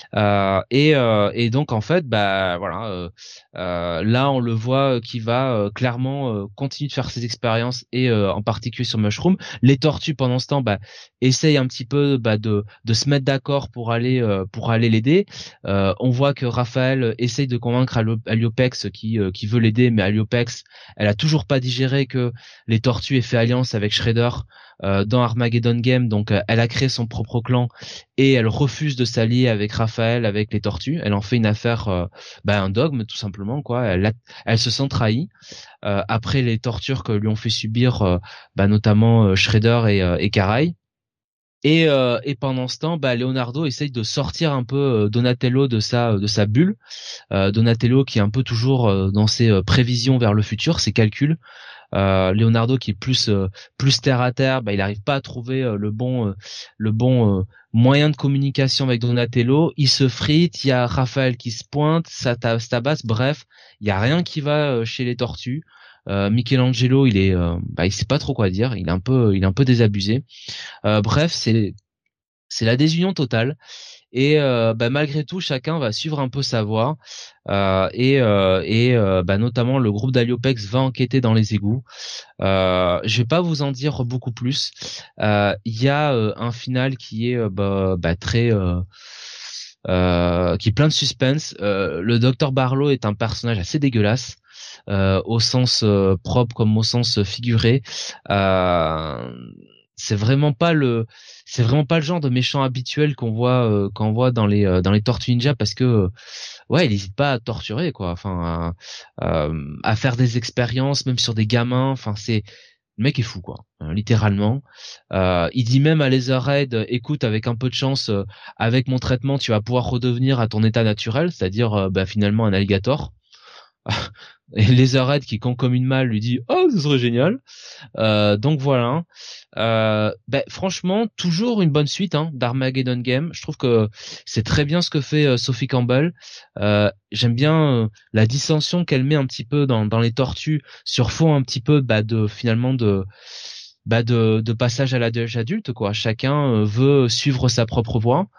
Speaker 2: Et donc, en fait, là, on le voit qui va clairement continuer de faire ses expériences, et en particulier sur Mushroom. Les tortues, pendant ce temps, essayent un petit peu de se mettre d'accord pour aller l'aider. On voit que Raphaël essaye de convaincre Alliopex qui veut l'aider, mais Alliopex, elle a toujours pas digéré que les tortues aient fait alliance avec Shredder dans Armageddon Game, donc elle a créé son propre clan et elle refuse de s'allier avec Raphaël, avec les tortues. Elle en fait une affaire, un dogme tout simplement, quoi. Elle se sent trahie après les tortures que lui ont fait subir notamment Shredder et Karai. Et pendant ce temps, Leonardo essaye de sortir un peu Donatello de sa bulle. Donatello qui est un peu toujours dans ses prévisions vers le futur, ses calculs. Leonardo qui est plus terre à terre, il n'arrive pas à trouver le bon moyen de communication avec Donatello. Il se frite, il y a Raphaël qui se pointe, ça tabasse. Bref, il y a rien qui va chez les tortues. Michelangelo, il sait pas trop quoi dire, il est un peu désabusé. Bref, c'est la désunion totale. Et malgré tout, chacun va suivre un peu sa voie, notamment le groupe d'Alliopex va enquêter dans les égouts. Je vais pas vous en dire beaucoup plus. Il y a un final qui est très qui est plein de suspense. Le docteur Barlow est un personnage assez dégueulasse, au sens propre comme au sens figuré. C'est vraiment pas le genre de méchant habituel qu'on voit dans les Tortues Ninja, parce que il hésite pas à torturer, quoi, enfin à faire des expériences même sur des gamins. Enfin, le mec est fou, quoi, littéralement. Il dit même à Leatherhead, écoute, avec un peu de chance, avec mon traitement, tu vas pouvoir redevenir à ton état naturel, c'est-à-dire finalement un alligator. Et Leatherhead, qui con comme une malle, lui dit oh, ce serait génial. Donc voilà. Franchement, toujours une bonne suite d'Armageddon Game. Je trouve que c'est très bien ce que fait Sophie Campbell. J'aime bien la dissension qu'elle met un petit peu dans les tortues, sur fond un petit peu de passage à l'âge adulte, quoi. Chacun veut suivre sa propre voie.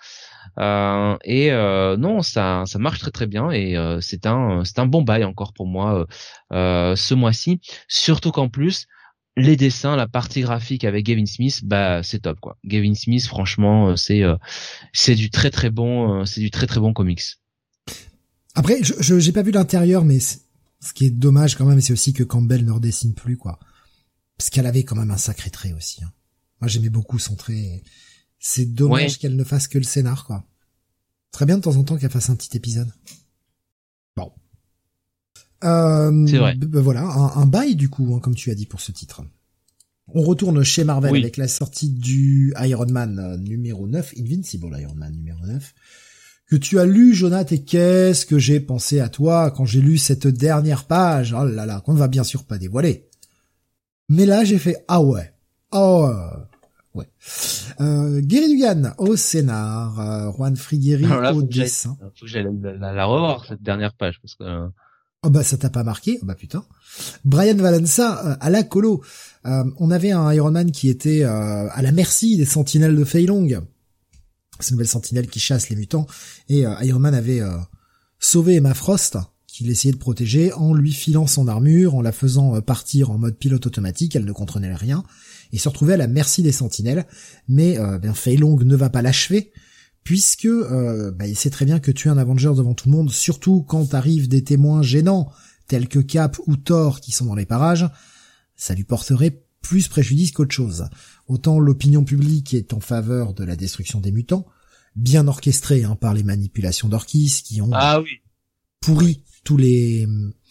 Speaker 2: Non, ça marche très très bien et c'est un bon bail encore pour moi ce mois-ci. Surtout qu'en plus les dessins, la partie graphique avec Gavin Smith, bah c'est top quoi. Gavin Smith, franchement, c'est du très très bon comics.
Speaker 1: Après, j'ai pas vu l'intérieur, mais ce qui est dommage quand même, c'est aussi que Campbell ne redessine plus quoi. Parce qu'elle avait quand même un sacré trait aussi. Hein. Moi, j'aimais beaucoup son trait. C'est dommage qu'elle ne fasse que le scénar, quoi. Très bien de temps en temps qu'elle fasse un petit épisode. Bon.
Speaker 2: C'est vrai.
Speaker 1: Voilà, un bail du coup, hein, comme tu as dit pour ce titre. On retourne chez Marvel avec la sortie du Iron Man numéro 9, Invincible Iron Man numéro 9, que tu as lu, Jonathan, et qu'est-ce que j'ai pensé à toi quand j'ai lu cette dernière page. Oh là là, qu'on ne va bien sûr pas dévoiler. Mais là, j'ai fait, ah ouais. Oh, ouais. Gary Dugan au scénar, Juan Frigueri au dessin.
Speaker 2: Faut que j'aille la revoir, cette dernière page, parce que...
Speaker 1: Oh bah, ça t'a pas marqué? Oh bah putain. Brian Valença, à la colo. On avait un Iron Man qui était, à la merci des sentinelles de Fei Long. Ces nouvelles sentinelles qui chassent les mutants. Et, Iron Man avait, sauvé Emma Frost, qu'il essayait de protéger en lui filant son armure, en la faisant partir en mode pilote automatique, elle ne comprenait rien, et se retrouvait à la merci des sentinelles, mais Fei Long ne va pas l'achever, puisque il sait très bien que tuer un Avenger devant tout le monde, surtout quand arrivent des témoins gênants, tels que Cap ou Thor qui sont dans les parages, ça lui porterait plus préjudice qu'autre chose. Autant l'opinion publique est en faveur de la destruction des mutants, bien orchestrée par les manipulations d'Orkis qui ont pourri tous les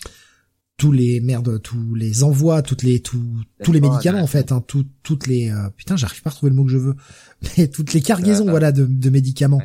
Speaker 1: envois, tous les médicaments en fait, toutes les putain, j'arrive pas à retrouver le mot que je veux, mais toutes les cargaisons de médicaments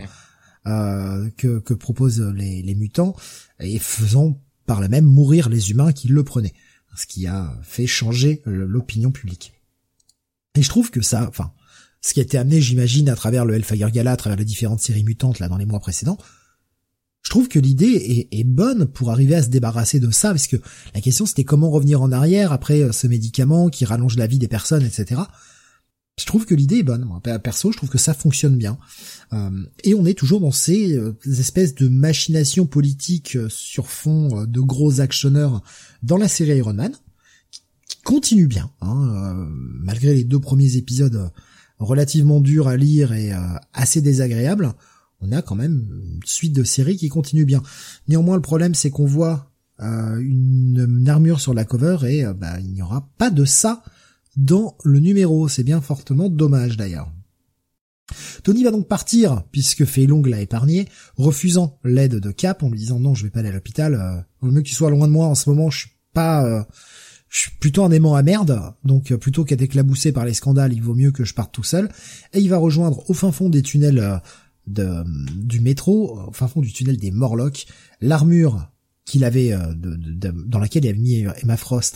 Speaker 1: que proposent les mutants, et faisant par là même mourir les humains qui le prenaient, ce qui a fait changer l'opinion publique. Et je trouve que ça, ce qui a été amené, j'imagine, à travers le Hellfire Gala, à travers les différentes séries mutantes là dans les mois précédents, je trouve que l'idée est bonne pour arriver à se débarrasser de ça, parce que la question c'était comment revenir en arrière après ce médicament qui rallonge la vie des personnes, etc. Je trouve que l'idée est bonne. Moi, perso, je trouve que ça fonctionne bien. Et on est toujours dans ces espèces de machinations politiques sur fond de gros actionneurs dans la série Iron Man, qui continue bien, malgré les 2 premiers épisodes relativement durs à lire et assez désagréables. On a quand même une suite de séries qui continue bien. Néanmoins, le problème, c'est qu'on voit une armure sur la cover et il n'y aura pas de ça dans le numéro. C'est bien fortement dommage, d'ailleurs. Tony va donc partir, puisque Fei Long l'a épargné, refusant l'aide de Cap, en lui disant non, je vais pas aller à l'hôpital, vaut mieux que tu sois loin de moi en ce moment, je suis plutôt un aimant à merde, donc plutôt qu'être éclaboussé par les scandales, il vaut mieux que je parte tout seul. Et il va rejoindre au fin fond des tunnels du métro, au fin fond du tunnel des Morlocks, l'armure qu'il avait dans laquelle il avait mis Emma Frost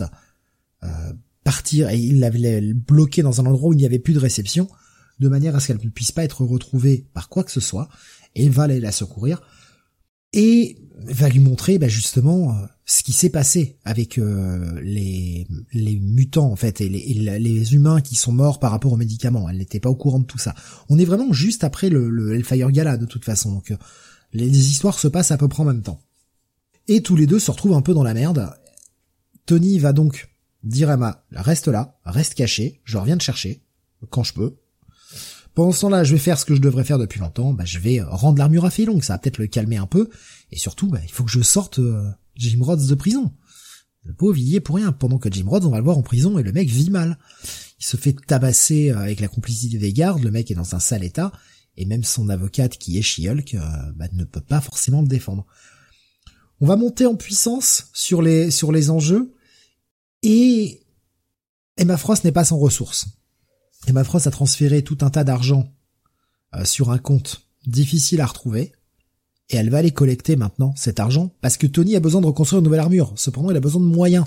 Speaker 1: partir, et il l'avait bloquée dans un endroit où il n'y avait plus de réception, de manière à ce qu'elle ne puisse pas être retrouvée par quoi que ce soit, et il va aller la secourir et va lui montrer justement ce qui s'est passé avec les mutants en fait, et les humains qui sont morts par rapport aux médicaments. Elle n'était pas au courant de tout ça. On est vraiment juste après le Hellfire Gala de toute façon, donc les histoires se passent à peu près en même temps. Et tous les deux se retrouvent un peu dans la merde. Tony va donc dire à Emma, reste là, reste caché, je reviens te chercher quand je peux. Pendant ce temps-là, je vais faire ce que je devrais faire depuis longtemps, je vais rendre l'armure à Fei Long, ça va peut-être le calmer un peu, et surtout, il faut que je sorte Jim Rhodes de prison. Le pauvre, il y est pour rien, pendant que Jim Rhodes, on va le voir en prison, et le mec vit mal. Il se fait tabasser avec la complicité des gardes, le mec est dans un sale état, et même son avocate, qui est She-Hulk, ne peut pas forcément le défendre. On va monter en puissance sur les enjeux, et Emma Frost n'est pas sans ressources. Emma Frost a transféré tout un tas d'argent sur un compte difficile à retrouver, et elle va aller collecter maintenant cet argent, parce que Tony a besoin de reconstruire une nouvelle armure. Cependant, il a besoin de moyens.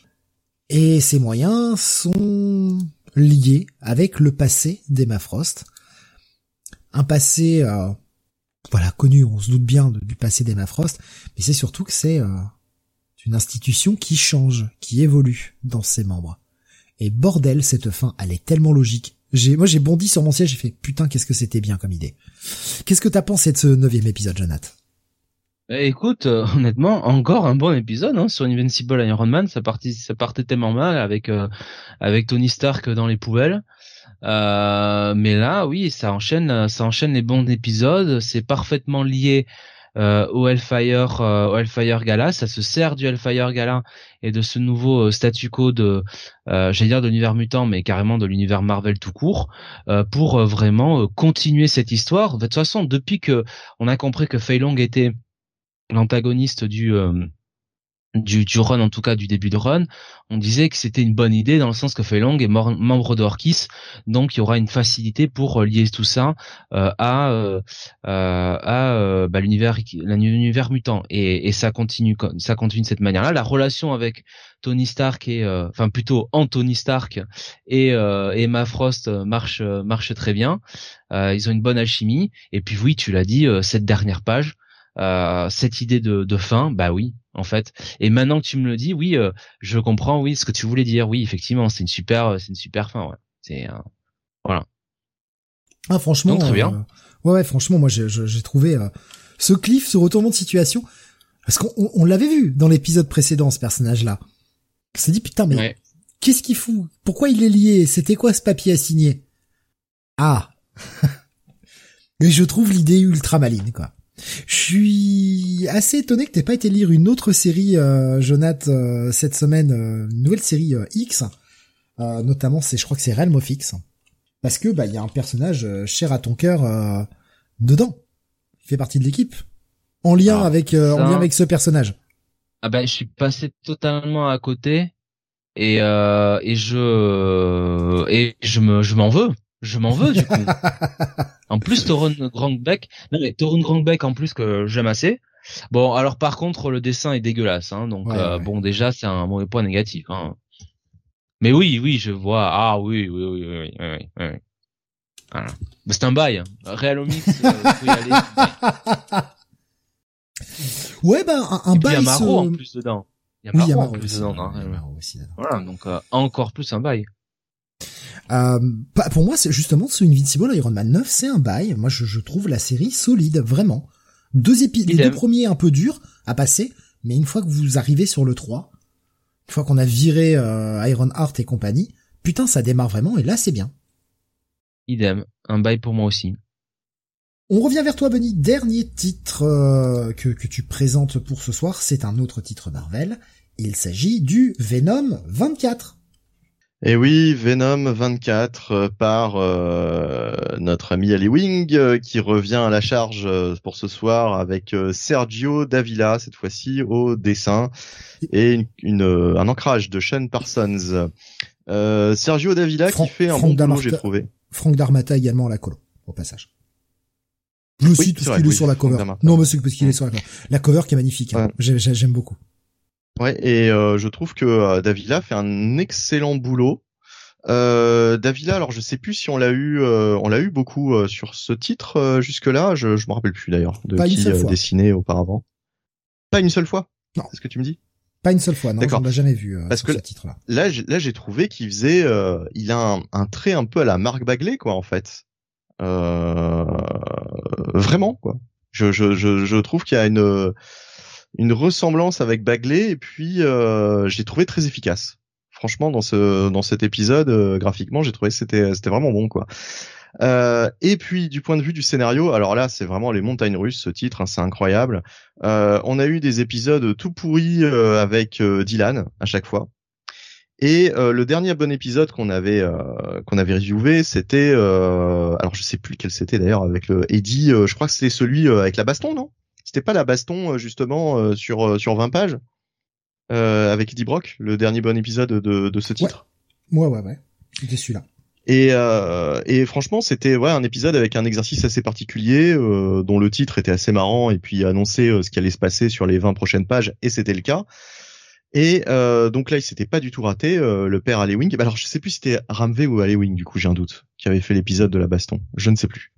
Speaker 1: Et ces moyens sont liés avec le passé d'Emma Frost. Un passé, connu, on se doute bien du passé d'Emma Frost, mais c'est surtout que c'est une institution qui change, qui évolue dans ses membres. Et bordel, cette fin, elle est tellement logique, Moi, j'ai bondi sur mon siège, j'ai fait, putain, qu'est-ce que c'était bien comme idée. Qu'est-ce que t'as pensé de ce 9e épisode, Jonathan?
Speaker 2: Écoute, honnêtement, encore un bon épisode, hein, sur Invincible Iron Man, ça partait tellement mal avec Tony Stark dans les poubelles. Mais là, oui, ça enchaîne les bons épisodes, c'est parfaitement lié au Hellfire Gala, ça se sert du Hellfire Gala et de ce nouveau statu quo de j'allais dire de l'univers mutant, mais carrément de l'univers Marvel tout court, pour vraiment continuer cette histoire. De toute façon, depuis que on a compris que Fei Long était l'antagoniste du run, en tout cas du début de run, on disait que c'était une bonne idée dans le sens que Fei Long est membre de Orchis, donc il y aura une facilité pour lier tout ça à l'univers mutant, et ça continue de cette manière-là. La relation avec Tony Stark enfin plutôt Anthony Stark et Emma Frost marche très bien. Ils ont une bonne alchimie, et puis oui, tu l'as dit, cette dernière page, cette idée de fin, bah oui, en fait. Et maintenant que tu me le dis, oui, je comprends, oui, ce que tu voulais dire. Oui, effectivement, c'est une super fin, ouais. C'est voilà.
Speaker 1: Ah, franchement,
Speaker 2: donc, très bien.
Speaker 1: Ouais, franchement, moi j'ai trouvé ce ce retournement de situation, parce qu'on l'avait vu dans l'épisode précédent, ce personnage-là. On s'est dit, putain, mais qu'est-ce qu'il fout? Pourquoi il est lié? C'était quoi ce papier à signer? Ah. Et je trouve l'idée ultra maligne, quoi. Je suis assez étonné que t'aies pas été lire une autre série, Jonathan, cette semaine, une nouvelle série X, notamment je crois que c'est Realm of X, parce que il y a un personnage cher à ton cœur dedans, il fait partie de l'équipe, en lien avec ce personnage.
Speaker 2: Ah je suis passé totalement à côté, et je m'en veux. Je m'en veux, du coup. En plus, Torun Grandbeck, en plus, que j'aime assez. Bon, alors par contre, le dessin est dégueulasse, hein, donc bon, déjà, c'est un mauvais point négatif, hein. Mais oui, je vois. Ah oui. Voilà. Mais c'est un bail. Realomix, faut y aller.
Speaker 1: Ouais, un bail.
Speaker 2: Il y a Maro en plus dedans. Il y a Maro en plus dedans. Voilà, donc encore plus un bail.
Speaker 1: Pour moi, c'est justement ce Invincible Iron Man 9, c'est un bail. Moi, je trouve la série solide, vraiment. Les deux premiers un peu durs à passer, mais une fois que vous arrivez sur le 3, une fois qu'on a viré Ironheart et compagnie, putain, ça démarre vraiment, et là, c'est bien.
Speaker 2: Idem, un bail pour moi aussi.
Speaker 1: On revient vers toi, Benny. Dernier titre que tu présentes pour ce soir, c'est un autre titre Marvel. Il s'agit du Venom 24.
Speaker 3: Et oui, Venom 24 par notre ami Ali Wing qui revient à la charge pour ce soir avec Sergio Davila cette fois-ci au dessin et un ancrage de Sean Parsons. Sergio Davila qui fait un bon boulot, j'ai trouvé.
Speaker 1: Frank Darmata également à la colo, au passage. Je le cite parce qu'il est sur la cover. Non, mais c'est parce qu'il est sur la cover. La cover qui est magnifique, hein. J'aime beaucoup.
Speaker 3: Ouais, et je trouve que Davila fait un excellent boulot. Davila, alors je sais plus si on l'a eu beaucoup sur ce titre jusque-là, je me rappelle plus d'ailleurs de qui dessinait auparavant. Pas une seule fois?
Speaker 1: Non.
Speaker 3: C'est ce que tu me dis?
Speaker 1: Pas une seule fois, non, on l'a jamais vu
Speaker 3: parce
Speaker 1: sur
Speaker 3: que
Speaker 1: ce titre-là.
Speaker 3: Là, j'ai trouvé qu'il faisait il a un trait un peu à la Marc Bagley, quoi, en fait. Vraiment, quoi. Je trouve qu'il y a une ressemblance avec Bagley, et puis j'ai trouvé très efficace. Franchement, dans cet épisode, graphiquement, j'ai trouvé que c'était vraiment bon, quoi. Et puis du point de vue du scénario, alors là, c'est vraiment les montagnes russes, ce titre, hein, c'est incroyable. On a eu des épisodes tout pourris avec Dylan à chaque fois. Et le dernier bon épisode qu'on avait reviewé, c'était alors je sais plus quel c'était d'ailleurs, avec le Eddie, je crois que c'était celui avec la baston, non? C'était pas la baston justement sur 20 pages avec Eddie Brock, le dernier bon épisode de ce titre.
Speaker 1: Ouais. C'était celui-là.
Speaker 3: Et franchement, c'était un épisode avec un exercice assez particulier dont le titre était assez marrant et puis annonçait ce qui allait se passer sur les 20 prochaines pages, et c'était le cas. Et donc là, il s'était pas du tout raté, le père Alewing. Alors je sais plus si c'était Ramvé ou Alewing, du coup j'ai un doute, qui avait fait l'épisode de la baston. Je ne sais plus.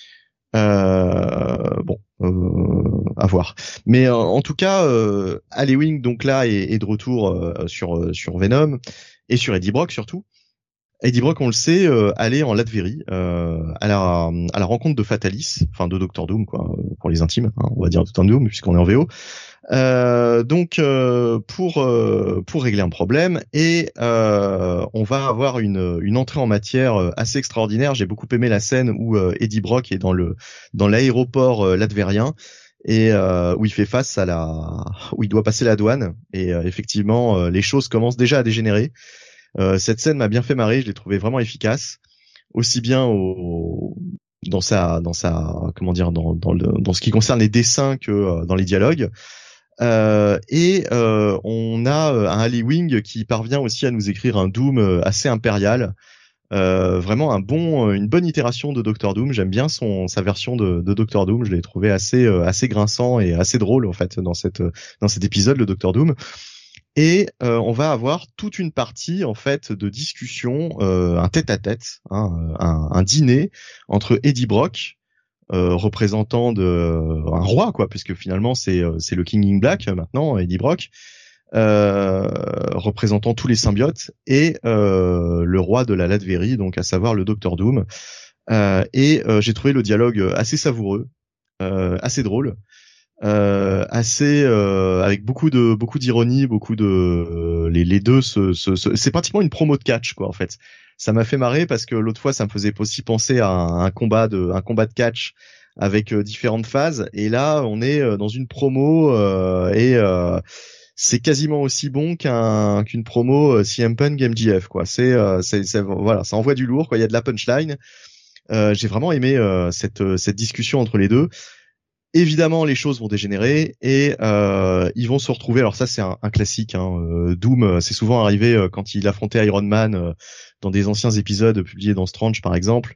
Speaker 3: À voir. Mais en tout cas, Alewing donc là est de retour sur Venom et sur Eddie Brock surtout. Eddie Brock, on le sait, allait en Latverie à la rencontre de Fatalis, enfin de Doctor Doom, quoi, pour les intimes, hein, on va dire Doctor Doom puisqu'on est en VO. Donc pour régler un problème, et on va avoir une entrée en matière assez extraordinaire. J'ai beaucoup aimé la scène où Eddie Brock est dans l'aéroport latvérien, et où il fait face où il doit passer la douane, et effectivement les choses commencent déjà à dégénérer. Cette scène m'a bien fait marrer, je l'ai trouvée vraiment efficace, aussi bien dans ce qui concerne les dessins que dans les dialogues. On a un Ali Wing qui parvient aussi à nous écrire un Doom assez impérial. Vraiment une bonne itération de Doctor Doom. J'aime bien sa version de Doctor Doom. Je l'ai trouvé assez grinçant et assez drôle en fait dans cet épisode, le Doctor Doom. Et on va avoir toute une partie en fait de discussion, un tête-à-tête, hein, un dîner entre Eddie Brock, représentant un roi, quoi, puisque finalement c'est le King in Black maintenant, Eddie Brock, représentant tous les symbiotes, et le roi de la Latverie, donc à savoir le Docteur Doom. J'ai trouvé le dialogue assez savoureux, assez drôle. Avec beaucoup d'ironie, les deux c'est pratiquement une promo de catch, quoi, en fait. Ça m'a fait marrer parce que l'autre fois ça me faisait aussi penser à un combat de catch avec différentes phases, et là on est dans une promo c'est quasiment aussi bon qu'une promo CM Punk MJF, quoi. Voilà, ça envoie du lourd, quoi, il y a de la punchline. J'ai vraiment aimé cette discussion entre les deux. Évidemment, les choses vont dégénérer, et ils vont se retrouver. Alors ça, c'est un classique, hein. Doom, c'est souvent arrivé quand il affrontait Iron Man dans des anciens épisodes publiés dans Strange, par exemple.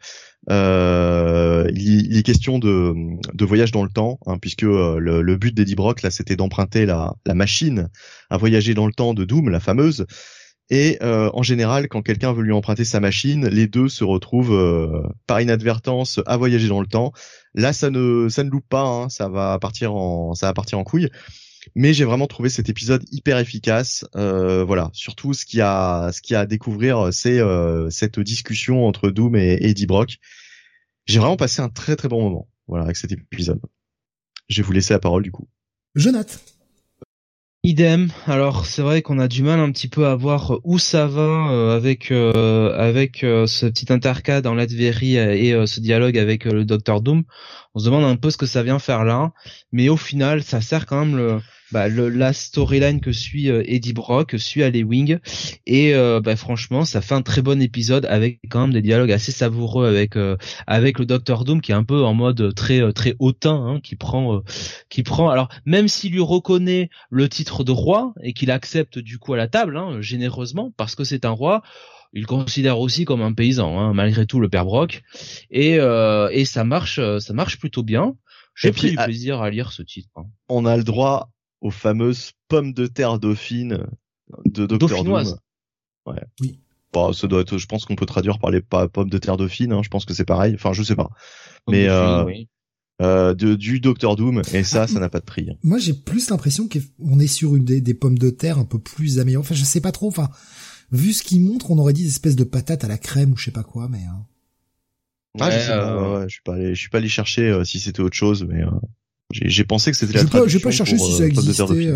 Speaker 3: Il est question de voyage dans le temps, hein, puisque le but d'Eddie Brock là, c'était d'emprunter la machine à voyager dans le temps de Doom, la fameuse. Et en général, quand quelqu'un veut lui emprunter sa machine, les deux se retrouvent par inadvertance à voyager dans le temps. Là, ça ne loupe pas, hein, ça va partir en couille. Mais j'ai vraiment trouvé cet épisode hyper efficace. Voilà, surtout ce qu'il y a à découvrir, c'est cette discussion entre Doom et Eddie Brock. J'ai vraiment passé un très très bon moment, voilà, avec cet épisode. Je vais vous laisser la parole du coup.
Speaker 1: Jonathan.
Speaker 2: Idem. Alors c'est vrai qu'on a du mal un petit peu à voir où ça va avec ce petit intercade en Latverie et ce dialogue avec le Dr Doom. On se demande un peu ce que ça vient faire là, mais au final ça sert quand même la storyline que suit Eddie Brock, suit Ali Wing, et franchement ça fait un très bon épisode avec quand même des dialogues assez savoureux avec le Dr Doom, qui est un peu en mode très très hautain, hein, qui prend alors même s'il lui reconnaît le titre de roi et qu'il accepte du coup à la table, hein, généreusement, parce que c'est un roi. Il considère aussi comme un paysan, hein, malgré tout, le père Brock, et ça marche plutôt bien. J'ai pris du plaisir à lire ce titre, hein.
Speaker 3: On a le droit aux fameuses pommes de terre dauphines de Dr Doom. Ouais. Oui. Bon, ça doit être, je pense qu'on peut traduire par les pommes de terre dauphines, hein, je pense que c'est pareil. Enfin, je sais pas. Mais oui. Du Dr Doom, et ça n'a pas de prix.
Speaker 1: Moi, j'ai plus l'impression qu'on est sur des pommes de terre un peu plus améliorées. Enfin, je sais pas trop. Enfin, vu ce qu'il montre, on aurait dit des espèces de patates à la crème ou je sais pas quoi, mais.
Speaker 3: Ouais, je sais pas. Ouais, je suis pas allé chercher si c'était autre chose, mais j'ai pensé que c'était la
Speaker 1: traduction. J'ai pas cherché si ça existait.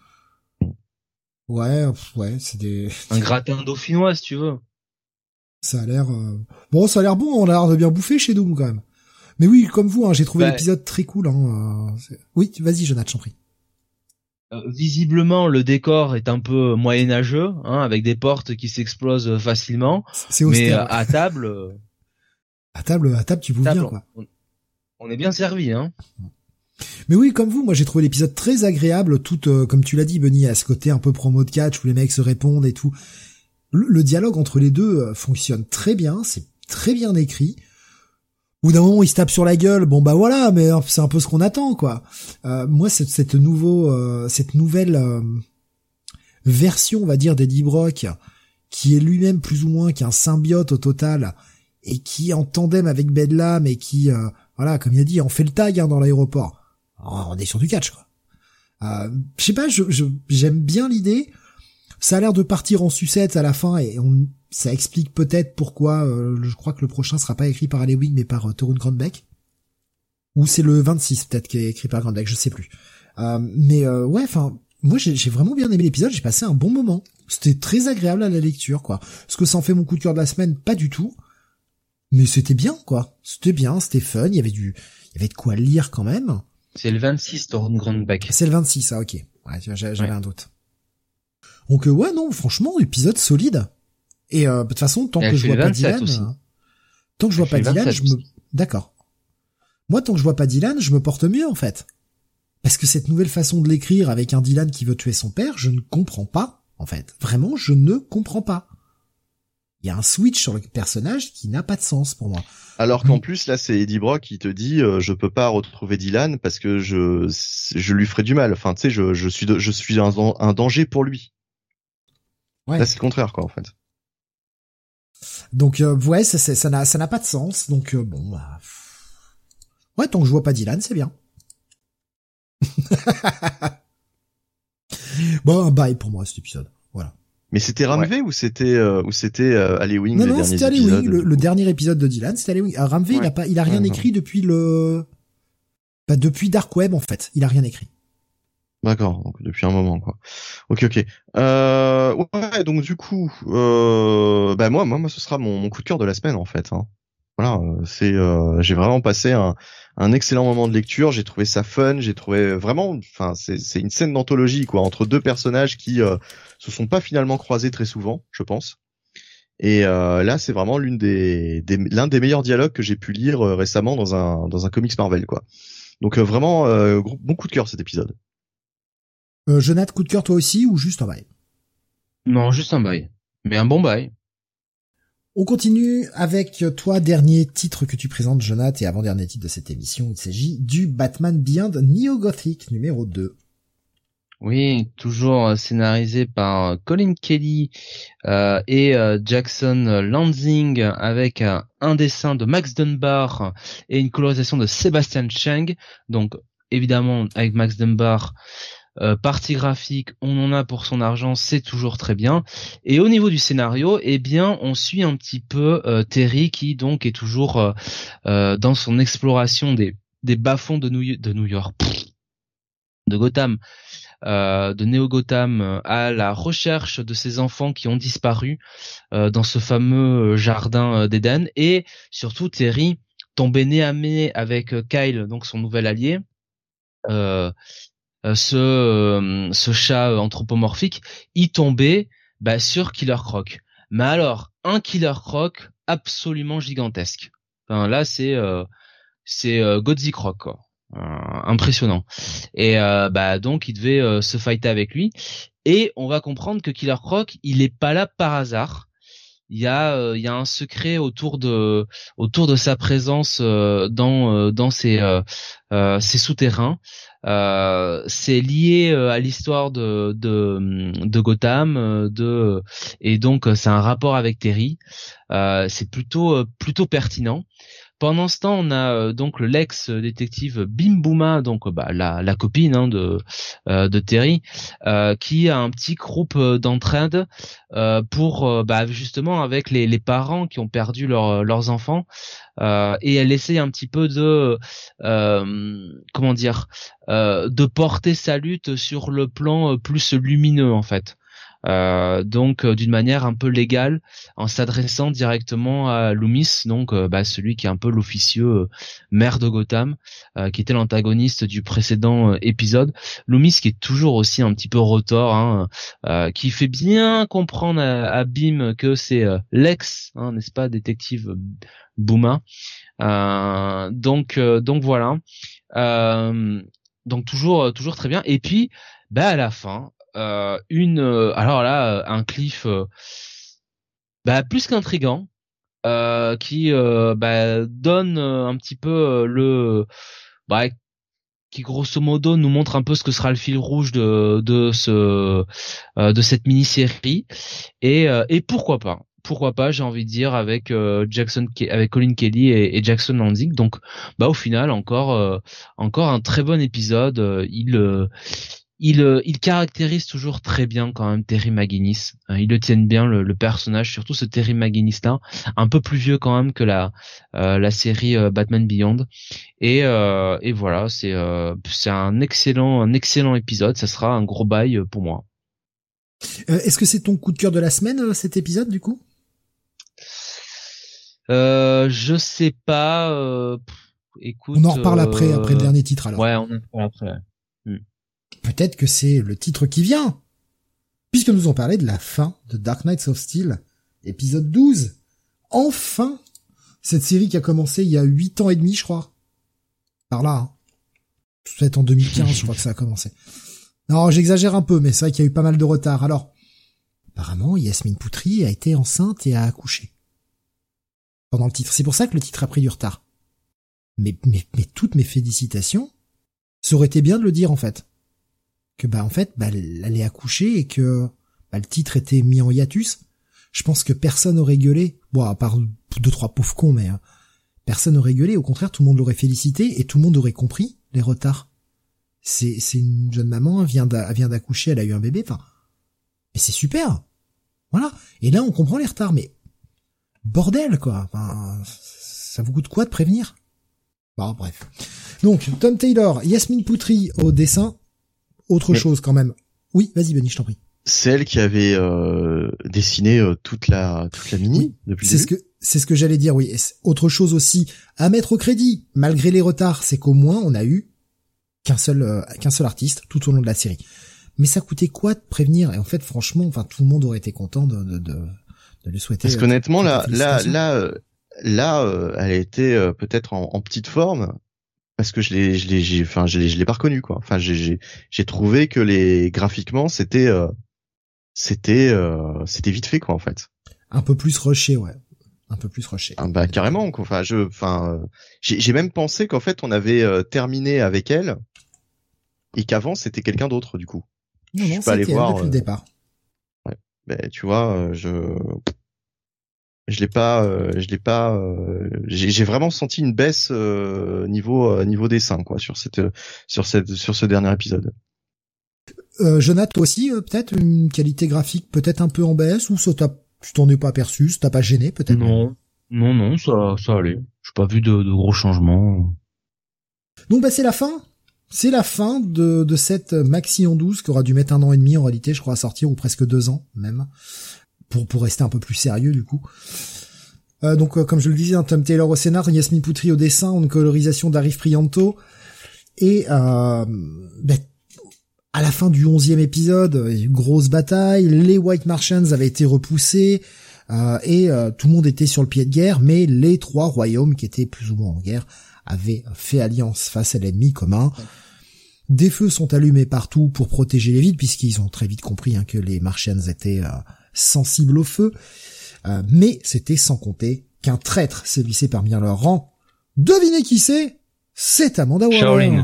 Speaker 1: Ouais, c'est des.
Speaker 2: Un gratin dauphinois, si tu veux.
Speaker 1: Ça a l'air. Bon, ça a l'air bon. On a l'air de bien bouffer chez Doom quand même. Mais oui, comme vous, hein, j'ai trouvé l'épisode très cool. Hein, Oui, vas-y, Jonathan, je t'en prie.
Speaker 2: Visiblement, le décor est un peu moyenâgeux, hein, avec des portes qui s'explosent facilement.
Speaker 1: C'est austère.
Speaker 2: Mais à table.
Speaker 1: À table, tu bouffes bien, quoi.
Speaker 2: On est bien servi, hein.
Speaker 1: Mais oui, comme vous, moi j'ai trouvé l'épisode très agréable, tout comme tu l'as dit, Benny, à ce côté un peu promo de catch où les mecs se répondent et tout. Le dialogue entre les deux fonctionne très bien, c'est très bien écrit. Au bout d'un moment, ils se tapent sur la gueule, bon bah voilà, mais c'est un peu ce qu'on attend, quoi. Moi, cette nouvelle version, on va dire, d'Eddie Brock, qui est lui-même plus ou moins qu'un symbiote au total, et qui est en tandem avec Bedlam, et qui, voilà, comme il a dit, on fait le tag dans l'aéroport. On est sur du catch, quoi. Je sais pas, j'aime bien l'idée. Ça a l'air de partir en sucette à la fin, et ça explique peut-être pourquoi je crois que le prochain sera pas écrit par Alewing mais par Torunn Grönbeck. Ou c'est le 26 peut-être qui est écrit par Grönbeck, je sais plus. Ouais, enfin, moi j'ai vraiment bien aimé l'épisode, j'ai passé un bon moment. C'était très agréable à la lecture, quoi. Est-ce que ça en fait mon coup de cœur de la semaine? Pas du tout. Mais c'était bien, quoi. C'était bien, c'était fun, il y avait de quoi lire quand même.
Speaker 2: C'est le 26, Torunn Grönbeck.
Speaker 1: C'est le 26, ah ok. Ouais, j'avais un doute. Donc ouais, non, franchement, épisode solide. Et de toute façon, tant que je vois pas Dylan, tant que je vois pas Dylan, d'accord. Moi, tant que je vois pas Dylan, je me porte mieux en fait. Parce que cette nouvelle façon de l'écrire avec un Dylan qui veut tuer son père, je ne comprends pas, en fait. Vraiment, je ne comprends pas. Il y a un switch sur le personnage qui n'a pas de sens pour moi.
Speaker 3: Alors qu'en plus, là, c'est Eddie Brock qui te dit, je peux pas retrouver Dylan parce que je lui ferai du mal. Enfin, tu sais, je suis un danger pour lui. Ouais. Là, c'est le contraire, quoi, en fait.
Speaker 1: Donc, ouais, ça n'a pas de sens. Donc, bon, bah... Ouais, tant que je vois pas Dylan, c'est bien. Bon, un bye pour moi cet épisode. Voilà.
Speaker 3: Mais c'était Ramvé ou c'était Alewing?
Speaker 1: Non, c'était Alewing. Le dernier épisode de Dylan, c'était Alewing. Ramvé, il a rien écrit depuis depuis Dark Web en fait. Il a rien écrit.
Speaker 3: D'accord, donc depuis un moment quoi. Ok. Ouais, donc du coup, moi, ce sera mon coup de cœur de la semaine en fait. Hein. Voilà, j'ai vraiment passé un excellent moment de lecture. J'ai trouvé ça fun. J'ai trouvé vraiment, enfin, c'est une scène d'anthologie quoi entre deux personnages qui se sont pas finalement croisés très souvent, je pense. Et là, c'est vraiment l'un des meilleurs dialogues que j'ai pu lire récemment dans un comics Marvel quoi. Donc vraiment bon coup de cœur cet épisode.
Speaker 1: Jonathan, coup de cœur toi aussi ou juste un bail?
Speaker 2: Non, juste un bail. Mais un bon bail.
Speaker 1: On continue avec toi, dernier titre que tu présentes, Jonathan, et avant-dernier titre de cette émission. Il s'agit du Batman Beyond Neo-Gothic numéro 2.
Speaker 2: Oui, toujours scénarisé par Colin Kelly et Jackson Lanzing avec un dessin de Max Dunbar et une colorisation de Sebastian Cheng. Donc évidemment avec Max Dunbar, partie graphique, on en a pour son argent, c'est toujours très bien. Et au niveau du scénario, eh bien, on suit un petit peu Terry qui donc est toujours dans son exploration des bas-fonds de New York, de Gotham. De Néo-Gotham à la recherche de ses enfants qui ont disparu dans ce fameux jardin d'Éden, et surtout Terry tombé nez à nez avec Kyle, donc son nouvel allié, ce chat anthropomorphique, y tombait sur Killer Croc. Mais alors un Killer Croc absolument gigantesque. Enfin là c'est Godzilla Croc quoi. Impressionnant. Et donc il devait se fighter avec lui, et on va comprendre que Killer Croc il est pas là par hasard. Il y a un secret autour de sa présence dans ces souterrains. C'est lié à l'histoire de Gotham, et donc c'est un rapport avec Terry. C'est plutôt pertinent. Pendant ce temps, on a donc le l'ex-détective Bim Bouma, donc la copine de Terry, qui a un petit groupe d'entraide pour justement avec les parents qui ont perdu leurs enfants, et elle essaye un petit peu de de porter sa lutte sur le plan plus lumineux en fait. Donc d'une manière un peu légale, en s'adressant directement à Loomis, donc celui qui est un peu l'officieux maire de Gotham, qui était l'antagoniste du précédent épisode. Loomis qui est toujours aussi un petit peu rotor, qui fait bien comprendre à Bim que c'est l'ex, n'est-ce pas, détective Bouma. Donc voilà. Donc toujours très bien. Et puis à la fin, un cliff plus qu'intriguant, qui donne un petit peu qui grosso modo nous montre un peu ce que sera le fil rouge de cette mini-série, et pourquoi pas, j'ai envie de dire, avec avec Colin Kelly et Jackson Lanzing. Donc au final encore un très bon épisode. il caractérise toujours très bien quand même Terry McGinnis. Ils le tiennent bien le personnage, surtout ce Terry McGinnis là, un peu plus vieux quand même que la série Batman Beyond. Et voilà, c'est un excellent épisode. Ça sera un gros bail pour moi.
Speaker 1: Est-ce que c'est ton coup de cœur de la semaine cet épisode du coup?
Speaker 2: Je sais pas. Écoute,
Speaker 1: on en reparle après le dernier titre alors.
Speaker 2: Ouais, on en reparle après.
Speaker 1: Peut-être que c'est le titre qui vient, puisque nous en parlait de la fin de Dark Knights of Steel, épisode 12. Enfin, cette série qui a commencé il y a 8 ans et demi, je crois. Par là, hein. Peut-être en 2015, je crois que ça a commencé. Non, j'exagère un peu, mais c'est vrai qu'il y a eu pas mal de retard. Alors, apparemment, Yasmine Poutri a été enceinte et a accouché pendant le titre. C'est pour ça que le titre a pris du retard. Mais toutes mes félicitations. Ça aurait été bien de le dire, en fait. Que, en fait, elle est accouchée et que, le titre était mis en hiatus. Je pense que personne aurait gueulé. Bon, à part 2-3 pauvres cons, mais, personne n'aurait gueulé. Au contraire, tout le monde l'aurait félicité et tout le monde aurait compris les retards. C'est une jeune maman, elle vient d'accoucher, elle a eu un bébé, enfin. Mais c'est super. Voilà. Et là, on comprend les retards, mais, bordel, quoi. Enfin, ça vous coûte quoi de prévenir? Bon, bref. Donc, Tom Taylor, Yasmine Poutri au dessin. Autre chose quand même. Oui, vas-y Benny, je t'en prie.
Speaker 3: C'est elle qui avait dessiné toute la mini
Speaker 1: oui,
Speaker 3: depuis le
Speaker 1: début. C'est ce que j'allais dire, oui. Et autre chose aussi à mettre au crédit, malgré les retards, c'est qu'au moins on a eu qu'un seul artiste tout au long de la série. Mais ça coûtait quoi de prévenir? Et en fait, franchement, enfin tout le monde aurait été content de le souhaiter.
Speaker 3: Parce qu'honnêtement, là, elle était peut-être en petite forme. Parce que je l'ai pas reconnu, quoi. Enfin, j'ai trouvé que graphiquement, c'était vite fait, quoi, en fait.
Speaker 1: Un peu plus rushé, ouais. Un peu plus rushé.
Speaker 3: Ah, carrément, quoi. J'ai même pensé qu'en fait, on avait terminé avec elle et qu'avant, c'était quelqu'un d'autre, du coup.
Speaker 1: Non, je suis pas allé voir depuis le départ.
Speaker 3: Ouais. Ben, tu vois, je l'ai pas, j'ai vraiment senti une baisse niveau dessin, quoi, sur ce dernier épisode.
Speaker 1: Jonathan, toi aussi, peut-être une qualité graphique peut-être un peu en baisse, ou ça tu t'en es pas aperçu, ça t'a pas gêné peut-être?
Speaker 2: Non, ça allait. J'ai pas vu de gros changements.
Speaker 1: Donc c'est la fin. C'est la fin de cette maxi en 12 qui aura dû mettre 1 an et demi en réalité, je crois, à sortir, ou presque 2 ans même. Pour rester un peu plus sérieux du coup. Donc comme je le disais, Tom Taylor au scénar, Yasmine Poutri au dessin, une colorisation d'Arif Prianto, et à la fin du 11e épisode, une grosse bataille, les White Martians avaient été repoussés, et tout le monde était sur le pied de guerre, mais les 3 royaumes qui étaient plus ou moins en guerre avaient fait alliance face à l'ennemi commun. Des feux sont allumés partout pour protéger les villes, puisqu'ils ont très vite compris que les Martians étaient sensibles au feu, mais c'était sans compter qu'un traître s'est glissé parmi leurs rangs. Devinez qui c'est? C'est Amanda Waller.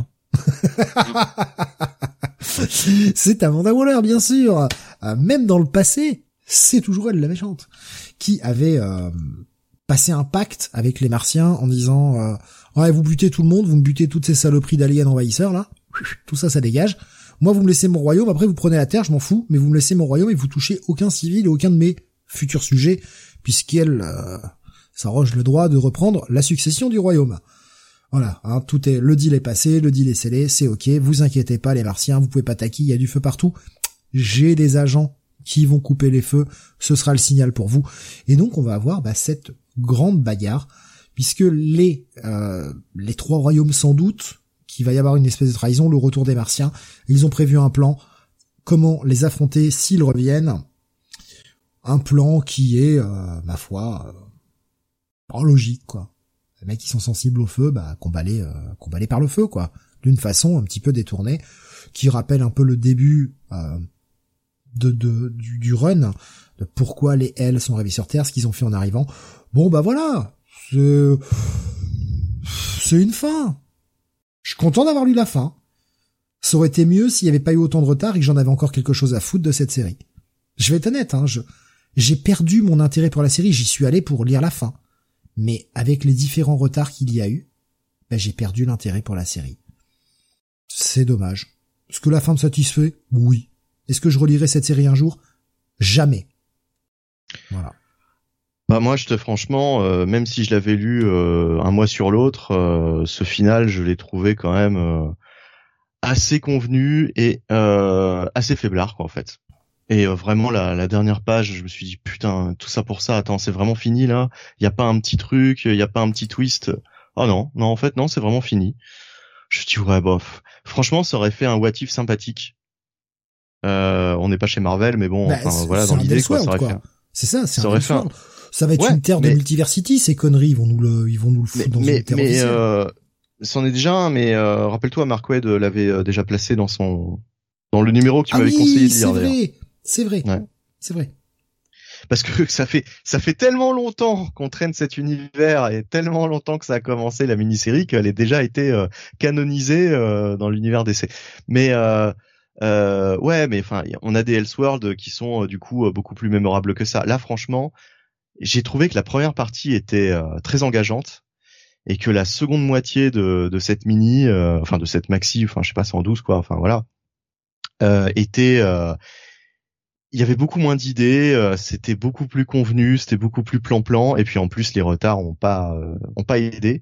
Speaker 1: C'est Amanda Waller, bien sûr. Même dans le passé, c'est toujours elle la méchante, qui avait passé un pacte avec les Martiens en disant ouais, vous butez tout le monde, vous me butez toutes ces saloperies d'aliens envahisseurs là, tout ça dégage. Moi, vous me laissez mon royaume, après vous prenez la terre, je m'en fous, mais vous me laissez mon royaume et vous touchez aucun civil et aucun de mes futurs sujets, puisqu'elle s'arroge le droit de reprendre la succession du royaume. Voilà, le deal est passé, le deal est scellé, c'est ok, vous inquiétez pas les Martiens, vous pouvez pas taquer, il y a du feu partout. J'ai des agents qui vont couper les feux, ce sera le signal pour vous. Et donc on va avoir cette grande bagarre, puisque les 3 royaumes sans doute, qu'il va y avoir une espèce de trahison, le retour des Martiens. Ils ont prévu un plan, comment les affronter s'ils reviennent. Un plan qui est, ma foi, en logique, quoi. Les mecs qui sont sensibles au feu, combat-les par le feu, quoi. D'une façon un petit peu détournée, qui rappelle un peu le début du run, de pourquoi les Hells sont arrivés sur Terre, ce qu'ils ont fait en arrivant. Bon, voilà, c'est une fin. Je suis content d'avoir lu la fin. Ça aurait été mieux s'il n'y avait pas eu autant de retard et que j'en avais encore quelque chose à foutre de cette série. Je vais être honnête, j'ai perdu mon intérêt pour la série, j'y suis allé pour lire la fin. Mais avec les différents retards qu'il y a eu, j'ai perdu l'intérêt pour la série. C'est dommage. Est-ce que la fin me satisfait? Oui. Est-ce que je relirai cette série un jour? Jamais. Voilà.
Speaker 3: Bah moi, franchement, même si je l'avais lu un mois sur l'autre, ce final, je l'ai trouvé quand même assez convenu et assez faiblard, quoi, en fait. Et vraiment, la dernière page, je me suis dit, putain, tout ça pour ça, attends, c'est vraiment fini, là? Y a pas un petit truc, y a pas un petit twist? Oh non, en fait, non, c'est vraiment fini. Je me dis, ouais, bof. Franchement, ça aurait fait un what if sympathique. On n'est pas chez Marvel, mais bon, enfin, voilà, dans l'idée, quoi, ça aurait fait.
Speaker 1: C'est ça, c'est un fait. Ça va être une terre de multiversity, ces conneries, ils vont nous le foutre dans une terre officielle.
Speaker 3: C'en est déjà un, mais rappelle-toi, Mark Waid l'avait déjà placé dans le numéro que tu m'avais conseillé de lire.
Speaker 1: C'est vrai.
Speaker 3: Ouais.
Speaker 1: C'est vrai.
Speaker 3: Parce que ça fait tellement longtemps qu'on traîne cet univers et tellement longtemps que ça a commencé la mini-série qu'elle est déjà été canonisée dans l'univers DC. Mais ouais, mais enfin, on a des Elseworlds qui sont du coup beaucoup plus mémorables que ça. Là, franchement, j'ai trouvé que la première partie était très engageante et que la seconde moitié de cette mini, enfin de cette maxi, enfin je sais pas, 112 quoi, enfin voilà, était il y avait beaucoup moins d'idées, c'était beaucoup plus convenu, c'était beaucoup plus plan-plan, et puis en plus les retards ont pas aidé.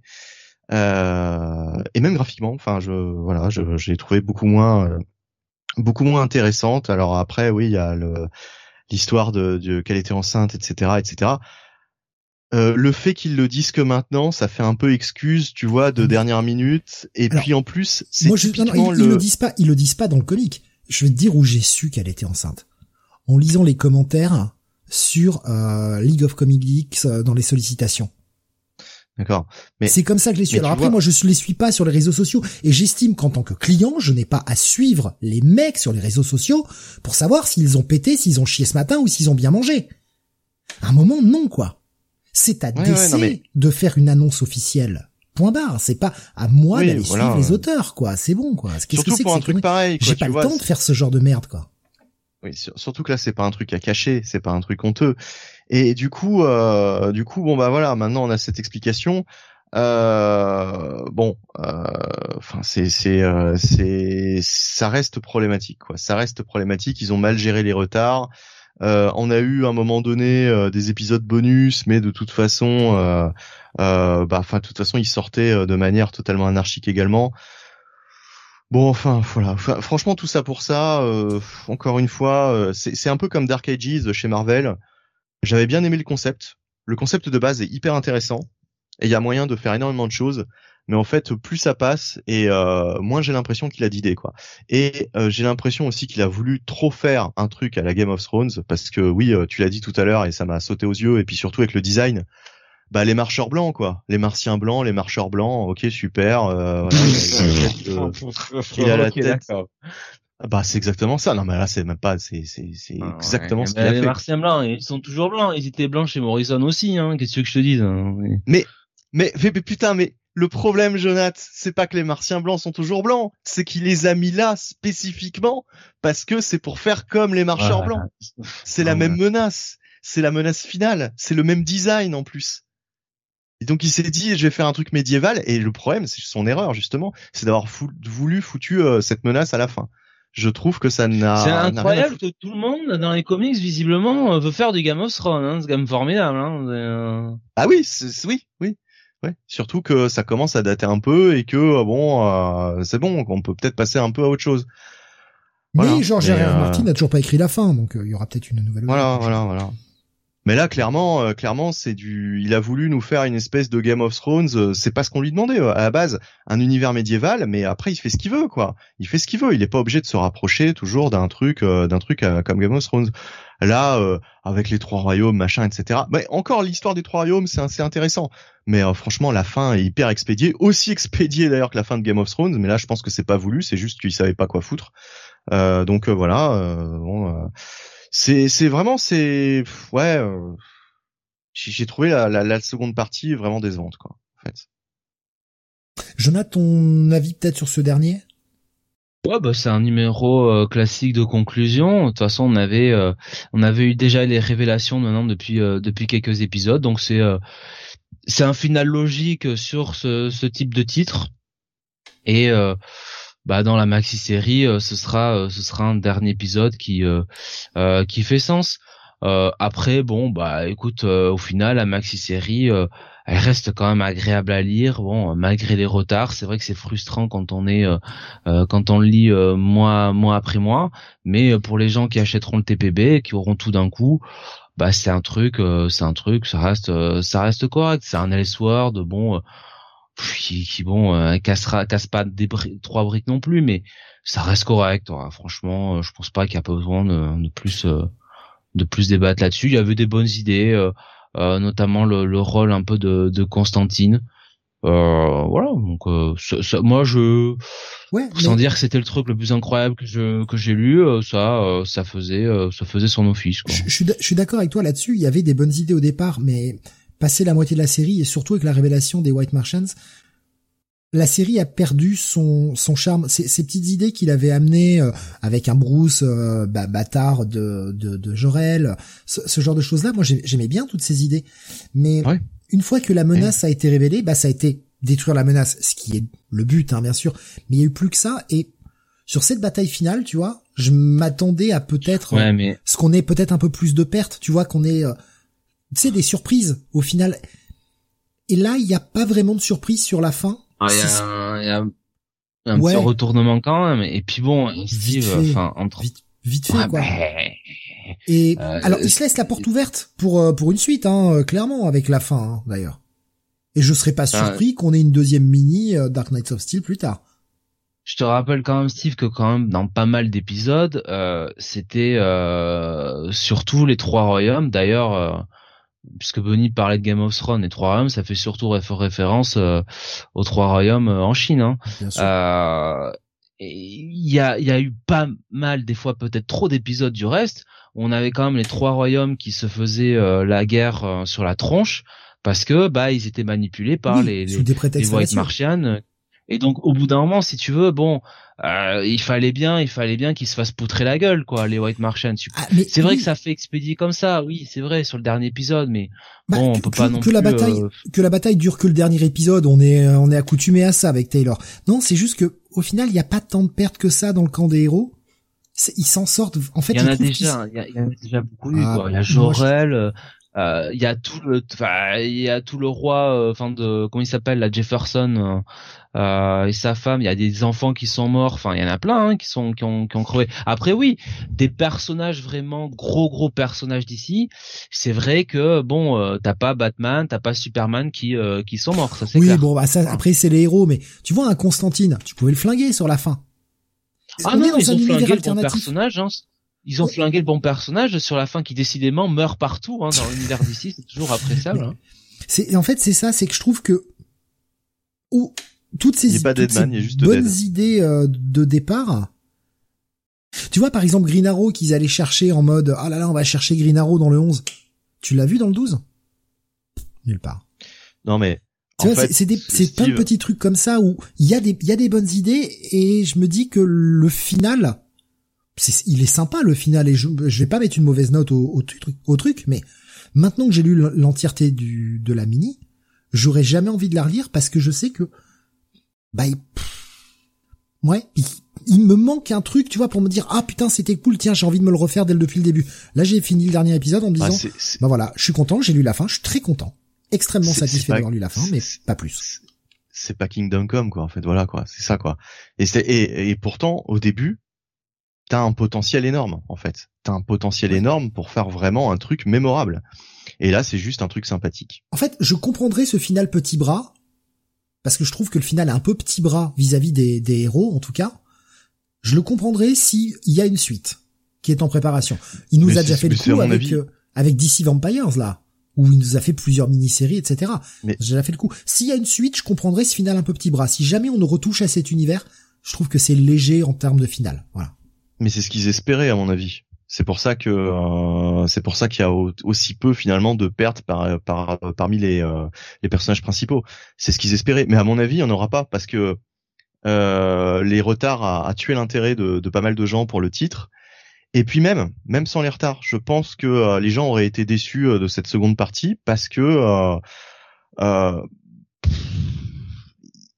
Speaker 3: Et même graphiquement, enfin j'ai trouvé beaucoup moins intéressante. Alors après, oui, il y a l'histoire de qu'elle était enceinte, etc. Le fait qu'ils le disent que maintenant, ça fait un peu excuse, tu vois, de dernière minute. Et alors, puis en plus, c'est typiquement
Speaker 1: ils le disent pas dans le comic. Je vais te dire où j'ai su qu'elle était enceinte. En lisant les commentaires sur League of Comic Geeks dans les sollicitations.
Speaker 3: D'accord. Mais
Speaker 1: c'est comme ça que je les suis. Alors après, moi, je les suis pas sur les réseaux sociaux et j'estime qu'en tant que client, je n'ai pas à suivre les mecs sur les réseaux sociaux pour savoir s'ils ont pété, s'ils ont chié ce matin ou s'ils ont bien mangé. À un moment, non, quoi. C'est à DC de faire une annonce officielle. Point barre. C'est pas à moi d'aller suivre les auteurs, quoi. C'est bon, quoi.
Speaker 3: Surtout pour un truc pareil, quoi.
Speaker 1: J'ai pas le temps de faire ce genre de merde, quoi.
Speaker 3: Oui, surtout que là, c'est pas un truc à cacher, c'est pas un truc honteux. Et du coup, bon bah voilà, maintenant on a cette explication. Enfin, ça reste problématique, quoi. Ça reste problématique. Ils ont mal géré les retards. On a eu à un moment donné des épisodes bonus, mais de toute façon, de toute façon, ils sortaient de manière totalement anarchique également. Bon, enfin, voilà. Enfin, franchement, tout ça pour ça. Encore une fois, c'est un peu comme Dark Ages chez Marvel. J'avais bien aimé le concept. Le concept de base est hyper intéressant et il y a moyen de faire énormément de choses. Mais en fait, plus ça passe et moins j'ai l'impression qu'il a d'idées, quoi. Et j'ai l'impression aussi qu'il a voulu trop faire un truc à la Game of Thrones parce que oui, tu l'as dit tout à l'heure et ça m'a sauté aux yeux. Et puis surtout avec le design, bah les marcheurs blancs, quoi. Les martiens blancs, les marcheurs blancs. Ok, super. Il a la tête. Bah c'est exactement ça. Non mais là c'est même pas, c'est exactement ce qu'il a fait.
Speaker 2: Les martiens blancs, ils sont toujours blancs. Ils étaient blancs chez Morrison aussi. Hein. Qu'est-ce que je te dise hein.
Speaker 3: Mais putain, mais le problème, Jonathan, c'est pas que les martiens blancs sont toujours blancs, c'est qu'il les a mis là spécifiquement parce que c'est pour faire comme les marcheurs blancs. C'est la même menace, c'est la menace finale, c'est le même design en plus. Et donc il s'est dit, je vais faire un truc médiéval. Et le problème, c'est son erreur justement, c'est d'avoir voulu foutu cette menace à la fin. Je trouve que ça n'a.
Speaker 2: C'est incroyable que tout le monde dans les comics visiblement veut faire du Game of Thrones. Hein. C'est quand même formidable. Hein.
Speaker 3: Ah oui, oui. Ouais. Surtout que ça commence à dater un peu et que c'est bon, on peut peut-être passer un peu à autre chose.
Speaker 1: Voilà. Mais George R.R. Martin n'a toujours pas écrit la fin, donc il y aura peut-être une nouvelle.
Speaker 3: Voilà. Mais là, clairement, c'est il a voulu nous faire une espèce de Game of Thrones. C'est pas ce qu'on lui demandait à la base, un univers médiéval. Mais après, il fait ce qu'il veut, quoi. Il fait ce qu'il veut. Il est pas obligé de se rapprocher toujours d'un truc comme Game of Thrones. Là, avec les 3 royaumes, machin, etc. Mais encore, l'histoire des 3 royaumes, c'est assez intéressant. Mais franchement, la fin est hyper expédiée, aussi expédiée d'ailleurs que la fin de Game of Thrones. Mais là, je pense que c'est pas voulu. C'est juste qu'ils savaient pas quoi foutre. Donc voilà. C'est vraiment j'ai trouvé la seconde partie vraiment décevante, quoi, en fait.
Speaker 1: Jonathan, ton avis peut-être sur ce dernier?
Speaker 2: Ouais, bah c'est un numéro classique de conclusion. De toute façon, on avait eu déjà les révélations maintenant depuis quelques épisodes, donc c'est un final logique sur ce type de titre. Et dans la maxi-série, ce sera un dernier épisode qui fait sens. Après, écoute, au final, la maxi-série, elle reste quand même agréable à lire. Bon, malgré les retards, c'est vrai que c'est frustrant quand on le lit mois après mois. Mais pour les gens qui achèteront le TPB, qui auront tout d'un coup, c'est un truc, ça reste correct. C'est un Elseworld, qui casse pas trois briques non plus, mais ça reste correct. Franchement, je pense pas qu'il y a pas besoin de plus débattre là-dessus. Il y avait des bonnes idées, notamment le rôle un peu de Constantine. Voilà, donc moi sans dire que c'était le truc le plus incroyable que j'ai lu, ça faisait son office, quoi.
Speaker 1: Je suis d'accord avec toi là-dessus. Il y avait des bonnes idées au départ, mais passé la moitié de la série et surtout avec la révélation des White Martians, la série a perdu son charme. Ces petites idées qu'il avait amenées avec un Bruce bâtard de Jor-El, ce genre de choses-là, moi j'aimais bien toutes ces idées. Mais une fois que la menace a été révélée, ça a été détruire la menace, ce qui est le but, bien sûr. Mais il y a eu plus que ça. Et sur cette bataille finale, tu vois, je m'attendais à peut-être ce qu'on ait peut-être un peu plus de pertes, tu vois, qu'on ait des surprises au final. Et là, il n'y a pas vraiment de surprise sur la fin.
Speaker 2: Il y a un petit retournement quand même. Et puis Steve,
Speaker 1: vite fait, quoi. Et alors, il se laisse la porte ouverte pour une suite, clairement, avec la fin, d'ailleurs. Et je serais pas surpris qu'on ait une deuxième mini Dark Knights of Steel plus tard.
Speaker 2: Je te rappelle quand même, Steve, que quand même dans pas mal d'épisodes, c'était surtout les Trois Royaumes. D'ailleurs, puisque Bonnie parlait de Game of Thrones, les Trois Royaumes, ça fait surtout référence aux Trois Royaumes en Chine. Hein.
Speaker 1: Bien sûr.
Speaker 2: Il y a eu pas mal, des fois peut-être trop d'épisodes du reste, où on avait quand même les Trois Royaumes qui se faisaient la guerre sur la tronche, parce que ils étaient manipulés par les White Martians. Et donc au bout d'un moment, si tu veux, il fallait bien qu'ils se fassent poutrer la gueule, quoi, les White Martians. C'est vrai que ça fait expédier comme ça, oui, c'est vrai sur le dernier épisode, mais on peut pas non plus
Speaker 1: que la bataille dure que le dernier épisode, on est accoutumé à ça avec Taylor. Non, c'est juste que au final, il y a pas tant de pertes que ça dans le camp des héros. Ils s'en sortent. En fait,
Speaker 2: il y en a déjà beaucoup eu, quoi. Il y a Jor-El. Il y a tout le roi, comment il s'appelle, la Jefferson, et sa femme. Il y a des enfants qui sont morts. Enfin, il y en a plein, qui ont crevé. Après, oui, des personnages vraiment gros personnages d'ici. C'est vrai que t'as pas Batman, t'as pas Superman qui sont morts. Ça c'est clair.
Speaker 1: Oui, ça après c'est les héros, mais tu vois un Constantine, tu pouvais le flinguer sur la fin.
Speaker 2: Ah non, ils ont flingué le bon personnage. Hein. Ils ont flingué le bon personnage sur la fin qui décidément meurt partout dans l'univers d'ici, c'est toujours appréciable. Hein.
Speaker 1: C'est ça, c'est que je trouve que toutes ces bonnes idées de départ. Tu vois par exemple Green Arrow qu'ils allaient chercher en mode ah là là on va chercher Green Arrow dans le 11. Tu l'as vu dans le 12 ? Nulle part.
Speaker 3: Non mais
Speaker 1: tu vois, c'est plein de petits trucs comme ça où il y a des bonnes idées et je me dis que le final il est sympa le final et je vais pas mettre une mauvaise note au truc, mais maintenant que j'ai lu l'entièreté de la mini, j'aurais jamais envie de la relire parce que je sais que il me manque un truc, tu vois, pour me dire ah putain c'était cool, tiens j'ai envie de me le refaire depuis le début. Là j'ai fini le dernier épisode en me disant voilà, je suis content, j'ai lu la fin, je suis très content, extrêmement satisfait d'avoir lu la fin, mais pas plus.
Speaker 3: C'est pas Kingdom Come quoi, en fait, voilà quoi, c'est ça quoi. Et pourtant au début t'as un potentiel énorme, en fait. T'as un potentiel énorme pour faire vraiment un truc mémorable. Et là, c'est juste un truc sympathique.
Speaker 1: En fait, je comprendrais ce final petit bras, parce que je trouve que le final est un peu petit bras vis-à-vis des héros, en tout cas. Je le comprendrais s'il y a une suite qui est en préparation. Il nous a déjà fait le coup avec DC Vampires, là, où il nous a fait plusieurs mini-séries, etc. J'ai déjà fait le coup. S'il y a une suite, je comprendrais ce final un peu petit bras. Si jamais on ne retouche à cet univers, je trouve que c'est léger en termes de final. Voilà.
Speaker 3: Mais c'est ce qu'ils espéraient à mon avis. C'est pour ça qu'il y a aussi peu finalement de pertes parmi les personnages principaux. C'est ce qu'ils espéraient. Mais à mon avis, il n'y en aura pas parce que les retards a tué l'intérêt de pas mal de gens pour le titre. Et puis même sans les retards, je pense que les gens auraient été déçus de cette seconde partie parce que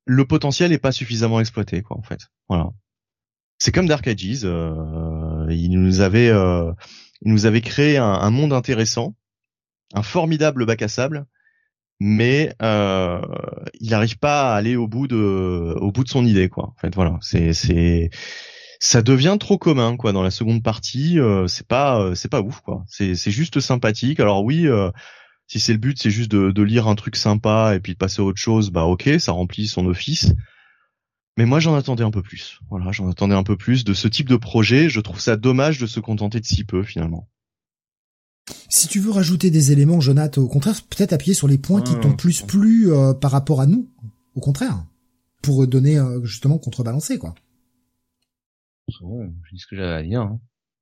Speaker 3: le potentiel est pas suffisamment exploité, quoi, en fait. Voilà. C'est comme Dark Ages. Il nous avait créé un monde intéressant, un formidable bac à sable, mais il n'arrive pas à aller au bout de son idée, quoi. En fait, voilà. Ça devient trop commun, quoi. Dans la seconde partie, c'est pas ouf, quoi. C'est juste sympathique. Alors oui. Si c'est le but, c'est juste de lire un truc sympa et puis de passer à autre chose, bah ok, ça remplit son office. Mais moi, j'en attendais un peu plus. Voilà, j'en attendais un peu plus de ce type de projet. Je trouve ça dommage de se contenter de si peu, finalement.
Speaker 1: Si tu veux rajouter des éléments, Jonathan, au contraire, peut-être appuyer sur les points qui t'ont plus plu par rapport à nous. Au contraire. Pour donner, justement, contrebalancer, quoi.
Speaker 2: Ouais, j'ai dit ce que j'avais à dire. Hein.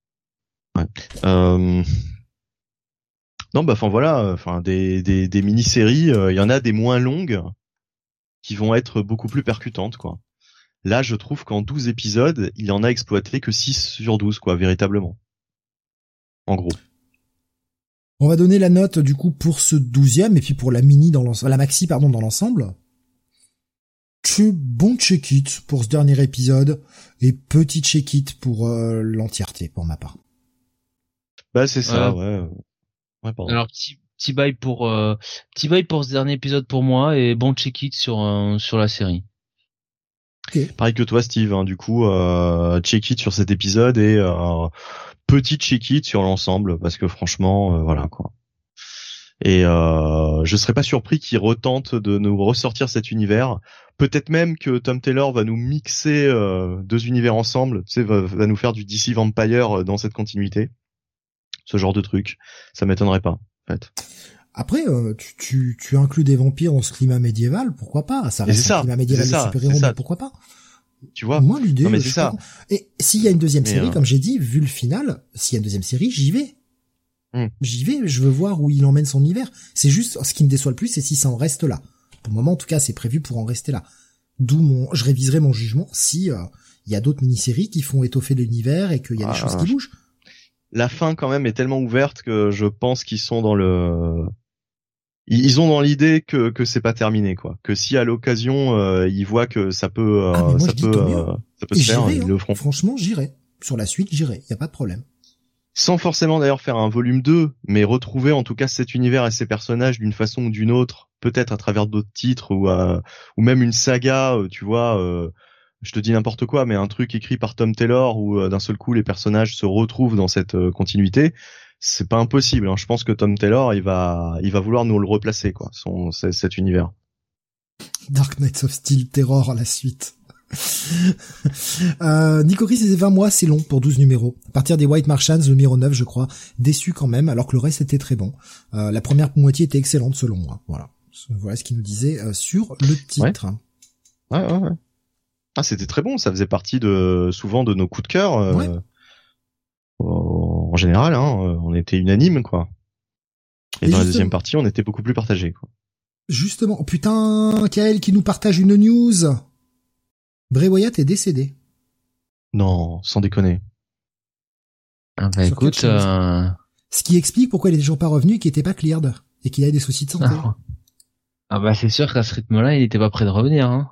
Speaker 3: Ouais. Non, bah, enfin voilà, des mini-séries, il y en a des moins longues qui vont être beaucoup plus percutantes, quoi. Là, je trouve qu'en 12 épisodes, il en a exploité que 6 sur 12, quoi, véritablement. En gros.
Speaker 1: On va donner la note, du coup, pour ce 12e, et puis pour la maxi, dans l'ensemble. Bon check-it pour ce dernier épisode, et petit check-it pour l'entièreté, pour ma part.
Speaker 3: Bah, c'est ça, ouais.
Speaker 2: Ouais, alors, petit bail pour ce dernier épisode pour moi, et bon check-it sur la série.
Speaker 1: Okay.
Speaker 3: Pareil que toi, Steve, hein, du coup, check-it sur cet épisode et petit check-it sur l'ensemble, parce que franchement, voilà, quoi. Et je serais pas surpris qu'il retente de nous ressortir cet univers. Peut-être même que Tom Taylor va nous mixer 2 univers ensemble, tu sais, va nous faire du DC Vampire dans cette continuité. Ce genre de truc, ça m'étonnerait pas, en fait.
Speaker 1: Après, tu inclus des vampires dans ce climat médiéval, pourquoi pas? Ça reste un climat médiéval de super-héros, mais pourquoi pas?
Speaker 3: Tu vois?
Speaker 1: Moi, l'idée,
Speaker 3: mais c'est ça.
Speaker 1: Et s'il y a une deuxième série, comme j'ai dit, vu le final, s'il y a une deuxième série, j'y vais. J'y vais, je veux voir où il emmène son univers. C'est juste, ce qui me déçoit le plus, c'est si ça en reste là. Pour le moment, en tout cas, c'est prévu pour en rester là. D'où je réviserai mon jugement si il y a d'autres mini-séries qui font étoffer l'univers et qu'il y a des choses qui bougent.
Speaker 3: La fin, quand même, est tellement ouverte que je pense qu'ils sont ils ont dans l'idée que c'est pas terminé, quoi. Que si à l'occasion ils voient que ça peut ça peut se faire, ils le feront.
Speaker 1: Franchement, j'irai. Sur la suite, j'irai, y a pas de problème.
Speaker 3: Sans forcément d'ailleurs faire un volume 2, mais retrouver en tout cas cet univers et ces personnages d'une façon ou d'une autre, peut-être à travers d'autres titres ou même une saga, tu vois, je te dis n'importe quoi, mais un truc écrit par Tom Taylor où d'un seul coup les personnages se retrouvent dans cette continuité, c'est pas impossible, hein. Je pense que Tom Taylor, il va vouloir nous le replacer, quoi, cet univers.
Speaker 1: Dark Knights of Steel Terror à la suite. Nico-Chris disait 20 mois, c'est long pour 12 numéros. À partir des White Martians, le numéro 9, je crois, déçu quand même, alors que le reste était très bon. La première moitié était excellente selon moi. Voilà ce qu'il nous disait sur le titre.
Speaker 3: Ouais. Ah, c'était très bon, ça faisait partie souvent de nos coups de cœur. En général, hein, on était unanime, quoi. Et dans la deuxième partie, on était beaucoup plus partagés, quoi.
Speaker 1: Justement, oh putain, Kael qui nous partage une news. Bray Wyatt est décédé.
Speaker 3: Non, sans déconner.
Speaker 2: Ah bah écoute,
Speaker 1: ce qui explique pourquoi il est toujours pas revenu et qu'il était pas cleared et qu'il avait des soucis de santé.
Speaker 2: Ah bah c'est sûr qu'à ce rythme-là, il était pas prêt de revenir, hein.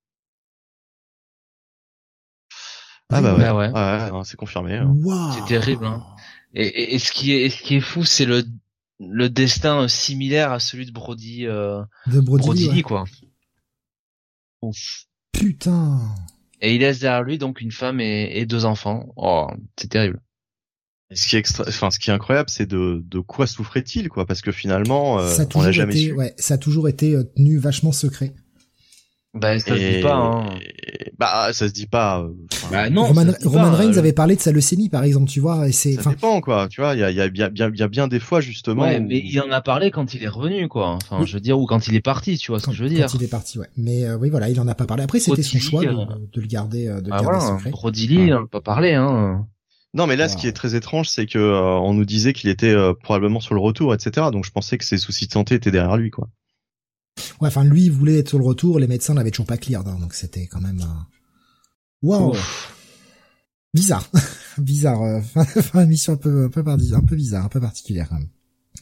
Speaker 3: Ah bah ouais. Ouais, non, c'est confirmé.
Speaker 1: Wow.
Speaker 2: C'est terrible, hein. Et ce qui est fou, c'est le destin similaire à celui de Brody Lee, quoi. Ouf.
Speaker 1: Putain.
Speaker 2: Et il laisse derrière lui donc une femme et 2 enfants. Oh, c'est terrible.
Speaker 3: Et ce qui est incroyable, c'est de quoi souffrait-il, quoi, parce que finalement, on l'a jamais su.
Speaker 1: Ouais, ça a toujours été tenu vachement secret.
Speaker 2: Bah ça se dit pas, hein.
Speaker 3: Bah ça se dit pas.
Speaker 2: Bah non.
Speaker 1: Roman Reigns avait parlé de sa leucémie par exemple, tu vois, et c'est.
Speaker 3: Ça dépend, quoi, tu vois, il y a bien des fois justement.
Speaker 2: Ouais, mais il en a parlé quand il est revenu, quoi. Enfin, oui. Je veux dire, ou quand il est parti, tu vois ce que je veux dire.
Speaker 1: Quand il est parti, ouais. Mais oui, voilà, il en a pas parlé. Après, c'était son choix de le garder, secret.
Speaker 2: Brody Lee, il en a pas parlé, hein.
Speaker 3: Non, mais là, ce qui est très étrange, c'est que on nous disait qu'il était probablement sur le retour, etc. Donc je pensais que ses soucis de santé étaient derrière lui, quoi.
Speaker 1: Ouais, enfin, lui, il voulait être sur le retour, les médecins l'avaient toujours pas cleared, hein, donc c'était quand même, wow. Bizarre. Bizarre, fin d'émission un peu bizarre, un peu particulière, quand même.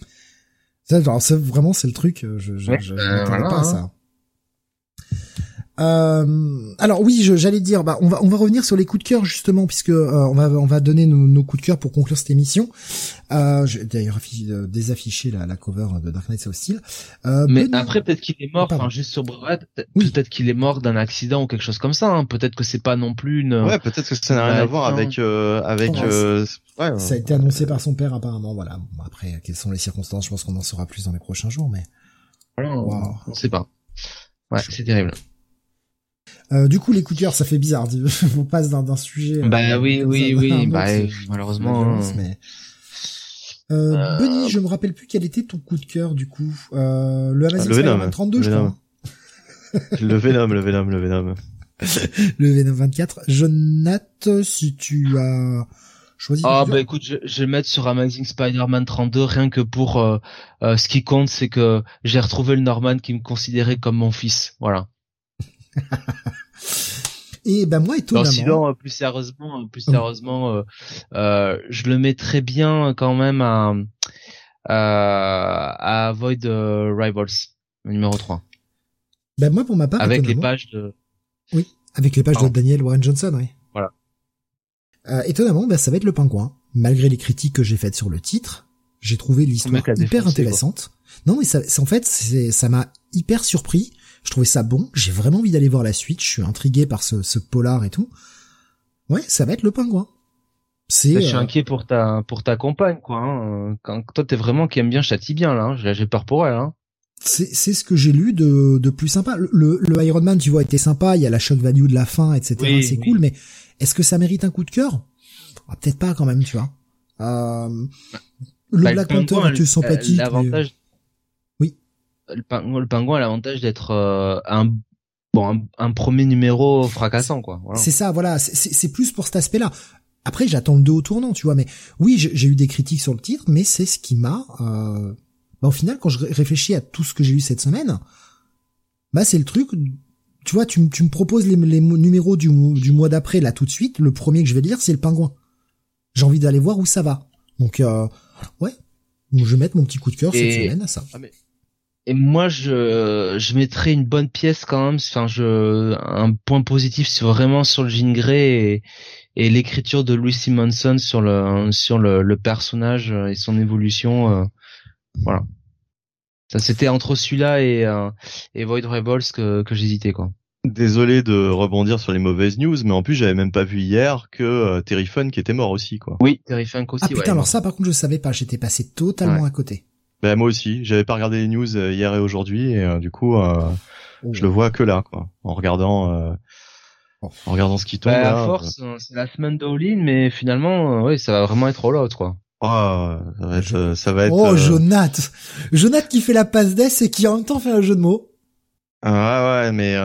Speaker 1: Ça, genre, vraiment, c'est le truc, je m'attendais pas à ça. Alors oui, j'allais dire, on va revenir sur les coups de cœur justement, puisque on va donner nos coups de cœur pour conclure cette émission. Je vais d'ailleurs désafficher la cover de Dark Knight Hostile.
Speaker 2: Mais après peut-être qu'il est mort, enfin juste sur Brad, peut-être qu'il est mort d'un accident ou quelque chose comme ça. Hein. Peut-être que c'est pas non plus une.
Speaker 3: Ouais, peut-être que ça n'a rien à voir avec.
Speaker 1: Ouais, ça a été annoncé par son père apparemment. Voilà. Bon, après, quelles sont les circonstances? Je pense qu'on en saura plus dans les prochains jours, mais.
Speaker 2: On sait pas. Ouais, c'est terrible.
Speaker 1: Du coup, les coups de cœur, ça fait bizarre. On passe d'un sujet.
Speaker 2: Bah oui. Bah malheureusement.
Speaker 1: Mais... Benny, je me rappelle plus quel était ton coup de cœur du coup. Le Amazing Spider-Man 32, je crois.
Speaker 3: Le Venom.
Speaker 1: Le Venom 24. Jonathan, si tu as choisi.
Speaker 2: Écoute, je vais mettre sur Amazing Spider-Man 32 rien que pour ce qui compte, c'est que j'ai retrouvé le Norman qui me considérait comme mon fils. Voilà.
Speaker 1: Et moi étonnamment.
Speaker 2: Sinon, plus sérieusement, je le mettrais bien quand même à Void Rivals numéro 3.
Speaker 1: Moi pour ma part,
Speaker 2: avec les pages de.
Speaker 1: Oui, avec les pages de Daniel Warren Johnson, oui.
Speaker 2: Voilà.
Speaker 1: Étonnamment, ça va être le Pingouin. Malgré les critiques que j'ai faites sur le titre, j'ai trouvé l'histoire hyper intéressante. Non, mais ça m'a hyper surpris. Je trouvais ça bon. J'ai vraiment envie d'aller voir la suite. Je suis intrigué par ce polar et tout. Ouais, ça va être le Pingouin.
Speaker 2: Je suis inquiet pour ta compagne, quoi. Hein. Quand toi, t'es vraiment qui aime bien Châtie bien, là. Hein. J'ai peur pour elle, hein.
Speaker 1: C'est ce que j'ai lu de plus sympa. Le Iron Man, tu vois, était sympa. Il y a la shock value de la fin, etc. Oui, c'est cool, mais est-ce que ça mérite un coup de cœur? Peut-être pas quand même, tu vois. Le Black Panther était sympathique.
Speaker 2: L'avantage.
Speaker 1: Oui.
Speaker 2: Le Pingouin a l'avantage d'être un premier numéro fracassant, quoi. Voilà.
Speaker 1: C'est ça, voilà. C'est plus pour cet aspect-là. Après, j'attends le 2 au tournant, tu vois. Mais oui, j'ai eu des critiques sur le titre, mais c'est ce qui m'a. Au final, quand je réfléchis à tout ce que j'ai eu cette semaine, c'est le truc. Tu vois, tu me proposes les numéros du mois d'après là tout de suite. Le premier que je vais lire, c'est le Pingouin. J'ai envie d'aller voir où ça va. Donc ouais, je vais mettre mon petit coup de cœur cette semaine à ça.
Speaker 2: Et moi, je mettrais une bonne pièce quand même. Enfin, un point positif vraiment sur le Jean Grey et l'écriture de Louis Simonson sur le personnage et son évolution. Voilà. Ça, c'était entre celui-là et Void Rebels que j'hésitais, quoi.
Speaker 3: Désolé de rebondir sur les mauvaises news, mais en plus j'avais même pas vu hier que Terry Funk était mort aussi, quoi.
Speaker 2: Oui, Terry Funk aussi.
Speaker 1: Putain, alors ça par contre je savais pas, j'étais passé totalement à côté.
Speaker 3: Moi aussi, j'avais pas regardé les news hier et aujourd'hui, et du coup je le vois que là, quoi, en regardant ce qui tombe.
Speaker 2: À force, c'est la semaine de All-In, mais finalement, ça va vraiment être All-Out, quoi.
Speaker 3: Ça va être.
Speaker 1: Oh, Jonath qui fait la passe d'ess et qui en même temps fait un jeu de mots.
Speaker 3: Ouais, mais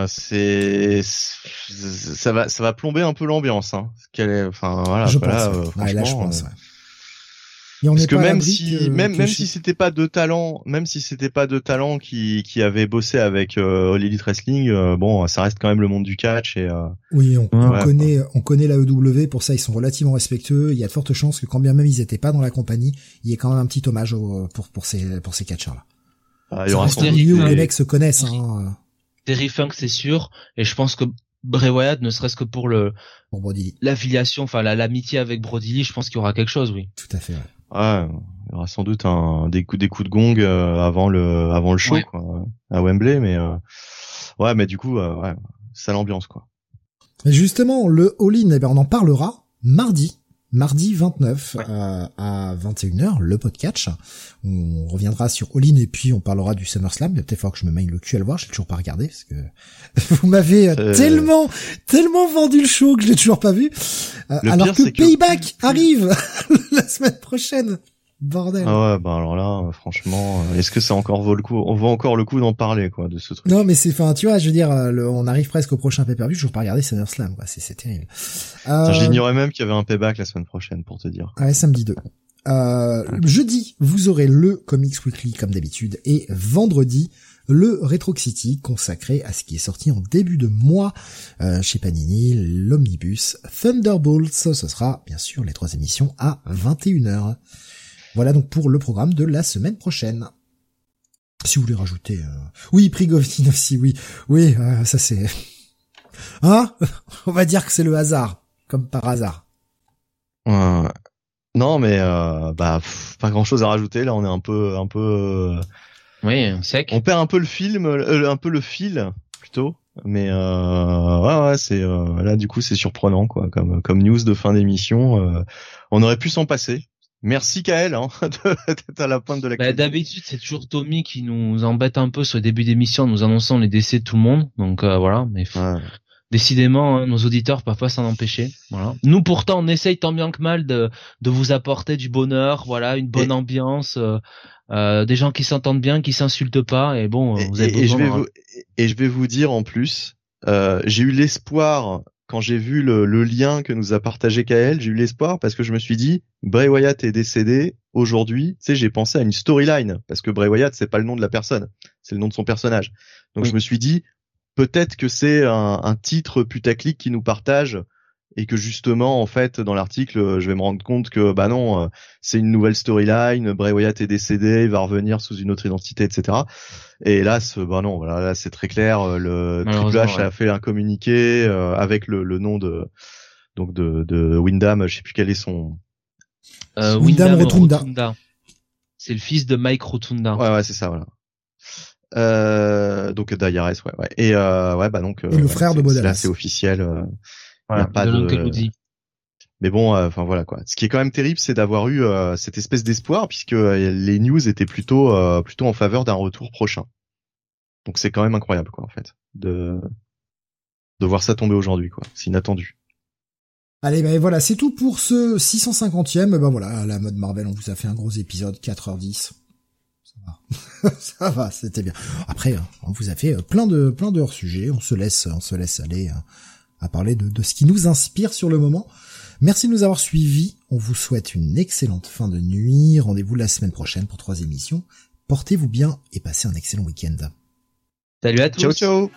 Speaker 3: ça va plomber un peu l'ambiance, hein. Voilà.
Speaker 1: Je
Speaker 3: pense.
Speaker 1: Franchement, là, je pense. Ouais.
Speaker 3: Parce que même si c'était pas de talent, qui avait bossé avec All Elite Wrestling, ça reste quand même le monde du catch et.
Speaker 1: Oui, on connaît la EW, pour ça ils sont relativement respectueux. Il y a de fortes chances que quand bien même ils étaient pas dans la compagnie, il y ait quand même un petit hommage pour ces catcheurs là.
Speaker 3: Il y aura
Speaker 1: un milieu où les mecs se connaissent.
Speaker 2: Terry Funk, c'est sûr, et je pense que Bray Wyatt, ne serait-ce que pour l'affiliation, enfin l'amitié avec Brody Lee, je pense qu'il y aura quelque chose, oui.
Speaker 1: Tout à fait.
Speaker 3: Ouais, il y aura sans doute des coups de gong avant le show, quoi, à Wembley, mais mais du coup c'est l'ambiance, quoi.
Speaker 1: Justement, le All-In, on en parlera mardi 29 à 21h, le podcast. On reviendra sur All-In et puis on parlera du SummerSlam. Il va peut-être falloir que je me maille le cul à le voir, j'ai toujours pas regardé parce que vous m'avez tellement vendu le show que je l'ai toujours pas vu. Alors que Payback arrive la semaine prochaine. Bordel.
Speaker 3: Ah ouais, alors là, franchement, est-ce que ça vaut encore le coup d'en parler, quoi, de ce truc?
Speaker 1: Non, mais tu vois, je veux dire, on arrive presque au prochain pay-per-view, je vais pas regarder SummerSlam, quoi, c'est terrible.
Speaker 3: J'ignorais même qu'il y avait un payback la semaine prochaine, pour te dire.
Speaker 1: Ouais, samedi 2. Jeudi, vous aurez le Comics Weekly, comme d'habitude, et vendredi, le Retro City, consacré à ce qui est sorti en début de mois, chez Panini, l'Omnibus Thunderbolts. Ce sera, bien sûr, les 3 émissions à 21h. Voilà donc pour le programme de la semaine prochaine. Si vous voulez rajouter... Oui, Prix Goblin aussi, oui. Oui, ça c'est... Hein? On va dire que c'est le hasard, comme par hasard.
Speaker 3: Non, mais pas grand chose à rajouter. Là, on est un peu.
Speaker 2: Oui, sec.
Speaker 3: On perd un peu le fil plutôt. Mais ouais, c'est là du coup c'est surprenant quoi, comme news de fin d'émission. On aurait pu s'en passer. Merci Kael d'être à la pointe de la.
Speaker 2: D'habitude c'est toujours Tommy qui nous embête un peu sur le début d'émission en nous annonçant les décès de tout le monde. Donc voilà, mais décidément nos auditeurs peuvent pas s'en empêcher. Voilà. Nous pourtant on essaye tant bien que mal de vous apporter du bonheur, voilà, une bonne ambiance. Des gens qui s'entendent bien, qui s'insultent pas, et bon, vous avez besoin.
Speaker 3: Et je vais vous dire en plus, j'ai eu l'espoir quand j'ai vu le lien que nous a partagé Kael, j'ai eu l'espoir parce que je me suis dit Bray Wyatt est décédé aujourd'hui. Tu sais, j'ai pensé à une storyline parce que Bray Wyatt c'est pas le nom de la personne, c'est le nom de son personnage. Donc je me suis dit peut-être que c'est un titre putaclic qui nous partage. Et que justement, en fait, dans l'article, je vais me rendre compte que, non, c'est une nouvelle storyline, Bray Wyatt est décédé, il va revenir sous une autre identité, etc. Et là, non, voilà, là, c'est très clair, le Triple H a fait un communiqué, avec le nom de Windham, je sais plus quel est son...
Speaker 1: Windham Rotunda.
Speaker 2: C'est le fils de Mike Rotunda.
Speaker 3: Ouais, c'est ça, voilà. Donc, Daiares, ouais. Et, donc...
Speaker 1: Et le frère de Bodalas.
Speaker 3: Là, c'est officiel,
Speaker 2: voilà,
Speaker 3: pas de... Mais bon, voilà quoi. Ce qui est quand même terrible, c'est d'avoir eu cette espèce d'espoir puisque les news étaient plutôt en faveur d'un retour prochain. Donc c'est quand même incroyable quoi en fait de voir ça tomber aujourd'hui quoi. C'est inattendu.
Speaker 1: Allez, voilà, c'est tout pour ce 650e. Voilà, à la mode Marvel, on vous a fait un gros épisode, 4h10. Ça va, c'était bien. Après, on vous a fait plein de hors-sujets. On se laisse aller à parler de ce qui nous inspire sur le moment. Merci de nous avoir suivis. On vous souhaite une excellente fin de nuit. Rendez-vous la semaine prochaine pour 3 émissions. Portez-vous bien et passez un excellent week-end.
Speaker 2: Salut à tous.
Speaker 3: Ciao, ciao.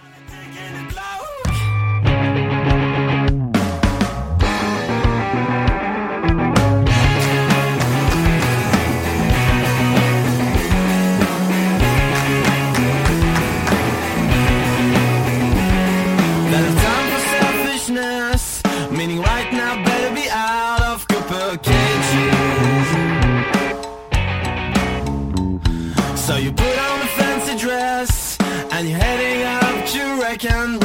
Speaker 4: So you put on a fancy dress and you're heading up to Reckon